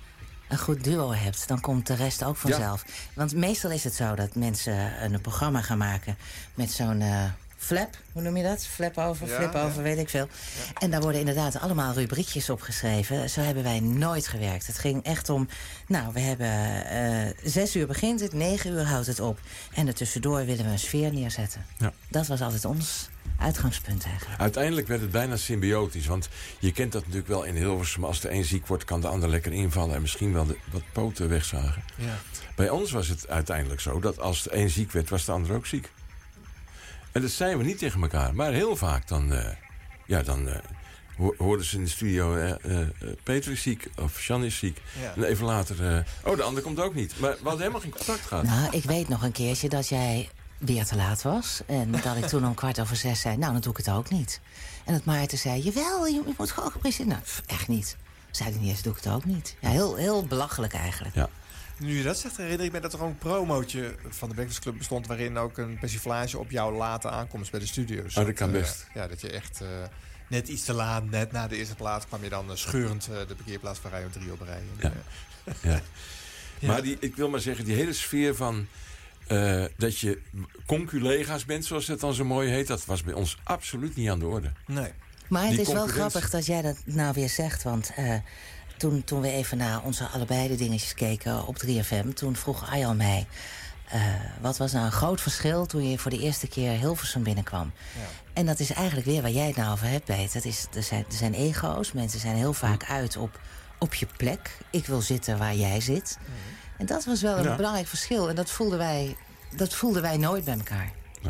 een goed duo hebt, dan komt de rest ook vanzelf. Ja. Want meestal is het zo dat mensen een programma gaan maken met zo'n uh, flap, hoe noem je dat? Flap over, ja, flip ja. over, weet ik veel. Ja. En daar worden inderdaad allemaal rubriekjes opgeschreven. Zo hebben wij nooit gewerkt. Het ging echt om, nou, we hebben uh, zes uur begint het, negen uur houdt het op. En ertussendoor willen we een sfeer neerzetten. Ja. Dat was altijd ons uitgangspunt eigenlijk. Uiteindelijk werd het bijna symbiotisch. Want je kent dat natuurlijk wel in Hilversum. Als de een ziek wordt, kan de ander lekker invallen. En misschien wel de, wat poten wegzagen. Ja. Bij ons was het uiteindelijk zo dat als de een ziek werd, was de ander ook ziek. En dat zeiden we niet tegen elkaar. Maar heel vaak dan, uh, ja, dan uh, hoorden ze in de studio... Uh, uh, Peter is ziek of Jean is ziek. Ja. En even later... Uh, oh, de ander komt ook niet. Maar we hadden helemaal geen contact gehad. Nou, ik weet nog een keertje dat jij weer te laat was. En dat ik toen om kwart over zes zei... nou, dan doe ik het ook niet. En dat Maarten zei... jawel, je, je moet gewoon gepresenteerd. Nou, pff, echt niet. Zei hij niet eens, doe ik het ook niet. Ja, heel, heel belachelijk eigenlijk. Ja. Nu je dat zegt, herinner ik me dat er ook een promootje van de Breakfast Club bestond... waarin ook een persiflage op jouw late aankomst bij de studio's. Oh, dat kan best. Uh, ja, dat je echt uh, net iets te laat, net na de eerste plaats... kwam je dan uh, scheurend uh, de parkeerplaats van Radio drie oprijden. Ja. ja. ja. Maar die, ik wil maar zeggen, die hele sfeer van... Uh, dat je conculega's bent, zoals het dan zo mooi heet... dat was bij ons absoluut niet aan de orde. Nee. Maar het die is wel grappig dat jij dat nou weer zegt, want... Uh, Toen, toen we even naar onze allebei de dingetjes keken op drie F M... toen vroeg Arjan mij... Uh, wat was nou een groot verschil toen je voor de eerste keer Hilversum binnenkwam? Ja. En dat is eigenlijk weer waar jij het nou over hebt, Peter. Dat is, er, zijn, er zijn ego's. Mensen zijn heel vaak uit op, op je plek. Ik wil zitten waar jij zit. Mm. En dat was wel een ja. belangrijk verschil. En dat voelden wij, dat voelden wij nooit bij elkaar.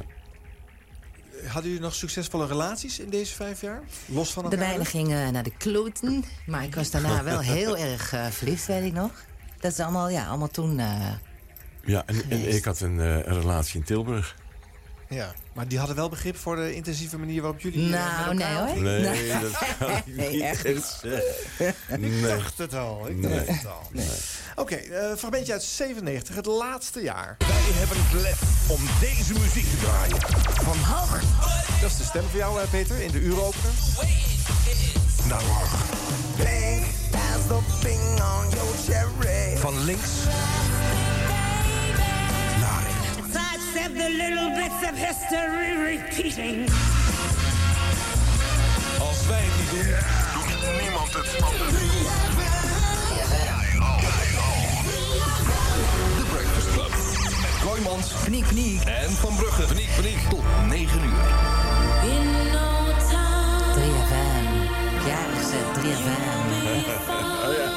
Hadden jullie nog succesvolle relaties in deze vijf jaar? Los van elkaar? De mijne gingen naar de kloten. Maar ik was daarna wel heel erg uh, verliefd, weet ik nog. Dat is allemaal, ja, allemaal toen uh, Ja, en, en ik had een, uh, een relatie in Tilburg. Ja, maar die hadden wel begrip voor de intensieve manier waarop jullie... Nou, uh, nee hoor. Nee, nee, dat kan ik niet nee, echt eens zeggen. Ik nee. dacht het al, ik dacht nee. het al. Nee. Oké, okay, uh, fragmentje uit zevenennegentig, het laatste jaar. Wij hebben het lef om deze muziek te draaien. Van hoog. Dat is de stem voor jou, uh, Peter, in de uuropener. Naar hoog. Van links naar rechts. The little bits of history repeating. Als wij het niet doen, doet niemand het. The Breakfast Club. Met Kooijmans, Paniek, paniek. En Van Brugge. Paniek, paniek. Tot negen uur. drie F M. Ja, ik zeg drie F M. Oh ja.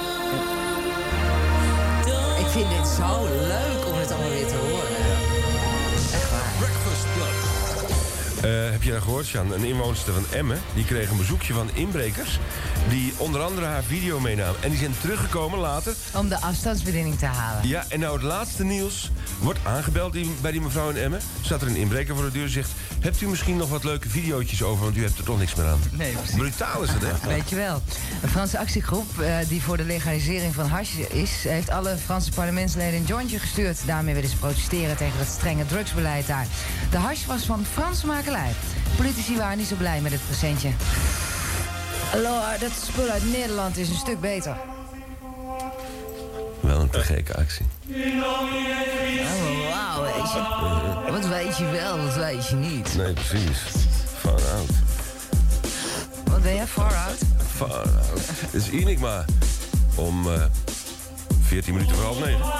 Ik vind dit zo leuk om het allemaal weer te horen. Breakfast Club. Uh, heb je dat gehoord, Sjan? Een inwoonster van Emmen, die kreeg een bezoekje van inbrekers... die onder andere haar video meenamen. En die zijn teruggekomen later... om de afstandsbediening te halen. Ja, en nou het laatste nieuws wordt aangebeld die, bij die mevrouw in Emmen. Staat er een inbreker voor de deur en zegt... hebt u misschien nog wat leuke videootjes over, want u hebt er toch niks meer aan. Nee, precies. Brutaal is het, hè? Weet je wel. Een Franse actiegroep uh, die voor de legalisering van hash is... heeft alle Franse parlementsleden een jointje gestuurd. Daarmee willen ze protesteren tegen het strenge drugsbeleid daar. De hash was van Franse makelij. Politici waren niet zo blij met het presentje. Alors, dat spul uit Nederland is een stuk beter. Wel een te gekke actie. Oh, wauw, weet je. Wat weet je wel, wat weet je niet. Nee, precies. Far out. Wat ben jij, far out? Far out. Het is Enigma. Om uh, veertien minuten voor half negen.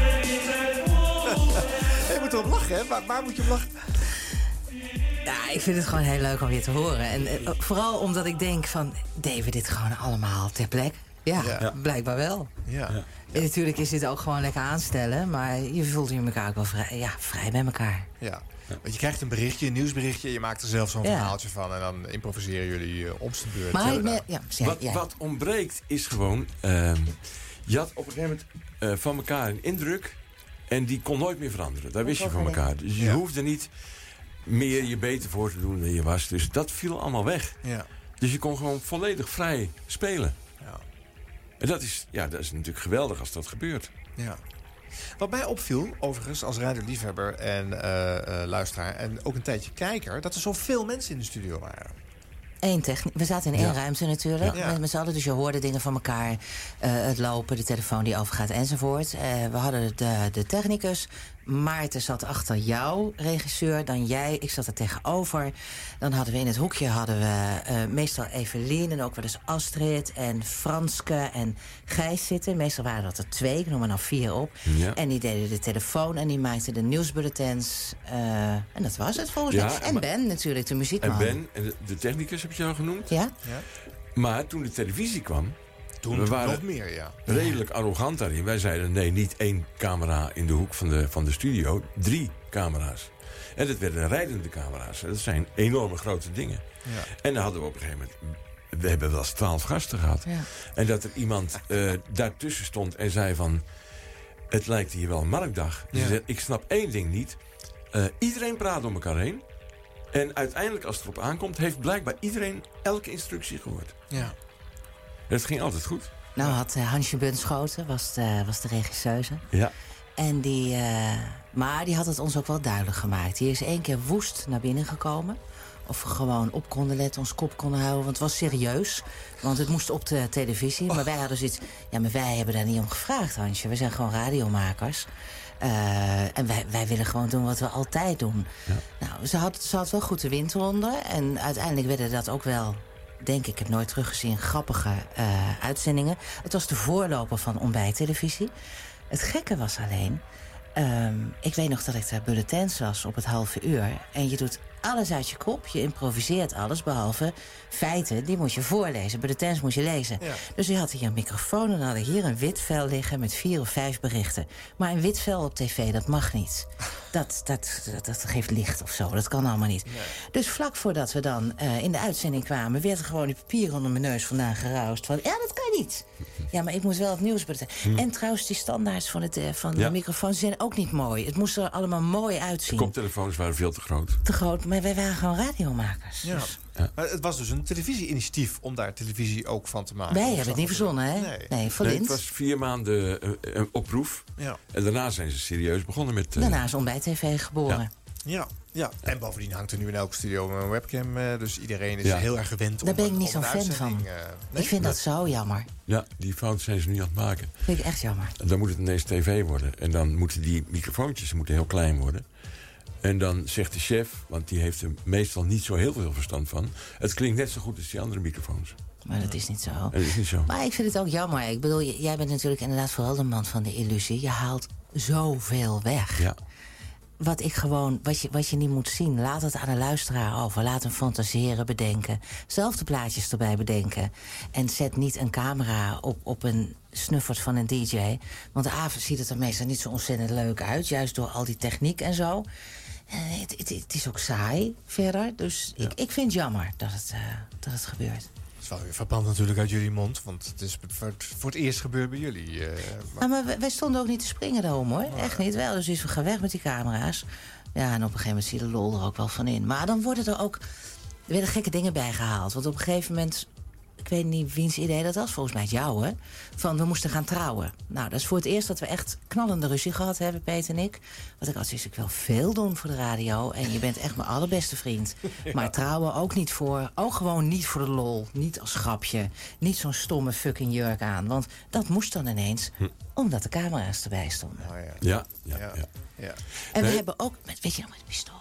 Je moet erop lachen, hè? Waar, waar moet je op lachen? Ja, ik vind het gewoon heel leuk om weer te horen. En uh, vooral omdat ik denk van... deden we dit gewoon allemaal ter plekke? Ja, ja, blijkbaar wel. Ja. Ja. En natuurlijk is dit ook gewoon lekker aanstellen... maar je voelt je elkaar ook wel vrij, ja, vrij bij elkaar. Ja. Ja. Want je krijgt een berichtje, een nieuwsberichtje... je maakt er zelf zo'n ja. verhaaltje van... en dan improviseren jullie uh, om zijn beurt. Maar ik, ja, ja, wat, ja. wat ontbreekt is gewoon... Uh, je had op een gegeven moment uh, van elkaar een indruk... en die kon nooit meer veranderen. Daar wist je van elkaar. Dus je ja. hoefde niet meer je beter voor te doen dan je was. Dus dat viel allemaal weg. Ja. Dus je kon gewoon volledig vrij spelen. Ja. En dat is, ja, dat is natuurlijk geweldig als dat gebeurt. Ja. Wat mij opviel, overigens, als radioliefhebber en uh, uh, luisteraar... en ook een tijdje kijker, dat er zoveel mensen in de studio waren. Eén techni- we zaten in één Ja. ruimte natuurlijk. Ja. Met, met z'n allen, dus je hoorde dingen van elkaar. Uh, het lopen, de telefoon die overgaat enzovoort. Uh, we hadden de, de technicus. Maarten zat achter jou, regisseur. Dan jij, ik zat er tegenover. Dan hadden we in het hoekje hadden we uh, meestal Evelien... en ook wel eens Astrid en Franske en Gijs zitten. Meestal waren dat er twee, ik noem er nou vier op. Ja. En die deden de telefoon en die maakten de nieuwsbulletins. Uh, en dat was het volgens Ja, mij. En maar- Ben natuurlijk, de muziekman. En Ben, en de, de technicus heb je al genoemd. Ja? Ja. Maar toen de televisie kwam... Toen, we toen waren nog meer, ja. redelijk arrogant daarin. Wij zeiden, nee, niet één camera in de hoek van de, van de studio. Drie camera's. En dat werden rijdende camera's. Dat zijn enorme grote dingen. Ja. En dan hadden we op een gegeven moment... We hebben wel eens twaalf gasten gehad. Ja. En dat er iemand uh, daartussen stond en zei van... Het lijkt hier wel een marktdag. Ja. Ze zei, ik snap één ding niet. Uh, iedereen praat door elkaar heen. En uiteindelijk, als het erop aankomt... heeft blijkbaar iedereen elke instructie gehoord. Ja. Het ging altijd goed. Nou had uh, Hansje Bunschoten, was de, was de regisseuse. Ja. En die, uh, maar die had het ons ook wel duidelijk gemaakt. Die is één keer woest naar binnen gekomen. Of we gewoon op konden letten, ons kop konden houden. Want het was serieus. Want het moest op de televisie. Maar wij hadden zoiets... Ja, maar wij hebben daar niet om gevraagd, Hansje. We zijn gewoon radiomakers. Uh, en wij, wij willen gewoon doen wat we altijd doen. Ja. Nou, ze had, ze had wel goed de wind onder. En uiteindelijk werden dat ook wel... denk ik, ik heb nooit teruggezien, grappige uh, uitzendingen. Het was de voorloper van ontbijttelevisie. Het gekke was alleen... Um, ik weet nog dat ik de bulletins las op het halve uur. En je doet alles uit je kop. Je improviseert alles, behalve feiten. Die moet je voorlezen. Bulletins moet je lezen. Ja. Dus je had hier een microfoon en dan had ik hier een wit vel liggen... met vier of vijf berichten. Maar een wit vel op tv, dat mag niet. Dat, dat, dat, dat geeft licht of zo. Dat kan allemaal niet. Nee. Dus vlak voordat we dan uh, in de uitzending kwamen... werd er gewoon die papier onder mijn neus vandaan geroust. Van, ja, dat kan niet. Ja, maar ik moet wel het nieuws bulletin. Hm. En trouwens, die standaards van, het, uh, van ja. de microfoon zijn ook niet mooi. Het moest er allemaal mooi uitzien. De koptelefoons waren veel te groot. Te groot, maar wij waren gewoon radiomakers. Ja. Dus. Ja. Maar het was dus een televisie-initiatief om daar televisie ook van te maken. Wij hebben het niet verzonnen, hè? Nee, nee, nee het was vier maanden uh, uh, oproef. Ja. En daarna zijn ze serieus begonnen met... Uh, daarna is ontbijt-tv geboren. Ja. ja, ja. En bovendien hangt er nu in elke studio een webcam. Uh, dus iedereen is ja. heel erg gewend om... Daar ben ik niet zo'n fan van. Uh, nee? Ik vind nee. dat zo jammer. Ja, die fout zijn ze nu aan het maken. Vind ik echt jammer. En dan moet het ineens tv worden. En dan moeten die microfoontjes moeten heel klein worden. En dan zegt de chef, want die heeft er meestal niet zo heel veel verstand van... het klinkt net zo goed als die andere microfoons. Maar dat is niet zo. Dat is niet zo. Maar ik vind het ook jammer. Ik bedoel, jij bent natuurlijk inderdaad vooral de man van de illusie. Je haalt zoveel weg. Ja. Wat ik gewoon, wat je, wat je niet moet zien, laat het aan de luisteraar over. Laat hem fantaseren, bedenken. Zelf de plaatjes erbij bedenken. En zet niet een camera op, op een snuffert van een D J. Want de avond ziet het er meestal niet zo ontzettend leuk uit. Juist door al die techniek en zo. Uh, het, het, het is ook saai verder. Dus ja. ik, ik vind het jammer dat het, uh, dat het gebeurt. Het is wel weer verpand natuurlijk uit jullie mond. Want het is voor het, voor het eerst gebeurd bij jullie. Uh, maar... Nou, maar wij stonden ook niet te springen daarom, hoor. Maar... Echt niet wel. Dus we gaan weg met die camera's. Ja, en op een gegeven moment zie je de lol er ook wel van in. Maar dan worden er ook... Er werden gekke dingen bijgehaald. Want op een gegeven moment... Ik weet niet wiens idee dat was, volgens mij het jou, hè? Van, we moesten gaan trouwen. Nou, dat is voor het eerst dat we echt knallende ruzie gehad hebben, Peter en ik. Want ik had zoiets, ik wil veel doen voor de radio. En je bent echt mijn allerbeste vriend. Ja. Maar trouwen ook niet voor, ook gewoon niet voor de lol. Niet als grapje. Niet zo'n stomme fucking jurk aan. Want dat moest dan ineens, hm. omdat de camera's erbij stonden. Oh, ja. Ja, ja, ja. ja. ja. En nee. we hebben ook, met, weet je nog, met een pistool.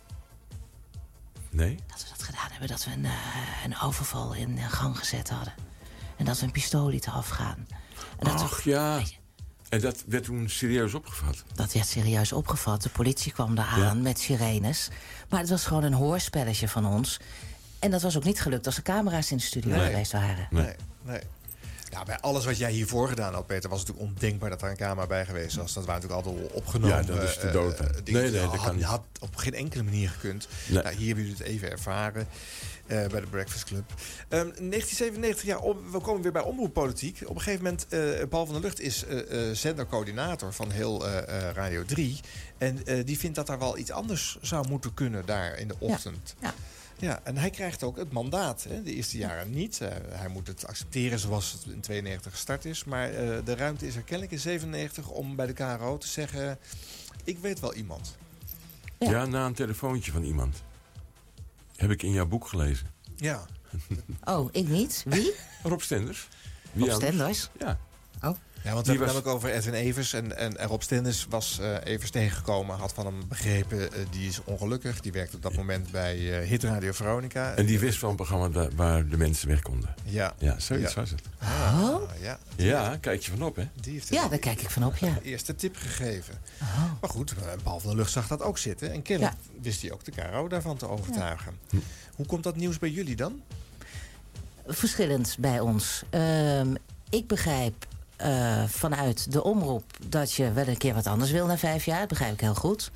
Nee? Dat we dat gedaan hebben, dat we een, uh, een overval in gang gezet hadden. En dat we een pistool lieten afgaan. En dat Ach we, ja, en dat werd toen serieus opgevat? Dat werd serieus opgevat. De politie kwam daar aan ja. met sirenes. Maar het was gewoon een hoorspelletje van ons. En dat was ook niet gelukt als de camera's in de studio nee. geweest waren. Nee, nee. nee. Ja, bij alles wat jij hiervoor gedaan had, Peter, was het natuurlijk ondenkbaar dat er een camera bij geweest was. Dat waren natuurlijk altijd al opgenomen. Ja, dat is de dood. Uh, nee, nee, dat had, kan niet. had op geen enkele manier gekund. Nee. Nou, hier hebben jullie het even ervaren uh, bij de Breakfast Club. Um, negentien zevenennegentig, ja, om, we komen weer bij omroeppolitiek. Op een gegeven moment, uh, Paul van der Lucht is uh, uh, zendercoördinator van heel uh, uh, Radio drie. En uh, die vindt dat er wel iets anders zou moeten kunnen daar in de ochtend. Ja. ja. Ja, en hij krijgt ook het mandaat. Hè, de eerste jaren niet. Uh, hij moet het accepteren zoals het in tweeënnegentig gestart is. Maar uh, de ruimte is er kennelijk in zevenennegentig om bij de K R O te zeggen... ik weet wel iemand. Ja, ja na een telefoontje van iemand. Heb ik in jouw boek gelezen. Ja. Oh, ik niet. Wie? Rob Stenders. Wie Rob anders? Stenders? Ja. Oh. Ja, want we hebben het namelijk over Edwin Evers. En, en, en Rob Stenders was uh, Evers tegengekomen. Had van hem begrepen, uh, die is ongelukkig. Die werkte op dat moment bij uh, Hit Radio Veronica. En die wist van een programma da- waar de mensen weg konden. Ja. Ja, zoiets ja. was het. Oh. Uh, ja, ja, kijk je vanop, hè? Die heeft ja, daar kijk ik vanop, ja. de eerste tip gegeven. Oh. Maar goed, Paul van der Lucht zag dat ook zitten. En kennelijk ja. wist hij ook de K R O daarvan te overtuigen. Ja. Hm. Hoe komt dat nieuws bij jullie dan? Verschillend bij ons. Uh, ik begrijp uh, vanuit de omroep dat je wel een keer wat anders wil na vijf jaar. Dat begrijp ik heel goed.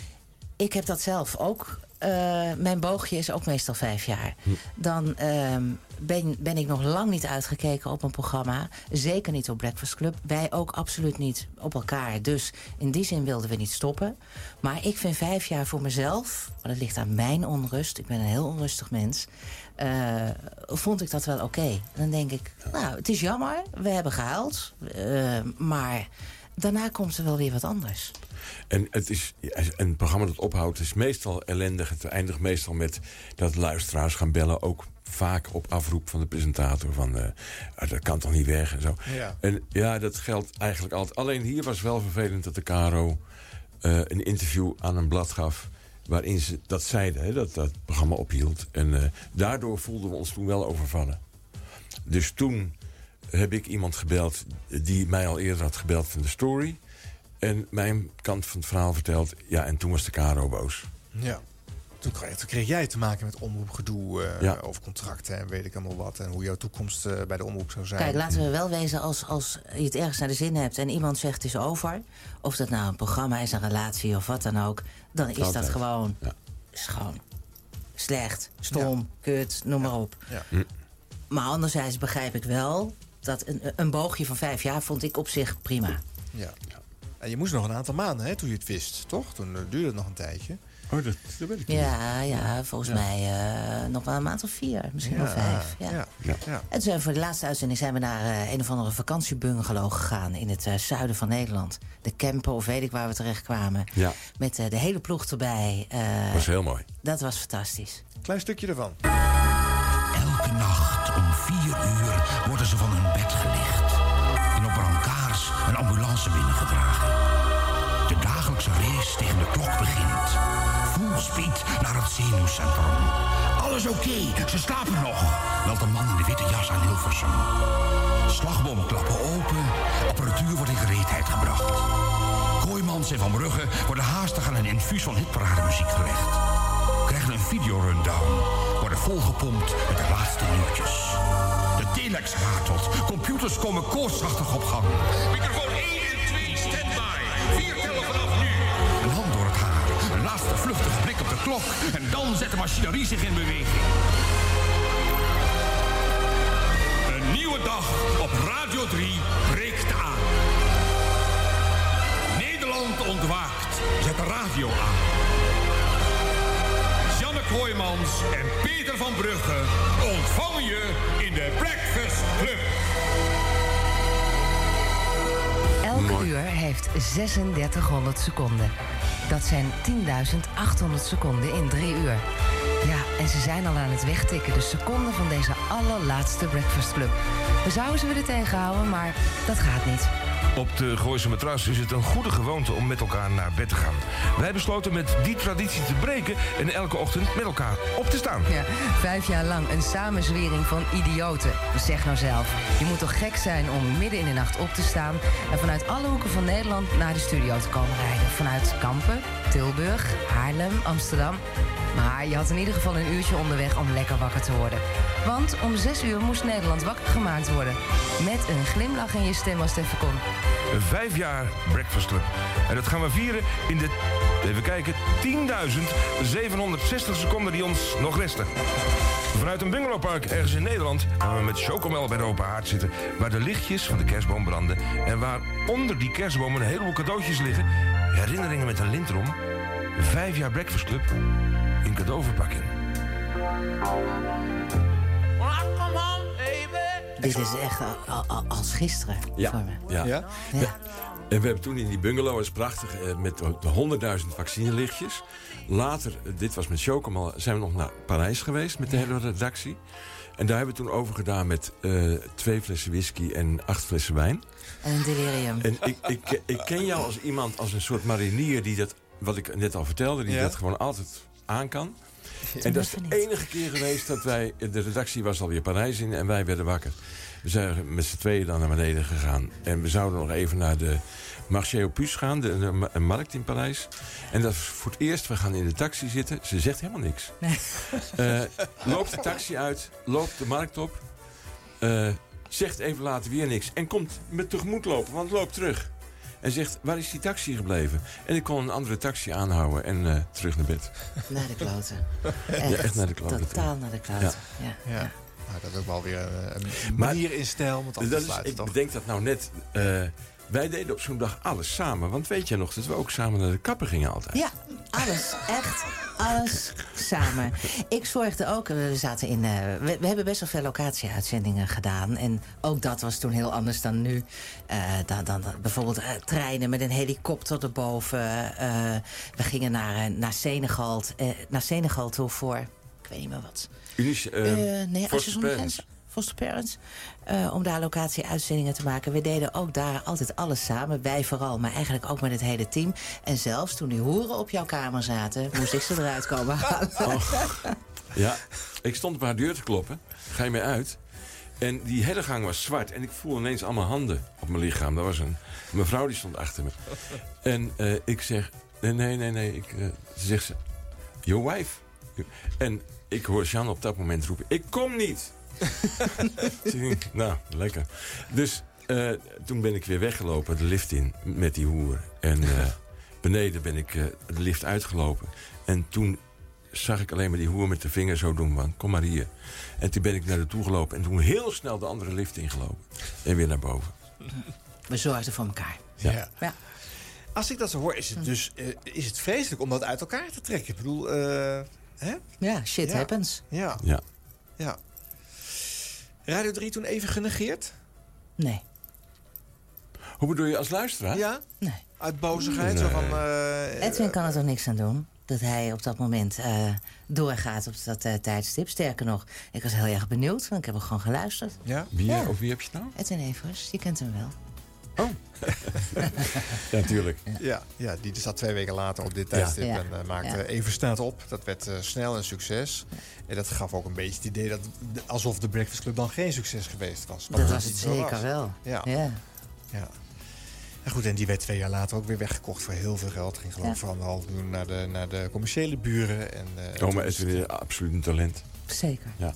Ik heb dat zelf ook. Uh, mijn boogje is ook meestal vijf jaar. Hm. Dan uh, ben, ben ik nog lang niet uitgekeken op een programma. Zeker niet op Breakfast Club. Wij ook absoluut niet op elkaar. Dus in die zin wilden we niet stoppen. Maar ik vind vijf jaar voor mezelf, maar dat ligt aan mijn onrust. Ik ben een heel onrustig mens. Uh, vond ik dat wel oké. Okay. Dan denk ik, nou, het is jammer. We hebben gehuild. Uh, maar daarna komt er wel weer wat anders. En het is een programma dat ophoudt is meestal ellendig. Het eindigt meestal met dat luisteraars gaan bellen. Ook vaak op afroep van de presentator. Van, uh, dat kan toch niet weg en zo. Ja. En ja, dat geldt eigenlijk altijd. Alleen hier was wel vervelend dat de K R O uh, een interview aan een blad gaf. Waarin ze dat zeiden, hè, dat dat programma ophield. En uh, daardoor voelden we ons toen wel overvallen. Dus toen heb ik iemand gebeld die mij al eerder had gebeld van de Story. En mijn kant van het verhaal verteld. Ja, en toen was de K R O boos. Ja. Toen kreeg, toen kreeg jij te maken met omroepgedoe uh, ja. over contracten en weet ik allemaal wat. En hoe jouw toekomst uh, bij de omroep zou zijn. Kijk, laten we wel wezen, als, als je het ergens naar de zin hebt en iemand zegt het is over. Of dat nou een programma is, een relatie of wat dan ook. Dan is dat Altijd. gewoon, ja. is gewoon slecht, stom, ja. kut, noem ja. maar op. Ja. Hm. Maar anderzijds begrijp ik wel dat een, een boogje van vijf jaar vond ik op zich prima. Ja. En je moest nog een aantal maanden, hè, toen je het wist, toch? Toen uh, duurde het nog een tijdje. Oh, dat, dat weet ik niet. Ja, ja, volgens ja. mij uh, nog wel een maand of vier, misschien ja, wel vijf. Ja. Ja, ja. Ja. En toen voor de laatste uitzending zijn we naar uh, een of andere vakantiebungalow gegaan in het uh, zuiden van Nederland. De Kempen, of weet ik waar we terecht kwamen. Ja. Met uh, de hele ploeg erbij. Uh, dat was heel mooi. Dat was fantastisch. Klein stukje ervan. Elke nacht om vier uur worden ze van hun bed gelicht. En op brancards een ambulance binnengedragen. De dagelijkse race tegen de klok begint. Full speed naar het zenuwcentrum. Alles oké, okay, ze slapen nog. Meldt een man in de witte jas aan Hilversum. Slagbomen klappen open. Apparatuur wordt in gereedheid gebracht. Kooijmans en Van Brugge worden haastig aan een infuus van hitparademuziek gelegd. Krijgen een videorundown. Worden volgepompt met de laatste nieuwtjes. De telex ratelt. Computers komen koortsachtig op gang. Microfoon één en twee, standby. Vier tellen vanaf nu. Een hand door het haar. Een laatste vluchtige blik op de klok. En dan zet de machinerie zich in beweging. Een nieuwe dag op Radio drie breekt aan. Nederland ontwaakt. Zet de radio aan. Janne Kooijmans en Peter van Brugge ontvangen je in de Breakfast Club. Elk uur heeft zesendertighonderd seconden. Dat zijn tienduizend achthonderd seconden in drie uur. Ja, en ze zijn al aan het wegtikken, de seconden van deze allerlaatste Breakfast Club. We zouden ze willen tegenhouden, maar dat gaat niet. Op de Gooise Matras is het een goede gewoonte om met elkaar naar bed te gaan. Wij besloten met die traditie te breken en elke ochtend met elkaar op te staan. Ja, vijf jaar lang een samenzwering van idioten. Zeg nou zelf, je moet toch gek zijn om midden in de nacht op te staan en vanuit alle hoeken van Nederland naar de studio te komen rijden. Vanuit Kampen, Tilburg, Haarlem, Amsterdam. Maar je had in ieder geval een uurtje onderweg om lekker wakker te worden. Want om zes uur moest Nederland wakker gemaakt worden. Met een glimlach in je stem als het even kon. Vijf jaar Breakfast Club. En dat gaan we vieren in de, even kijken, tienduizend zevenhonderdzestig seconden die ons nog resten. Vanuit een bungalowpark ergens in Nederland gaan we met chocomel bij de open haard zitten, waar de lichtjes van de kerstboom branden en waar onder die kerstboom een heleboel cadeautjes liggen. Herinneringen met een lint erom. Vijf jaar Breakfast Club in cadeauverpakking. Dit is echt al, al, als gisteren ja. voor me. Ja. Ja? Ja. Ja. En we hebben toen in die bungalow, dat is prachtig, met de honderdduizend vaccinelichtjes. Later, dit was met Chocomel, zijn we nog naar Parijs geweest met de hele redactie. En daar hebben we toen over gedaan met uh, twee flessen whisky en acht flessen wijn. En een delirium. En ik, ik, ik ken jou als iemand, als een soort marinier die dat, wat ik net al vertelde, die Ja. dat gewoon altijd aan kan. En dat is de enige keer geweest dat wij, de redactie was alweer Parijs in en wij werden wakker. We zijn met z'n tweeën dan naar beneden gegaan. En we zouden nog even naar de Marché aux Puces gaan, de, de, een markt in Parijs. En dat is voor het eerst, we gaan in de taxi zitten. Ze zegt helemaal niks. Nee. Uh, loopt de taxi uit, loopt de markt op. Uh, zegt even later weer niks. En komt me tegemoet lopen, want loopt terug. En zegt, waar is die taxi gebleven? En ik kon een andere taxi aanhouden en uh, terug naar bed. Naar de kloten. Echt, ja, echt naar de kloten. Totaal naar de kloten. Ja. Ja. Ja. Ja. Nou, dat is ook wel weer een manier in stijl. Met dat is, ik toch? bedenk dat nou net. Uh, wij deden op zo'n dag alles samen. Want weet jij nog dat we ook samen naar de kapper gingen altijd? Ja, alles. Echt alles samen. Ik zorgde ook, we zaten in... Uh, we, we hebben best wel veel locatie-uitzendingen gedaan. En ook dat was toen heel anders dan nu. Uh, dan, dan, dan, bijvoorbeeld uh, treinen met een helikopter erboven. Uh, we gingen naar, uh, naar Senegal, uh, naar Senegal toe voor... Ik weet niet meer wat. Unice, uh, uh, nee, als je zonder grenzen. Foster Parents. Uh, om daar locatie-uitzendingen te maken. We deden ook daar altijd alles samen. Wij vooral, maar eigenlijk ook met het hele team. En zelfs toen die hoeren op jouw kamer zaten... moest ik ze eruit komen halen. Oh. Ja, ik stond op haar deur te kloppen. Ga je mee uit? En die hele gang was zwart. En ik voelde ineens allemaal handen op mijn lichaam. Dat was een mevrouw die stond achter me. En uh, ik zeg... Nee, nee, nee. nee. Ik, uh, ze zegt ze... Your wife. En ik hoor Jean op dat moment roepen... Ik kom niet! Nou, lekker. Dus uh, toen ben ik weer weggelopen, de lift in, met die hoer. En uh, beneden ben ik uh, de lift uitgelopen. En toen zag ik alleen maar die hoer met de vinger zo doen van... Kom maar hier. En toen ben ik naar haar toe gelopen. En toen heel snel de andere lift ingelopen. En weer naar boven. We zorgden voor elkaar. Ja. Ja. Ja. Als ik dat zo hoor, is het dus uh, is het vreselijk om dat uit elkaar te trekken. Ik bedoel... Uh, hè? Ja, shit ja. happens. Ja. Ja. Ja. Radio drie toen even genegeerd? Nee. Hoe bedoel je, als luisteraar? Ja? Nee. Uit bozigheid? Nee. Zo van, uh, Edwin kan er toch niks aan doen? Dat hij op dat moment uh, doorgaat op dat uh, tijdstip. Sterker nog, ik was heel erg benieuwd, want ik heb er gewoon geluisterd. Ja? Wie, ja. Of wie heb je het nou? Edwin Evers, je kent hem wel. Oh. Ja, natuurlijk. Ja. Ja, ja, die zat twee weken later op dit tijdstip ja. en uh, maakte ja. Even staat op. Dat werd uh, snel een succes. Ja. En dat gaf ook een beetje het idee dat alsof de Breakfast Club dan geen succes geweest was. Dat, dat was het zeker was. wel. Ja. Ja. Ja. En goed, en die werd twee jaar later ook weer weggekocht voor heel veel geld. Ging geloof ik ja. voor anderhalf miljoen naar de, naar de commerciële buren. En, uh, oh, maar Edwin is absoluut een talent. Zeker. Ja.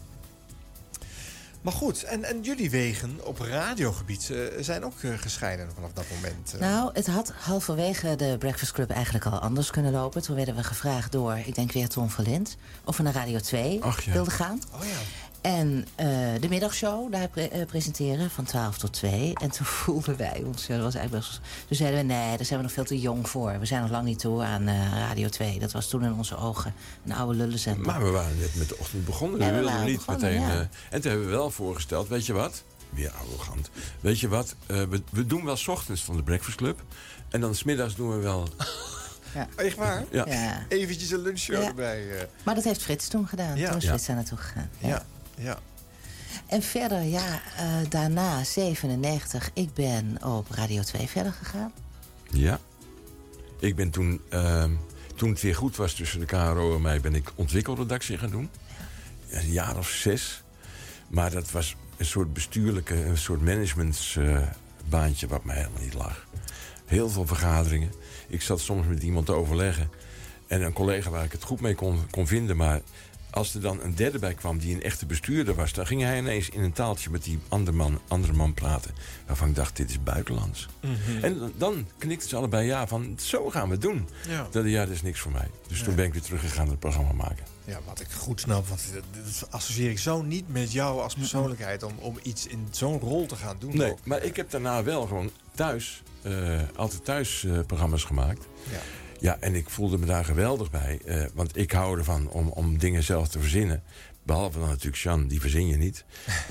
Maar goed, en, en jullie wegen op radiogebied uh, zijn ook uh, gescheiden vanaf dat moment. Uh. Nou, het had halverwege de Breakfast Club eigenlijk al anders kunnen lopen. Toen werden we gevraagd door, ik denk weer Tom Verlind... of we naar Radio twee Ach, ja. wilden gaan. Oh ja. En uh, de middagshow daar pre- uh, presenteren van twaalf tot twee. En toen voelden wij ons... Ja, dat was eigenlijk best, toen zeiden we, nee, daar zijn we nog veel te jong voor. We zijn nog lang niet toe aan uh, Radio twee. Dat was toen in onze ogen een oude lullenzender. Maar we waren net met de ochtend begonnen. Ja, we, we wilden niet begonnen, meteen... Ja. Uh, en toen hebben we wel voorgesteld, weet je wat? Weer arrogant. Weet je wat? Uh, we, we doen wel 's ochtends van de Breakfast Club. En dan 's middags doen we wel... Ja. Echt waar? Ja. ja. Eventjes een lunchshow ja. erbij. Uh. Maar dat heeft Frits toen gedaan. Ja. Toen is ja. Frits daar naartoe gegaan. Ja. ja. Ja. En verder, ja, uh, daarna zevenennegentig, ik ben op Radio twee verder gegaan. Ja. Ik ben toen, uh, toen het weer goed was tussen de K R O en mij, ben ik ontwikkelredactie gaan doen. Ja. Een jaar of zes. Maar dat was een soort bestuurlijke, een soort managementsbaantje uh, wat mij helemaal niet lag. Heel veel vergaderingen. Ik zat soms met iemand te overleggen. En een collega waar ik het goed mee kon, kon vinden, maar... Als er dan een derde bij kwam die een echte bestuurder was... dan ging hij ineens in een taaltje met die andere man, andere man praten. Waarvan ik dacht, dit is buitenlands. Mm-hmm. En dan knikten ze allebei ja van, zo gaan we het doen. Ja, dat, ja, dat is niks voor mij. Dus ja. toen ben ik weer teruggegaan het programma maken. Ja, wat ik goed snap, want dat associeer ik zo niet met jou als persoonlijkheid... om, om iets in zo'n rol te gaan doen. Nee, ook. maar ik heb daarna wel gewoon thuis, uh, altijd thuis uh, programma's gemaakt... Ja. Ja, en ik voelde me daar geweldig bij. Uh, want ik hou ervan om, om dingen zelf te verzinnen. Behalve dan natuurlijk Jean, die verzin je niet.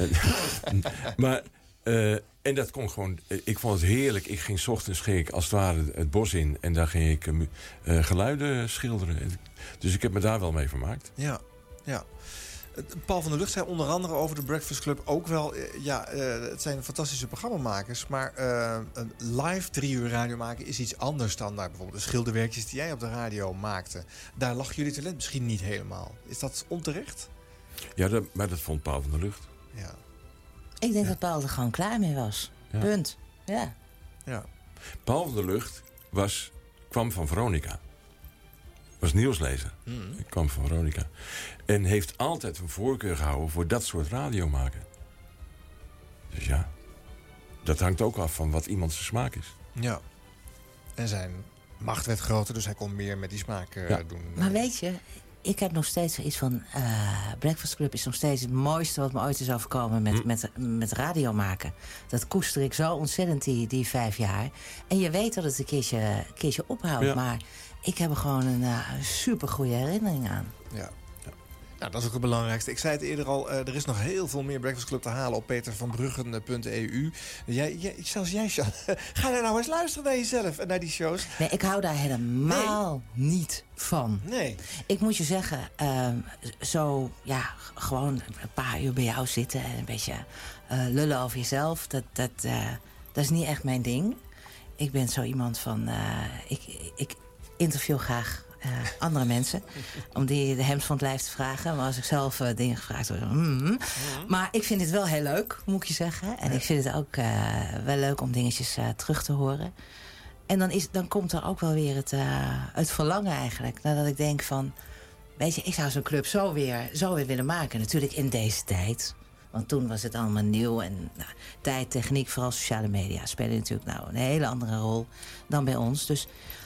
maar, uh, en dat kon gewoon... Uh, ik vond het heerlijk. Ik ging 's ochtends ging ik als het ware het bos in. En daar ging ik uh, geluiden schilderen. Dus ik heb me daar wel mee vermaakt. Ja, ja. Paul van der Lugt zei onder andere over de Breakfast Club ook wel... Uh, ja, uh, het zijn fantastische programmamakers... maar uh, een live drie uur radio maken is iets anders dan... Nou, bijvoorbeeld de schilderwerkjes die jij op de radio maakte. Daar lag jullie talent misschien niet helemaal. Is dat onterecht? Ja, dat, maar dat vond Paul van der Lugt. Ja. Ik denk ja. dat Paul er gewoon klaar mee was. Ja. Punt. Ja. ja. Paul van der Lugt was, kwam van Veronica. Was nieuwslezer. Mm. Ik kwam van Veronica. En heeft altijd een voorkeur gehouden voor dat soort radio maken. Dus ja, dat hangt ook af van wat iemand zijn smaak is. Ja. En zijn macht werd groter, dus hij kon meer met die smaak uh, ja. doen. Maar weet je, ik heb nog steeds iets van... Uh, Breakfast Club is nog steeds het mooiste wat me ooit is overkomen met, mm. met, met radio maken. Dat koester ik zo ontzettend die, die vijf jaar. En je weet dat het een keertje, een keertje ophoudt, ja. maar... Ik heb er gewoon een uh, super goede herinnering aan. Ja. ja. Nou, dat is ook het belangrijkste. Ik zei het eerder al, uh, er is nog heel veel meer Breakfast Club te halen op petervanbruggen punt e u. Jij, jij, zelfs jij, Jean, ga daar nou eens luisteren naar jezelf en naar die shows. Nee, ik hou daar helemaal nee. niet van. Nee. Ik moet je zeggen, uh, zo, ja, gewoon een paar uur bij jou zitten en een beetje uh, lullen over jezelf, dat, dat, uh, dat is niet echt mijn ding. Ik ben zo iemand van, uh, ik... ik interview graag uh, andere mensen. Om die de hemd van het lijf te vragen. Maar als ik zelf uh, dingen gevraagd word... Mm, mm. Maar ik vind het wel heel leuk, moet ik je zeggen. En ja. ik vind het ook uh, wel leuk om dingetjes uh, terug te horen. En dan, is, dan komt er ook wel weer het, uh, het verlangen eigenlijk. Nadat ik denk van... Weet je, ik zou zo'n club zo weer, zo weer willen maken. Natuurlijk in deze tijd. Want toen was het allemaal nieuw. En nou, tijd, techniek, vooral sociale media... spelen natuurlijk nou een hele andere rol dan bij ons. Dus...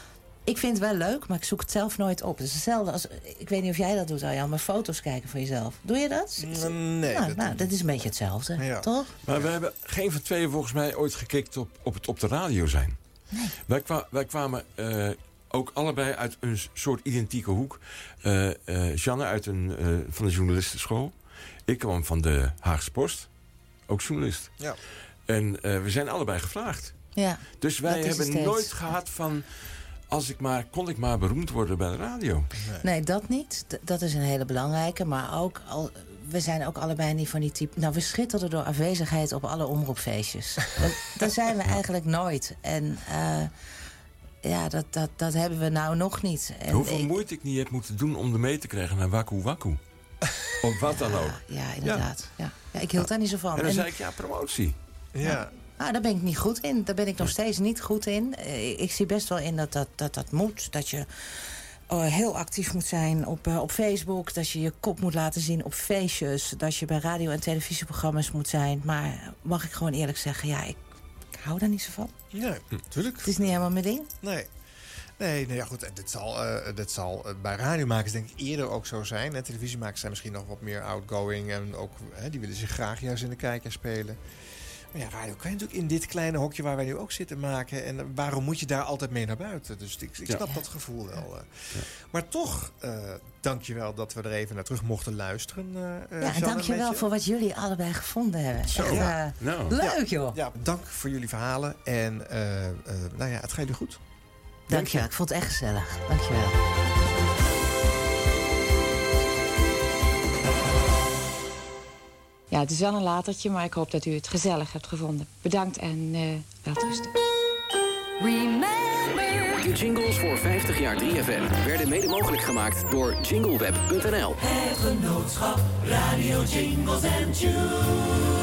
Ik vind het wel leuk, maar ik zoek het zelf nooit op. Het is hetzelfde als... Ik weet niet of jij dat doet, Arjan, maar foto's kijken van jezelf. Doe je dat? Nee. Nou, dat, nou, dat is een beetje hetzelfde, ja. toch? Maar we hebben geen van tweeën volgens mij ooit gekikt op, op het op de radio zijn. Nee. Wij, kwa, wij kwamen uh, ook allebei uit een soort identieke hoek. Uh, uh, Jeanne uit een, uh, van de journalistenschool. Ik kwam van de Haagse Post. Ook journalist. Ja. En uh, we zijn allebei gevraagd. Ja, dus wij hebben nooit gehad van... Als ik maar, kon ik maar beroemd worden bij de radio. Nee, nee dat niet. D- dat is een hele belangrijke. Maar ook, al, we zijn ook allebei niet van die type... Nou, we schitterden door afwezigheid op alle omroepfeestjes. dat, dat zijn we eigenlijk nooit. En uh, ja, dat, dat, dat hebben we nou nog niet. En hoeveel ik... moeite ik niet heb moeten doen om er mee te krijgen naar Waku Waku. Of wat dan ook. Ja, inderdaad. Ja. Ja. Ja, ik hield ja. daar niet zo van. En dan en... zei ik, ja, promotie. Ja. ja. Nou, daar ben ik niet goed in. Daar ben ik nog steeds niet goed in. Ik zie best wel in dat dat, dat, dat moet. Dat je uh, heel actief moet zijn op, uh, op Facebook. Dat je je kop moet laten zien op feestjes. Dat je bij radio- en televisieprogramma's moet zijn. Maar mag ik gewoon eerlijk zeggen, ja, ik, ik hou daar niet zo van. Nee, natuurlijk. Het is niet helemaal mijn ding. Nee. Nee, nee ja, goed. Dit zal, uh, dit zal uh, bij radiomakers denk ik eerder ook zo zijn. En televisiemakers zijn misschien nog wat meer outgoing. En ook, hè, die willen zich graag juist in de kijker spelen. Maar ja, radio kan je natuurlijk in dit kleine hokje waar wij nu ook zitten maken. En waarom moet je daar altijd mee naar buiten? Dus ik, ik snap ja. dat gevoel wel. Uh. Ja. Maar toch, uh, dank je wel dat we er even naar terug mochten luisteren. Uh, ja, en dank je wel voor wat jullie allebei gevonden hebben. Zo. Echt, uh, ja. no. Leuk, joh. Ja, dank voor jullie verhalen. En uh, uh, nou ja, het gaat jullie goed. Dank je wel. Ik vond het echt gezellig. Dank je wel. Ja, het is wel een latertje, maar ik hoop dat u het gezellig hebt gevonden. Bedankt en uh, welterusten. Remember. De jingles voor vijftig jaar drie F M werden mede mogelijk gemaakt door jingleweb punt n l. Het genootschap Radio Jingles en Tunes.